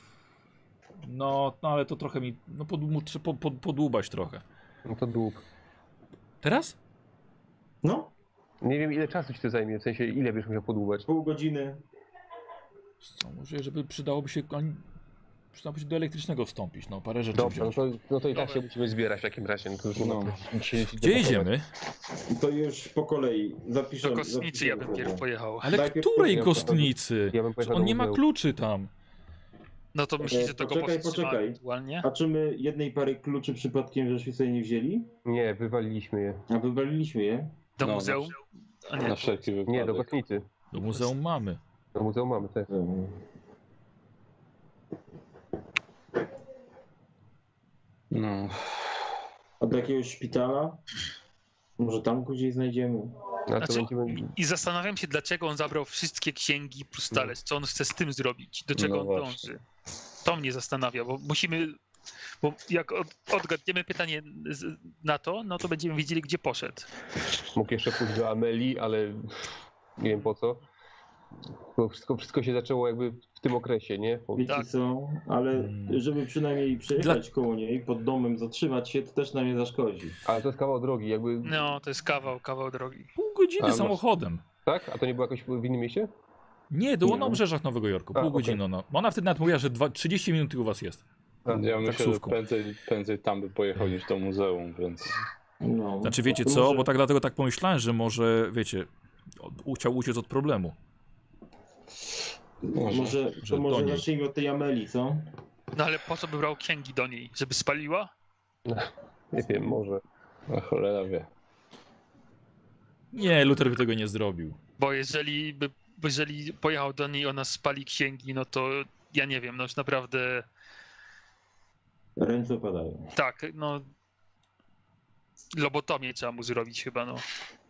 No ale to trochę mi... No podłubać trochę. No to dług. Teraz? No, Nie wiem, ile czasu ci to zajmie, w sensie ile byś musiał podłubać. pół godziny. Co, może żeby przydałoby się do elektrycznego wstąpić, no parę rzeczy Dobra, wziąć. no to i tak Dobra. się musimy zbierać w takim razie. No to już nie ma No. dzisiaj Gdzie jedziemy? To już po kolei zapiszę. Do kostnicy ja bym zapiszę pierw pojechał. Ale Najpierw której powiem, kostnicy? Ja bym pojechał On do nie ma muzeum. kluczy tam. No to myślisz, że to go Poczekaj, powstrzymali poczekaj. ewentualnie? A czy my jednej pary kluczy przypadkiem żeśmy sobie nie wzięli? Nie, wywaliliśmy je. A wywaliliśmy je? Do No, muzeum? A nie, Na wszelki wypadek. Nie, do kostnicy. Do muzeum mamy. Do muzeum mamy te. No. A do jakiegoś szpitala? Może tam go gdzieś znajdziemy? Ale to Znaczy, będziemy... I zastanawiam się, dlaczego on zabrał wszystkie księgi plus talerz. Co on chce z tym zrobić? Do czego No on właśnie. dąży? To mnie zastanawia, bo musimy... Bo jak odgadniemy pytanie na to, no to będziemy wiedzieli, gdzie poszedł. Mógł jeszcze pójść do Amelii, ale nie wiem po co. Bo wszystko się zaczęło jakby w tym okresie, nie? Wiecie Tak. co? Ale żeby przynajmniej przejechać koło niej, pod domem zatrzymać się, to też nam nie zaszkodzi. Ale to jest kawał drogi, jakby... No, to jest kawał drogi. Pół godziny A, samochodem. Tak? A to nie było jakoś w innym mieście? Nie, było Nie. na obrzeżach Nowego Jorku. Pół A, okej. godziny ona. Ona wtedy nawet mówiła, że 30 minut u was jest. A, Ja myślę, że taksówką. prędzej tam by pojechał niż do muzeum, więc... No. Znaczy wiecie To co, może- bo tak dlatego tak pomyślałem, że może, wiecie, chciał uciec od problemu. Może, że to może do niej. zacznijmy od tej Ameli, co? No ale po co by brał księgi do niej? Żeby spaliła? Nie wiem, może. A cholera wie. Nie, Luther by tego nie zrobił. Bo jeżeli pojechał do niej, ona spali księgi, no to ja nie wiem, no już naprawdę Ręce opadają. tak, no lobotomię trzeba mu zrobić chyba, no.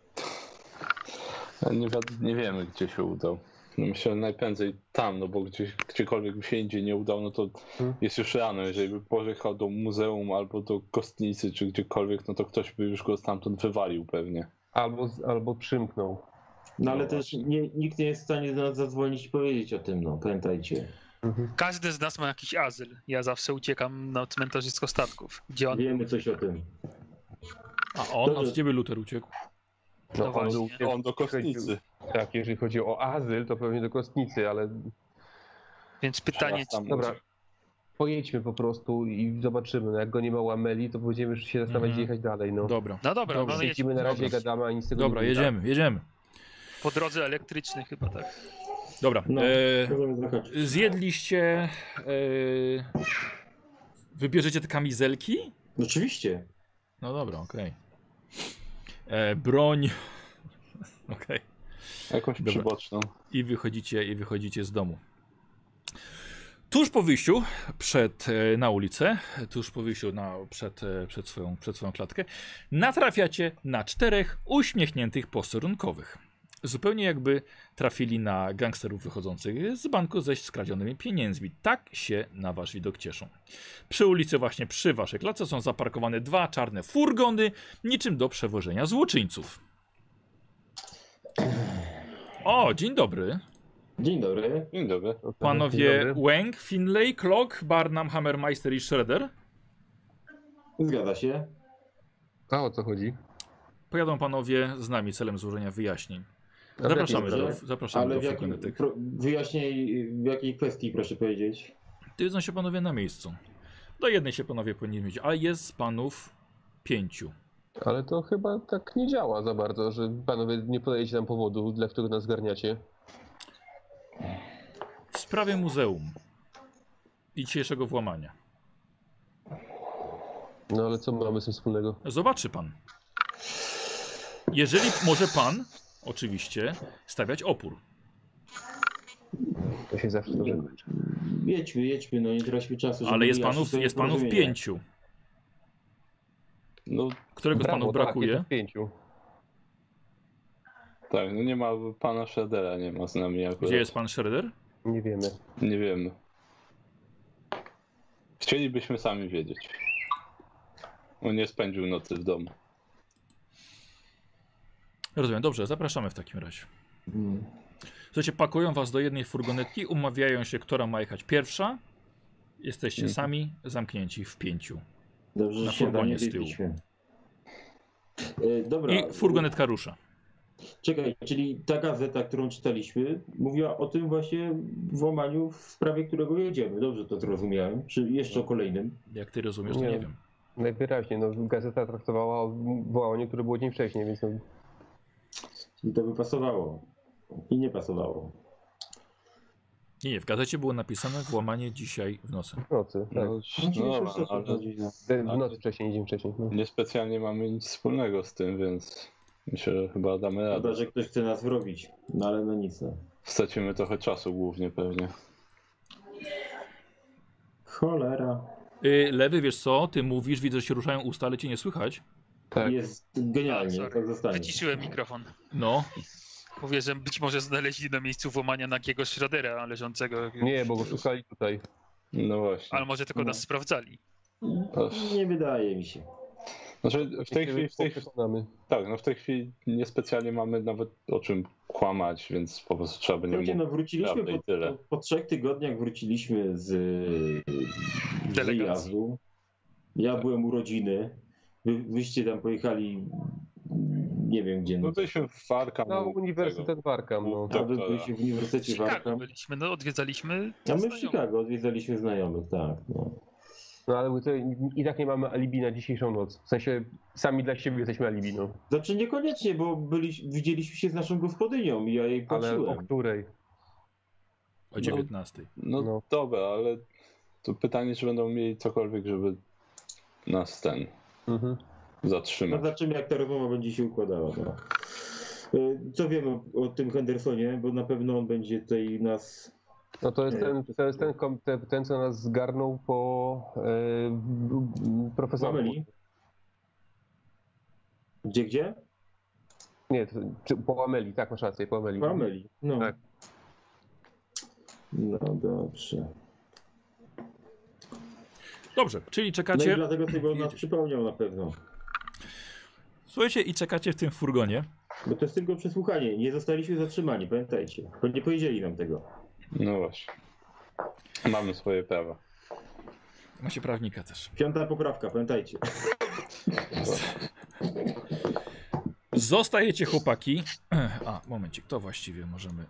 Nie wiemy, gdzie się udał. No myślę, że najprędzej tam, no bo gdziekolwiek by się indziej nie udał, no to jest już rano. Jeżeli by pojechał do muzeum albo do kostnicy, czy gdziekolwiek, no to ktoś by już go stamtąd wywalił pewnie. Albo przymknął. No ale też nikt nie jest w stanie do nas zadzwonić i powiedzieć o tym, no pamiętajcie. Każdy z nas ma jakiś azyl. Ja zawsze uciekam na cmentarzysko statków, gdzie on... Wiemy coś o tym. A on, a z ciebie Luther uciekł? No właśnie. On do kostnicy. Tak, jeżeli chodzi o azyl, to pewnie do kostnicy, ale Więc pytanie, Teraz tam dobra. Pojedźmy po prostu i zobaczymy. No jak go nie ma u Ameli, to będziemy się zastanawiać, gdzie jechać dalej. No. Dobra. no dobra, Dobra. no Siedzimy na razie, gadamy, a nic z tego Dobra, nie wynika. jedziemy. po drodze elektrycznej chyba, tak. Dobra. No, możemy zjechać. Zjedliście... Wybierzecie te kamizelki? Oczywiście. No dobra, okej. Broń. Okej. Jakąś Dobra. przyboczną. I wychodzicie z domu. Tuż po wyjściu na ulicę, tuż po wyjściu przed swoją klatkę, natrafiacie na 4 uśmiechniętych posterunkowych. Zupełnie jakby trafili na gangsterów wychodzących z banku ze skradzionymi pieniędzmi. Tak się na wasz widok cieszą. Przy ulicy, właśnie przy waszej klatce, są zaparkowane 2 czarne furgony, niczym do przewożenia złoczyńców. O, dzień dobry. Dzień dobry. Dzień dobry. Panowie Dzień dobry. Wang, Finlay, Clock, Barnum, Hammermeister i Schroeder. Zgadza się. A o co chodzi? Pojadą panowie z nami celem złożenia wyjaśnień. A w Zapraszamy jakiej do, sprawie? zapraszamy Ale do w jakim, furgonetek. wyjaśnij w jakiej kwestii, proszę powiedzieć. Widzą się panowie na miejscu. Do jednej się panowie powinni mieć, ale jest z panów 5. Ale to chyba tak nie działa za bardzo, że panowie nie podajecie nam powodu, dla którego nas zgarniacie. W sprawie muzeum i dzisiejszego włamania. No ale co mamy z tym wspólnego? Zobaczy pan. Jeżeli może pan, oczywiście, stawiać opór. To się zawsze dobrze kończy. Jedźmy, no nie traćmy czasu. żeby Ale jest wyjaśnić panów, to jest panów nieporozumienie. 5. No Którego z Brawo, panów tak, brakuje? jest 5. tak, no nie ma pana Schroedera, nie ma z nami akurat. Gdzie jest pan Schroeder? Nie wiemy. Nie wiemy. Chcielibyśmy sami wiedzieć. On nie spędził nocy w domu. Rozumiem, dobrze, zapraszamy w takim razie. Hmm. Słuchajcie, pakują was do jednej furgonetki, umawiają się, która ma jechać pierwsza. Jesteście sami, zamknięci w 5. Dobrze, Na że się furgonie nie z tyłu. wiedzieliśmy. Dobra. I furgonetka rusza. Czekaj, czyli ta gazeta, którą czytaliśmy, mówiła o tym właśnie włamaniu, w sprawie którego jedziemy. Dobrze to zrozumiałem? Czy jeszcze o kolejnym? Jak ty rozumiesz, to Nie. nie wiem. Najwyraźniej, no gazeta traktowała o wołaniu, które było dzień wcześniej, więc no, I to by pasowało. I nie pasowało. Nie, w gazecie było napisane włamanie dzisiaj w nocy. w nocy. Tak. No, W nocy wcześniej, dzień wcześniej. No. niespecjalnie mamy nic wspólnego z tym, więc myślę, że chyba damy radę. Chyba, że ktoś chce nas wrobić. No ale no nic. No. Stracimy trochę czasu głównie pewnie. Cholera. Lewy, wiesz co? Ty mówisz, widzę, że się ruszają usta, ale cię nie słychać. Tak. Jest genialnie, sorry. tak zostanie. Wyciszyłem mikrofon. No, Mówię, że być może znaleźli na miejscu włamania nagiego Schroedera leżącego. Nie, bo go szukali tutaj. No właśnie. Ale może tylko nas sprawdzali. Nie wydaje mi się. Znaczy w tej chwili, Przekonamy. tak, no w tej chwili niespecjalnie mamy nawet o czym kłamać, więc po prostu trzeba będzie Słuchajcie, no wróciliśmy prawdę i tyle. po 3 tygodniach wróciliśmy z Delegacji. wyjazdu. Ja byłem u rodziny. Wyście tam pojechali nie wiem gdzie. No byliśmy w Warkam. No, Uniwersytet Warkam, no. A wy byliście w W Uniwersytecie Chicago Warkam. byliśmy, no odwiedzaliśmy A my w znajomych. Chicago odwiedzaliśmy znajomych, tak. No. No ale to i tak nie mamy alibi na dzisiejszą noc. W sensie sami dla siebie jesteśmy alibi, no. Znaczy niekoniecznie, bo widzieliśmy się z naszą gospodynią i ja jej Ale o płaciłem. której? o 19. No, No. dobra, ale to pytanie, czy będą mieli cokolwiek, żeby nas Mhm. No zatrzymać. zobaczymy jak ta rozmowa będzie się układała. No. Co wiemy o tym Hendersonie, bo na pewno on będzie tutaj nas... No to jest ten co nas zgarnął po profesorze. Ameli? Gdzie? Nie, po Ameli, tak, masz rację, po Ameli. Po Ameli, no. Tak. No dobrze. Dobrze, czyli No czekacie. i dlatego tego nas Jedziesz. przypomniał na pewno. Słuchajcie, i czekacie w tym furgonie. Bo to jest tylko przesłuchanie. Nie zostaliśmy zatrzymani, pamiętajcie. Bo nie powiedzieli nam tego. No właśnie. Mamy swoje prawa. Macie prawnika też. 5. poprawka, pamiętajcie. Zostajecie, chłopaki. A, momencik, to właściwie możemy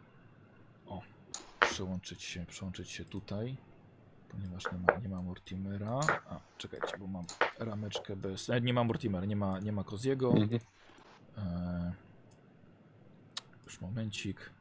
przełączyć się tutaj, ponieważ nie ma Mortimera. A, czekajcie, bo mam rameczkę bez... nie ma Mortimera, nie ma Koziego. Już momencik.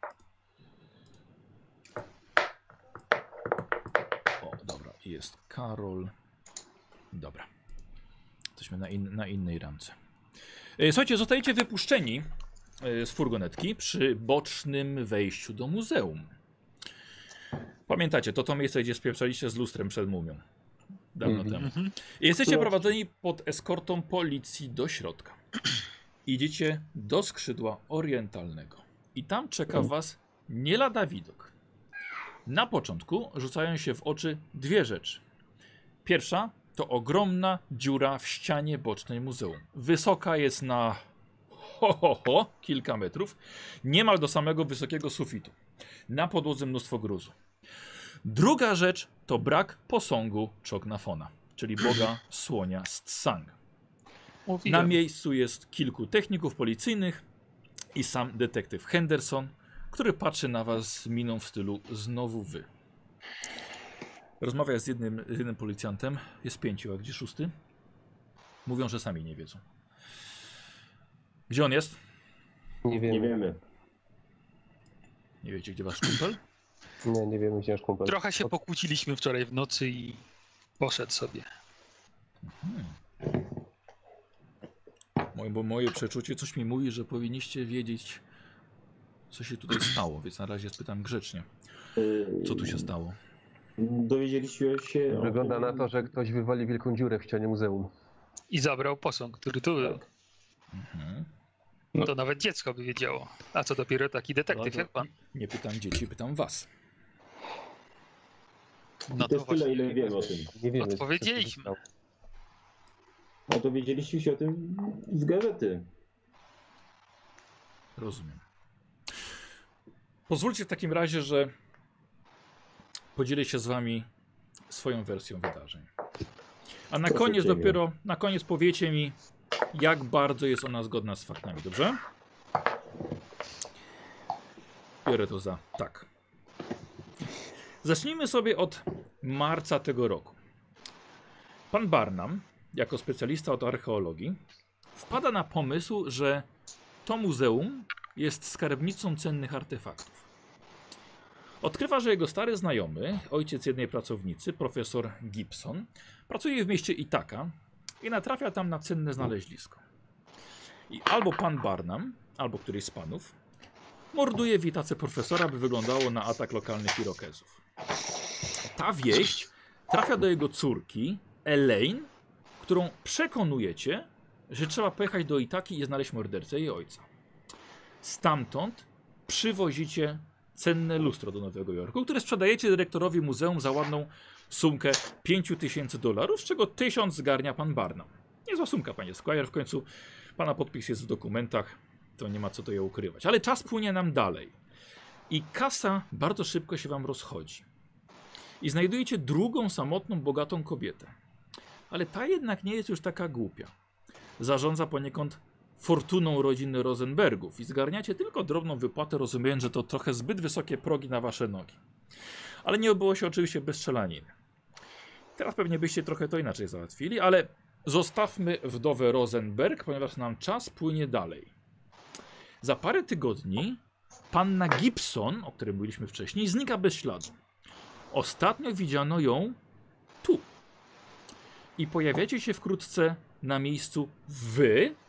O, dobra, jest Karol. Dobra. Jesteśmy na innej ramce. Słuchajcie, zostajecie wypuszczeni z furgonetki przy bocznym wejściu do muzeum. Pamiętacie, to miejsce, gdzie spieprzaliście z lustrem przed mumią. Dawno temu. I jesteście prowadzeni pod eskortą policji do środka. Idziecie do skrzydła orientalnego. I tam czeka was nie lada widok. Na początku rzucają się w oczy dwie rzeczy. Pierwsza to ogromna dziura w ścianie bocznej muzeum. Wysoka jest na kilka metrów, niemal do samego wysokiego sufitu. Na podłodze mnóstwo gruzu. Druga rzecz to brak posągu Chognafona, czyli boga słonia Stsang. Na miejscu jest kilku techników policyjnych i sam detektyw Henderson, który patrzy na was z miną w stylu znowu wy. Rozmawia z jednym policjantem, jest 5, a gdzie 6? Mówią, że sami nie wiedzą. Gdzie on jest? Nie wiemy. Nie wiecie, gdzie wasz kumpel? Nie wiemy, gdzie nasz kumpel. Trochę się pokłóciliśmy wczoraj w nocy i poszedł sobie. Bo moje przeczucie coś mi mówi, że powinniście wiedzieć, co się tutaj stało, więc na razie spytam grzecznie. Co tu się stało? Dowiedzieliśmy się... Wygląda na to, że ktoś wywalił wielką dziurę w ścianie muzeum. I zabrał posąg, który tu był. No. To nawet dziecko by wiedziało. A co dopiero taki detektyw jak pan. Nie pytam dzieci, pytam was. No to jest tyle, ile wiemy o tym. Nie wiemy. Odpowiedzieliśmy. co się stało. A dowiedzieliśmy się o tym z gazety. Rozumiem. Pozwólcie w takim razie, że podzielę się z wami swoją wersją wydarzeń. A na Proszę koniec ciebie. dopiero, na koniec powiecie mi, jak bardzo jest ona zgodna z faktami, dobrze? Biorę to za tak. Zacznijmy sobie od marca tego roku. Pan Barnum, jako specjalista od archeologii, wpada na pomysł, że to muzeum jest skarbnicą cennych artefaktów. Odkrywa, że jego stary znajomy, ojciec jednej pracownicy, profesor Gibson, pracuje w mieście Ithaca i natrafia tam na cenne znalezisko. I albo pan Barnum, albo któryś z panów morduje w Ithace profesora, by wyglądało na atak lokalnych Irokezów. Ta wieść trafia do jego córki, Elaine, którą przekonujecie, że trzeba pojechać do Ithaki i znaleźć mordercę jej ojca. Stamtąd przywozicie cenne lustro do Nowego Jorku, które sprzedajecie dyrektorowi muzeum za ładną sumkę $5000, z czego 1000 zgarnia pan Barnum. Niezła sumka, panie Squire, w końcu pana podpis jest w dokumentach, to nie ma co to je ukrywać. Ale czas płynie nam dalej i kasa bardzo szybko się wam rozchodzi. I znajdujecie drugą samotną, bogatą kobietę. Ale ta jednak nie jest już taka głupia. Zarządza poniekąd fortuną rodziny Rosenbergów i zgarniacie tylko drobną wypłatę, rozumiejąc, że to trochę zbyt wysokie progi na wasze nogi. Ale nie obyło się oczywiście bez strzelaniny. Teraz pewnie byście trochę to inaczej załatwili, ale zostawmy wdowę Rosenberg, ponieważ nam czas płynie dalej. Za parę tygodni panna Gibson, o której mówiliśmy wcześniej, znika bez śladu. Ostatnio widziano ją tu. I pojawiacie się wkrótce na miejscu wy,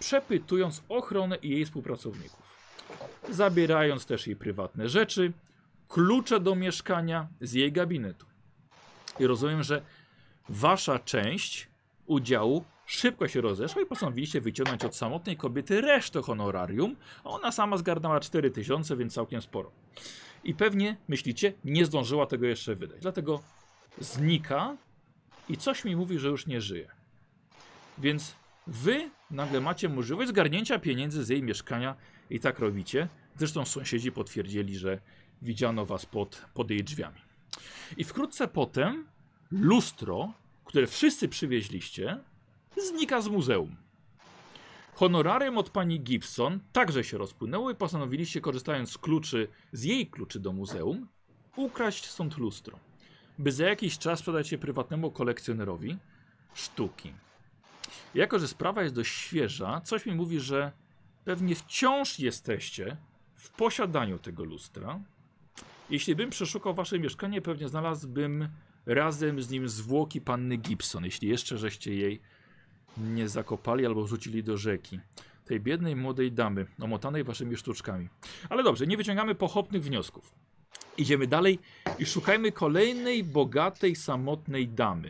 przepytując ochronę i jej współpracowników. Zabierając też jej prywatne rzeczy, klucze do mieszkania z jej gabinetu. I rozumiem, że wasza część udziału szybko się rozeszła i postanowiliście wyciągnąć od samotnej kobiety resztę honorarium. Ona sama zgarnęła 4000, więc całkiem sporo. I pewnie, myślicie, nie zdążyła tego jeszcze wydać. Dlatego znika i coś mi mówi, że już nie żyje. Więc wy nagle macie możliwość zgarnięcia pieniędzy z jej mieszkania i tak robicie. Zresztą sąsiedzi potwierdzili, że widziano was pod jej drzwiami. I wkrótce potem lustro, które wszyscy przywieźliście, znika z muzeum. Honorarium od pani Gibson także się rozpłynęło i postanowiliście, korzystając z jej kluczy do muzeum, ukraść stąd lustro, by za jakiś czas sprzedać je prywatnemu kolekcjonerowi sztuki. Jako że sprawa jest dość świeża, coś mi mówi, że pewnie wciąż jesteście w posiadaniu tego lustra. Jeśli bym przeszukał wasze mieszkanie, pewnie znalazłbym razem z nim zwłoki panny Gibson, jeśli jeszcze żeście jej nie zakopali albo wrzucili do rzeki. Tej biednej młodej damy, omotanej waszymi sztuczkami. Ale dobrze, nie wyciągamy pochopnych wniosków. Idziemy dalej i szukajmy kolejnej, bogatej, samotnej damy.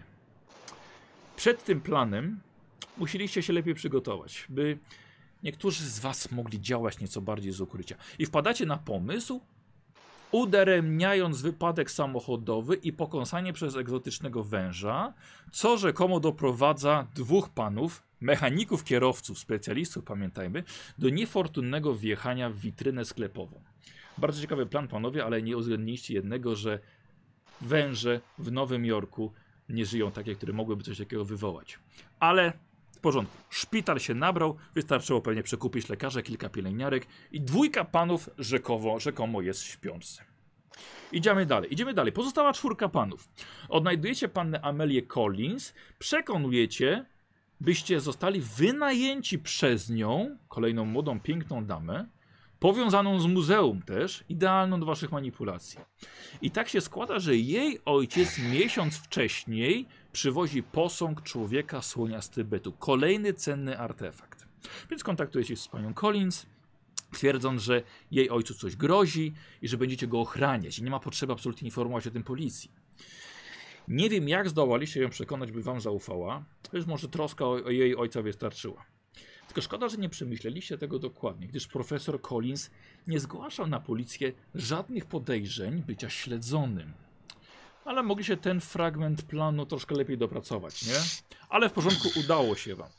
Przed tym planem musieliście się lepiej przygotować, by niektórzy z was mogli działać nieco bardziej z ukrycia. I wpadacie na pomysł, udaremniając wypadek samochodowy i pokąsanie przez egzotycznego węża, co rzekomo doprowadza dwóch panów, mechaników, kierowców, specjalistów, pamiętajmy, do niefortunnego wjechania w witrynę sklepową. Bardzo ciekawy plan, panowie, ale nie uwzględniliście jednego, że węże w Nowym Jorku nie żyją takie, które mogłyby coś takiego wywołać. Ale w porządku. Szpital się nabrał, wystarczyło pewnie przekupić lekarza, kilka pielęgniarek i dwójka panów rzekomo jest w śpiączce. Idziemy dalej. Pozostała czwórka panów. Odnajdujecie pannę Amelię Collins, przekonujecie, byście zostali wynajęci przez nią, kolejną młodą, piękną damę, powiązaną z muzeum też, idealną do waszych manipulacji. I tak się składa, że jej ojciec miesiąc wcześniej przywozi posąg człowieka słonia z Tybetu. Kolejny cenny artefakt. Więc kontaktujecie się z panią Collins, twierdząc, że jej ojcu coś grozi i że będziecie go ochraniać. I nie ma potrzeby absolutnie informować o tym policji. Nie wiem, jak zdołaliście ją przekonać, by wam zaufała, lecz może troska o jej ojca wystarczyła. Tylko szkoda, że nie przemyśleliście tego dokładnie, gdyż profesor Collins nie zgłaszał na policję żadnych podejrzeń bycia śledzonym. Ale mogli się ten fragment planu troszkę lepiej dopracować, nie? Ale w porządku, udało się wam.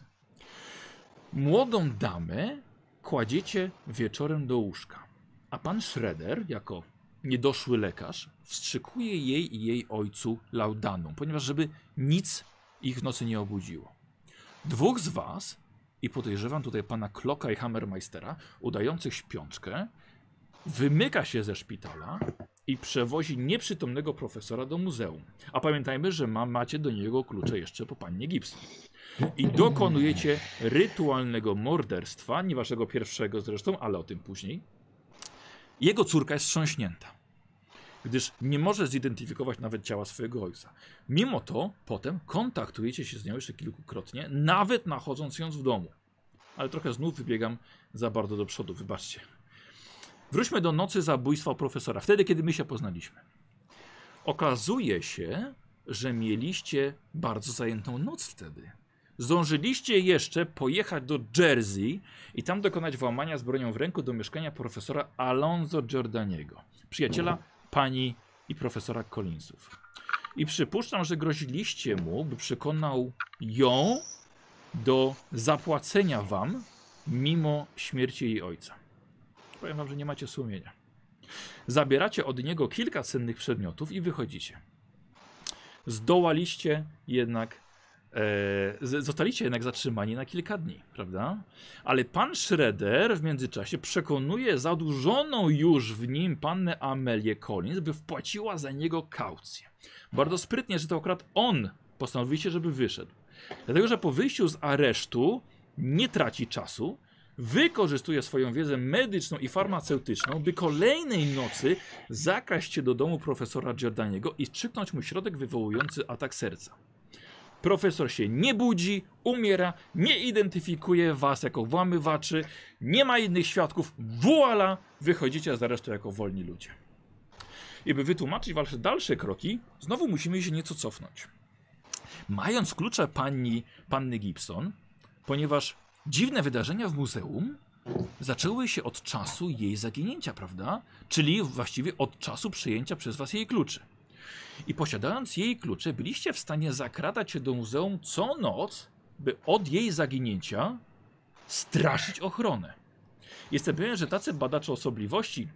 Młodą damę kładziecie wieczorem do łóżka, a pan Schroeder, jako niedoszły lekarz, wstrzykuje jej i jej ojcu laudanum, ponieważ żeby nic ich w nocy nie obudziło. Dwóch z was, i podejrzewam tutaj pana Klocka i Hammermeistera, udających śpiączkę, wymyka się ze szpitala i przewozi nieprzytomnego profesora do muzeum. A pamiętajmy, że macie do niego klucze jeszcze po pannie Gibson. I dokonujecie rytualnego morderstwa, nie waszego pierwszego zresztą, ale o tym później. Jego córka jest wstrząśnięta, gdyż nie może zidentyfikować nawet ciała swojego ojca. Mimo to potem kontaktujecie się z nią jeszcze kilkukrotnie, nawet nachodząc ją w domu. Ale trochę znów wybiegam za bardzo do przodu, wybaczcie. Wróćmy do nocy zabójstwa profesora, wtedy kiedy my się poznaliśmy. Okazuje się, że mieliście bardzo zajętą noc wtedy. Zdążyliście jeszcze pojechać do Jersey i tam dokonać włamania z bronią w ręku do mieszkania profesora Alonzo Giordaniego, przyjaciela pani i profesora Collinsów. I przypuszczam, że groziliście mu, by przekonał ją do zapłacenia wam mimo śmierci jej ojca. Powiem wam, że nie macie sumienia. Zabieracie od niego kilka cennych przedmiotów i wychodzicie. Zdołaliście jednak zostaliście jednak zatrzymani na kilka dni, prawda? Ale pan Schroeder w międzyczasie przekonuje zadłużoną już w nim pannę Amelię Collins, by wpłaciła za niego kaucję. Bardzo sprytnie, że to akurat on postanowiliście, żeby wyszedł. Dlatego, że po wyjściu z aresztu nie traci czasu, wykorzystuje swoją wiedzę medyczną i farmaceutyczną, by kolejnej nocy zakraść się do domu profesora Giordaniego i strzyknąć mu środek wywołujący atak serca. Profesor się nie budzi, umiera, nie identyfikuje was jako włamywaczy, nie ma innych świadków. Voila! Wychodzicie z aresztu jako wolni ludzie. I by wytłumaczyć wasze dalsze kroki, znowu musimy się nieco cofnąć. Mając klucze panny Gibson, ponieważ dziwne wydarzenia w muzeum zaczęły się od czasu jej zaginięcia, prawda? Czyli właściwie od czasu przyjęcia przez was jej kluczy. I posiadając jej klucze, byliście w stanie zakradać się do muzeum co noc, by od jej zaginięcia straszyć ochronę. Jestem pewien, że tacy badacze osobliwości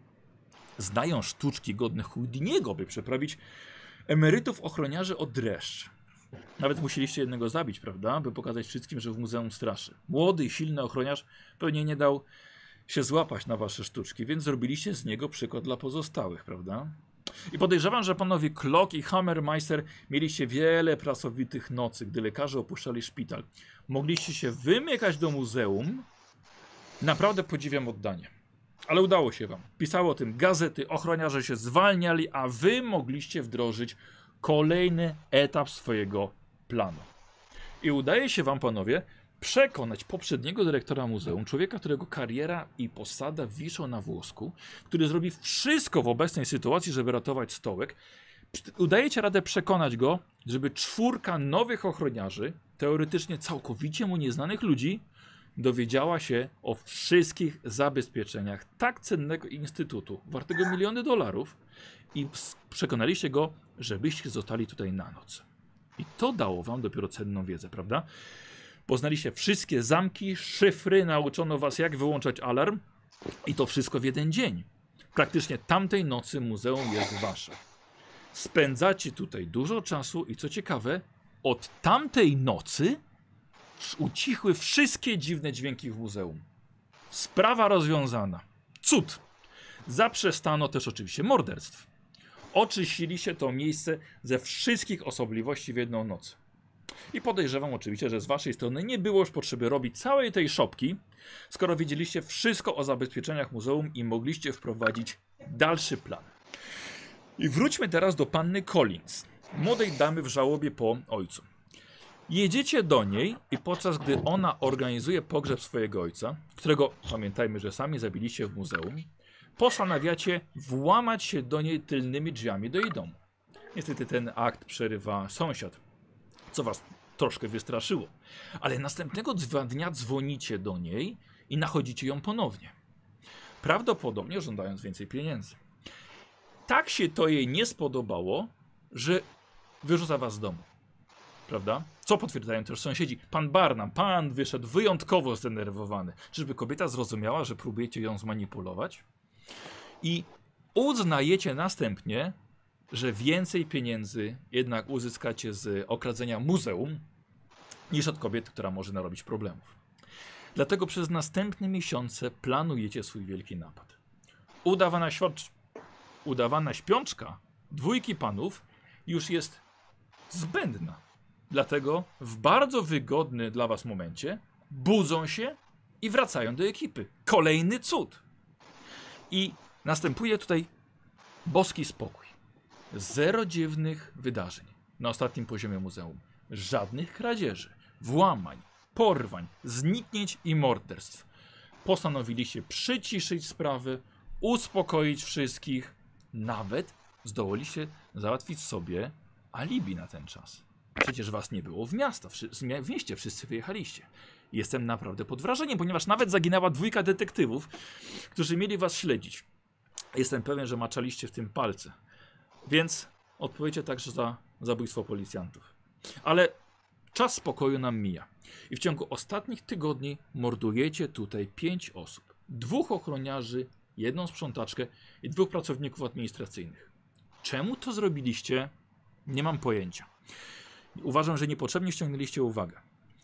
znają sztuczki godne Houdiniego, by przeprawić emerytów ochroniarzy od dreszcz. Nawet musieliście jednego zabić, prawda? By pokazać wszystkim, że w muzeum straszy. Młody i silny ochroniarz pewnie nie dał się złapać na wasze sztuczki, więc zrobiliście z niego przykład dla pozostałych, prawda? I podejrzewam, że panowie Klock i Hammermeister mieliście wiele pracowitych nocy, gdy lekarze opuszczali szpital. Mogliście się wymykać do muzeum. Naprawdę podziwiam oddanie. Ale udało się wam. Pisały o tym gazety, ochroniarze się zwalniali, a wy mogliście wdrożyć kolejny etap swojego planu. I udaje się wam, panowie, przekonać poprzedniego dyrektora muzeum, człowieka, którego kariera i posada wiszą na włosku, który zrobi wszystko w obecnej sytuacji, żeby ratować stołek. Udajecie radę przekonać go, żeby 4 nowych ochroniarzy, teoretycznie całkowicie mu nieznanych ludzi, dowiedziała się o wszystkich zabezpieczeniach tak cennego instytutu, wartego miliony dolarów, i przekonaliście go, żebyście zostali tutaj na noc. I to dało wam dopiero cenną wiedzę, prawda? Poznaliście wszystkie zamki, szyfry, nauczono was, jak wyłączać alarm, i to wszystko w jeden dzień. Praktycznie tamtej nocy muzeum jest wasze. Spędzacie tutaj dużo czasu i co ciekawe, od tamtej nocy ucichły wszystkie dziwne dźwięki w muzeum. Sprawa rozwiązana. Cud! Zaprzestano też oczywiście morderstw. Oczyściliście to miejsce ze wszystkich osobliwości w jedną noc. I podejrzewam oczywiście, że z waszej strony nie było już potrzeby robić całej tej szopki, skoro wiedzieliście wszystko o zabezpieczeniach muzeum i mogliście wprowadzić dalszy plan. I wróćmy teraz do panny Collins, młodej damy w żałobie po ojcu. Jedziecie do niej i podczas gdy ona organizuje pogrzeb swojego ojca, którego pamiętajmy, że sami zabiliście w muzeum, postanawiacie włamać się do niej tylnymi drzwiami do jej domu. Niestety ten akt przerywa sąsiad, co was troszkę wystraszyło. Ale następnego dnia dzwonicie do niej i nachodzicie ją ponownie. Prawdopodobnie żądając więcej pieniędzy. Tak się to jej nie spodobało, że wyrzuca was z domu. Prawda? Co potwierdzają też sąsiedzi. Pan Barnum, pan wyszedł wyjątkowo zdenerwowany. Czyżby kobieta zrozumiała, że próbujecie ją zmanipulować? I uznajecie następnie, że więcej pieniędzy jednak uzyskacie z okradzenia muzeum, niż od kobiety, która może narobić problemów. Dlatego przez następne miesiące planujecie swój wielki napad. Udawana śpiączka 2 panów już jest zbędna. Dlatego w bardzo wygodny dla was momencie budzą się i wracają do ekipy. Kolejny cud. I następuje tutaj boski spokój. 0 dziwnych wydarzeń na ostatnim poziomie muzeum. Żadnych kradzieży, włamań, porwań, zniknięć i morderstw. Postanowiliście przyciszyć sprawy, uspokoić wszystkich. Nawet zdołaliście załatwić sobie alibi na ten czas. Przecież was nie było w mieście, wszyscy wyjechaliście. Jestem naprawdę pod wrażeniem, ponieważ nawet zaginęła 2 detektywów, którzy mieli was śledzić. Jestem pewien, że maczaliście w tym palce. Więc odpowiecie także za zabójstwo policjantów. Ale czas spokoju nam mija. I w ciągu ostatnich tygodni mordujecie tutaj 5 osób. 2 ochroniarzy, 1 sprzątaczkę i 2 pracowników administracyjnych. Czemu to zrobiliście? Nie mam pojęcia. Uważam, że niepotrzebnie ściągnęliście uwagę.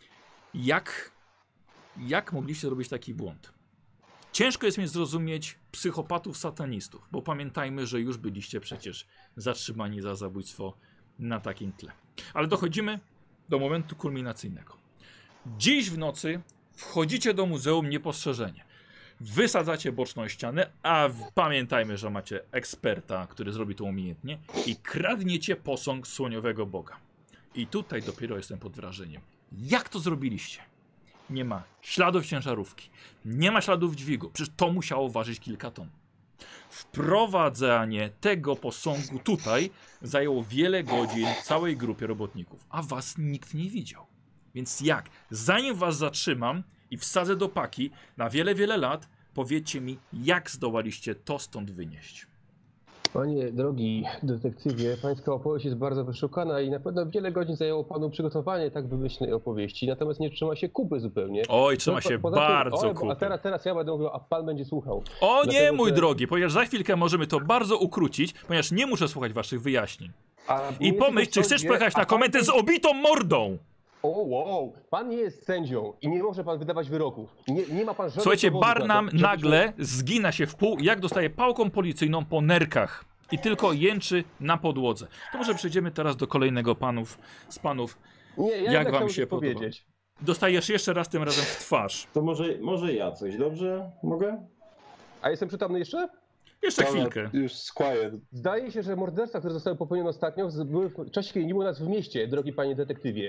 Jak mogliście zrobić taki błąd? Ciężko jest mi zrozumieć psychopatów satanistów, bo pamiętajmy, że już byliście przecież zatrzymani za zabójstwo na takim tle. Ale dochodzimy do momentu kulminacyjnego. Dziś w nocy wchodzicie do muzeum niepostrzeżenie. Wysadzacie boczną ścianę, a pamiętajmy, że macie eksperta, który zrobi to umiejętnie, i kradniecie posąg słoniowego boga. I tutaj dopiero jestem pod wrażeniem. Jak to zrobiliście? Nie ma śladów ciężarówki, nie ma śladów dźwigu. Przecież to musiało ważyć kilka ton. Wprowadzanie tego posągu tutaj zajęło wiele godzin całej grupie robotników, a was nikt nie widział. Więc jak? Zanim was zatrzymam i wsadzę do paki na wiele, wiele lat, powiedzcie mi, jak zdołaliście to stąd wynieść. Panie drogi detektywie, pańska opowieść jest bardzo wyszukana i na pewno wiele godzin zajęło panu przygotowanie tak wymyślnej opowieści, natomiast nie trzyma się kupy zupełnie. Oj, trzyma się bardzo kupy. A teraz ja będę mówił, a pan będzie słuchał. O nie, Dlatego, mój że- drogi, ponieważ za chwilkę możemy to bardzo ukrócić, ponieważ nie muszę słuchać waszych wyjaśnień. I pomyśl, czy chcesz pojechać na komendę z obitą mordą! O, wow, pan nie jest sędzią i nie może pan wydawać wyroków. Nie ma pan żadnych Słuchajcie, dowodów na to, Barnum żebyśmy- nagle zgina się w pół, jak dostaje pałką policyjną po nerkach. I tylko jęczy na podłodze. To może przejdziemy teraz do kolejnego z panów. Nie, ja Jak jednak wam chciałbym się coś podoba? powiedzieć. Dostajesz jeszcze raz, tym razem w twarz. To może ja coś, dobrze? Mogę? A jestem przytomny jeszcze? Jeszcze Dobra, chwilkę. Już Squire. Zdaje się, że morderstwa, które zostały popełnione ostatnio, były w czasie, kiedy nie było nas w mieście, drogi panie detektywie.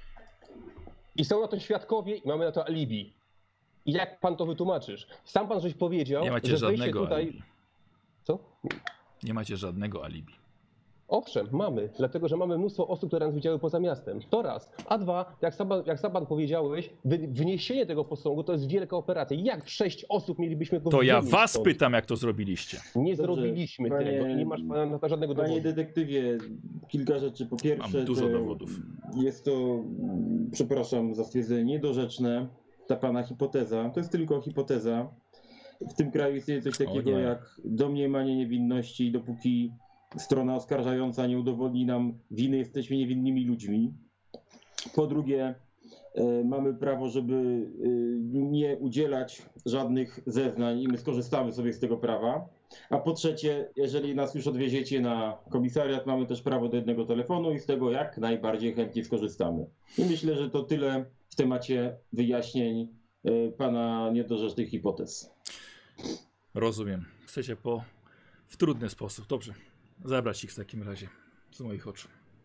I są na to świadkowie i mamy na to alibi. I jak pan to wytłumaczysz? Sam pan żeś powiedział, Nie macie że wejście żadnego tutaj... alibi. Co? Nie macie żadnego alibi. Owszem, mamy, dlatego że mamy mnóstwo osób, które nas widziały poza miastem. To raz. A dwa, jak sam pan powiedziałeś, wniesienie tego posągu to jest wielka operacja. Jak 6 osób mielibyśmy go To ja wynieść was stąd? pytam, jak to zrobiliście. Nie Dobrze, zrobiliśmy panie- tego i nie masz pana na to żadnego dowodu. Panie detektywie, kilka rzeczy. Po pierwsze, Mam dużo to dowodów. jest to, przepraszam za stwierdzenie, niedorzeczne. Ta pana hipoteza, to jest tylko hipoteza. W tym kraju istnieje coś takiego nie. jak domniemanie niewinności, dopóki strona oskarżająca nie udowodni nam winy, jesteśmy niewinnymi ludźmi. Po drugie, mamy prawo, żeby nie udzielać żadnych zeznań i my skorzystamy sobie z tego prawa. A po trzecie, jeżeli nas już odwieziecie na komisariat, mamy też prawo do jednego telefonu i z tego jak najbardziej chętnie skorzystamy. I myślę, że to tyle w temacie wyjaśnień pana niedorzecznych hipotez. Rozumiem. Chcecie w trudny sposób. Dobrze. Zabrać ich w takim razie. Z moich oczu.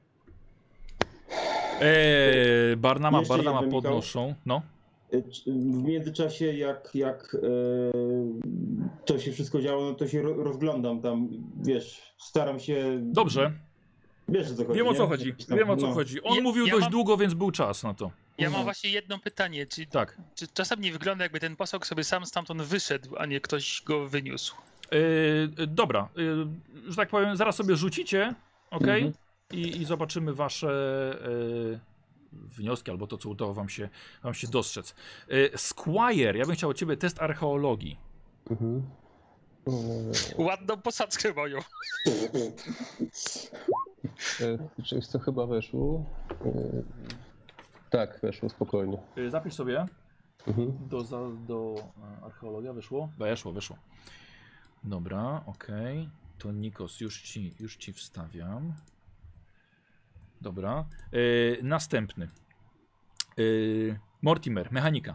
Barnama Jeszcze jedno, Michał. podnoszą. No. W międzyczasie, jak to się wszystko działo, no to się rozglądam tam, wiesz, staram się... Dobrze. Wiesz, o co chodzi, Wiem o co nie? chodzi. Jakiś tam, Wiem o co no. chodzi. On Ja- mówił ja dość mam- długo, więc był czas na to. Ja mam właśnie jedno pytanie. Tak. Czy czasem nie wygląda, jakby ten posąg sobie sam stamtąd wyszedł, a nie ktoś go wyniósł? Dobra. Że tak powiem, zaraz sobie rzucicie. Ok? Mhm. I zobaczymy wasze wnioski, albo to, co udało wam się dostrzec. Squire, ja bym chciał od ciebie test archeologii. Mhm. Ładną posadzkę mają. Czy to chyba weszło? Tak, weszło, spokojnie. Zapisz sobie. Mhm. Do archeologia wyszło? Weszło. Dobra, okej. To Nikos, już ci wstawiam. Dobra. Następny. Mortimer, mechanika.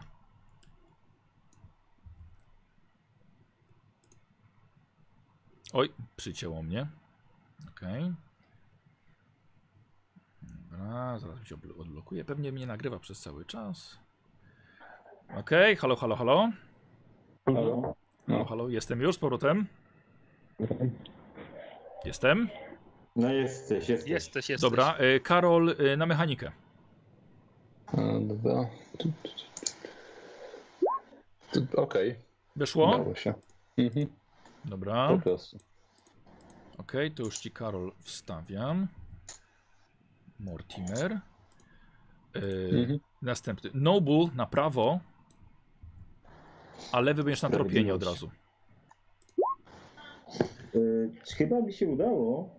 Oj, przycięło mnie. Okej. Dobra, zaraz mi się odblokuje. Pewnie mnie nagrywa przez cały czas. Okej, halo. Halo? Halo, jestem już z powrotem. Jestem. No jesteś. Jesteś. Dobra, Karol na mechanikę. Dobra. Okej, Wyszło? udało się. Mhm, Dobra. po prostu. Okej, to już ci Karol wstawiam. Mortimer. Mhm. Następny. Noble na prawo. A lewy będziesz na tropienie od razu. Chyba mi się udało.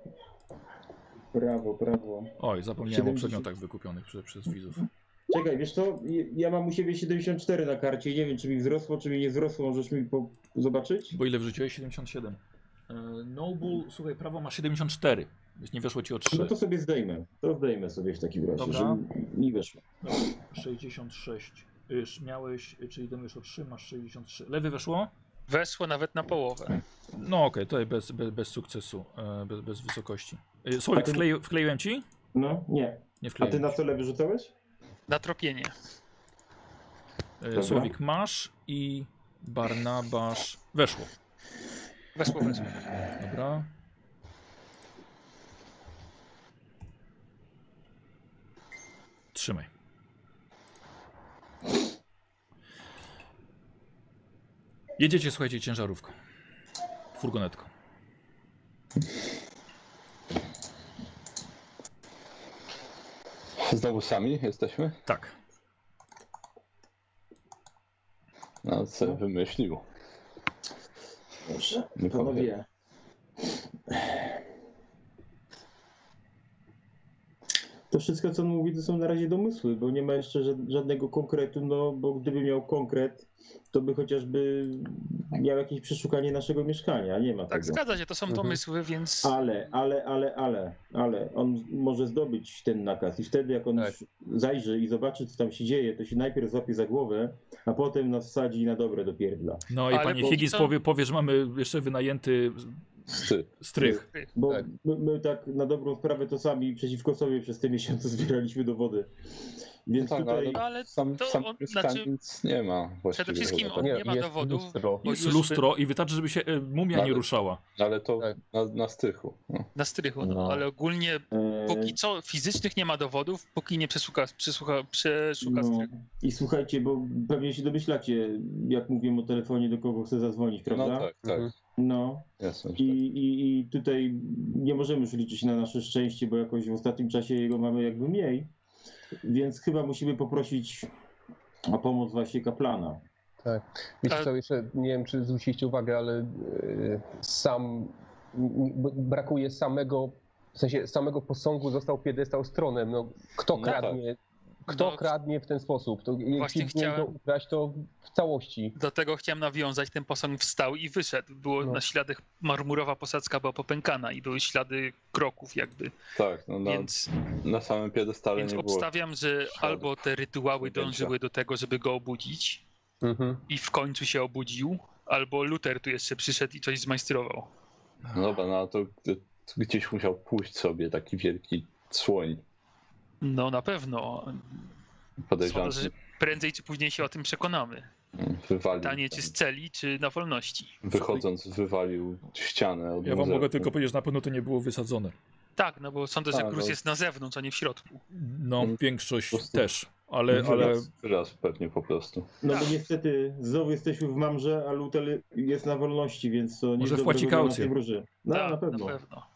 Prawo. Oj, zapomniałem 70. o przedmiotach wykupionych przez widzów. Czekaj, wiesz co? Ja mam u siebie 74 na karcie. Nie wiem, czy mi wzrosło, czy mi nie wzrosło. Możesz mi zobaczyć? Bo ile wrzuciłeś? 77. Noble, słuchaj, prawo ma 74. Więc nie weszło ci o 3. No to sobie zdejmę. To zdejmę sobie w takim razie, Dobra. żeby mi weszło. 66. Miałeś, czyli ten już o 3, masz 63. Lewy weszło? Weszło nawet na połowę. No okej, tutaj bez sukcesu, bez wysokości. Słowik, wkleiłem ci? No, nie. Nie A ty wklejałem na ci. cele wyrzucałeś? Na tropienie. Dobra. Słowik masz i Barnabasz weszło. Weszło. Dobra. Trzymaj. Jedziecie, słuchajcie, ciężarówką. Furgonetką. Znowu sami jesteśmy? Tak. No co wymyślił. Dobrze, Nie powiem. panowie. To wszystko, co on mówi, to są na razie domysły, bo nie ma jeszcze żadnego konkretu, no bo gdyby miał konkret, to by chociażby miał jakieś przeszukanie naszego mieszkania, nie ma Tak, tego. zgadza się, to są domysły, więc Ale on może zdobyć ten nakaz i wtedy jak on Tak. już zajrzy i zobaczy, co tam się dzieje, to się najpierw złapie za głowę, a potem nas wsadzi na dobre do pierdla. No i Ale pani póki Higgins co- powie, że mamy jeszcze wynajęty strych. Bo Tak. my tak na dobrą sprawę to sami przeciwko sobie przez te miesiące zbieraliśmy dowody. Więc No tak, tutaj... No ale sam to sam on- Pryskani znaczy, nic nie ma właściwie. przede wszystkim chyba, on tak? nie ma jest dowodów. lustro. bo Jest już lustro i wystarczy, żeby się mumia nie Ale- ruszała. Ale to Tak. na strychu. No. Na strychu, no, No. ale ogólnie póki co fizycznych nie ma dowodów, póki nie przeszuka No. strychu. I słuchajcie, bo pewnie się domyślacie, jak mówiłem o telefonie, do kogo chcę zadzwonić, prawda? No tak, tak. Mhm. No. Jasne, że I tutaj nie możemy już liczyć na nasze szczęście, bo jakoś w ostatnim czasie jego mamy jakby mniej. Więc chyba musimy poprosić o pomoc właśnie kaplana. Tak. Wiecie Ale- co, jeszcze nie wiem, czy zwróciliście uwagę, ale brakuje samego, w sensie samego posągu został piedestał z tronem. No, kto No kradnie? Kto No, kradnie w ten sposób? To, Właśnie jeśli chciałem to chciałem- ukraść, to w całości. Do tego chciałem nawiązać, ten posąg wstał i wyszedł. Było No. na śladach, marmurowa posadzka była popękana i były ślady kroków jakby, tak, no, więc, na samym piedestale więc nie było. obstawiam, że śladów albo te rytuały zdjęcia. dążyły do tego, żeby go obudzić Mhm. i w końcu się obudził, albo Luther tu jeszcze przyszedł i coś zmajstrował. No dobra, no to gdzieś musiał pójść sobie taki wielki słoń. No na pewno. Podejrzewam, Sądzę, że prędzej czy później się o tym przekonamy. wywalił. Pytanie, czy z celi, czy na wolności. Wychodząc, wywalił ścianę od Ja wam muzeum. mogę tylko powiedzieć, że na pewno to nie było wysadzone. Tak, no bo sądzę, że Tak, gruz no. jest na zewnątrz, a nie w środku. No, On większość po prostu- też, ale Wyraz pewnie po prostu. No Tak. bo niestety znowu jesteśmy w Mamrze, a Lutel jest na wolności, więc to nie Może jest wpłaci dobrego dla kaucję. naszej wróży. No Tak, na pewno.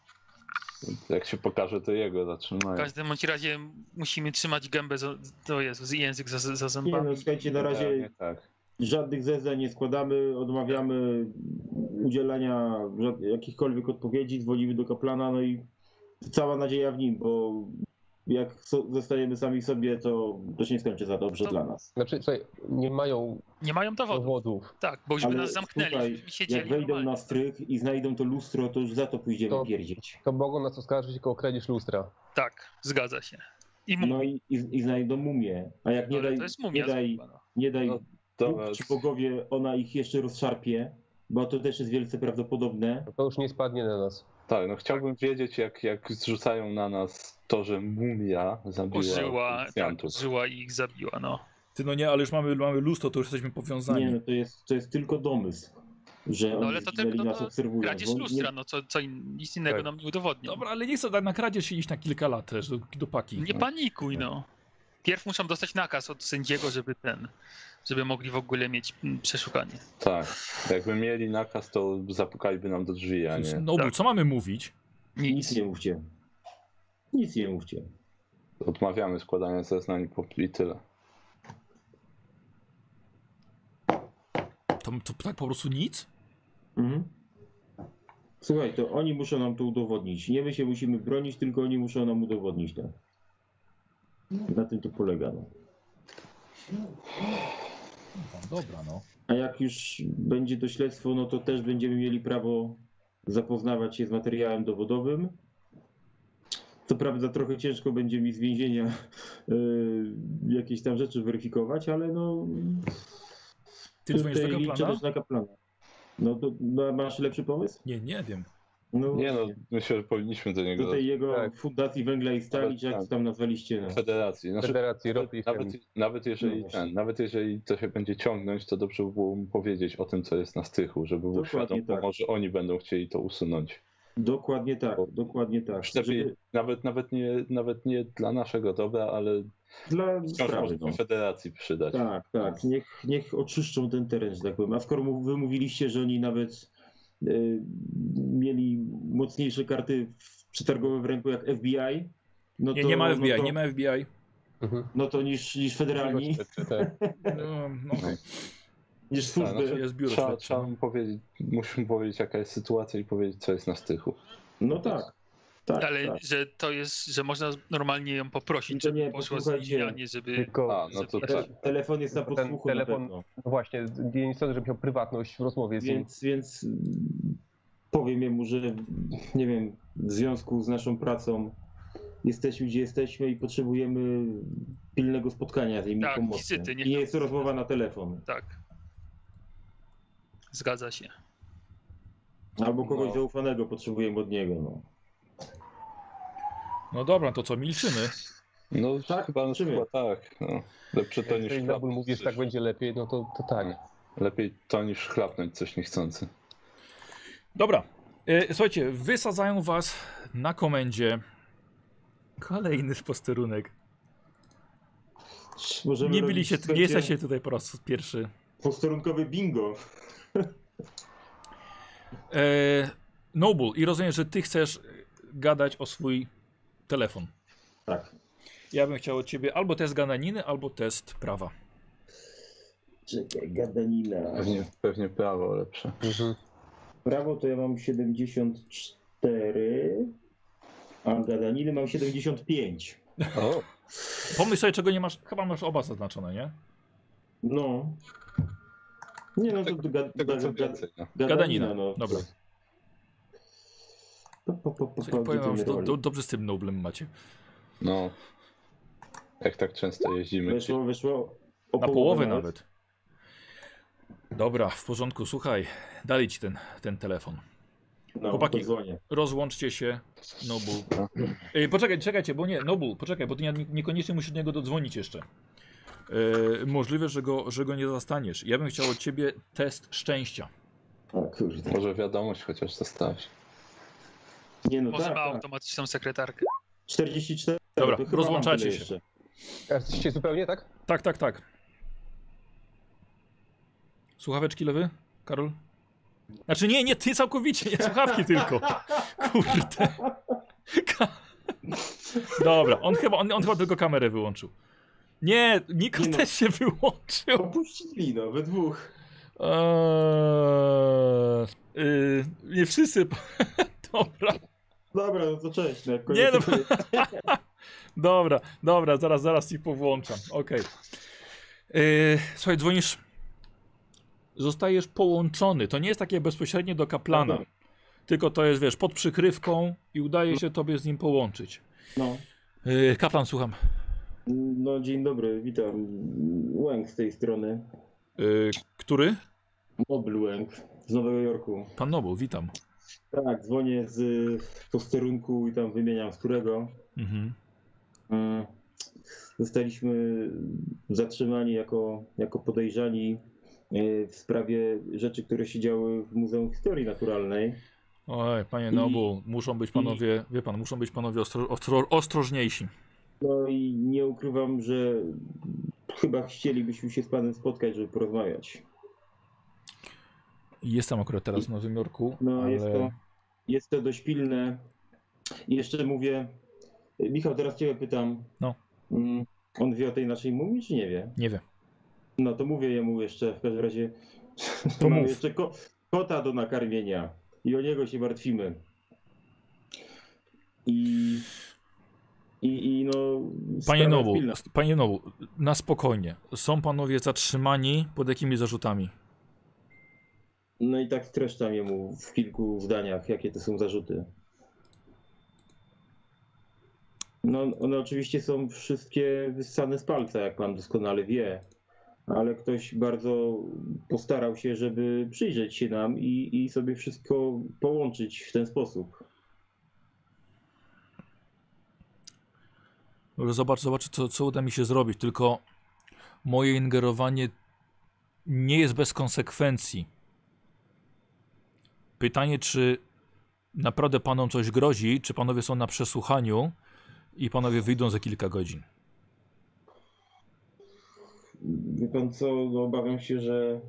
Jak się pokaże, to jego W zatrzymają. każdym bądź razie musimy trzymać gębę, to jest język za Nie zębami. no, słuchajcie, na razie Nie, tak. żadnych zeznań nie składamy, odmawiamy udzielania jakichkolwiek odpowiedzi, dzwonimy do kaplana, no i cała nadzieja w nim, bo jak zostajemy sami sobie, to się nie skończy za dobrze To- dla nas. Znaczy, słuchaj, nie mają Nie mają dowodów. dowodów. Tak, bo już by Ale nas zamknęli, słuchaj, już by siedzieli jak wejdą normalnie. na strych i znajdą to lustro, to już za to pójdziemy To- pierdzieć. To mogą nas oskarżyć tylko o kradzież lustra. Tak, zgadza się. I No i znajdą mumię, a jak nie ale daj, to jest mumia. nie daj, zwykła, no. nie daj No, Bóg dobra, czy bogowie, ona ich jeszcze rozszarpie, bo to też jest wielce prawdopodobne. To już nie spadnie na nas. tak, no chciałbym wiedzieć, jak zrzucają na nas to, że mumia zabiła Użyła, tak, policjantów. użyła i ich zabiła, no. ty no nie, ale już mamy lustro, to już jesteśmy powiązani. Nie, no to jest tylko domysł, że No oni ale to jeżeli tylko nas obserwują. kradzież bo lustra, nie, no nic innego Tak. nam udowodnią. Dobra, ale nie chcę tak na kradzież się iść na kilka lat też do paki. Nie panikuj, no. Pierw muszą dostać nakaz od sędziego, żeby mogli w ogóle mieć przeszukanie. Tak, jakby mieli nakaz, to zapukaliby nam do drzwi, a nie. Noblu, Tak. co mamy mówić? nic nie mówcie. Nic nie mówcie. Odmawiamy składania zeznań i tyle. To tak po prostu nic? Mhm. Słuchaj, to oni muszą nam to udowodnić. Nie my się musimy bronić, tylko oni muszą nam udowodnić to. Na tym to polega. No. Dobra, no. A jak już będzie to śledztwo, no to też będziemy mieli prawo zapoznawać się z materiałem dowodowym. Co prawda trochę ciężko będzie mi z więzienia jakieś tam rzeczy weryfikować, ale no Ty dzwonisz do liczę kaplana? też na kaplana. No to masz lepszy pomysł? Nie wiem. No, Nie no, właśnie. myślę, że powinniśmy do niego Do tej jego Tak. Fundacji Węgla i Stali, czy jak to tam nazwaliście, no. Federacji. Znaczy, Federacji Ropy i Chemii. nawet jeżeli to się będzie ciągnąć, to dobrze by było mu powiedzieć o tym, co jest na strychu, żeby był Dokładnie świadom, bo tak. może oni będą chcieli to usunąć. Dokładnie tak, dokładnie tak. Już lepiej, Żeby nawet nie dla naszego dobra, ale dla wciąż sprawy, może no. Federacji przydać. Tak. Niech oczyszczą ten teren, że tak powiem. A skoro wy mówiliście, że oni nawet mieli mocniejsze karty przetargowe w ręku jak FBI, no Nie, to, nie ma FBI, no to, nie ma FBI. no to niż federalni, Tak. No, okej. niż służby. Jest biuro Trzeba śledcze. mu powiedzieć, musimy powiedzieć, jaka jest sytuacja i powiedzieć, co jest na strychu. No tak. Ale tak. że to jest, że można normalnie ją poprosić, To żeby nie, poszła z posłuchajcie. nimi, a nie żeby... Tylko A, no to Zapraszam. tak. Telefon jest na Ten podsłuchu na telefon- pewno. no właśnie, nie sądzę, żeby miał prywatność w rozmowie z nim. Więc powiem jemu, że nie wiem, w związku z naszą pracą jesteśmy gdzie jesteśmy i potrzebujemy pilnego spotkania z nimi Tak, pomocy. wizyty, nie- I nie jest to rozmowa na telefon. Tak. Zgadza się. Albo kogoś No. zaufanego potrzebujemy od niego. No. No dobra, to co, milczymy? No Tak, chyba zobaczymy. tak. No. Lepsze to niż Jeżeli Nabul mówi, że tak będzie lepiej, no to tak. Lepiej to niż chlapnąć coś niechcący. Dobra, słuchajcie, wysadzają was na komendzie. Kolejny posterunek. Możemy Nie robić, byliście, nie słuchajcie, jesteście tutaj po raz pierwszy. posterunkowy bingo. Noble, i rozumiem, że ty chcesz gadać o swój telefon. Tak. Ja bym chciał od ciebie albo test gadaniny, albo test prawa. Czekaj, gadanina. Pewnie prawo lepsze. Prawo to ja mam 74, a gadaniny mam 75. O, Pomyśl sobie, czego nie masz. Chyba masz oba zaznaczone, nie? No. Nie no, to tego co więcej. No. Gadanina, no. dobra. Gdzie Powiem wam, to że mnie dobrze z tym Noblem macie. No. Jak tak często jeździmy. Weszło o Na połowę nawet. Dobra, w porządku, słuchaj. Dalej ci ten telefon. No, Chłopaki. to dzwonię. Rozłączcie się, Noble. Czekajcie, bo nie, Noble, poczekaj, bo ty niekoniecznie musisz do niego dodzwonić jeszcze. Możliwe, że go nie zastaniesz. Ja bym chciał od ciebie test szczęścia. A kurde. Może wiadomość chociaż zostawić. Nie no, Może tak, ma tak. automatyczną sekretarkę. 44. Dobra, to chyba rozłączacie mam tyle się. jeszcze. A jesteście zupełnie, tak? Tak. Słuchaweczki lewy, Karol? Znaczy nie, ty całkowicie, nie słuchawki tylko. Kurde. Dobra, on chyba tylko kamerę wyłączył. Nie, Niko Nie no. też się wyłączył. Opuścili, no, we dwóch. Nie wszyscy. Dobra. Dobra, no to cześć. No, Nie no. Dobra, zaraz ci powłączam. Okej. Słuchaj, dzwonisz. Zostajesz połączony. To nie jest takie bezpośrednio do kaplana. Dobra. Tylko to jest, wiesz, pod przykrywką i udaje się tobie z nim połączyć. No. Kaplan, słucham. No, dzień dobry, witam. Łęk z tej strony. Który? Mobil Łęk z Nowego Jorku. Pan Noble, witam. Tak, dzwonię z posterunku i tam wymieniam, z którego. Mhm. Zostaliśmy zatrzymani jako podejrzani w sprawie rzeczy, które się działy w Muzeum Historii Naturalnej. Oj, panie Noble, muszą być panowie, wie pan, muszą być panowie ostrożniejsi. No i nie ukrywam, że chyba chcielibyśmy się z panem spotkać, żeby porozmawiać. Jestem akurat teraz w Nowym Jorku, No, ale... jest to dość pilne. I jeszcze mówię, Michał, teraz ciebie pytam. No. On wie o tej naszej mumii, czy nie wie? Nie wiem. No to mówię jemu jeszcze, w każdym razie To mamy mów. jeszcze kota do nakarmienia i o niego się martwimy. I no... Panie Noble, na spokojnie. Są panowie zatrzymani pod jakimi zarzutami? No i tak streszczam jemu w kilku zdaniach, jakie to są zarzuty. No one oczywiście są wszystkie wyssane z palca, jak pan doskonale wie. ale ktoś bardzo postarał się, żeby przyjrzeć się nam i sobie wszystko połączyć w ten sposób. Zobacz, co uda mi się zrobić, tylko moje ingerowanie nie jest bez konsekwencji. Pytanie, czy naprawdę panom coś grozi, czy panowie są na przesłuchaniu i panowie wyjdą za kilka godzin. Wie pan co, no obawiam się, że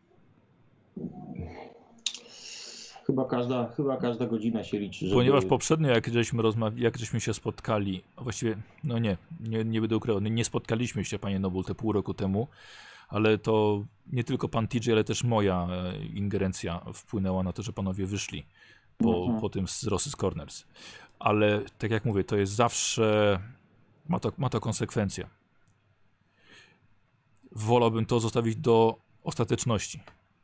chyba każda godzina się liczy. Żeby... Ponieważ poprzednio, jak żeśmy się spotkali, a właściwie, no nie będę ukrywał, nie spotkaliśmy się, panie Noble, te pół roku temu, ale to nie tylko pan TJ, ale też moja ingerencja wpłynęła na to, że panowie wyszli po tym z Ross's Corners. Ale tak jak mówię, to jest zawsze, ma to konsekwencje. Wolałbym to zostawić do ostateczności.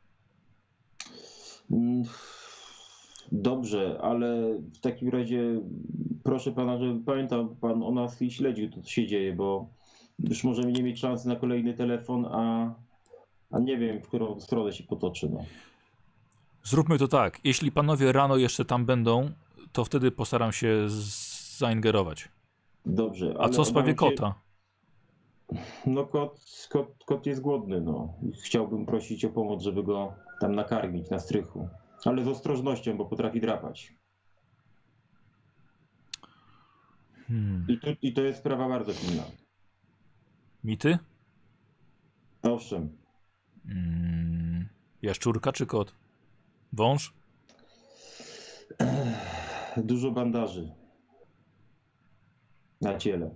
Dobrze, ale w takim razie proszę pana, żeby pamiętał pan o nas i śledził to, co się dzieje, bo już możemy nie mieć szansy na kolejny telefon, a nie wiem, w którą stronę się potoczy. No. Zróbmy to tak. Jeśli panowie rano jeszcze tam będą, to wtedy postaram się zaingerować. Dobrze. A co w sprawie kota? No kot jest głodny, no. Chciałbym prosić o pomoc, żeby go tam nakarmić na strychu. Ale z ostrożnością, bo potrafi drapać. I to jest sprawa bardzo pilna. Mity? Owszem. Jaszczurka czy kot? Wąż? Dużo bandaży na ciele.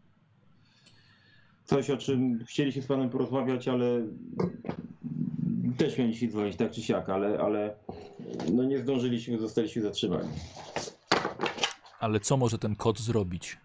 Coś, o czym chcieliśmy z panem porozmawiać, ale też miałem dzisiaj dzwonić tak czy siak, ale no nie zdążyliśmy, zostaliśmy zatrzymani. Ale co może ten kot zrobić?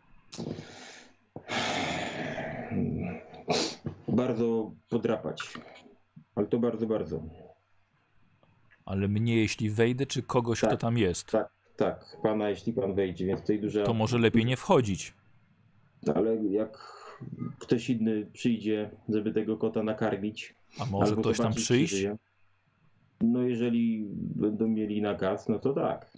Bardzo podrapać. Ale to bardzo, bardzo. Ale mnie, jeśli wejdę, czy kogoś, kto tam jest? Tak. Pana, jeśli pan wejdzie, więc tutaj duża... To może lepiej nie wchodzić. Ale jak ktoś inny przyjdzie, żeby tego kota nakarmić... A może ktoś tam przyjść? No jeżeli będą mieli nakaz, no to tak.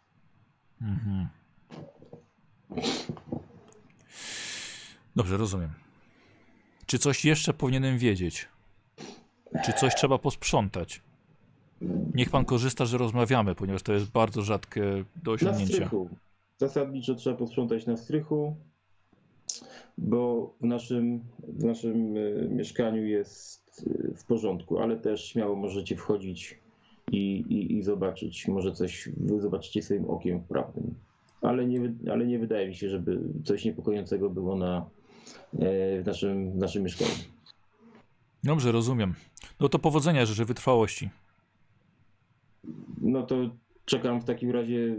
Dobrze, rozumiem. Czy coś jeszcze powinienem wiedzieć? Czy coś trzeba posprzątać? Niech pan korzysta, że rozmawiamy, ponieważ to jest bardzo rzadkie do osiągnięcia. Na strychu. Zasadniczo trzeba posprzątać na strychu, bo w naszym mieszkaniu jest w porządku, ale też śmiało możecie wchodzić i zobaczyć. Może coś wy zobaczycie swoim okiem wprawnym. Ale nie wydaje mi się, żeby coś niepokojącego było w naszym mieszkaniu. Dobrze, rozumiem. No to powodzenia, życzę wytrwałości. No to czekam w takim razie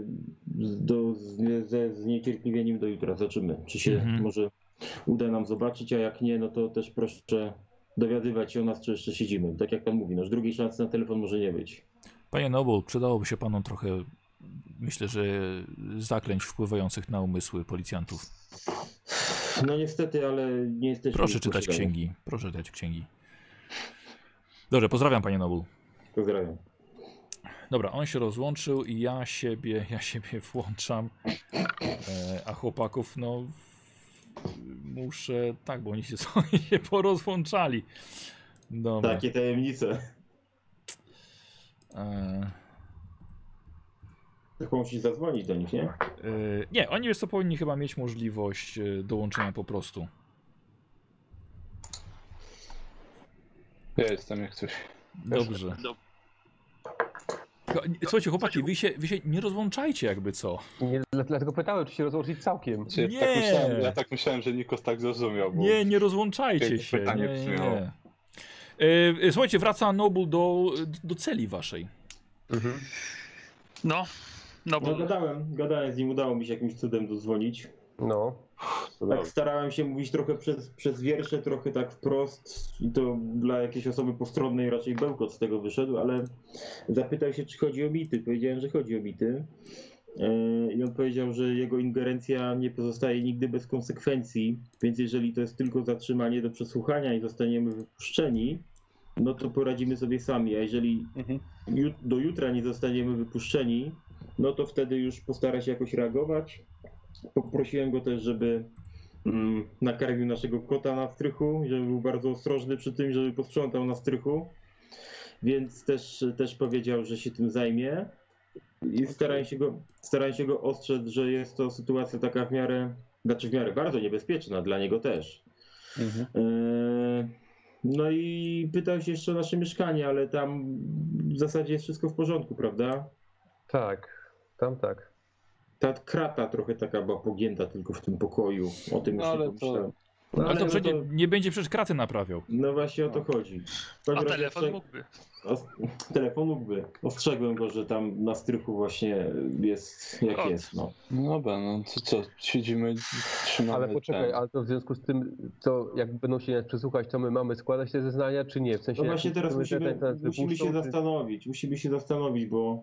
ze zniecierpliwieniem do jutra. Zobaczymy, czy się może uda nam zobaczyć, a jak nie, no to też proszę dowiadywać się o nas, czy jeszcze siedzimy. Tak jak pan mówi, no już drugiej szansy na telefon może nie być. Panie Noble, przydałoby się panu trochę, myślę, że zaklęć wpływających na umysły policjantów. No niestety, ale nie jesteśmy... Proszę czytać księgi. Proszę czytać księgi. Dobrze, pozdrawiam, panie Noble. Pozdrawiam. Dobra, on się rozłączył i ja siebie włączam, a chłopaków, no muszę, tak, bo oni się porozłączali. Dobra. Takie tajemnice. Chyba musisz zadzwonić do nich, nie? Nie, oni już to powinni chyba mieć możliwość dołączenia po prostu. Ja jestem jak coś. Dobrze. Słuchajcie, chłopaki, wy się nie rozłączajcie jakby co. Nie, dlatego pytałem, czy się rozłączyć całkiem. Nie. Tak myślałem, że Nikos tak zrozumiał. Bo... Nie rozłączajcie się. Nie. Słuchajcie, wraca Noble do celi waszej. No, gadałem z nim, udało mi się jakimś cudem dodzwonić. No. Tak starałem się mówić trochę przez wiersze, trochę tak wprost i to dla jakiejś osoby postronnej raczej bełkot z tego wyszedł, ale zapytał się, czy chodzi o mity. Powiedziałem, że chodzi o mity I on powiedział, że jego ingerencja nie pozostaje nigdy bez konsekwencji, więc jeżeli to jest tylko zatrzymanie do przesłuchania i zostaniemy wypuszczeni, no to poradzimy sobie sami, a jeżeli do jutra nie zostaniemy wypuszczeni, no to wtedy już postara się jakoś reagować. Poprosiłem go też, żeby nakarmił naszego kota na strychu, żeby był bardzo ostrożny przy tym, żeby posprzątał na strychu, więc też powiedział, że się tym zajmie. I starałem się go ostrzec, że jest to sytuacja taka w miarę bardzo niebezpieczna dla niego też. No i pytał się jeszcze o nasze mieszkanie, ale tam w zasadzie jest wszystko w porządku, prawda? Tak, tam tak. Ta krata trochę taka była pogięta tylko w tym pokoju. O tym już nie pomyślałem. No, Ale to no przecież nie będzie przecież kraty naprawiał. No właśnie o to chodzi. A telefon mógłby. Telefon mógłby. Ostrzegłem go, że tam na strychu właśnie jest jak Kot. jest. No. Dobra, no to co, siedzimy, trzymamy Ale poczekaj, ale to w związku z tym, to jak będą się nas przesłuchać, to my mamy składać te zeznania, czy nie? W sensie, No właśnie jak teraz musimy się wypuszczą, zastanowić, bo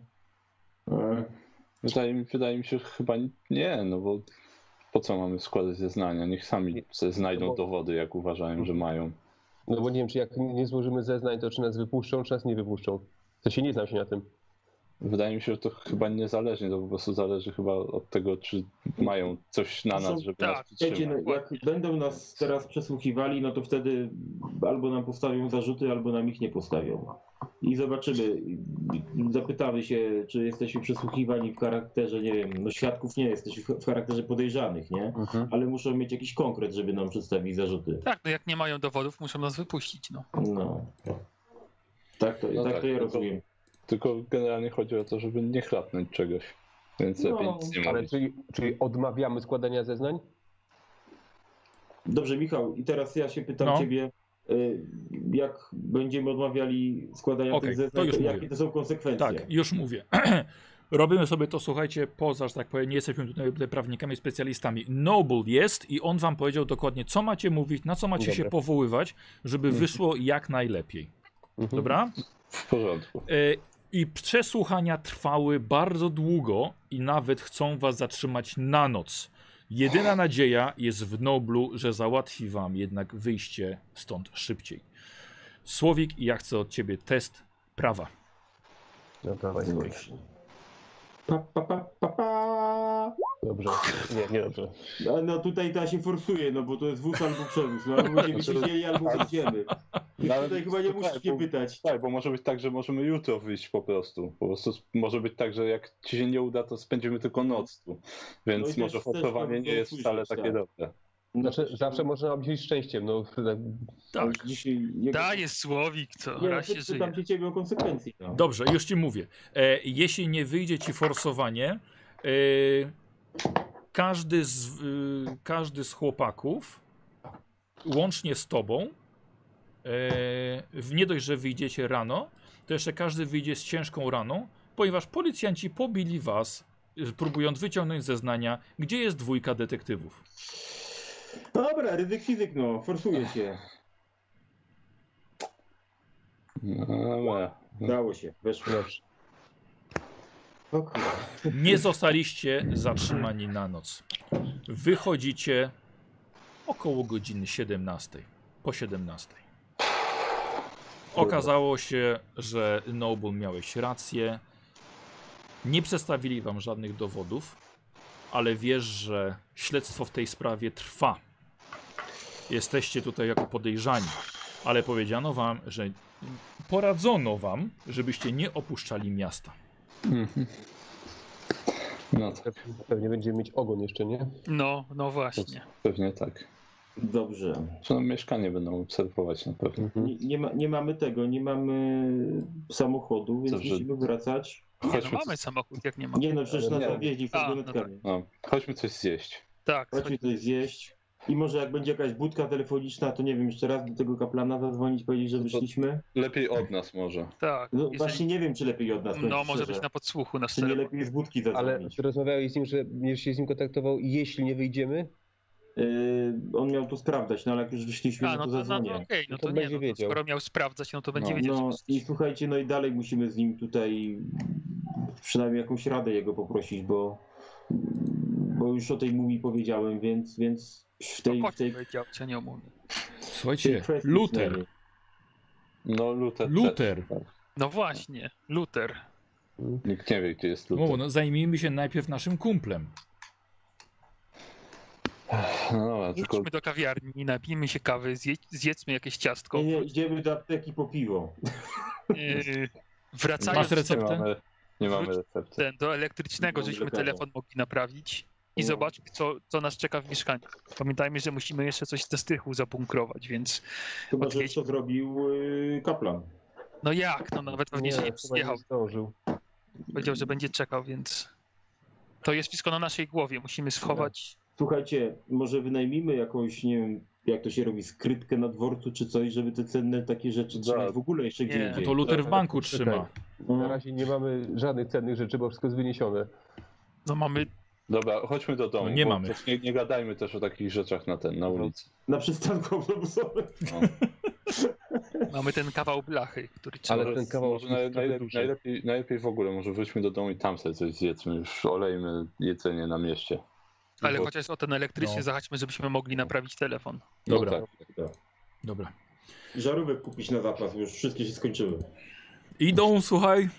Wydaje mi się, że chyba nie, no bo po co mamy składać zeznania? Niech sami znajdą dowody, jak uważają, że mają. No bo nie wiem, czy jak nie złożymy zeznań, to czy nas wypuszczą, czy nas nie wypuszczą. To się nie znam się na tym. Wydaje mi się, że to chyba niezależnie, to po prostu zależy chyba od tego, czy mają coś na nas, żeby nas wiecie, przytrzymać. no, jak będą nas teraz przesłuchiwali, no to wtedy albo nam postawią zarzuty, albo nam ich nie postawią. I zobaczymy, zapytamy się, czy jesteśmy przesłuchiwani w charakterze, nie wiem, no świadków nie, jesteśmy w charakterze podejrzanych, nie? Ale muszą mieć jakiś konkret, żeby nam przedstawić zarzuty. Tak, no jak nie mają dowodów, muszą nas wypuścić, no. No. Tak to ja rozumiem. Tylko generalnie chodzi o to, żeby nie chlapnąć czegoś. Więc lepiej nic nie Ale mówić. czyli odmawiamy składania zeznań? Dobrze, Michał, i teraz ja się pytam ciebie, jak będziemy odmawiali składania tych zeznań, to jakie to są konsekwencje? Tak, już mówię. Robimy sobie to, słuchajcie, poza, że tak powiem, nie jesteśmy tutaj prawnikami, specjalistami. Noble jest i on wam powiedział dokładnie, co macie mówić, na co macie się powoływać, żeby wyszło jak najlepiej. Dobra? W porządku. I przesłuchania trwały bardzo długo i nawet chcą was zatrzymać na noc. Jedyna nadzieja jest w Noblu, że załatwi wam jednak wyjście stąd szybciej. Słowik, ja chcę od ciebie test prawa. No dawaj. Pa. Dobrze. Nie dobrze. No tutaj ta się forsuje, no bo to jest wóz albo przewóz. No albo będziemy siedzieli, albo wyjdziemy. Tutaj chyba nie musisz mnie pytać. Tak, bo może być tak, że możemy jutro wyjść po prostu. Po prostu może być tak, że jak ci się nie uda, to spędzimy tylko noc tu. Więc No może forsowanie nie jest wcale takie dobre. Znaczy, zawsze można objąć szczęściem, no. Tak. Daje Słowik, co Nie, raz się żyje. pytam się ciebie o konsekwencje. No. Dobrze, już ci mówię. Jeśli nie wyjdzie ci forsowanie, każdy z chłopaków, łącznie z tobą, nie dość, że wyjdziecie rano, to jeszcze każdy wyjdzie z ciężką raną, ponieważ policjanci pobili was, próbując wyciągnąć zeznania, gdzie jest 2 detektywów. Dobra, ryzyk fizyk, no, forsuje się. No, Dało się, weszło. O kurwa. Nie zostaliście zatrzymani na noc. Wychodzicie około godziny 17. Po 17. Okazało się, że Noble miałeś rację. Nie przedstawili wam żadnych dowodów, ale wiesz, że śledztwo w tej sprawie trwa. Jesteście tutaj jako podejrzani, ale powiedziano wam, że poradzono wam, żebyście nie opuszczali miasta. No tak, Pewnie będziemy mieć ogon jeszcze, nie? No właśnie. pewnie tak. Dobrze. Że mieszkanie będą obserwować na pewno. Nie mamy tego, nie mamy samochodu, więc Dobrze. musimy wracać. Nie, no Chodźmy, mamy samochód, jak nie mamy. Nie no, przecież nas Nie. zawieźli A, no furgonetkami. chodźmy coś zjeść. Tak, Chodźmy coś zjeść. I może jak będzie jakaś budka telefoniczna, to nie wiem, jeszcze raz do tego kaplana zadzwonić, powiedzieć, że wyszliśmy. Lepiej od nas może. tak. No Jeżeli- właśnie nie wiem, czy lepiej od nas. powiem No może szczerze. być na podsłuchu na Czy nie scenie. lepiej z budki Ale zadzwonić. rozmawiałeś z nim, że będziesz się z nim kontaktował, jeśli nie wyjdziemy? On miał to sprawdzać, no ale jak już wyszliśmy, A, no no to to zadzwonię. okej, no No to to nie, będzie no to wiedział. skoro miał sprawdzać, no to będzie wiedział. No że- i słuchajcie, no i dalej musimy z nim tutaj przynajmniej jakąś radę jego poprosić, bo już o tej mumii powiedziałem, więc w tej powiedział, co nie omówi. Słuchajcie, kwestii Luther. przynajmniej. No, Luther. Luther. Też, tak. No właśnie, Luther. Nikt nie wie, gdzie jest Luther. O, no zajmijmy się najpierw naszym kumplem. No dobra, tylko Wróćmy do kawiarni, napijmy się kawy, zjedzmy jakieś ciastko. Nie, idziemy do apteki po piwo. Wracając Masz receptę? nie mamy recepty. do elektrycznego, Mamy żeśmy lekarza. telefon mogli naprawić i No. zobaczmy, co nas czeka w mieszkaniu. Pamiętajmy, że musimy jeszcze coś ze strychu zabunkrować, więc Chyba, że Odwiedź- to zrobił kaplan. no jak, no nawet pewnie, że nie chyba przyjechał. nie zdążył. Powiedział, że będzie czekał, więc to jest wszystko na naszej głowie. Musimy schować. Słuchajcie, może wynajmijmy jakąś, nie wiem, jak to się robi, skrytkę na dworcu czy coś, żeby te cenne takie rzeczy trzymać w ogóle jeszcze gdzie Nie. indziej. To Luther w banku Czekaj. trzyma. Na razie nie mamy żadnych cennych rzeczy, bo wszystko jest wyniesione. No mamy. Dobra, chodźmy do domu. No nie bo mamy. też nie gadajmy też o takich rzeczach na ulicy. Na przystanku autobusowym. No. Mamy ten kawał blachy, który trzeba. Ale ten kawał może jest trochę duży. najlepiej w ogóle, może wróćmy do domu i tam sobie coś zjedzmy. Już olejmy jedzenie na mieście. Ale Bo- chociaż o ten elektryczny No. zahaczmy, żebyśmy mogli naprawić telefon. Dobra, No tak. dobra. Żarówek kupić na zapas, już wszystkie się skończyły. Idą, słuchaj.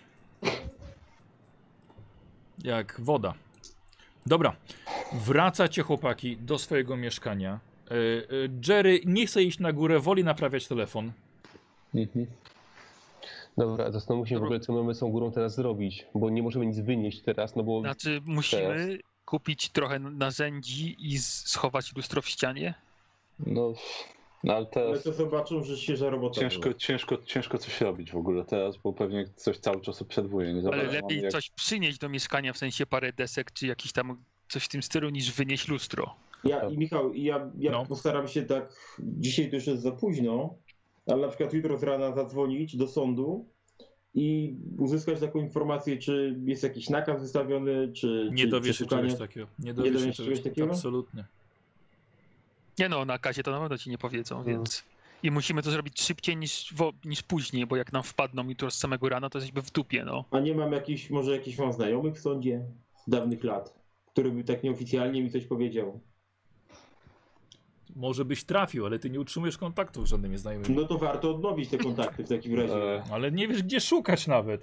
Jak woda. Dobra. Wracacie, chłopaki, do swojego mieszkania. Jerry nie chce iść na górę, woli naprawiać telefon. Mhm. Dobra, zastanówmy się w ogóle, co mamy z tą górą teraz zrobić, bo nie możemy nic wynieść teraz, no bo Znaczy, musimy kupić trochę narzędzi i schować lustro w ścianie. No ale Ale teraz to zobaczą, że świeża robota była. ciężko coś robić w ogóle teraz, bo pewnie coś cały czas obserwuje. Nie za Ale bardzo mamy lepiej jak- coś przynieść do mieszkania, w sensie parę desek, czy jakiś tam coś w tym stylu, niż wynieść lustro. Michał, ja No. postaram się tak, dzisiaj to już jest za późno, ale na przykład jutro z rana zadzwonić do sądu i uzyskać taką informację, czy jest jakiś nakaz wystawiony, czy Nie czy dowiesz się przeszukanie. czegoś takiego. Nie dowiesz się dowiesz się czegoś takiego? Absolutnie. Nie no, na kazie to na pewno ci nie powiedzą, więc... I musimy to zrobić szybciej niż później, bo jak nam wpadną jutro z samego rana, to jesteśmy w dupie, no. A nie mam może jakiś mam znajomych w sądzie z dawnych lat, który by tak nieoficjalnie mi coś powiedział. Może byś trafił, ale ty nie utrzymujesz kontaktów z żadnymi znajomymi. No to warto odnowić te kontakty w takim razie. Ale nie wiesz, gdzie szukać nawet.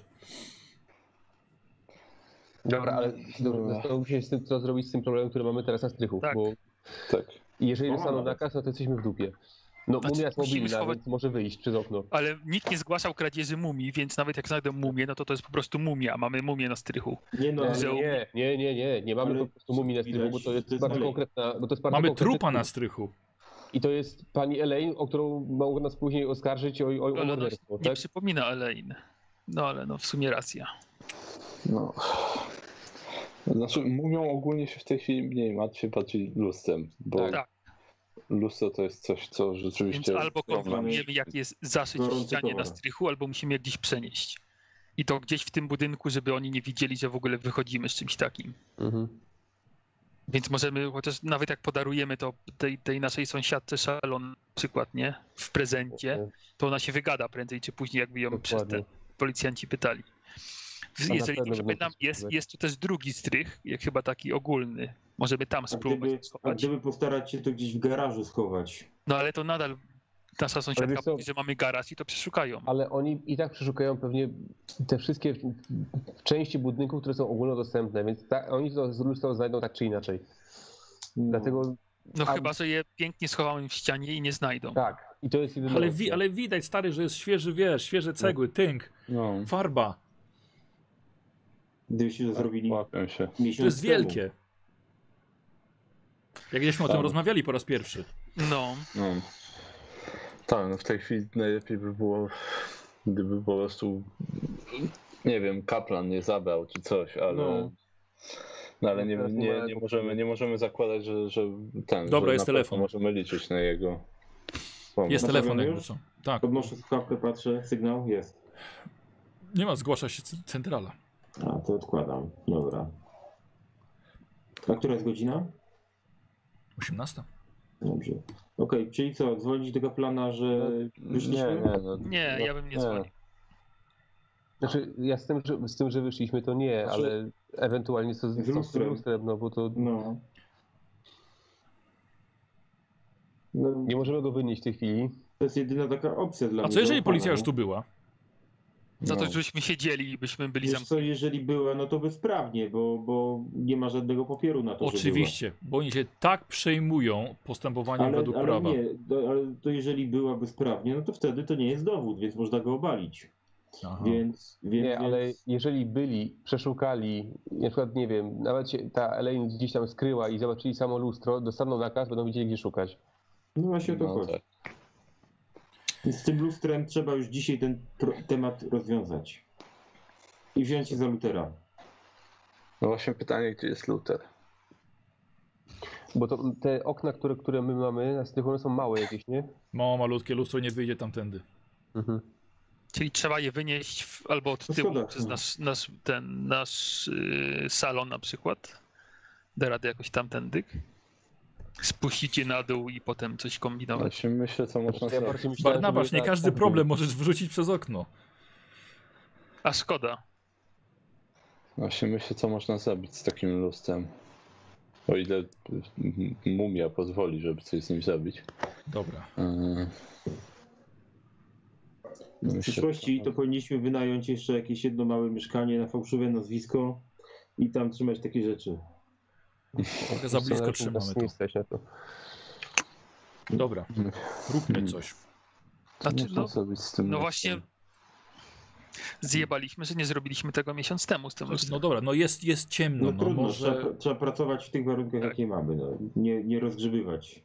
dobra, ale zastanówmy się z tym, co zrobić z tym problemem, który mamy teraz na strychu, Tak. bo Tak. jeżeli No, dostaną nawet. nakaz, no to jesteśmy w dupie. No Znaczy, mumia jest musimy mobilna, schować- więc może wyjść przez okno. Ale nikt nie zgłaszał kradzieży mumii, więc nawet jak znajdę mumię, no to jest po prostu mumia. Mamy mumię na strychu. Nie no, Muzeum. Nie mamy Ale po prostu mumii na strychu, bo widać, to że jest to jest bardzo dalej. konkretna, bo to jest bardzo Mamy konkretny trupa na trup. strychu. I to jest pani Elaine, o którą mogą nas później oskarżyć o Ale no, morderstwo, nie tak? przypomina Elaine. No ale no w sumie racja. No. Znaczy, mówią ogólnie się w tej chwili mniej martwię bardziej lustrem, bo Tak. lustro to jest coś, co Więc rzeczywiście... albo kontynuujemy jak jest zaszyć w gorący ścianie na towar. strychu, albo musimy je gdzieś przenieść. I to gdzieś w tym budynku, żeby oni nie widzieli, że w ogóle wychodzimy z czymś takim. Mhm. Więc możemy, chociaż nawet jak podarujemy to tej naszej sąsiadce szalon na przykład, nie? W prezencie, to ona się wygada prędzej czy później, jakby ją przez Dokładnie. te policjanci pytali. na Jeżeli pewno nie będą pamiętam, to jest, spróbować. jest tu też drugi strych, jak chyba taki ogólny. Możemy tam a spróbować schować. gdyby postarać się to gdzieś w garażu schować. No ale to nadal nasza sąsiadka wiesz co? mówi, że mamy garaż i to przeszukają. Ale oni i tak przeszukają pewnie te wszystkie części budynków, które są ogólnodostępne, więc oni to z lustro znajdą tak czy inaczej. Dlatego No A- chyba, że je pięknie schowamy w ścianie i nie znajdą. tak, i to jest jedyne. Ale widać, stary, że jest świeży, wiesz, świeże cegły, tynk, No, farba. Gdybyście to zrobili łapią się. miesiąc To jest temu. wielkie. Jak żeśmy o tym Tak. rozmawiali po raz pierwszy. No, No. Tak, no w tej chwili najlepiej by było, gdyby po prostu, nie wiem, kaplan nie zabrał czy coś, ale... No. No ale No nie, teraz nie ma nie możemy zakładać, że ten. Dobra, że jest na pewno telefon. Możemy liczyć na jego pomoc. Jest telefon Rozmawiamy jakby już? co. Tak. Podnoszę słuchawkę, patrzę, sygnał jest. Nie ma, zgłasza się centrala. A, to odkładam. Dobra. A która jest godzina? 18. Dobrze. Okej, czyli co, dzwonić do kaplana, że Nie, wyszliśmy? no, nie, ja bym nie dzwonił. Znaczy, ja z tym, że wyszliśmy, to nie, Znaczy, ale ewentualnie co z lustrem. lustrem, no bo to No. No, nie możemy go wynieść w tej chwili. to jest jedyna taka opcja dla mnie. A co jeżeli zaufana, policja już nie? tu była? Za to, No. żebyśmy siedzieli i byśmy byli Wiesz zamknięci. co, jeżeli była, no to bezprawnie, bo nie ma żadnego papieru na to, Oczywiście, bo oni się tak przejmują postępowaniem że według była. Ale prawa. nie, ale to jeżeli była bezprawnie, no to wtedy to nie jest dowód, więc można go obalić. Aha. Więc Nie, ale jeżeli byli, przeszukali, na przykład, nie wiem, nawet się ta Elaine gdzieś tam skryła i zobaczyli samo lustro, dostaną nakaz, będą wiedzieli, gdzie szukać. No właśnie o to No chodzi. tak. I z tym lustrem trzeba już dzisiaj ten temat rozwiązać. I wziąć się za Lutera. No właśnie pytanie, gdzie jest Luther? Bo to te okna, które my mamy na strych, one są małe jakieś, nie? Mało malutkie lustro nie wyjdzie tamtędy. Mhm. Czyli trzeba je wynieść albo od Po tyłu schodach, przez no. nasz salon na przykład. Da radę jakoś tamtędy. Spuścić je na dół i potem coś kombinować. Właśnie myślę, co można Ja zrobić. bardziej myślałem, Barnabasz, żeby nie tak- każdy problem możesz wrzucić przez okno. A szkoda. Właśnie myślę, co można zrobić z takim lustrem. O ile mumia pozwoli, żeby coś z nim zrobić. Dobra. W przyszłości to powinniśmy wynająć jeszcze jakieś jedno małe mieszkanie na fałszywe nazwisko i tam trzymać takie rzeczy. Trochę za blisko nas trzymamy nie to. stać na to. Dobra, róbmy coś. Co Znaczy, można no- zrobić z tym No lustrem? właśnie zjebaliśmy, że nie zrobiliśmy tego miesiąc temu z tym No lustrem. dobra, no jest ciemno, No no trudno, może... trzeba pracować w tych warunkach, Tak. jakie mamy. No. Nie rozgrzebywać.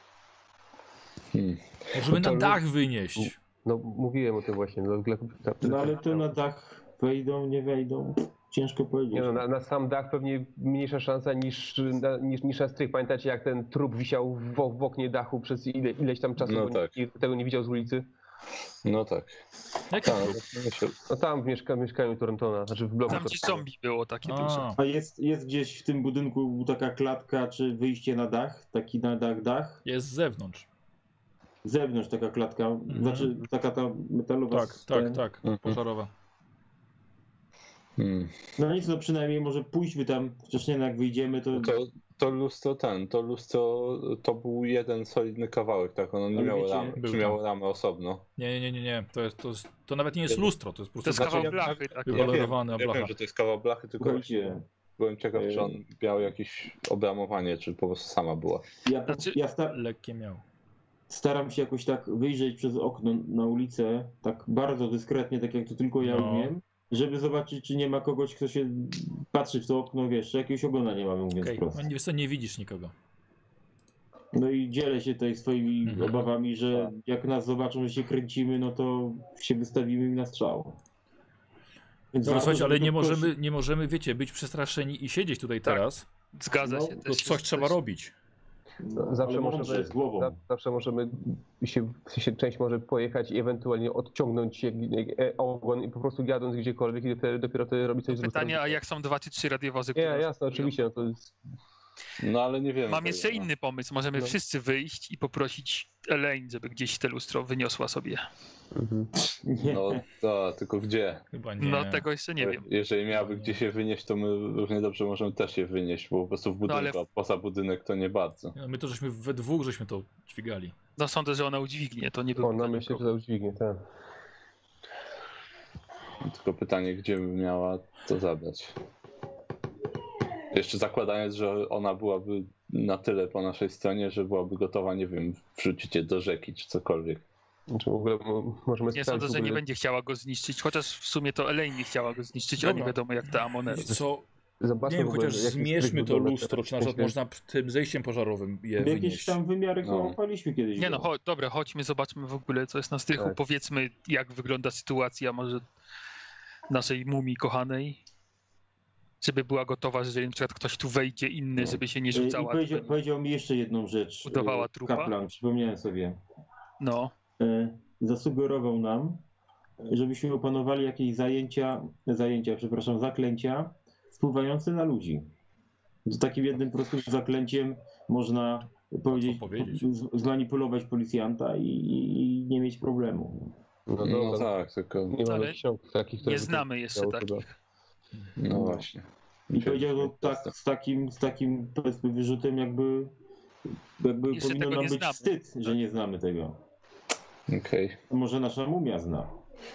Możemy To na dach wynieść. No mówiłem o tym właśnie. No ale to na dach wejdą, nie wejdą. Ciężko powiedzieć. Nie no, na sam dach pewnie mniejsza szansa niż na strych. Pamiętacie, jak ten trup wisiał w oknie dachu przez ileś tam czasu, No bo tak. nikt tego nie widział z ulicy? No tak. Jaki Tak, trup? myślę, No tam w mieszkaniu Torntona, znaczy w bloku Tam gdzie Torntona. zombie było takie duże. A, A jest gdzieś w tym budynku taka klatka, czy wyjście na dach? Taki na dach? jest z zewnątrz. Z zewnątrz taka klatka, znaczy taka ta metalowa. Tak, pożarowa. No nic, no przynajmniej może pójdźmy tam, chociaż nie, no jak wyjdziemy, to... to lustro to był jeden solidny kawałek, tak? Ono nie Ale miało wiecie, ramy, był czy miało ramę osobno. Nie. To nawet nie jest lustro, to jest po To jest prostu kawał ja- blachy taki. wypolerowana Ja blacha. wiem, że to jest kawał blachy, tylko Słuchajcie, byłem ciekaw, czy on miał jakieś obramowanie, czy po prostu sama była. Znaczy- Lekkie miał. staram się jakoś tak wyjrzeć przez okno na ulicę, tak bardzo dyskretnie, tak jak to tylko ja No. umiem, żeby zobaczyć, czy nie ma kogoś, kto się patrzy w to okno, wiesz, czy jakiegoś ogona nie mamy, mówiąc Okej, prosto. no wiesz co, nie widzisz nikogo. No i dzielę się tutaj swoimi Mhm. obawami, że jak nas zobaczą, że się kręcimy, no to się wystawimy im na strzał. Więc Dobra, warto, słuchajcie, ale żeby nie możemy, wiecie, być przestraszeni i siedzieć tutaj Tak. teraz. Zgadza No, się To też. coś trzeba robić. No, Zawsze ale możemy, mądrze, z głową. zawsze możemy się część może pojechać i ewentualnie odciągnąć ogon i po prostu jadąc gdziekolwiek i dopiero wtedy robić coś z Pytanie, lustrem. a jak są 2 czy 3 radiowozy, Nie, które jasne, nas oczywiście, no to jest... No ale nie wiem. Mam jeszcze inny pomysł. Możemy No. wszyscy wyjść i poprosić Elaine, żeby gdzieś te lustro wyniosła sobie. Nie. No to, tylko gdzie? Chyba nie. No tego jeszcze nie wiem. Jeżeli miałaby gdzie się wynieść, to my równie dobrze możemy też je wynieść, bo po prostu w budynku, ale- a poza budynek to nie bardzo. No, my to żeśmy we dwóch żeśmy to dźwigali. No sądzę, że ona udźwignie, to nie było. Ona myślę, że to udźwignie, tak. Tylko pytanie, gdzie by miała to zabrać. Jeszcze zakładając, że ona byłaby na tyle po naszej stronie, że byłaby gotowa, nie wiem, wrzucić je do rzeki czy cokolwiek. Znaczy w ogóle możemy Nie sprawdzić sądzę, w że nie ogóle- będzie chciała go zniszczyć, chociaż w sumie to Elaine nie chciała go zniszczyć, a nie Dobra. wiadomo jak ta Amonera. Co? Zobaczmy Nie wiem, w ogóle, chociaż jak jest zmierzmy to wygląda lustro, teraz. czy na przykład można tym zejściem pożarowym je Jakieś wynieść. tam wymiary No. łapaliśmy kiedyś. Nie no, go. dobra, chodźmy, zobaczmy w ogóle co jest na strychu, Tak. powiedzmy jak wygląda sytuacja może naszej mumii kochanej, żeby była gotowa, że jeżeli na przykład ktoś tu wejdzie inny, żeby się nie I rzucała. powiedział mi jeszcze jedną rzecz. Udawała trupa? Kaplan, przypomniałem sobie. No, Zasugerował nam, żebyśmy opanowali jakieś zaklęcia wpływające na ludzi. Z takim jednym prostym zaklęciem można powiedzieć, powiedzieć. zmanipulować policjanta i nie mieć problemu. No No dobra, tak, tylko nie mamy Ale ksiąg takich, które Nie by to znamy jeszcze miało chyba. takich. no właśnie. I powiedział, że tak, z takim powiedzmy wyrzutem jakby Jeszcze powinno tego nam nie być znamy. wstyd, że nie znamy tego. Okej. To może nasza mumia zna.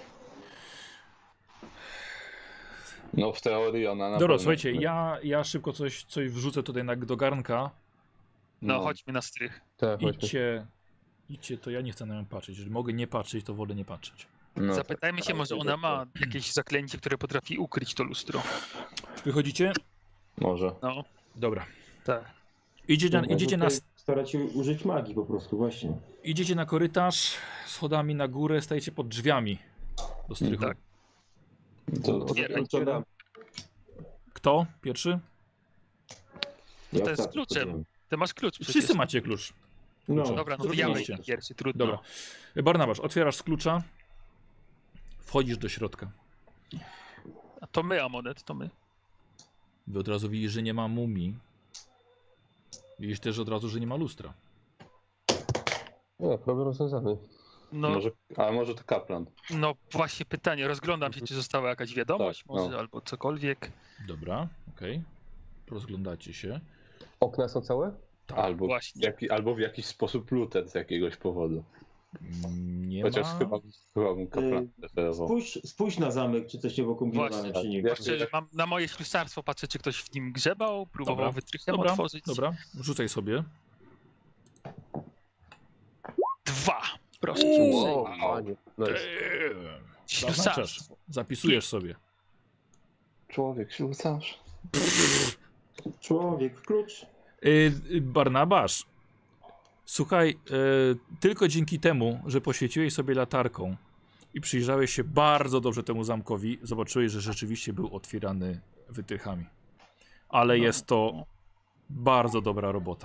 No w teorii ona na Dobra, pewno- słuchajcie, ja szybko coś wrzucę tutaj do garnka. No chodźmy na strych. Tak, chodźmy. Idźcie, to ja nie chcę na nią patrzeć. Jeżeli mogę nie patrzeć, to wolę nie patrzeć. No Zapytajmy tak, się, może tak, ona tak. ma jakieś zaklęcie, które potrafi ukryć to lustro. Wychodzicie? Może. No, Dobra. tak. Idziecie Starać się użyć magii po prostu, właśnie. idziecie na korytarz, schodami na górę, stajecie pod drzwiami do strychu. Tak. To, Otwieraj. Otwieram. Kto? Pierwszy? To jest tak, z kluczem. otwieram. Ty masz klucz przecież. Wszyscy macie klucz. No, Dobra, no to ja Oczywiście. wejdę pierwszy, trudno. Dobra. Barnabasz, otwierasz z klucza, wchodzisz do środka. A to my, Amonet, to my. Wy od razu widzisz, że nie ma mumii. Widzisz też od razu, że nie ma lustra. No, problem rozwiązany. No, ale może to kaplan. no właśnie pytanie, rozglądam się, czy została jakaś wiadomość Tak, może, no. albo cokolwiek. Dobra, okej. Rozglądacie się. Okna są całe? Tak, Właśnie. Albo w jakiś sposób luter z jakiegoś powodu. Nie Chociaż ma. chyba bym kaplan preferował. Spójrz na zamek, czy coś nie było kombinowane, Właśnie. czy nie. Patrzę, mam na moje ślusarstwo, patrzę, czy ktoś w nim grzebał, próbował Dobra. wytrychem Dobra, otworzyć. dobra, rzucaj sobie. 2. Proszę Wow. cię. Wow, panie. No jest. Zaznaczasz, Ślusarstwo. zapisujesz sobie. Człowiek, ślusarz. Człowiek w klucz. Barnabasz, słuchaj, tylko dzięki temu, że poświeciłeś sobie latarką i przyjrzałeś się bardzo dobrze temu zamkowi, zobaczyłeś, że rzeczywiście był otwierany wytrychami. Ale jest to bardzo dobra robota.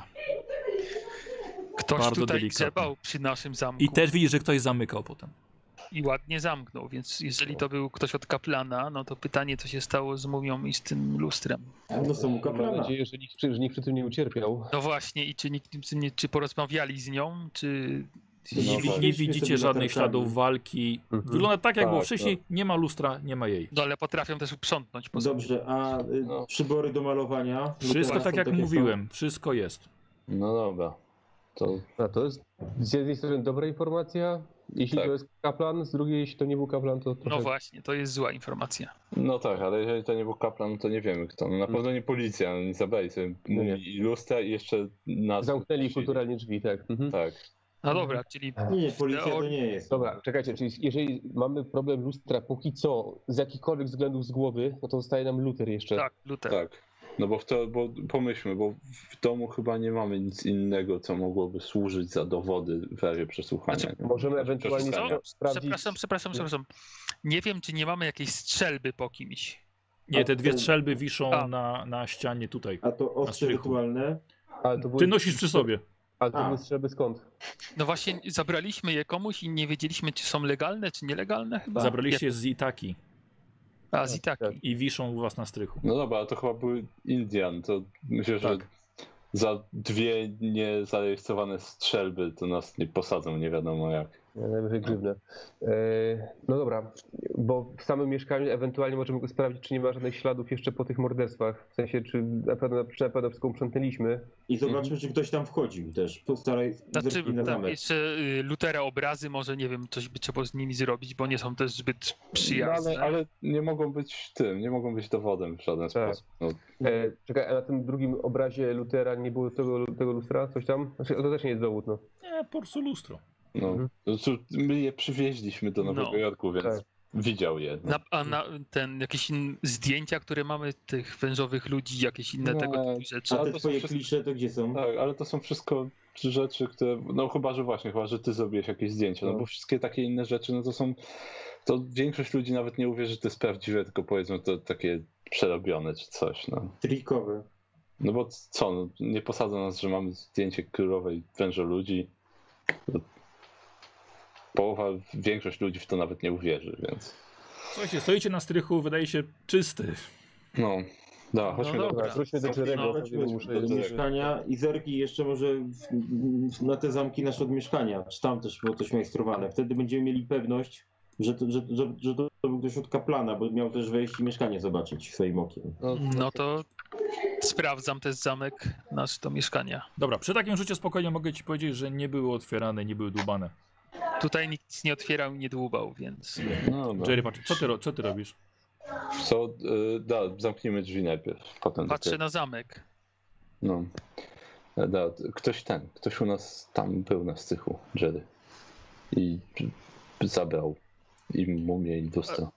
Ktoś Bardzo tutaj delikatnie. grzebał przy naszym zamku I też widzisz, że ktoś zamykał potem. i ładnie zamknął, więc jeżeli to był ktoś od kaplana, no to pytanie, co się stało z mumią i z tym lustrem. No są u Mam kaplana. nadzieję, że nikt przy tym nie ucierpiał. No właśnie, i czy nikt czy porozmawiali z nią, czy... No Nie, tak. nie widzicie sobie żadnych latarkami. śladów walki. Mhm. Wygląda tak, jak Tak, było wcześniej. Nie ma lustra, nie ma jej. No ale potrafią też uprzątnąć po sobie. Dobrze, a No. przybory do malowania? Wszystko Są tak jak takie mówiłem, wszystko jest. No dobra. To A to jest z jednej strony dobra informacja, jeśli Tak. to jest kaplan, z drugiej jeśli to nie był kaplan, to trochę... No właśnie, to jest zła informacja. no tak, ale jeżeli to nie był kaplan, to nie wiemy kto. No na pewno nie policja, no nie zabrali sobie No nie. i lustra i jeszcze nas. Zamknęli kulturalnie drzwi, tak. Mhm. Tak. No dobra, czyli Nie, policja to nie jest. Dobra, czekajcie, czyli jeżeli mamy problem lustra póki co z jakichkolwiek względów z głowy, no to zostaje nam luter jeszcze. tak, Luther. Tak. No bo bo pomyślmy, bo w domu chyba nie mamy nic innego, co mogłoby służyć za dowody w razie przesłuchania. Znaczy, nie? Możemy ewentualnie Przeszukania. sprawdzić... Przepraszam. Nie wiem, czy nie mamy jakiejś strzelby po kimś. Nie, te dwie strzelby A. wiszą na ścianie tutaj. A to ostrze strychu. rytualne? Ale to były... Ty nosisz przy sobie. Ale to A. były strzelby skąd? No właśnie, zabraliśmy je komuś i nie wiedzieliśmy, czy są legalne, czy nielegalne chyba. Zabraliście je z Itaki A, z Itaki. Tak. i wiszą u was na strychu. No dobra, ale to chyba były Indian. To myślę, że Tak. za dwie niezarejestrowane strzelby to nas nie posadzą, nie wiadomo jak. Najwyżej grzywne. No dobra, bo w samym mieszkaniu ewentualnie możemy go sprawdzić, czy nie ma żadnych śladów jeszcze po tych morderstwach. W sensie, czy na pewno wszystko uprzątnęliśmy. I zobaczmy, czy ktoś tam wchodził też. Postaraj Znaczy, zerknij na tam zamek. jeszcze Lutera obrazy, może nie wiem, coś by trzeba z nimi zrobić, bo nie są też zbyt No, przyjazne. ale nie mogą być nie mogą być dowodem w żaden Tak. sposób. No, Czekaj, a na tym drugim obrazie Lutera nie było tego lustra? Coś tam? Znaczy, to też nie jest dowód, no. Nie, po prostu lustro. no. Mhm. Znaczy, my je przywieźliśmy do Nowego No. Jorku, więc Tak. widział je. No. A na jakieś zdjęcia, które mamy tych wężowych ludzi, jakieś inne No, tego typu rzeczy. A Ale te to są twoje wszystko- klisze to gdzie są? Tak, ale to są wszystko rzeczy, które, no chyba, że ty zrobiłeś jakieś zdjęcia, no No. bo wszystkie takie inne rzeczy, no to większość ludzi nawet nie uwierzy, że to jest prawdziwe, tylko powiedzmy to takie przerobione czy coś, no. Trikowe. No bo co, no, nie posadzą nas, że mamy zdjęcie królowej wężoludzi. No, większość ludzi w to nawet nie uwierzy, więc Słuchajcie, stoicie na strychu, wydaje się czysty. no, da, chodźmy No do... dobra. Dobra, wróćmy do Jerego. Chodźmy Muszę... do mieszkania i zerknij jeszcze może na te zamki nasze od mieszkania, czy tam też było coś majstrowane. Wtedy będziemy mieli pewność, że to był ktoś od kaplana, bo miał też wejść i mieszkanie zobaczyć swoim okiem. No to sprawdzam też zamek nasz do mieszkania. Dobra, przy takim rzucie spokojnie mogę ci powiedzieć, że nie były otwierane, nie były dłubane. Tutaj nikt nie otwierał i nie dłubał, więc... No dobra. Jerry, patrz, co ty robisz? Co, zamknijmy drzwi najpierw, potem Patrzę dopiero. na zamek. No. Ktoś u nas tam był na strychu, Jerry. I zabrał im mumię i lustro.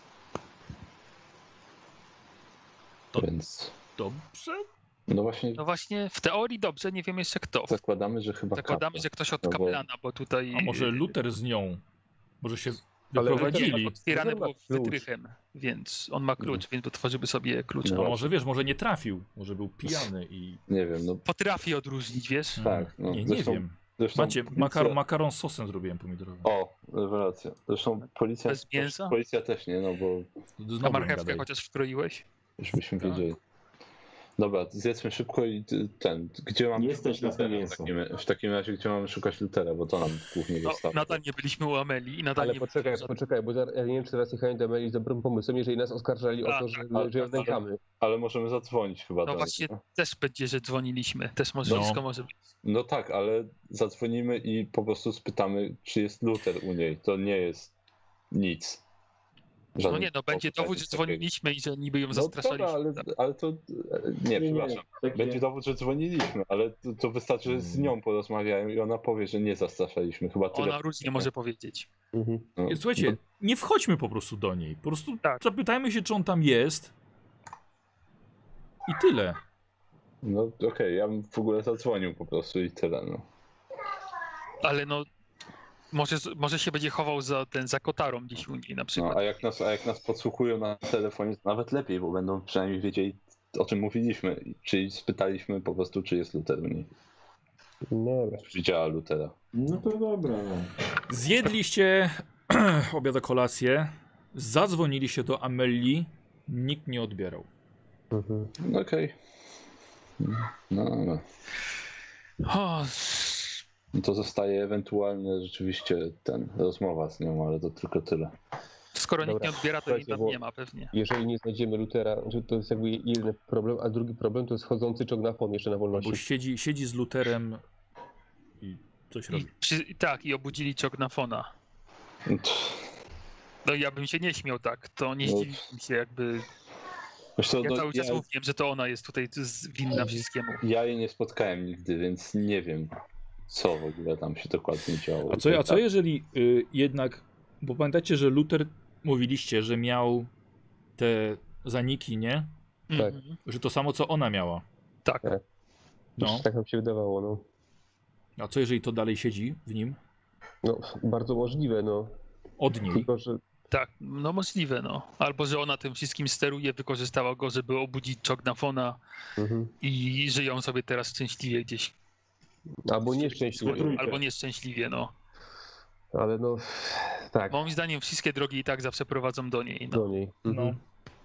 To- Więc, Dobrze? no właśnie No właśnie, w teorii dobrze, nie wiem jeszcze kto. zakładamy, że chyba Zakładamy, kapłan. że ktoś od No bo- kaplana, bo tutaj... A może Luther z nią? Może się Ale wyprowadzili? Otwierane Luther ma było klucz. wytrychem, więc on ma klucz, więc otworzyłby sobie klucz. No. A może wiesz, może nie trafił, może był pijany i... Nie wiem, no Potrafi odróżnić, wiesz? tak. No, Nie zresztą- wiem. zresztą Macie, policja- makaron z sosem zrobiłem pomidorowym. O, rewelacja. Zresztą policja... Bez mięsa? Policja też nie, no bo Znowu A im marchewkę gadaj. chociaż wkroiłeś? już byśmy Tak. wiedzieli. Dobra, zjedzmy szybko i gdzie mamy Nie stać szukać nas na Lutera mięso. w takim razie, gdzie mamy szukać Lutera, bo to nam głównie No, zostało. nadal nie byliśmy u Ameli i nadal Ale nie... poczekaj, bo ja nie wiem, czy teraz jechanie do Amelie jest dobrym pomysłem, jeżeli nas oskarżali o to, Tak, że ją nękamy. Ale możemy zadzwonić chyba No do właśnie niej. też będzie, że dzwoniliśmy. Też może No. wszystko może być. No tak, ale zadzwonimy i po prostu spytamy, czy jest Luther u niej. To nie jest nic. No Żaden nie, no będzie powód, dowód, że nic takiego. dzwoniliśmy i że niby ją No zastraszaliśmy. dobra, ale to... Nie, przepraszam. takie- Będzie dowód, że dzwoniliśmy, ale to wystarczy, że z nią porozmawiają i ona powie, że nie zastraszaliśmy. Chyba tyle. Ona różnie może powiedzieć. Mhm. No, Słuchajcie, nie wchodźmy po prostu do niej. Po prostu Tak. zapytajmy się, czy on tam jest. I tyle. No okej, ja bym w ogóle zadzwonił po prostu i tyle, no. Ale no, może się będzie chował za kotarą gdzieś u niej na No, przykład. a jak nas podsłuchują na telefonie, to nawet lepiej, bo będą przynajmniej wiedzieli, o czym mówiliśmy. Czyli spytaliśmy po prostu, czy jest Luther u niej. No dobra. Czy widziała Luthera. No to dobra, no. Zjedliście obiad, kolację. Zadzwoniliście do Amelii. Nikt nie odbierał. Mhm. No okej. No. O, No to zostaje ewentualnie rzeczywiście rozmowa z nią, ale to tylko tyle. skoro nikt Dobra. nie odbiera, to jej Słuchajcie, tam bo- nie ma pewnie. Jeżeli nie znajdziemy Lutera, że to jest jakby jeden problem, a drugi problem to jest chodzący czognafon jeszcze na wolności. Bo siedzi z Lutherem i coś robi. I obudzili Czognafona. No ja bym się nie śmiał tak, to nie No. zdziwiłbym się jakby... Wiesz co, Ja no, cały czas mówiłem, że to ona jest tutaj winna wszystkiemu. ja jej nie spotkałem nigdy, więc nie wiem, co w ogóle tam się dokładnie działo. A co jeżeli jednak... Bo pamiętacie, że Luther, mówiliście, że miał te zaniki, nie? Tak. Mhm. Że to samo, co ona miała. Tak. No. Tak nam się wydawało, no. A co jeżeli to dalej siedzi w nim? No, bardzo możliwe, no. Od niej. Tylko, że Tak, no możliwe, no. Albo, że ona tym wszystkim steruje, wykorzystała go, żeby obudzić Czognafona mhm. i żyją sobie teraz szczęśliwie gdzieś. Albo nieszczęśliwie, Trójkę. Albo nieszczęśliwie, no. ale no, tak, Moim zdaniem wszystkie drogi i tak zawsze prowadzą do niej. No. do niej. No. Mhm.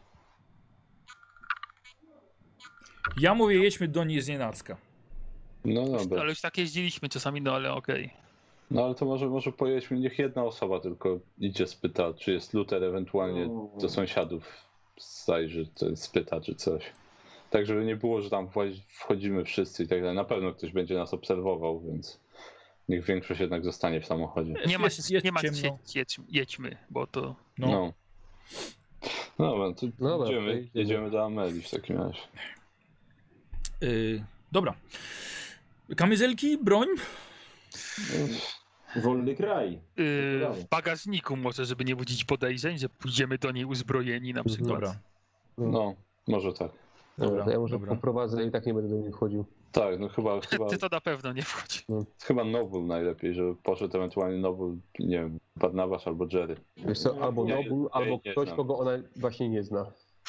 Ja mówię, jedźmy do niej znienacka. No dobra. Ale już tak jeździliśmy czasami, no ale okej. No ale to może pojedźmy, niech jedna osoba tylko idzie, spyta, czy jest Luther, ewentualnie do sąsiadów zajrzy, spyta, czy coś. Tak, żeby nie było, że tam wchodzimy wszyscy i tak dalej. Na pewno ktoś będzie nas obserwował, więc niech większość jednak zostanie w samochodzie. Nie ma, Jest nie ma ciemno. jedźmy, bo to... No. No dobra, to Dobra, to jedziemy do Amelii w takim razie. Dobra. Kamizelki, broń? Wolny kraj. w bagażniku może, żeby nie budzić podejrzeń, że pójdziemy do niej uzbrojeni na przykład. Dobra. No, może tak. Dobra, Ja może dobra. poprowadzę i tak nie będę do niej wchodził. Tak, no Ty to na pewno nie wchodź. chyba Noble najlepiej, żeby poszedł ewentualnie Noble, nie wiem, Barnabasz albo Jerry. Wiesz co, albo Ja- Nobul, ja albo nie ktoś, znam. kogo ona właśnie nie zna.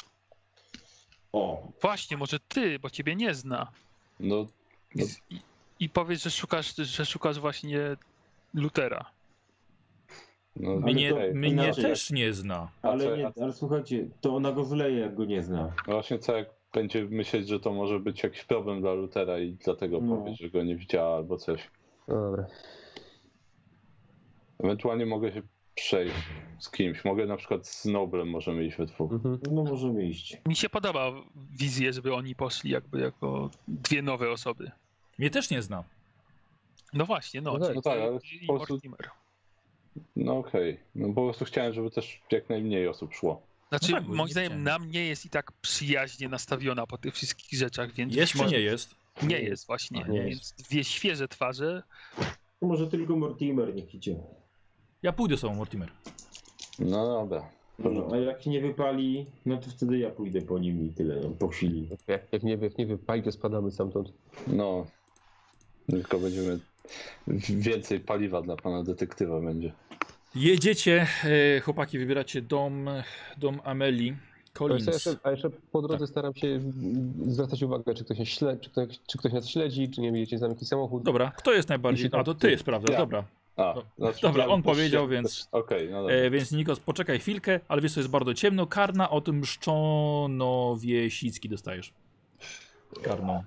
O, Właśnie, może ty, bo ciebie nie zna. No, No. I powiedz, że szukasz właśnie Lutera. no Ale Mnie, to mnie inaczej. też nie zna. ale słuchajcie, to ona go zleje, jak go nie zna. No właśnie co jak będzie myśleć, że to może być jakiś problem dla Lutera i dlatego No. powie, że go nie widziała albo coś. Dobra. Ewentualnie mogę się przejść z kimś. Mogę na przykład z Noblem możemy iść we dwóch. No możemy iść. Mi się podoba wizja, żeby oni poszli jakby jako dwie nowe osoby. Mnie też nie zna. No właśnie, no. No tak, no tak, ale i po prostu- Mortimer. No okej. No po prostu chciałem, żeby też jak najmniej osób szło. Znaczy, No tak, bo moim nie zdaniem chciałem. nam nie jest i tak przyjaźnie nastawiona po tych wszystkich rzeczach, więc Jest czy nie jest? nie jest właśnie. A, nie Więc dwie świeże twarze. To może tylko Mortimer niech idzie. Ja pójdę z tobą, Mortimer. No dobra. No, a jak nie wypali, no to wtedy ja pójdę po nim i tyle, no, po chwili. Jak nie wypali, to spadamy stamtąd. No. Tylko będziemy... Więcej paliwa dla pana detektywa będzie. Jedziecie, chłopaki, wybieracie dom Amelii Collins. A jeszcze po drodze staram się zwracać uwagę, czy ktoś nas śledzi, czy ktoś nas śledzi, czy nie jedzie za jakiś samochód. Dobra, kto jest najbardziej... A, to ty jest, prawda, Ja. dobra. A, No, znaczy, dobra, ja on też powiedział, się- więc- Okej, no dobra. Więc Nikos, poczekaj chwilkę, ale wiesz, co jest bardzo ciemno. Karna od Mszczonowiesicki dostajesz. Karną.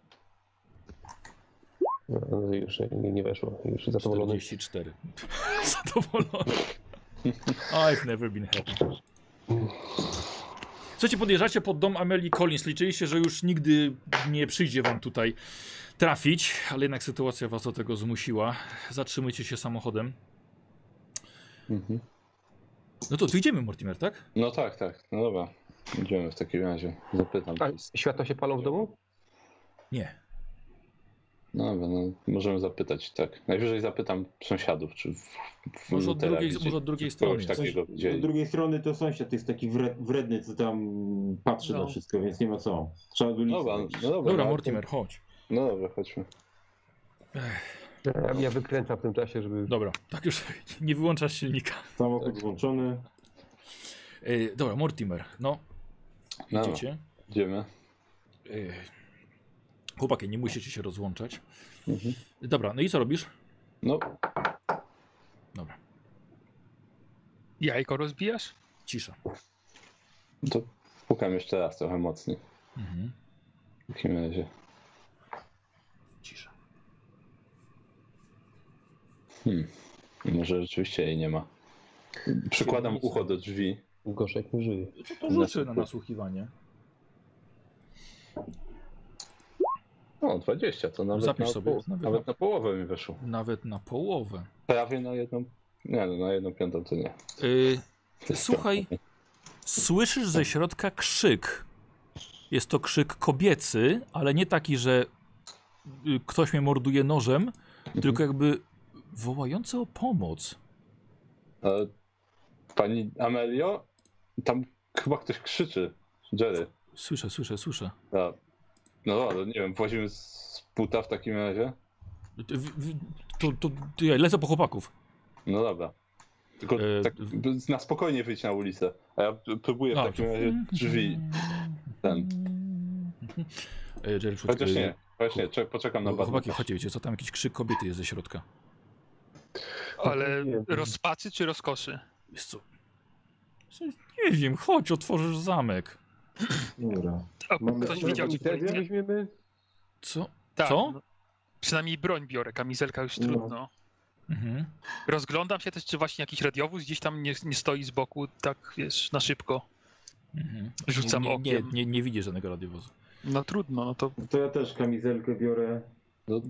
No, już nie weszło, już zadowolony. 44. Zadowolony. I've never been happy. Słuchajcie, podjeżdżacie pod dom Amelii Collins. Liczyliście, że już nigdy nie przyjdzie wam tutaj trafić, ale jednak sytuacja was do tego zmusiła. Zatrzymujcie się samochodem. Mhm. No to tu idziemy, Mortimer, tak? No tak. No dobra. Idziemy w takim razie. Zapytam. A światła się palą w domu? Nie. No dobra, no możemy zapytać, tak. Najwyżej zapytam sąsiadów, czy w Może od Lutera drugiej- widzi- może od drugiej kogoś strony takiego Z widzieli. drugiej strony to sąsiad jest taki wredny, co tam patrzy No. na wszystko, więc nie ma co. Trzeba go Dobra, listać. no dobra. Dobra, no, Mortimer, chodź. No dobra, chodźmy. Ja wykręcam w tym czasie, żeby... Dobra, tak już nie wyłączasz silnika. Samochód włączony. Dobra, Mortimer, no. No, Idziecie. idziemy. Chłopaki, nie musicie się rozłączać. Mhm. Dobra, no i co robisz? No, Dobra, Jajko rozbijasz? cisza. to pukam jeszcze raz trochę mocniej. Mhm. W takim razie. Cisza. Może rzeczywiście jej nie ma. Przykładam ucho do drzwi. Gorzek nie żyje. To rzucę na nasłuchiwanie. O, 20, to nawet, Zapisz na, sobie, nawet na połowę mi weszło. Nawet na połowę. Prawie na jedną. Nie, no na jedną piątą to nie. Słuchaj, słyszysz ze środka krzyk. Jest to krzyk kobiecy, ale nie taki, że ktoś mnie morduje nożem, tylko jakby wołający o pomoc. Pani Amelio? Tam chyba ktoś krzyczy. Jerry. Słyszę. A, no dobra, nie wiem, włazimy z buta w takim razie? To ja lecę po chłopaków. No dobra. Tylko tak na spokojnie wyjść na ulicę. A ja próbuję w A, takim razie drzwi. Jerry, Chociaż nie, poczekam na chłopaki, badanie. chodźcie, wiecie co, tam jakiś krzyk kobiety jest ze środka. Ale rozpaczy czy rozkoszy? Wiesz co? Nie wiem, chodź, otworzysz zamek. Dobra. A Mamy ktoś coś widział do ci widzenia? policję? Weźmiemy... Co? Tak, Co? no, przynajmniej broń biorę, kamizelka już No. trudno. Mhm. Rozglądam się też, czy właśnie jakiś radiowóz gdzieś tam nie stoi z boku, tak wiesz, na szybko. Mhm. Rzucam nie, okiem. nie widzisz żadnego radiowozu. No trudno, no to To ja też kamizelkę biorę. No,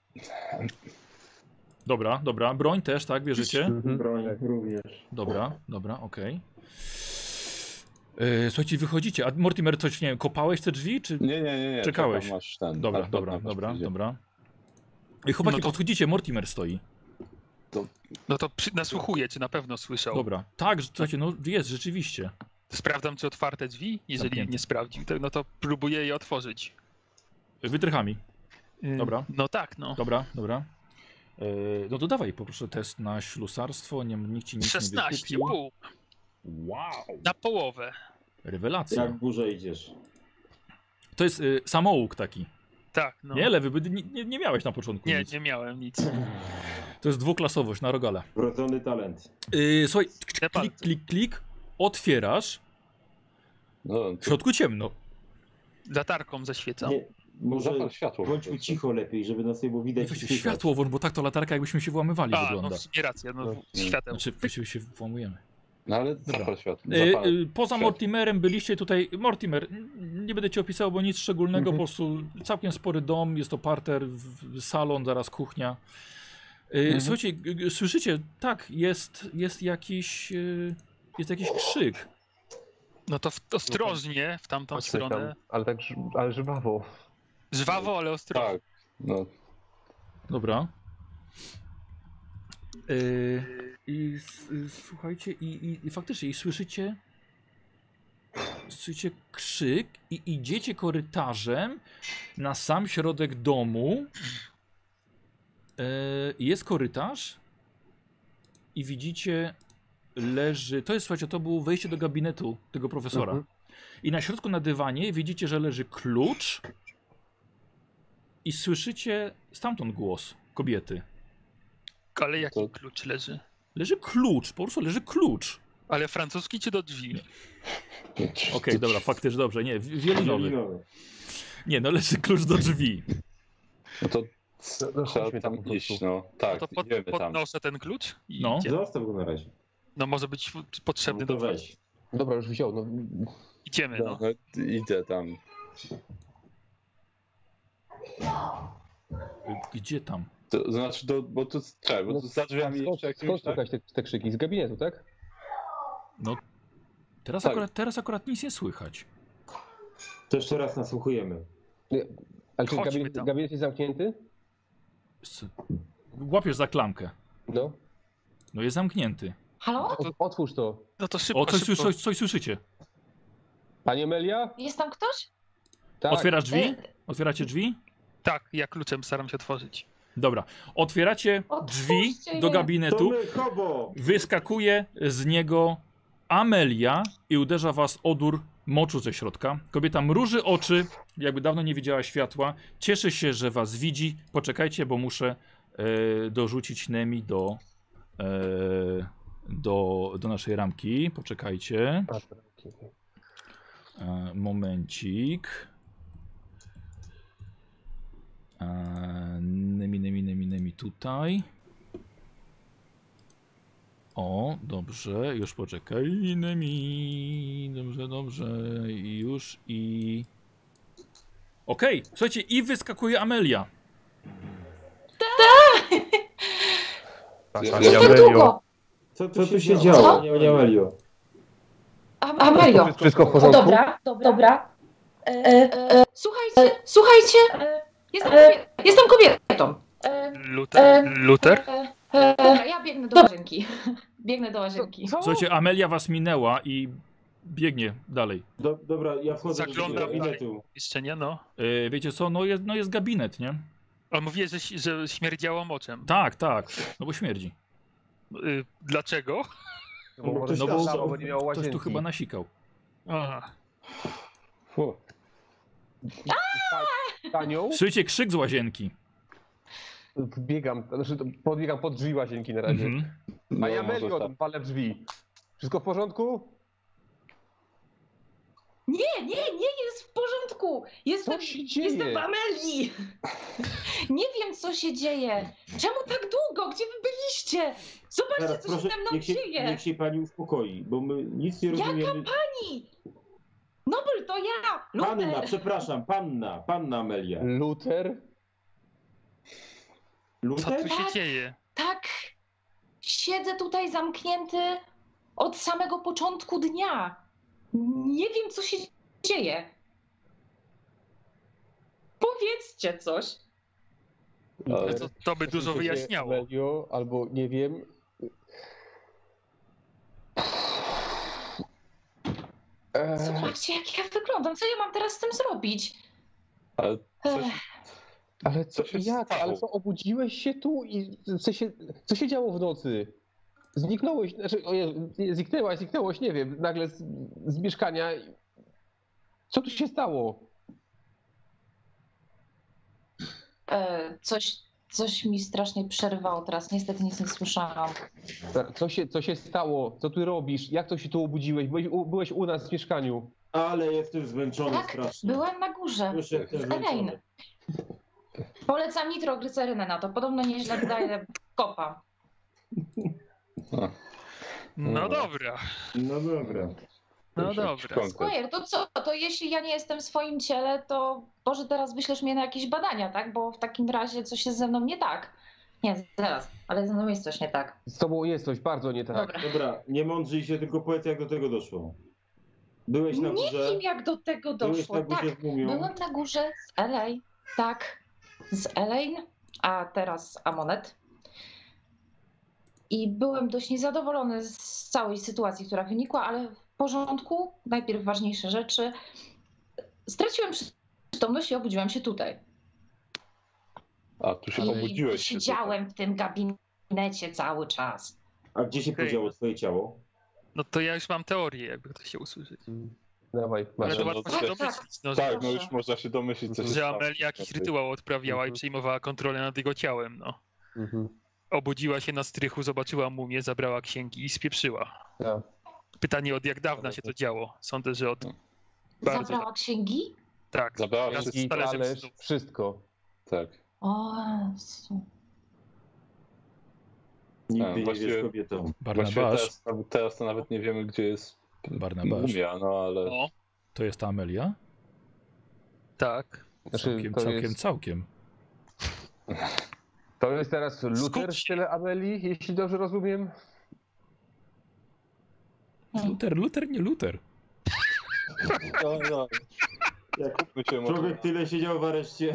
Dobra, broń też, tak, bierzecie? Mhm. Broń Tak. również. Dobra, okej. Słuchajcie, wychodzicie. A Mortimer, coś, nie wiem, kopałeś te drzwi, czy... nie. Czekałeś. Czekam, aż ten, Dobra. aż przyjdzie. I chłopaki, No to- podchodzicie, Mortimer stoi. no to nasłuchuję, czy na pewno słyszał. Dobra, tak, słuchajcie, no jest, rzeczywiście. Sprawdzam, czy otwarte drzwi. Jeżeli Zamknięte. nie sprawdził, no to próbuję je otworzyć. Wytrychami. Dobra. No tak, no. Dobra. No to dawaj, poproszę test na ślusarstwo, nikt ci nic nie 16, wykupił. pół, Wow, na połowę. rewelacja. Jak w górze idziesz. To jest samołóg taki. Tak, no. Nie, lewy, by nie miałeś na początku nic. Nie miałem nic. To jest dwuklasowość na rogala. Wrodzony talent. Słuchaj, Te palce. klik, otwierasz, No, w środku ciemno. Latarką zaświecam. Może Zapal światło. bądźmy cicho lepiej, żeby nas nie było widać. Weźcie i słychać. światło włącz, bo tak to latarka jakbyśmy się włamywali A, no wygląda. w sumie racja, no No. świateł. Znaczy, właściwie się włamujemy. No ale Dobra. zapal światło. Poza Mortimerem byliście tutaj. Mortimer, nie będę ci opisał, bo nic szczególnego, po prostu całkiem spory dom, jest to parter, salon, zaraz kuchnia. Słuchajcie, słyszycie, tak, jest jakiś krzyk. No to ostrożnie w tamtą Chodźmy stronę. tam, ale tak ale żwawo. Żwawo, ale ostrożnie. Tak, no. Dobra. Słuchajcie, i faktycznie słyszycie krzyk i idziecie korytarzem na sam środek domu. Jest korytarz i widzicie słuchajcie, to było wejście do gabinetu tego profesora. I na środku na dywanie widzicie, że leży klucz i słyszycie stamtąd głos kobiety. Ale jaki To- klucz leży? Leży klucz, po prostu leży klucz. Ale francuski czy do drzwi? Okej, dobra, faktycznie dobrze, nie, wielinowy. Wielinowy. Nie, no leży klucz do drzwi. No to No, trzeba chodźmy tam tam po iść, prostu. no. Tak, No to idziemy tam. podnoszę ten klucz i No. idziemy. Zostaw go na razie. No może być potrzebny No to do weź. Dobra, już wziął. No, Idziemy, no. No, idę tam. Gdzie tam? To znaczy, bo tu, czekaj, bo tu za drzwiami skąd jeszcze jakimś, tak? słychać te krzyki? Z gabinetu, tak? No, teraz, Tak. teraz akurat nic nie słychać. To jeszcze raz nasłuchujemy. Nie, ale czy Chodźmy tam. gabinet jest zamknięty? Łapiesz za klamkę. No. No jest zamknięty. Halo? Otwórz to. No to szybko, O, szybko. coś słyszycie. Pani Amelia? Jest tam ktoś? Tak. Otwierasz drzwi? E, Otwieracie drzwi? Tak, ja kluczem staram się otworzyć. Dobra. Otwieracie drzwi Otwórzcie do je. To gabinetu. my, hobo! Wyskakuje z niego Amelia i uderza was odór moczu ze środka. Kobieta mruży oczy, jakby dawno nie widziała światła. Cieszy się, że was widzi. Poczekajcie, bo muszę dorzucić Nemi do naszej ramki. Poczekajcie. A, tak, okej. Momencik. Nemi tutaj. O, dobrze, już poczekaj. Nemi, dobrze, i już i... Okej, słuchajcie, i wyskakuje Amelia. Jestem długo. Co tu się działo, Pani Amelio? Amelio. Wszystko w O, porządku? dobra. Słuchajcie. Jestem kobietą. Luther? Dobra, ja biegnę do łazienki. Biegnę do łazienki. Słuchajcie, Amelia was minęła i biegnie dalej. Dobra, ja wchodzę do Zaglądam gabinetu. Jeszcze nie, no. Wiecie co, jest gabinet, nie? Ale mówię, że śmierdziało moczem. Tak, no bo śmierdzi. Dlaczego? Bo może No się bo stało, bo nie miało Ktoś tu łazienki. chyba nasikał. Aha. Fu. Tanią? Słyszycie krzyk z łazienki. Podbiegam pod drzwi łazienki na razie. Mhm. Pani No, Amelio, może tak. palę w drzwi. Wszystko w porządku? Nie jest w porządku. Co się dzieje? Jestem w Amelii. Nie wiem, co się dzieje. Czemu tak długo? Gdzie wy byliście? Zobaczcie, Teraz co się proszę, ze mną dzieje. niech się pani uspokoi, bo my nic nie Jaka rozumiemy. pani? Nobel, to ja. Panna, Luther. przepraszam, panna Amelia. Luther? Co Luther? tu się dzieje? Tak. Siedzę tutaj zamknięty od samego początku dnia. Nie wiem, co się dzieje. Powiedzcie coś. Ale To by dużo Słyszycie, wyjaśniało. Amelio, albo nie wiem. Zobaczcie, jak ja wyglądam. Co ja mam teraz z tym zrobić? ale coś, Ale Co się jak? stało? Ale co, obudziłeś się tu i co się działo w nocy? Zniknąłeś, znaczy, zniknęłaś, nie wiem, nagle z mieszkania. Co tu się stało? Coś mi strasznie przerywało teraz. Niestety nic nie słyszałam. Co się stało? Co ty robisz? Jak to się tu obudziłeś? Byłeś u nas w mieszkaniu. Ale jestem zmęczony Tak, strasznie. byłem na górze. Już jestem Z Elaine. zmęczony. Polecam nitroglycerynę na to. Podobno nieźle daje kopa. No dobra. No dobra. No dobra. Squire, to co? To jeśli ja nie jestem w swoim ciele, to może teraz wyślesz mnie na jakieś badania, tak? Bo w takim razie coś jest ze mną nie tak. Nie, zaraz, ale ze mną jest coś nie tak. Z tobą jest coś bardzo nie tak. Dobra. Dobra, nie mądrzyj się, tylko powiedz, jak do tego doszło. Byłeś na Nie górze. wiem, jak do tego Byłeś doszło. na górze Tak, z mumią. byłem na górze z LA, tak, z Elaine, a teraz Amonet. I byłem dość niezadowolony z całej sytuacji, która wynikła, ale w porządku. Najpierw ważniejsze rzeczy. Straciłem przytomność i obudziłem się tutaj. A, tu się I obudziłeś. się siedziałem w tym gabinecie cały czas. A gdzie się Okej. podziało twoje ciało? No to ja już mam teorię, jakby ktoś chciał usłyszeć. Dawaj, Ale masz. to no, łatwo tak, się tak. domyślić, no, Tak, że, no już można się domyślić, co się że stało. Amelia jakiś rytuał odprawiała i przejmowała kontrolę nad jego ciałem, no. Mhm. Obudziła się na strychu, zobaczyła mumię, zabrała księgi i spieprzyła. Tak. Pytanie, od jak dawna się to działo? Sądzę, że od bardzo Zabrała księgi? tak. Zabrała wraz wszystko. z talerzem Talerz, snów. wszystko. Tak. O Jezu. Nigdy nie właściwie- wiesz kobietą. Właściwie Barnabasz, teraz to nawet nie wiemy, gdzie jest Barnabasz, mumia, no ale... No, to jest ta Amelia? tak. Znaczy, Całkiem. To jest teraz Luther Skup w się. stylu Amelii, jeśli dobrze rozumiem. Luther, nie Luther. No. Jak Kupmy się może. człowiek tyle siedział w areszcie.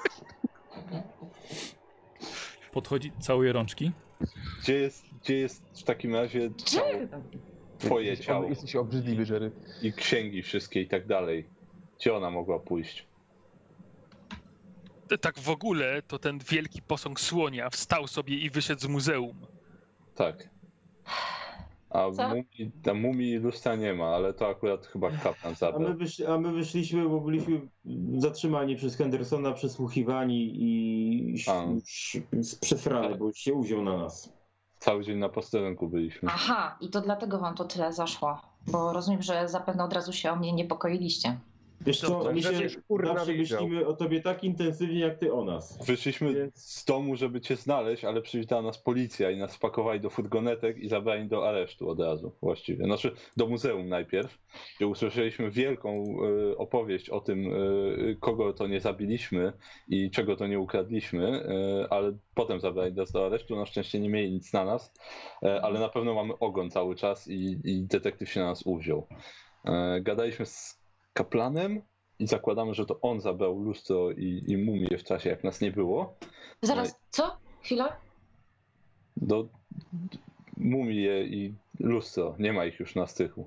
Podchodzi, całuje rączki. Gdzie jest w takim razie ciało, twoje ciało Jesteś obrzydliwy, Jerry. i księgi wszystkie i tak dalej? Gdzie ona mogła pójść? Tak w ogóle to ten wielki posąg słonia wstał sobie i wyszedł z muzeum. Tak. A Co? mumii lustra nie ma, ale to akurat chyba kaplan zabrał. A my wyszliśmy, bo byliśmy zatrzymani przez Hendersona, przesłuchiwani i przesrany, bo się uwziął na nas. Cały dzień na posterunku byliśmy. Aha, i to dlatego wam to tyle zaszło. Bo rozumiem, że zapewne od razu się o mnie niepokoiliście. Wiesz co, Dobrze, my się żebyś, kurna, zawsze wiedział. myślimy o tobie tak intensywnie, jak ty o nas. Wyszliśmy Więc- z domu, żeby cię znaleźć, ale przywitała nas policja i nas spakowali do furgonetek i zabrali do aresztu od razu właściwie. Znaczy do muzeum najpierw, gdzie usłyszeliśmy wielką opowieść o tym, kogo to nie zabiliśmy i czego to nie ukradliśmy, ale potem zabrali nas do aresztu. Na szczęście nie mieli nic na nas, ale na pewno mamy ogon cały czas i detektyw się na nas uwziął. Gadaliśmy z kaplanem i zakładamy, że to on zabrał lustro i mumię w czasie, jak nas nie było. Zaraz, co? Chwila? Do mumię i lustro, nie ma ich już na strychu.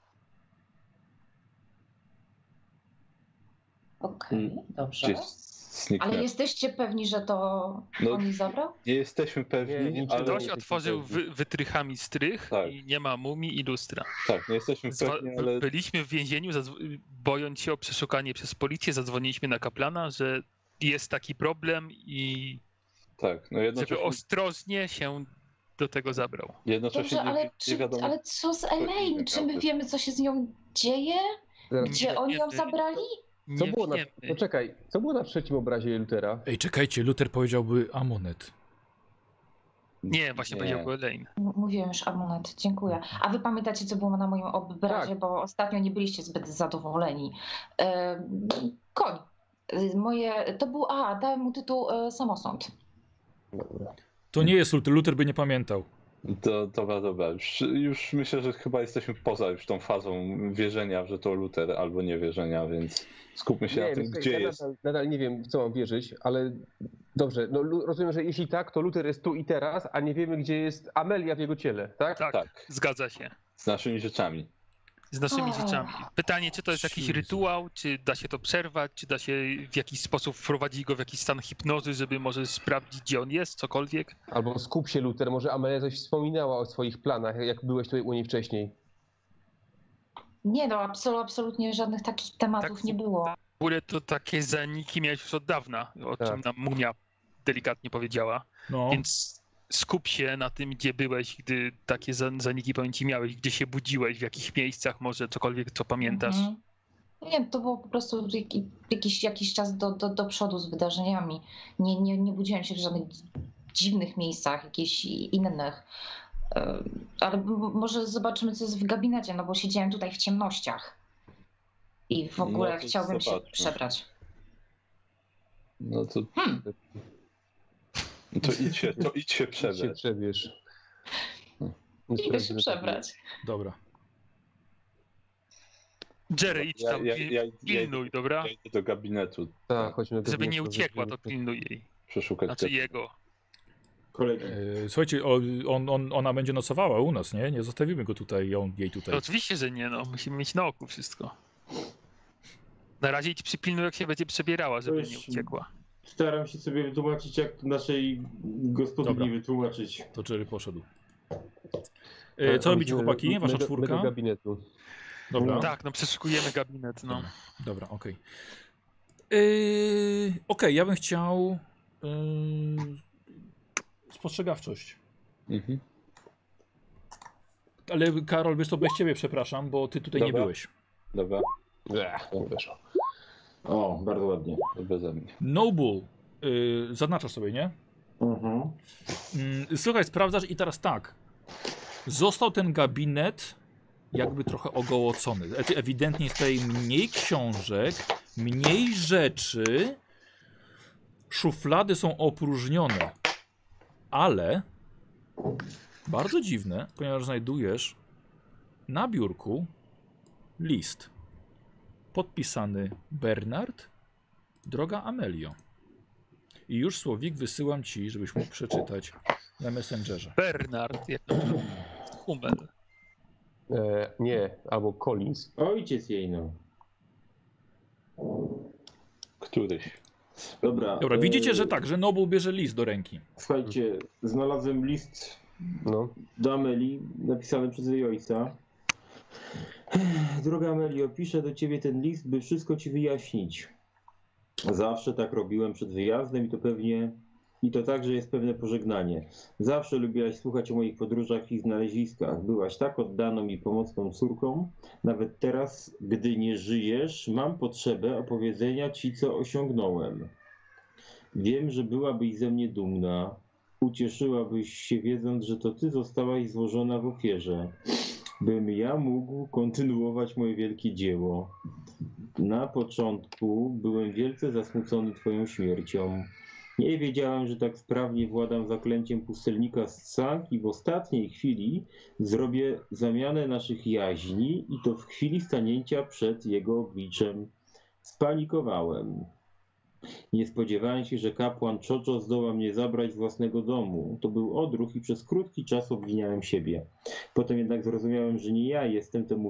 Okej, dobrze. Gdzieś zniknęło. Ale jesteście pewni, że to No, on ich zabrał? Nie jesteśmy pewni, Nie, niczego ale Ktoś nie otworzył jesteśmy wytrychami strych Tak. i nie ma mumii i lustra. tak, nie jesteśmy pewni, ale Byliśmy w więzieniu, bojąc się o przeszukanie przez policję, zadzwoniliśmy na kaplana, że jest taki problem i tak, no żeby jednocześnie, ostrożnie się do tego zabrał. jednocześnie Dobrze, nie wiadomo. ale co z Elaine? Czy my wiemy, co się z nią dzieje? Zaraz, Gdzie Nie oni ją wiemy. zabrali? Co Nie było na... wiemy. Poczekaj, co było na trzecim obrazie Luthera? Ej, czekajcie, Luther powiedziałby Amonet. Nie, właśnie powiedział go Elaine. Mówiłem już Amunet, dziękuję. A wy pamiętacie, co było na moim obrazie, Tak. bo ostatnio nie byliście zbyt zadowoleni. Koń. To był, dałem mu tytuł Samosąd. Dobra. To nie jest Luther, Luther by nie pamiętał. Dobra. Już myślę, że chyba jesteśmy poza już tą fazą wierzenia, że to Luther albo niewierzenia, więc skupmy się na tym, słuchaj, gdzie ja jest. nadal nie wiem, w co mam wierzyć, ale dobrze, no rozumiem, że jeśli tak, to Luther jest tu i teraz, a nie wiemy, gdzie jest Amelia w jego ciele, tak? Tak, Tak. zgadza się. Z naszymi rzeczami. Z naszymi O. rzeczami. Pytanie, czy to jest jakiś Jezus. rytuał, czy da się to przerwać, czy da się w jakiś sposób wprowadzić go w jakiś stan hipnozy, żeby może sprawdzić, gdzie on jest, cokolwiek. Albo skup się, Luther, może Amelia coś wspominała o swoich planach, jak byłeś tutaj u niej wcześniej. Nie no, absolutnie żadnych takich tematów Tak, nie było. W ogóle to takie zaniki miałeś już od dawna, o Tak. czym nam Mumia delikatnie powiedziała. No, Więc skup się na tym, gdzie byłeś, gdy takie zaniki pamięci miałeś, gdzie się budziłeś, w jakich miejscach, może cokolwiek, co pamiętasz. Mhm. Nie, to było po prostu jakiś czas do przodu z wydarzeniami. Nie budziłem się w żadnych dziwnych miejscach, jakichś innych. Ale może zobaczymy, co jest w gabinecie, no bo siedziałem tutaj w ciemnościach. I w ogóle No to chciałbym się zobaczmy. przebrać. No to, to idź się Się przebrać. przebierz. Idę się przebrać. Dobra. Jerry, idź tam, pilnuj, dobra? Ja idę do gabinetu. Tak, chodźmy do Żeby nie gabinetu, uciekła, to żeby- pilnuj jej. Przeszukać Znaczy te- jego. Kolegi. Słuchajcie, ona będzie nocowała u nas, nie? Nie zostawimy go tutaj, jej tutaj. To oczywiście, że nie, no. Musimy mieć na oku wszystko. Na razie idź przypilnuj, jak się będzie przebierała, żeby Już- nie uciekła. Staram się sobie wytłumaczyć, jak to naszej gospodyni Dobra. wytłumaczyć. To Jerry poszedł. Co robicie, chłopaki? Wasza Do czwórka? gabinetu. Dobra. Tak, no przeszukujemy gabinet, no. Dobra, okej. Okej, ja bym chciał spostrzegawczość. Mhm. Ale Karol, wiesz to bez ciebie, przepraszam, bo ty tutaj nie Dobra. byłeś. Dobra, Nie weszło. O, bardzo ładnie. to beze mnie. Noble, zaznaczasz sobie, nie? Mhm. Słuchaj, sprawdzasz i teraz tak. Został ten gabinet jakby trochę ogołocony. Ewidentnie jest tutaj mniej książek, mniej rzeczy. Szuflady są opróżnione. Ale bardzo dziwne, ponieważ znajdujesz na biurku list podpisany Bernard, droga Amelio. I już słowik wysyłam ci, żebyś mógł przeczytać na Messengerze. Bernard, jak Hummel. Nie, albo Collins. Ojciec jej, no. Któryś. Dobra. Dobra, widzicie, że tak, że Noble bierze list do ręki. Słuchajcie, znalazłem list No. do Ameli, napisany przez jej ojca. Droga Amelio, piszę do ciebie ten list, by wszystko ci wyjaśnić. Zawsze tak robiłem przed wyjazdem i to także jest pewne pożegnanie. Zawsze lubiłaś słuchać o moich podróżach i znaleziskach. Byłaś tak oddaną i pomocną córką. Nawet teraz, gdy nie żyjesz, mam potrzebę opowiedzenia ci, co osiągnąłem. Wiem, że byłabyś ze mnie dumna. Ucieszyłabyś się, wiedząc, że to ty zostałaś złożona w ofierze, bym ja mógł kontynuować moje wielkie dzieło. Na początku byłem wielce zasmucony twoją śmiercią. Nie wiedziałem, że tak sprawnie władam zaklęciem pustelnika z Tsang i w ostatniej chwili zrobię zamianę naszych jaźni i to w chwili stanięcia przed jego obliczem. Spanikowałem. Nie spodziewałem się, że kapłan Czocho zdoła mnie zabrać z własnego domu. To był odruch i przez krótki czas obwiniałem siebie. Potem jednak zrozumiałem, że nie ja jestem temu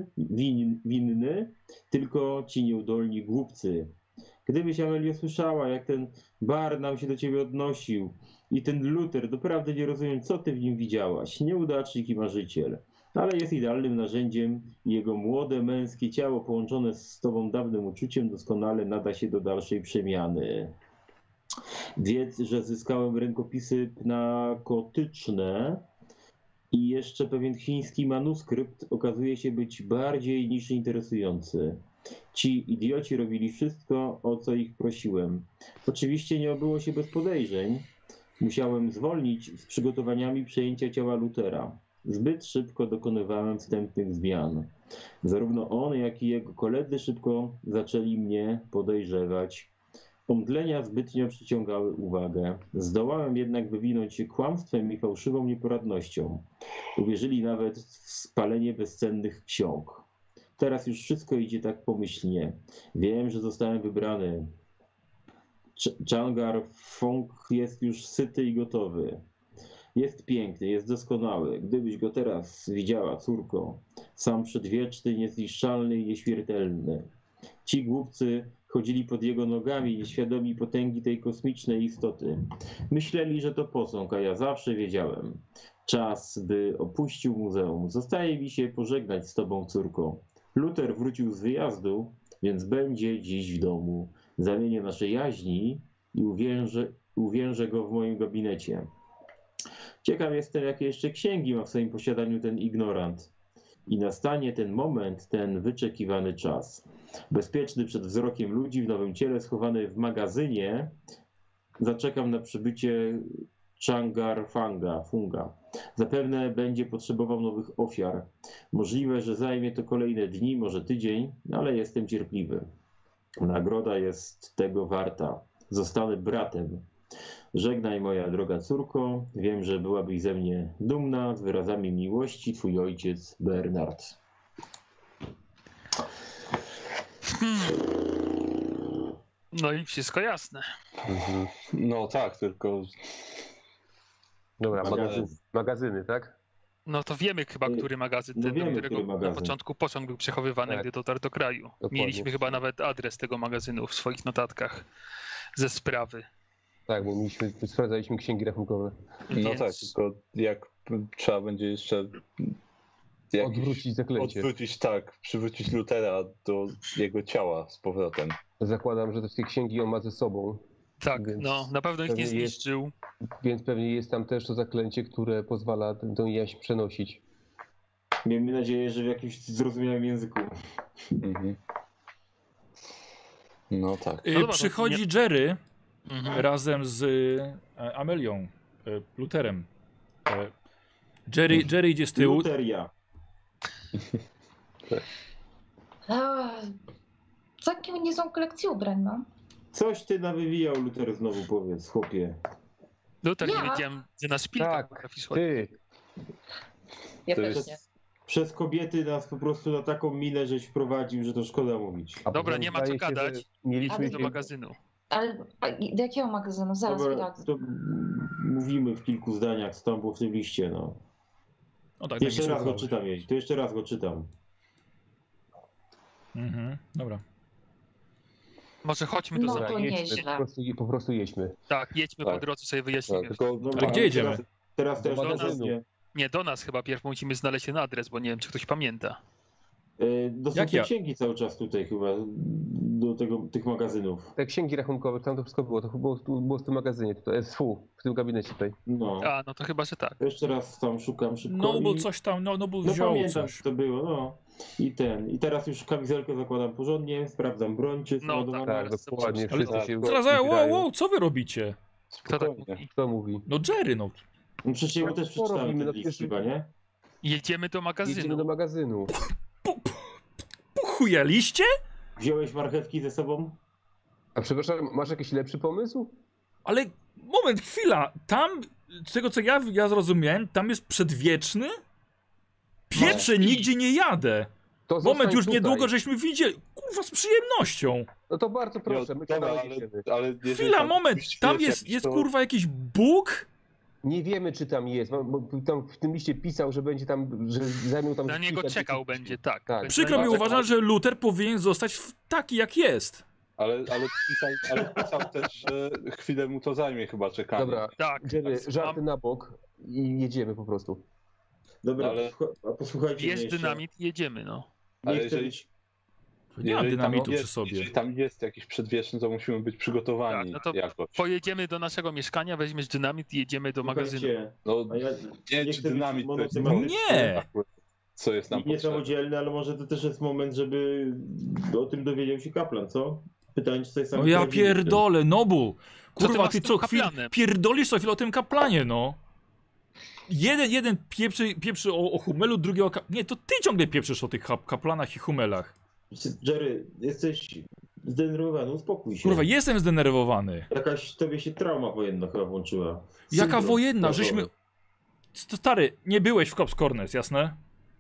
winny, tylko ci nieudolni głupcy. Gdybyś, Amelio, słyszała, jak ten bar nam się do ciebie odnosił i ten Luther, doprawdy nie rozumiem, co ty w nim widziałaś. Nieudacznik i marzyciel, ale jest idealnym narzędziem i jego młode, męskie ciało połączone z tobą dawnym uczuciem doskonale nada się do dalszej przemiany. Wiedz, że zyskałem rękopisy pnakotyczne i jeszcze pewien chiński manuskrypt okazuje się być bardziej niż interesujący. Ci idioci robili wszystko, o co ich prosiłem. Oczywiście nie obyło się bez podejrzeń. Musiałem zwolnić z przygotowaniami przejęcia ciała Luthera. Zbyt szybko dokonywałem wstępnych zmian. Zarówno on, jak i jego koledzy szybko zaczęli mnie podejrzewać. Omdlenia zbytnio przyciągały uwagę. Zdołałem jednak wywinąć się kłamstwem i fałszywą nieporadnością. Uwierzyli nawet w spalenie bezcennych ksiąg. Teraz już wszystko idzie tak pomyślnie. Wiem, że zostałem wybrany. Changar Fong jest już syty i gotowy. Jest piękny, jest doskonały. Gdybyś go teraz widziała, córko. Sam przedwieczny, niezniszczalny i nieśmiertelny. Ci głupcy chodzili pod jego nogami, nieświadomi potęgi tej kosmicznej istoty. Myśleli, że to posąg, a ja zawsze wiedziałem. Czas, by opuścił muzeum. Zostaje mi się pożegnać z tobą, córko. Luther wrócił z wyjazdu, więc będzie dziś w domu. Zamienię nasze jaźni i uwiężę go w moim gabinecie. Ciekaw jestem, jakie jeszcze księgi ma w swoim posiadaniu ten ignorant. i nastanie ten moment, ten wyczekiwany czas. Bezpieczny przed wzrokiem ludzi w nowym ciele, schowany w magazynie, zaczekam na przybycie Changar Funga. Zapewne będzie potrzebował nowych ofiar. Możliwe, że zajmie to kolejne dni, może tydzień, ale jestem cierpliwy. Nagroda jest tego warta. Zostanę bratem. Żegnaj, moja droga córko. Wiem, że byłabyś ze mnie dumna. Z wyrazami miłości, twój ojciec Bernard. No i wszystko jasne. No tak, tylko Dobra, Magazyn. magazyny, tak? No to wiemy chyba, który magazyn, No ten, do wiemy, którego który na magazyn. początku posąg był przechowywany, Tak. gdy dotarł do kraju. Dokładnie. Mieliśmy chyba nawet adres tego magazynu w swoich notatkach ze sprawy. Tak, bo sprawdzaliśmy księgi rachunkowe. no Więc- tak, tylko jak trzeba będzie jeszcze jakiś- Odwrócić zaklęcie. przywrócić Lutera do jego ciała z powrotem. Zakładam, że te księgi on ma ze sobą, Tak, Więc no na pewno ich nie pewnie jest- zniszczył. więc pewnie jest tam też to zaklęcie, które pozwala tę jaźń przenosić. Miejmy nadzieję, że w jakimś zrozumiałym języku. Mhm. No tak. No dobra, Przychodzi Jerry Mhm. razem z Amelią, Luterem. Jerry idzie z tyłu. Luteria. Całkiem niezłą kolekcję ubrań mam. Coś ty nawywijał, Luter, znowu powiedz, chłopie. Luther, nie Ja? wiedziałem, że na szpilkę Tak, potrafi schodzić. ty! Ja To też jest- nie. Przez kobiety nas po prostu na taką minę żeś wprowadził, że to szkoda mówić. A Dobra, potem nie ma co zdaje się, gadać. że Mieliśmy Do magazynu. Ale do jakiego magazynu? Zaraz Dobra, chwilę. to mówimy w kilku zdaniach, co tam było w tym liście, no. No tak, Jeszcze tak raz nie go słuchałeś. czytam, jej. To jeszcze raz go czytam. Dobra. Może chodźmy do No zamku. to jedźmy, nieźle. po prostu jedźmy. Tak, jedźmy Tak. po drodze, sobie wyjaśnimy. Tak, tylko Dobra, Ale gdzie jedziemy? Teraz też Do teraz magazynu. nie. Nie, do nas chyba pierw musimy znaleźć ten adres, bo nie wiem, czy ktoś pamięta. Do Jak tej ja? księgi cały czas tutaj chyba, do tych magazynów. Te księgi rachunkowe, tam to wszystko było, to było w tym magazynie, to jest w tym gabinecie tutaj. No. A, no to chyba, że tak. Jeszcze raz tam szukam szybko. Noble i- coś tam, Noble No wziął pamiętam, coś. co to było, no. I teraz już kamizelkę zakładam porządnie, sprawdzam broń, czy jest No, naładowana. Tak, Zaraz dokładnie, zobaczymy. wszyscy się Zaraz, wow, zbierają. wow, co wy robicie? Kto tak spokojnie. mówi? Kto mówi? No Jerry, no. No przecież jemu też Co przeczytałem robimy? ten No list przecież- chyba, nie? Jedziemy do magazynu. Jedziemy do magazynu. Pochujaliście? Wziąłeś marchewki ze sobą? A przepraszam, masz jakiś lepszy pomysł? Ale moment, chwila. Tam, z tego co ja zrozumiałem, tam jest przedwieczny? Pieprze, No. nigdzie nie jadę. To Moment, zostań już tutaj. niedługo żeśmy widzieli. Kurwa, z przyjemnością. No to bardzo proszę, my cię Dobra, znaleziemy. ale jeżeli Chwila, tam moment. wiesz, Tam jakiś, jest to- kurwa jakiś Bóg? Nie wiemy, czy tam jest, bo tam w tym liście pisał, że będzie tam, że zajmą tam... Na niego kilka czekał dni. będzie, tak. Tak. Będzie Przykro na mi, niego uważam, czekał. że Luther powinien zostać taki jak jest. Ale pisał też, że chwilę mu to zajmie chyba czekanie. Dobra, Tak, Jerry, tak, żarty na bok i jedziemy po prostu. Dobra, Ale- a posłuchajcie mnie jest jeszcze. dynamit i jedziemy, no. Nie Ale chcę jeżeli- być... Nie ma Jeżeli tam dynamitu jest- przy sobie. Jeżeli tam jest jakiś przedwieczny, to musimy być przygotowani Tak, no to jakoś. Pojedziemy do naszego mieszkania, weźmiesz dynamit i jedziemy do magazynu. Słuchajcie, No, a ja nie, nie czy chcę być dynamit to jest monotematyczny. Nie! co jest nam potrzebne. Niesamodzielny, ale może to też jest moment, żeby o tym dowiedział się kaplan, co? Pytanie, czy to jest No ja pierdolę, Nobu. Co ty Kurwa, masz ty z co tym chwilę kaplanem? pierdolisz co chwilę o tym kaplanie, no. Jeden pieprzy o Humelu, drugi o Nie, to ty ciągle pieprzysz o tych kaplanach i Humelach. Jerry, jesteś zdenerwowany, uspokój się. Kurwa, jestem zdenerwowany. Jakaś tobie się trauma wojenna chyba włączyła. Jaka Syndrom wojenna, stresowy. żeśmy... Stary, nie byłeś w Cops Corners, jasne?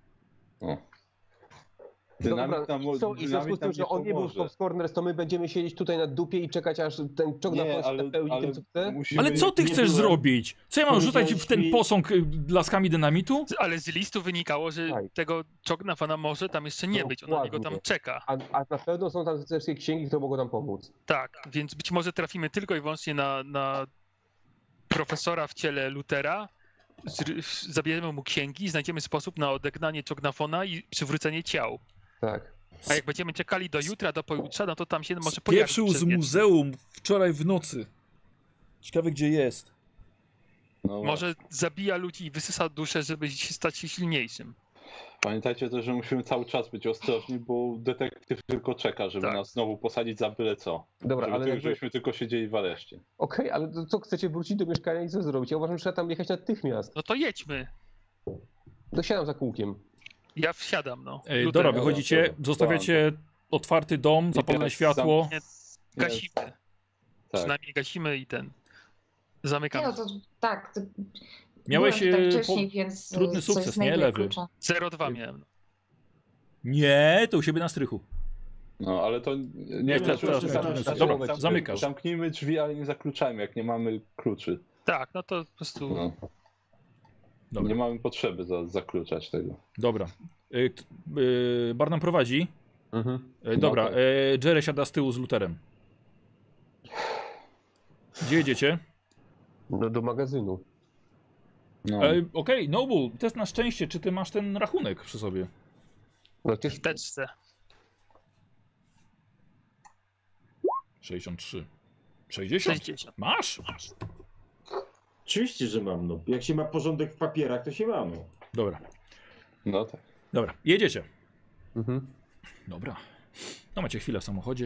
Dynamit Dobra, nam, i co, i w związku z tym, że on nie był w Cops Corners, to my będziemy siedzieć tutaj na dupie i czekać, aż ten czołg na Nie, Polskę ale, pełni ale tym, co chce? musimy... Ale co ty nie chcesz byłem. zrobić? Co ja mam rzucać Powiedziałeś w ten mi- posąg blaskami dynamitu? Ale z listu wynikało, że Tak. tego Czognafana może tam jeszcze nie być, on na niego tam Dokładnie. czeka. A na pewno są tam też te księgi, które mogą nam pomóc. Tak, więc być może trafimy tylko i wyłącznie na profesora w ciele Lutera, zabierzemy mu księgi, znajdziemy sposób na odegnanie Czognafona i przywrócenie ciał. Tak. A jak będziemy czekali do jutra, do pojutrza, no to tam się może pojawić Pieprzył z przedwieczny. muzeum wczoraj w nocy. Ciekawe gdzie jest. No, Może zabija ludzi i wysysa duszę, żeby stać się silniejszym. Pamiętajcie też, że musimy cały czas być ostrożni, bo detektyw tylko czeka, żeby Tak. nas znowu posadzić za byle co. Dobra, ale jakby... żebyśmy tylko siedzieli w areszcie. Okej, ale to co, chcecie wrócić do mieszkania i co zrobić? Ja uważam, że trzeba tam jechać natychmiast. No to jedźmy. Dosiadam za kółkiem. Ja wsiadam, no. Luther, Dobra, no, wychodzicie, dobra. zostawiacie otwarty dom, zapalone światło. gasimy. Tak. Przynajmniej gasimy i ten. Nie, Zamykamy. no to tak. Miałeś byłem tutaj po... wcześniej, więc trudny coś sukces, nie? znajduję Lewy. klucza. 0,2 miałem. Nie, to u siebie na strychu. No, ale to nie teraz dobra, zamykasz. Zamknijmy drzwi, ale nie zakluczajmy, jak nie mamy kluczy. Tak, no to po prostu. No. Dobra. Nie mamy potrzeby zakluczać tego. Dobra. Barnum prowadzi. Mhm. Dobra, No tak. Jerry siada z tyłu z Lutherem. Gdzie jedziecie? No, do magazynu. No. Okej, Noble, test na szczęście. Czy ty masz ten rachunek przy sobie? No przecież W teczce. 63. 60? 60. Masz? Oczywiście, że mam. No. Jak się ma porządek w papierach, to się ma. No. Dobra. No tak. Dobra, jedziecie. Mhm. Dobra. No macie chwilę w samochodzie.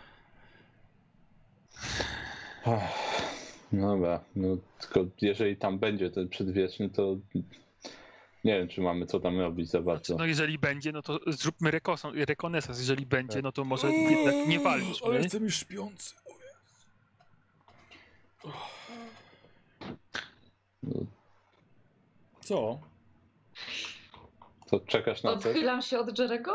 Dobra, no tylko jeżeli tam będzie ten przedwieczny, to nie wiem, czy mamy co tam robić za bardzo. No jeżeli będzie, no to zróbmy rekonesans. Jeżeli będzie, no to może jednak nie walczmy. Ale jestem już śpiący. No, Co? to czekasz na coś? Odchylam się od Jerego?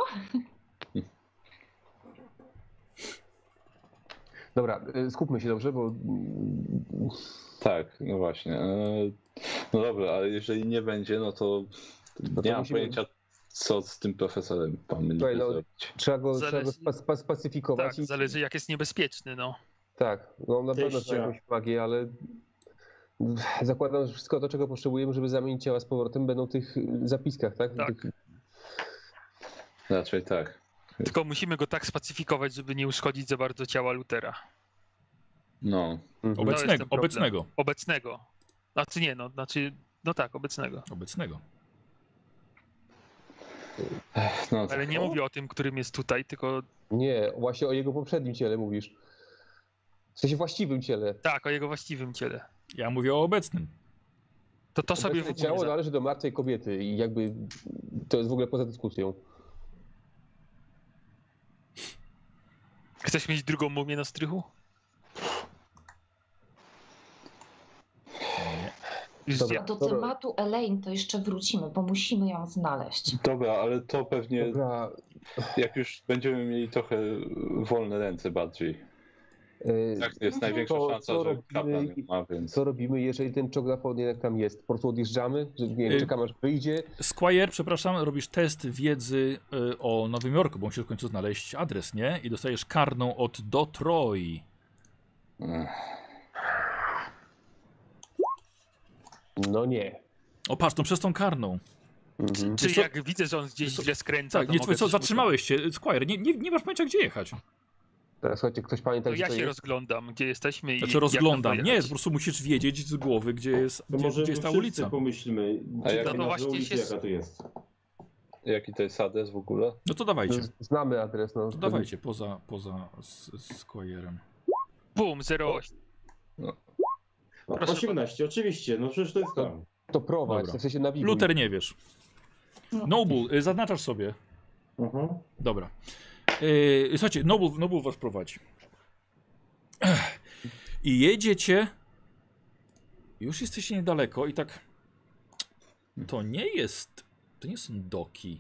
Dobra, skupmy się dobrze, bo Tak, no właśnie. No dobra, ale jeżeli nie będzie, no to nie mam musimy- pojęcia, co z tym profesorem mamy niby Słuchaj, no, zrobić. trzeba go Zależy- spacyfikować. Tak, zależy jak jest niebezpieczny, no. Tak, no na pewno Teścia. trzeba jakąś magię, ale zakładam, że wszystko to, czego potrzebujemy, żeby zamienić ciała z powrotem, będą w tych zapiskach, tak? Tak. Tych... Raczej tak. Tylko musimy go tak spacyfikować, żeby nie uszkodzić za bardzo ciała Luthera. No. Mhm. jest ten problem. Obecnego. Obecnego. Znaczy nie, no tak, obecnego. Obecnego. No, Ale nie mówię o tym, którym jest tutaj, tylko Nie, właśnie o jego poprzednim ciele mówisz. W sensie właściwym ciele. tak, o jego właściwym ciele. Ja mówię o obecnym. To sobie w Obecne ogóle ciało należy do martwej kobiety i jakby to jest w ogóle poza dyskusją. Chcesz mieć drugą mumię na strychu? Nie. Już Dobra. A do tematu Elaine to jeszcze wrócimy, bo musimy ją znaleźć. Dobra, ale to pewnie Dobra, jak już będziemy mieli trochę wolne ręce bardziej. Tak, to jest największa szansa, co że kaplan robimy, ją ma, więc... co robimy, jeżeli ten czografon jednak tam jest? Po prostu odjeżdżamy? Że, nie wiem, czekamy aż wyjdzie? Squire, przepraszam, robisz test wiedzy o Nowym Jorku, bo musisz w końcu znaleźć adres, nie? I dostajesz karną od do Troy. Ech, No nie. O patrz, no przez tą karną. Mhm. Czyli co- jak widzę, że on gdzieś źle skręca, Tak, to nie, mogę co, coś zatrzymałeś się. Squire, nie masz pojęcia gdzie jechać. Teraz słuchajcie, ktoś pamięta, To gdzie ja to się jest? rozglądam, gdzie jesteśmy i Znaczy jak rozglądam. tam Nie, dojechać. po prostu musisz wiedzieć z głowy, gdzie jest, To może gdzie jest ta wszyscy ulica. pomyślmy, A jak- czy No to właśnie ulicy, się- jaka to jest. Jaki to jest adres w ogóle? No to dawajcie. Znamy adres, no. To dawajcie, poza Squire'em. Bum, 08. No, Proszę 18, oczywiście, no przecież to jest tam. To prowadź, Dobra. w sensie nawiguj. Luther nie wiesz. Noble, zaznaczasz sobie. Mhm. Dobra. Słuchajcie, Noble was prowadzi. I jedziecie. Już jesteście niedaleko i tak. To nie są doki.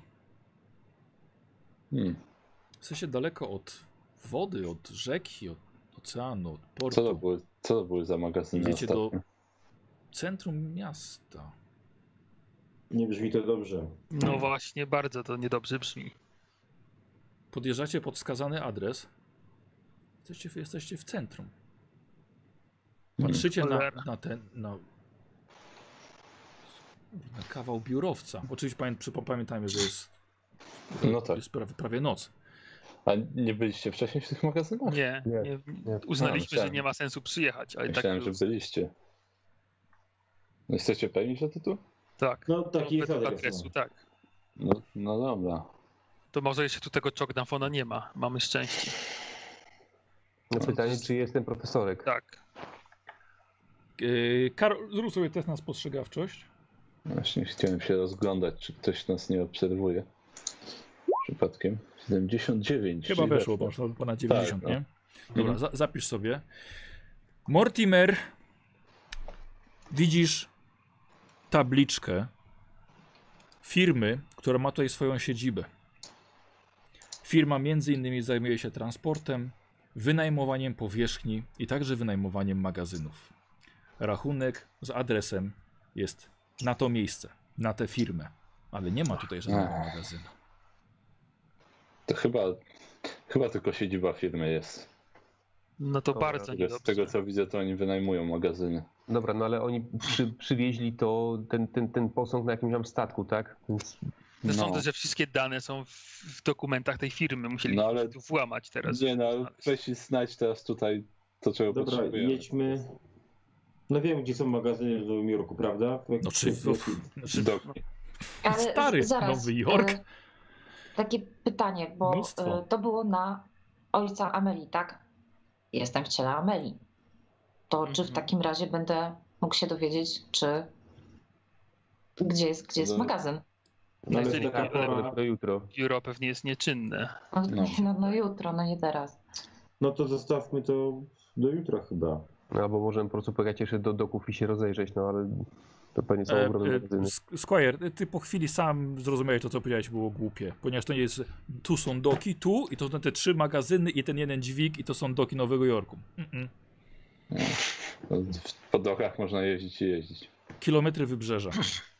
Jesteście daleko od wody, od rzeki, od oceanu, od portu. Co to były za magazyny Jedziecie do ostatnio? centrum miasta. Nie brzmi to dobrze. No właśnie, bardzo to niedobrze brzmi. Podjeżdżacie pod wskazany adres. Jesteście w centrum. Patrzycie na kawał biurowca. Oczywiście pamiętajmy, że No tak. jest prawie noc. A nie byliście wcześniej w tych magazynach? Nie, Nie, nie, nie. uznaliśmy, myślałem. że nie ma sensu przyjechać, ale Myślałem, tak, że byliście. Jesteście pewni, że to tu? tak. No taki jest według adres. adresu, No. tak. No dobra. To może jeszcze tu tego Czogdafona nie ma. Mamy szczęście. No pytanie, czy jest ten profesorek? Tak. Karol, zrób sobie test na spostrzegawczość. Właśnie chciałem się rozglądać, czy ktoś nas nie obserwuje. Przypadkiem. 79. Chyba czyli weszło, bo masz ponad 90, Tak, nie? Dobra, zapisz sobie. Mortimer, widzisz tabliczkę firmy, która ma tutaj swoją siedzibę. Firma między innymi zajmuje się transportem, wynajmowaniem powierzchni i także wynajmowaniem magazynów. Rachunek z adresem jest na to miejsce, na tę firmę, ale nie ma tutaj żadnego magazynu. To chyba tylko siedziba firmy jest. No to Dobra, bardzo Z niedobrze. tego co widzę, to oni wynajmują magazyny. Dobra, no ale oni przywieźli to, ten posąg na jakimś tam statku, tak? Więc No. Sądzę, że wszystkie dane są w dokumentach tej firmy. Musieli No po ale- prostu włamać teraz. Nie no, weź i znajdź teraz tutaj to, czego Dobra, potrzebujemy. jedźmy. No wiem, gdzie są magazyny w Nowym Jorku, prawda? No czy, znaczy, Dokładnie. Ale Stary zaraz, Nowy Jork. Takie pytanie, bo Mnóstwo. to było na ojca Amelii, tak? Jestem w ciele Amelii. To czy w takim razie będę mógł się dowiedzieć, gdzie jest No. magazyn? No, ale Jeżeli- taka pora, to jutro. Biuro pewnie jest nieczynne. No jutro, no nie teraz. no to zostawmy to do jutra chyba. No, albo możemy po prostu pojechać jeszcze do doków i się rozejrzeć, no ale to pewnie są ogromne magazyny. Squire, ty po chwili sam zrozumiałeś to, co powiedziałeś, było głupie. Ponieważ to nie jest. Tu są doki, tu i to są te 3 magazyny i ten jeden dźwig i to są doki Nowego Jorku. No, po dokach można jeździć i jeździć. Kilometry wybrzeża.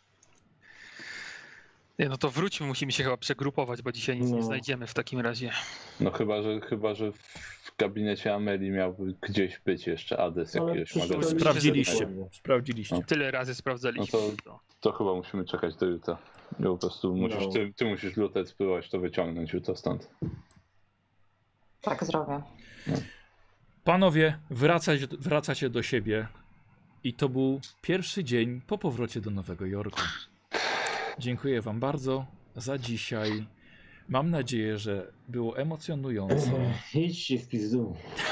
Nie, no to wróćmy, musimy się chyba przegrupować, bo dzisiaj nic nie No. znajdziemy w takim razie. No chyba, że w gabinecie Ameli miałby gdzieś być jeszcze adres Ale jakiegoś przecież magazynu. to- Sprawdziliście. dokładnie. Sprawdziliście. Tyle razy sprawdzaliśmy. No to. To chyba musimy czekać do jutra. No, po prostu musisz, No. ty musisz lutec spróbować to wyciągnąć jutro stąd. Tak zrobię. Panowie, wracacie do siebie i to był pierwszy dzień po powrocie do Nowego Jorku. Dziękuję wam bardzo za dzisiaj. Mam nadzieję, że było emocjonująco. Idźcie w pizdu.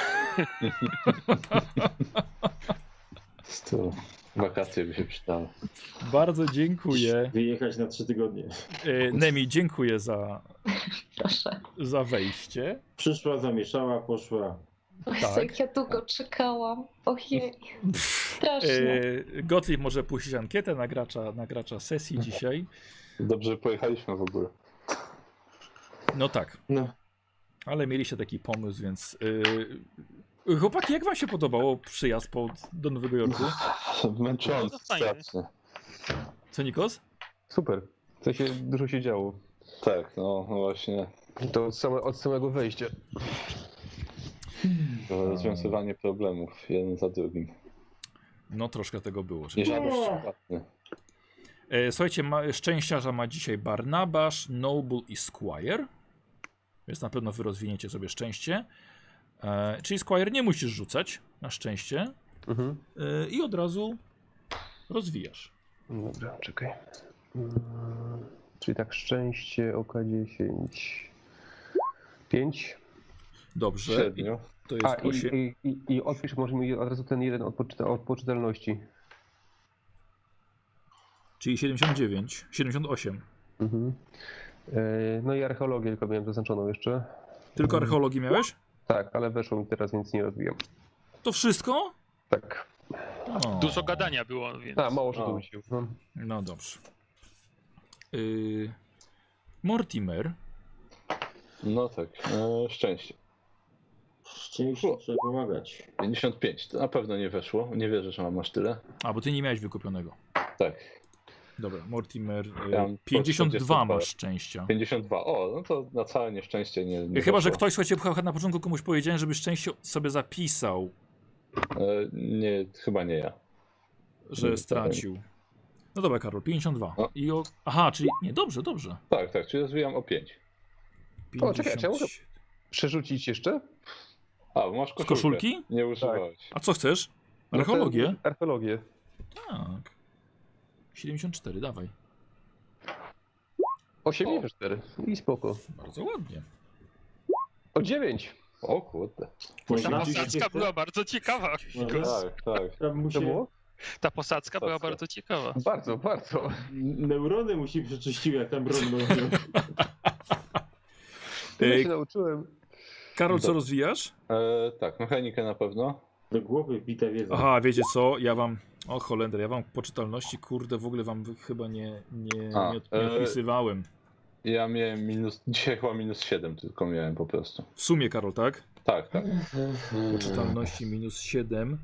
To wakacje by się przydały. Bardzo dziękuję. Wyjechać na 3 tygodnie. Nemi, dziękuję Proszę. za wejście. Przyszła, zamieszała, poszła. Tak. Jak ja długo czekałam. Ojej, strasznie. Gottlieb może puścić ankietę na gracza sesji dzisiaj. Dobrze, że pojechaliśmy w ogóle. No tak, No. ale mieliście taki pomysł, więc... Chłopaki, jak wam się podobało przyjazd do Nowego Jorku? Męczący No, fajnie. strasznie. Co, Nikos? Super. Dużo się działo. Tak, no właśnie. To od samego wejścia. To rozwiązywanie problemów jeden za drugim. No troszkę tego było. Nie rzeczywiście. żaden przypadny. Słuchajcie, szczęściarza ma dzisiaj Barnabasz, Noble i Squire. Więc na pewno wy rozwiniecie sobie szczęście. Czyli Squire nie musisz rzucać na szczęście. Mhm. I od razu rozwijasz. Dobra, czekaj. Czyli tak, szczęście, oka 10. 5. Dobrze. I Średnio. to jest A, 8. i odpisz może mi od razu ten jeden od poczytalności. Czyli 79. 78. Mhm. No i archeologię tylko miałem zaznaczoną jeszcze. Tylko archeologii miałeś? Tak, ale weszło mi teraz, więc nie rozwijam. To wszystko? Tak. O. Dużo gadania było, więc. A, mało szedł się. No. No dobrze. Mortimer. No tak, szczęście. Szczęście trzeba pomagać. 55, to na pewno nie weszło. Nie wierzę, że masz tyle. A, bo ty nie miałeś wykupionego. Tak, Dobra, Mortimer. Ja mam 52 po masz szczęścia. 52. O, no to na całe nieszczęście nie Chyba, że weszło. ktoś, słuchajcie, na początku komuś powiedziałem, żeby szczęście sobie zapisał, Nie, chyba nie ja. że stracił. No dobra, Karol, 52. No. Aha, czyli. Nie, dobrze, dobrze. Tak, czyli rozwijam o 5. O, czekaj, czy ja mogę przerzucić jeszcze? A, bo masz Z koszulkę. koszulki? Nie używałeś. A co chcesz? Archeologię? Archeologię. Tak. 74, dawaj. 84. I spoko. Bardzo ładnie. O 9. O kurde. Ta Można? posadzka była bardzo ciekawa. Można? Tak. Tam mu Co się było? Ta posadzka była Posadzka. bardzo ciekawa. Bardzo, bardzo. neurony mu się przeczyściły, jak tam bronią. Tyle się nauczyłem. Karol, co rozwijasz? Tak, mechanikę na pewno. Do głowy bita wiedza. Aha, wiecie co? Ja wam... O Holender, ja wam poczytalności, kurde, w ogóle wam chyba nie odpisywałem. Ja miałem dzisiaj chyba -7 tylko miałem po prostu. W sumie, Karol, tak? Tak. Poczytalności -7.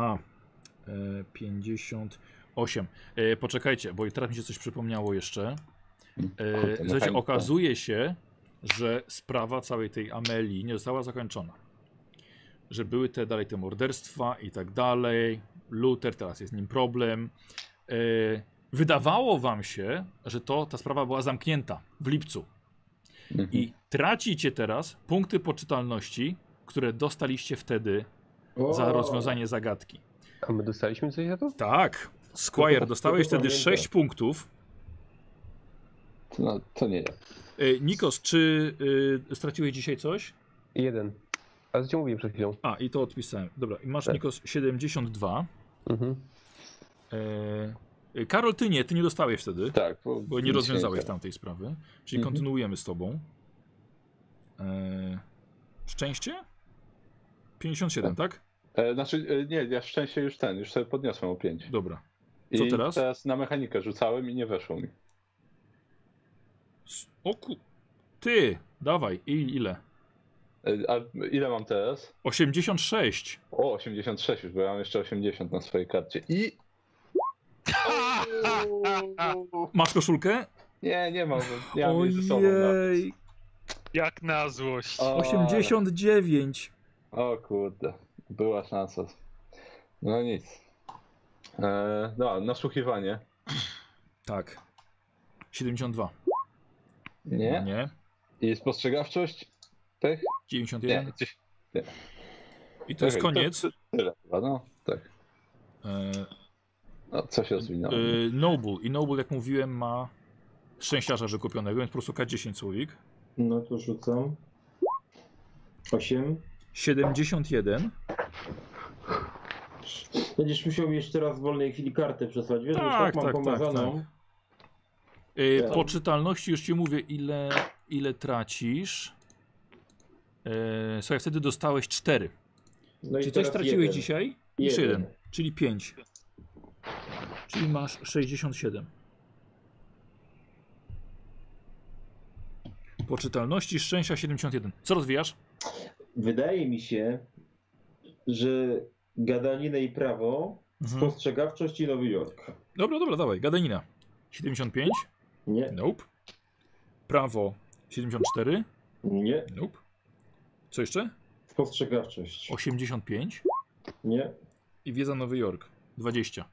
58. Poczekajcie, bo teraz mi się coś przypomniało jeszcze. Słuchajcie, mechanika. okazuje się, że sprawa całej tej Amelii nie została zakończona. Że były dalej te morderstwa i tak dalej. Luther, teraz jest z nim problem. Wydawało wam się, że ta sprawa była zamknięta w lipcu. I tracicie teraz punkty poczytalności, które dostaliście wtedy za rozwiązanie zagadki. A my dostaliśmy coś za to? Tak. Squire, dostałeś wtedy pamiętam. 6 punktów. No to nie ja. Nikos, czy straciłeś dzisiaj coś? 1. Ale co mówiłem przed chwilą? A, i to odpisałem. Dobra, i masz, Tak. Nikos, 72. Mhm. Karol, ty nie dostałeś wtedy, Tak, bo nie rozwiązałeś tamtej sprawy. Czyli Mhm. kontynuujemy z tobą. Szczęście? 57, tak? Znaczy, nie, ja szczęście już sobie podniosłem o 5. Dobra. Co I teraz? teraz na mechanikę rzucałem i nie weszło mi. Ty, dawaj, ile? A ile mam teraz? 86. O, 86 już, bo ja mam jeszcze 80 na swojej karcie. I... Masz koszulkę? Nie mam, nie mam jej ze sobą. Ojej, Jak na złość. O, 89. O kurde, była szansa. No nic. No, nasłuchiwanie. Tak. 72. Nie. Nie. I spostrzegawczość? Tych? 91. Nie. I to jest Okej, koniec. Tyle chyba, no tak. E, No, co się rozwinęło? Noble. I Noble, jak mówiłem, ma szczęściarza wykupionego, więc po prostu K10 słowik. No to rzucam. 8. 71. Będziesz musiał mi jeszcze raz w wolnej chwili kartę przesłać. Wiesz, że już tak mam pomazaną. Tak. Po czytalności już ci mówię, ile tracisz. Słuchaj, wtedy dostałeś 4. No i Czy coś teraz straciłeś jeden. dzisiaj? Jeszcze Jeden. 1, czyli 5. Czyli masz 67. Poczytalności szczęścia 71. Co rozwijasz? Wydaje mi się, że gadaninę i prawo, spostrzegawczość i Nowy Jork. Dobra, dawaj. Gadanina 75. Nie, Nope. Prawo 74. nie. Nope. Co jeszcze? Spostrzegawczość. 85. Nie. I wiedza Nowy Jork 20.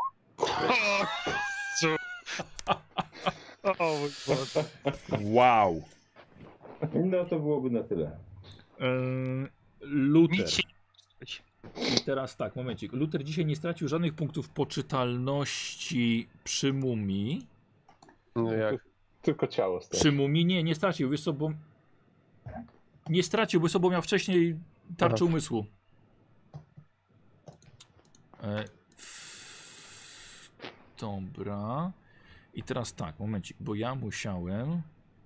O mój Boże. Wow. No to byłoby na tyle. Luther. Nic się I teraz tak, momencik. Luther dzisiaj nie stracił żadnych punktów poczytalności przy mumii. No jak? Tylko ciało straciło. Przy mumii nie stracił, wiesz co, bo... Nie stracił, bo miał wcześniej tarczę umysłu. Dobra. I teraz tak, momencik, bo ja musiałem...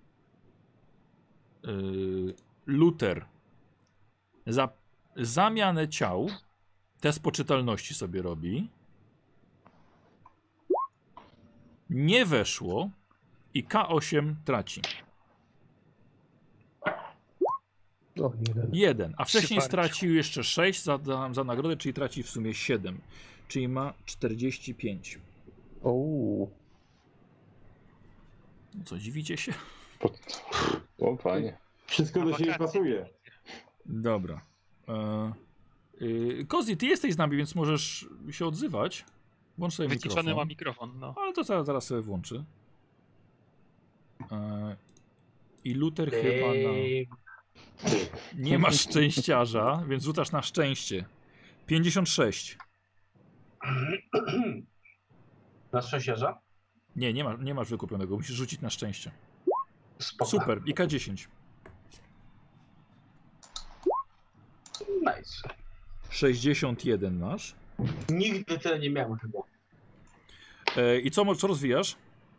Luther. Za zamianę ciał test poczytalności sobie robi. Nie weszło i K8 traci. O, 1. 1, a wcześniej Przyparciu. stracił jeszcze 6 za nagrodę, czyli traci w sumie 7. Czyli ma 45. Co, dziwicie się? O, fajnie. Wszystko do siebie pasuje. Dobra. Kozi, ty jesteś z nami, więc możesz się odzywać. Włącz sobie wyciszony ma mikrofon. mikrofon, no. Ale to zaraz sobie włączy. I Luther chyba na... Nie masz szczęściarza, więc rzucasz na szczęście. 56. Na szczęściarza? Nie masz wykupionego, musisz rzucić na szczęście. Spoko. Super, i K10. Nice. 61 masz. Nigdy tyle nie miałem chyba. I co rozwijasz?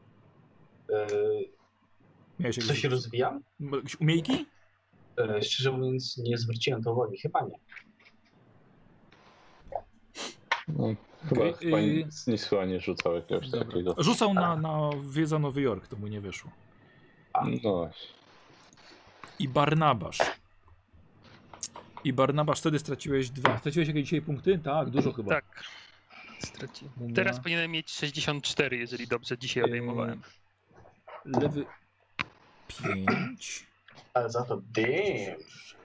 Miałeś Co jakieś się rozwijam? umiejki? Szczerze mówiąc, nie zwróciłem to uwagi. Chyba nie. No, chyba Okej, nic chyba nie rzucał jakiegoś takiego. Rzucał na wiedza Nowy Jork, to mu nie wyszło. No właśnie. I Barnabasz. Wtedy straciłeś 2. Straciłeś jakieś dzisiaj punkty? Tak, dużo chyba. Tak. Straciłem. Teraz powinienem mieć 64, jeżeli dobrze dzisiaj odejmowałem. Lewy 5. Ale za to damn.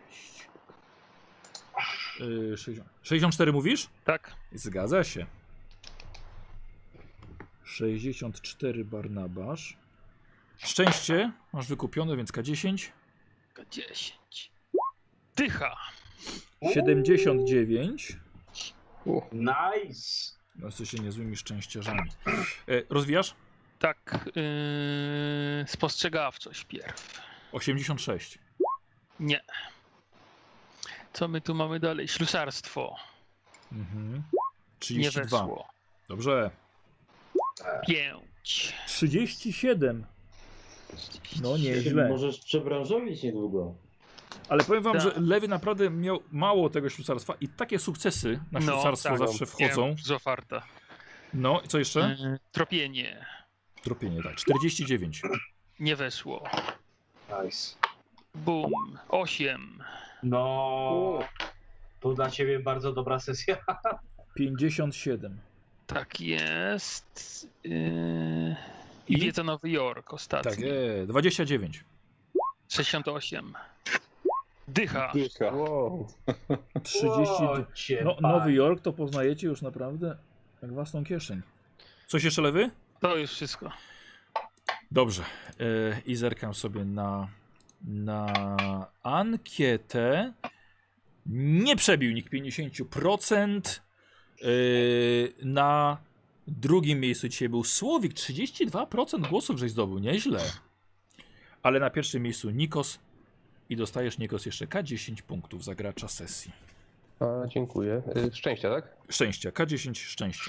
64 mówisz? Tak. Zgadza się. 64 Barnabasz. Szczęście masz wykupione, więc K10. 10. Dycha. 79. Nice. No, jesteście niezłymi szczęściarzami. Rozwijasz? Tak. Spostrzegawczość pierw. 86. Nie. Co my tu mamy dalej? Ślusarstwo. Mhm. Nie 32. weszło. Dobrze. 5. 37. No nieźle. Możesz przebranżowić niedługo. Ale powiem wam, Tak. że Lewy naprawdę miał mało tego ślusarstwa i takie sukcesy na ślusarstwo tak, zawsze wchodzą. Z ofarta. No i co jeszcze? Tropienie. Tropienie, tak. 49. Nie weszło. Nice. Bum. 8. No. To dla ciebie bardzo dobra sesja. 57. Tak jest. I wiedza Nowy Jork Tak, ostatni. 29. 68. Dycha. Wow. 30. Łocie, No, panie. Nowy Jork to poznajecie już naprawdę jak własną kieszeń. Coś jeszcze, Lewy? To już wszystko. Dobrze. I zerkam sobie na ankietę. Nie przebił nikt 50%. Na drugim miejscu dzisiaj był Słowik. 32% głosów żeś zdobył. Nieźle. Ale na pierwszym miejscu Nikos. I dostajesz, Nikos, jeszcze K10 punktów za gracza sesji. A, dziękuję. Szczęścia, tak? Szczęścia. K10 szczęścia.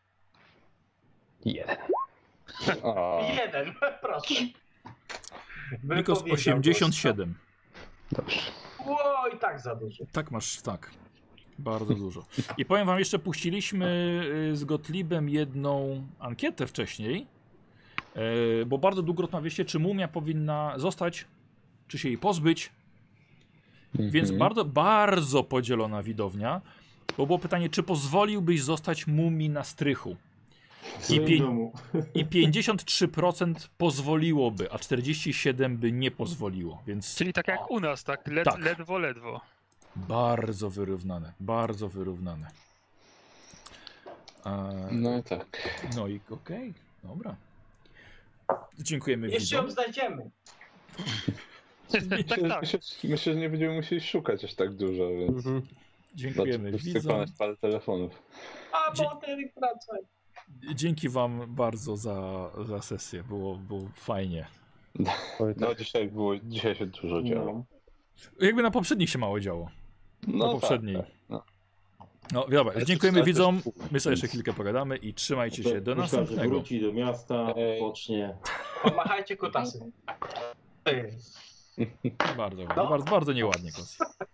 1. Jeden, proszę. Nikos Wypowiedział 87. Dobrze. to. Ło, i tak za dużo. Tak masz, tak. Bardzo dużo. I powiem wam, jeszcze puściliśmy z Gottliebem jedną ankietę wcześniej, bo bardzo długo rozmawialiście, czy mumia powinna zostać, czy się jej pozbyć. Więc bardzo, bardzo podzielona widownia, bo było pytanie, czy pozwoliłbyś zostać mumii na strychu. W swoim domu. I 53% pozwoliłoby, a 47% by nie pozwoliło, więc Czyli tak jak u nas, tak? Tak. Ledwo. bardzo wyrównane, bardzo wyrównane. No i tak. No i okej, dobra. Dziękujemy Jeszcze ją widzom. znajdziemy. tak. Myślę, że nie będziemy musieli szukać aż tak dużo, więc Dziękujemy widzom. wykonać parę telefonów. A potem wracaj. Dzięki wam bardzo za sesję. Było fajnie. Oj, No tak. dzisiaj się dużo działo. Jakby na poprzednich się mało działo. No Na poprzedniej. Tak, no. No dobra, Ale dziękujemy to- widzom. to- My sobie jeszcze chwilkę pogadamy i trzymajcie się do Myślałem, że następnego. wróci do miasta, pocznie. Pomachajcie kutasy. Bardzo, bardzo, bardzo nieładnie. Kos.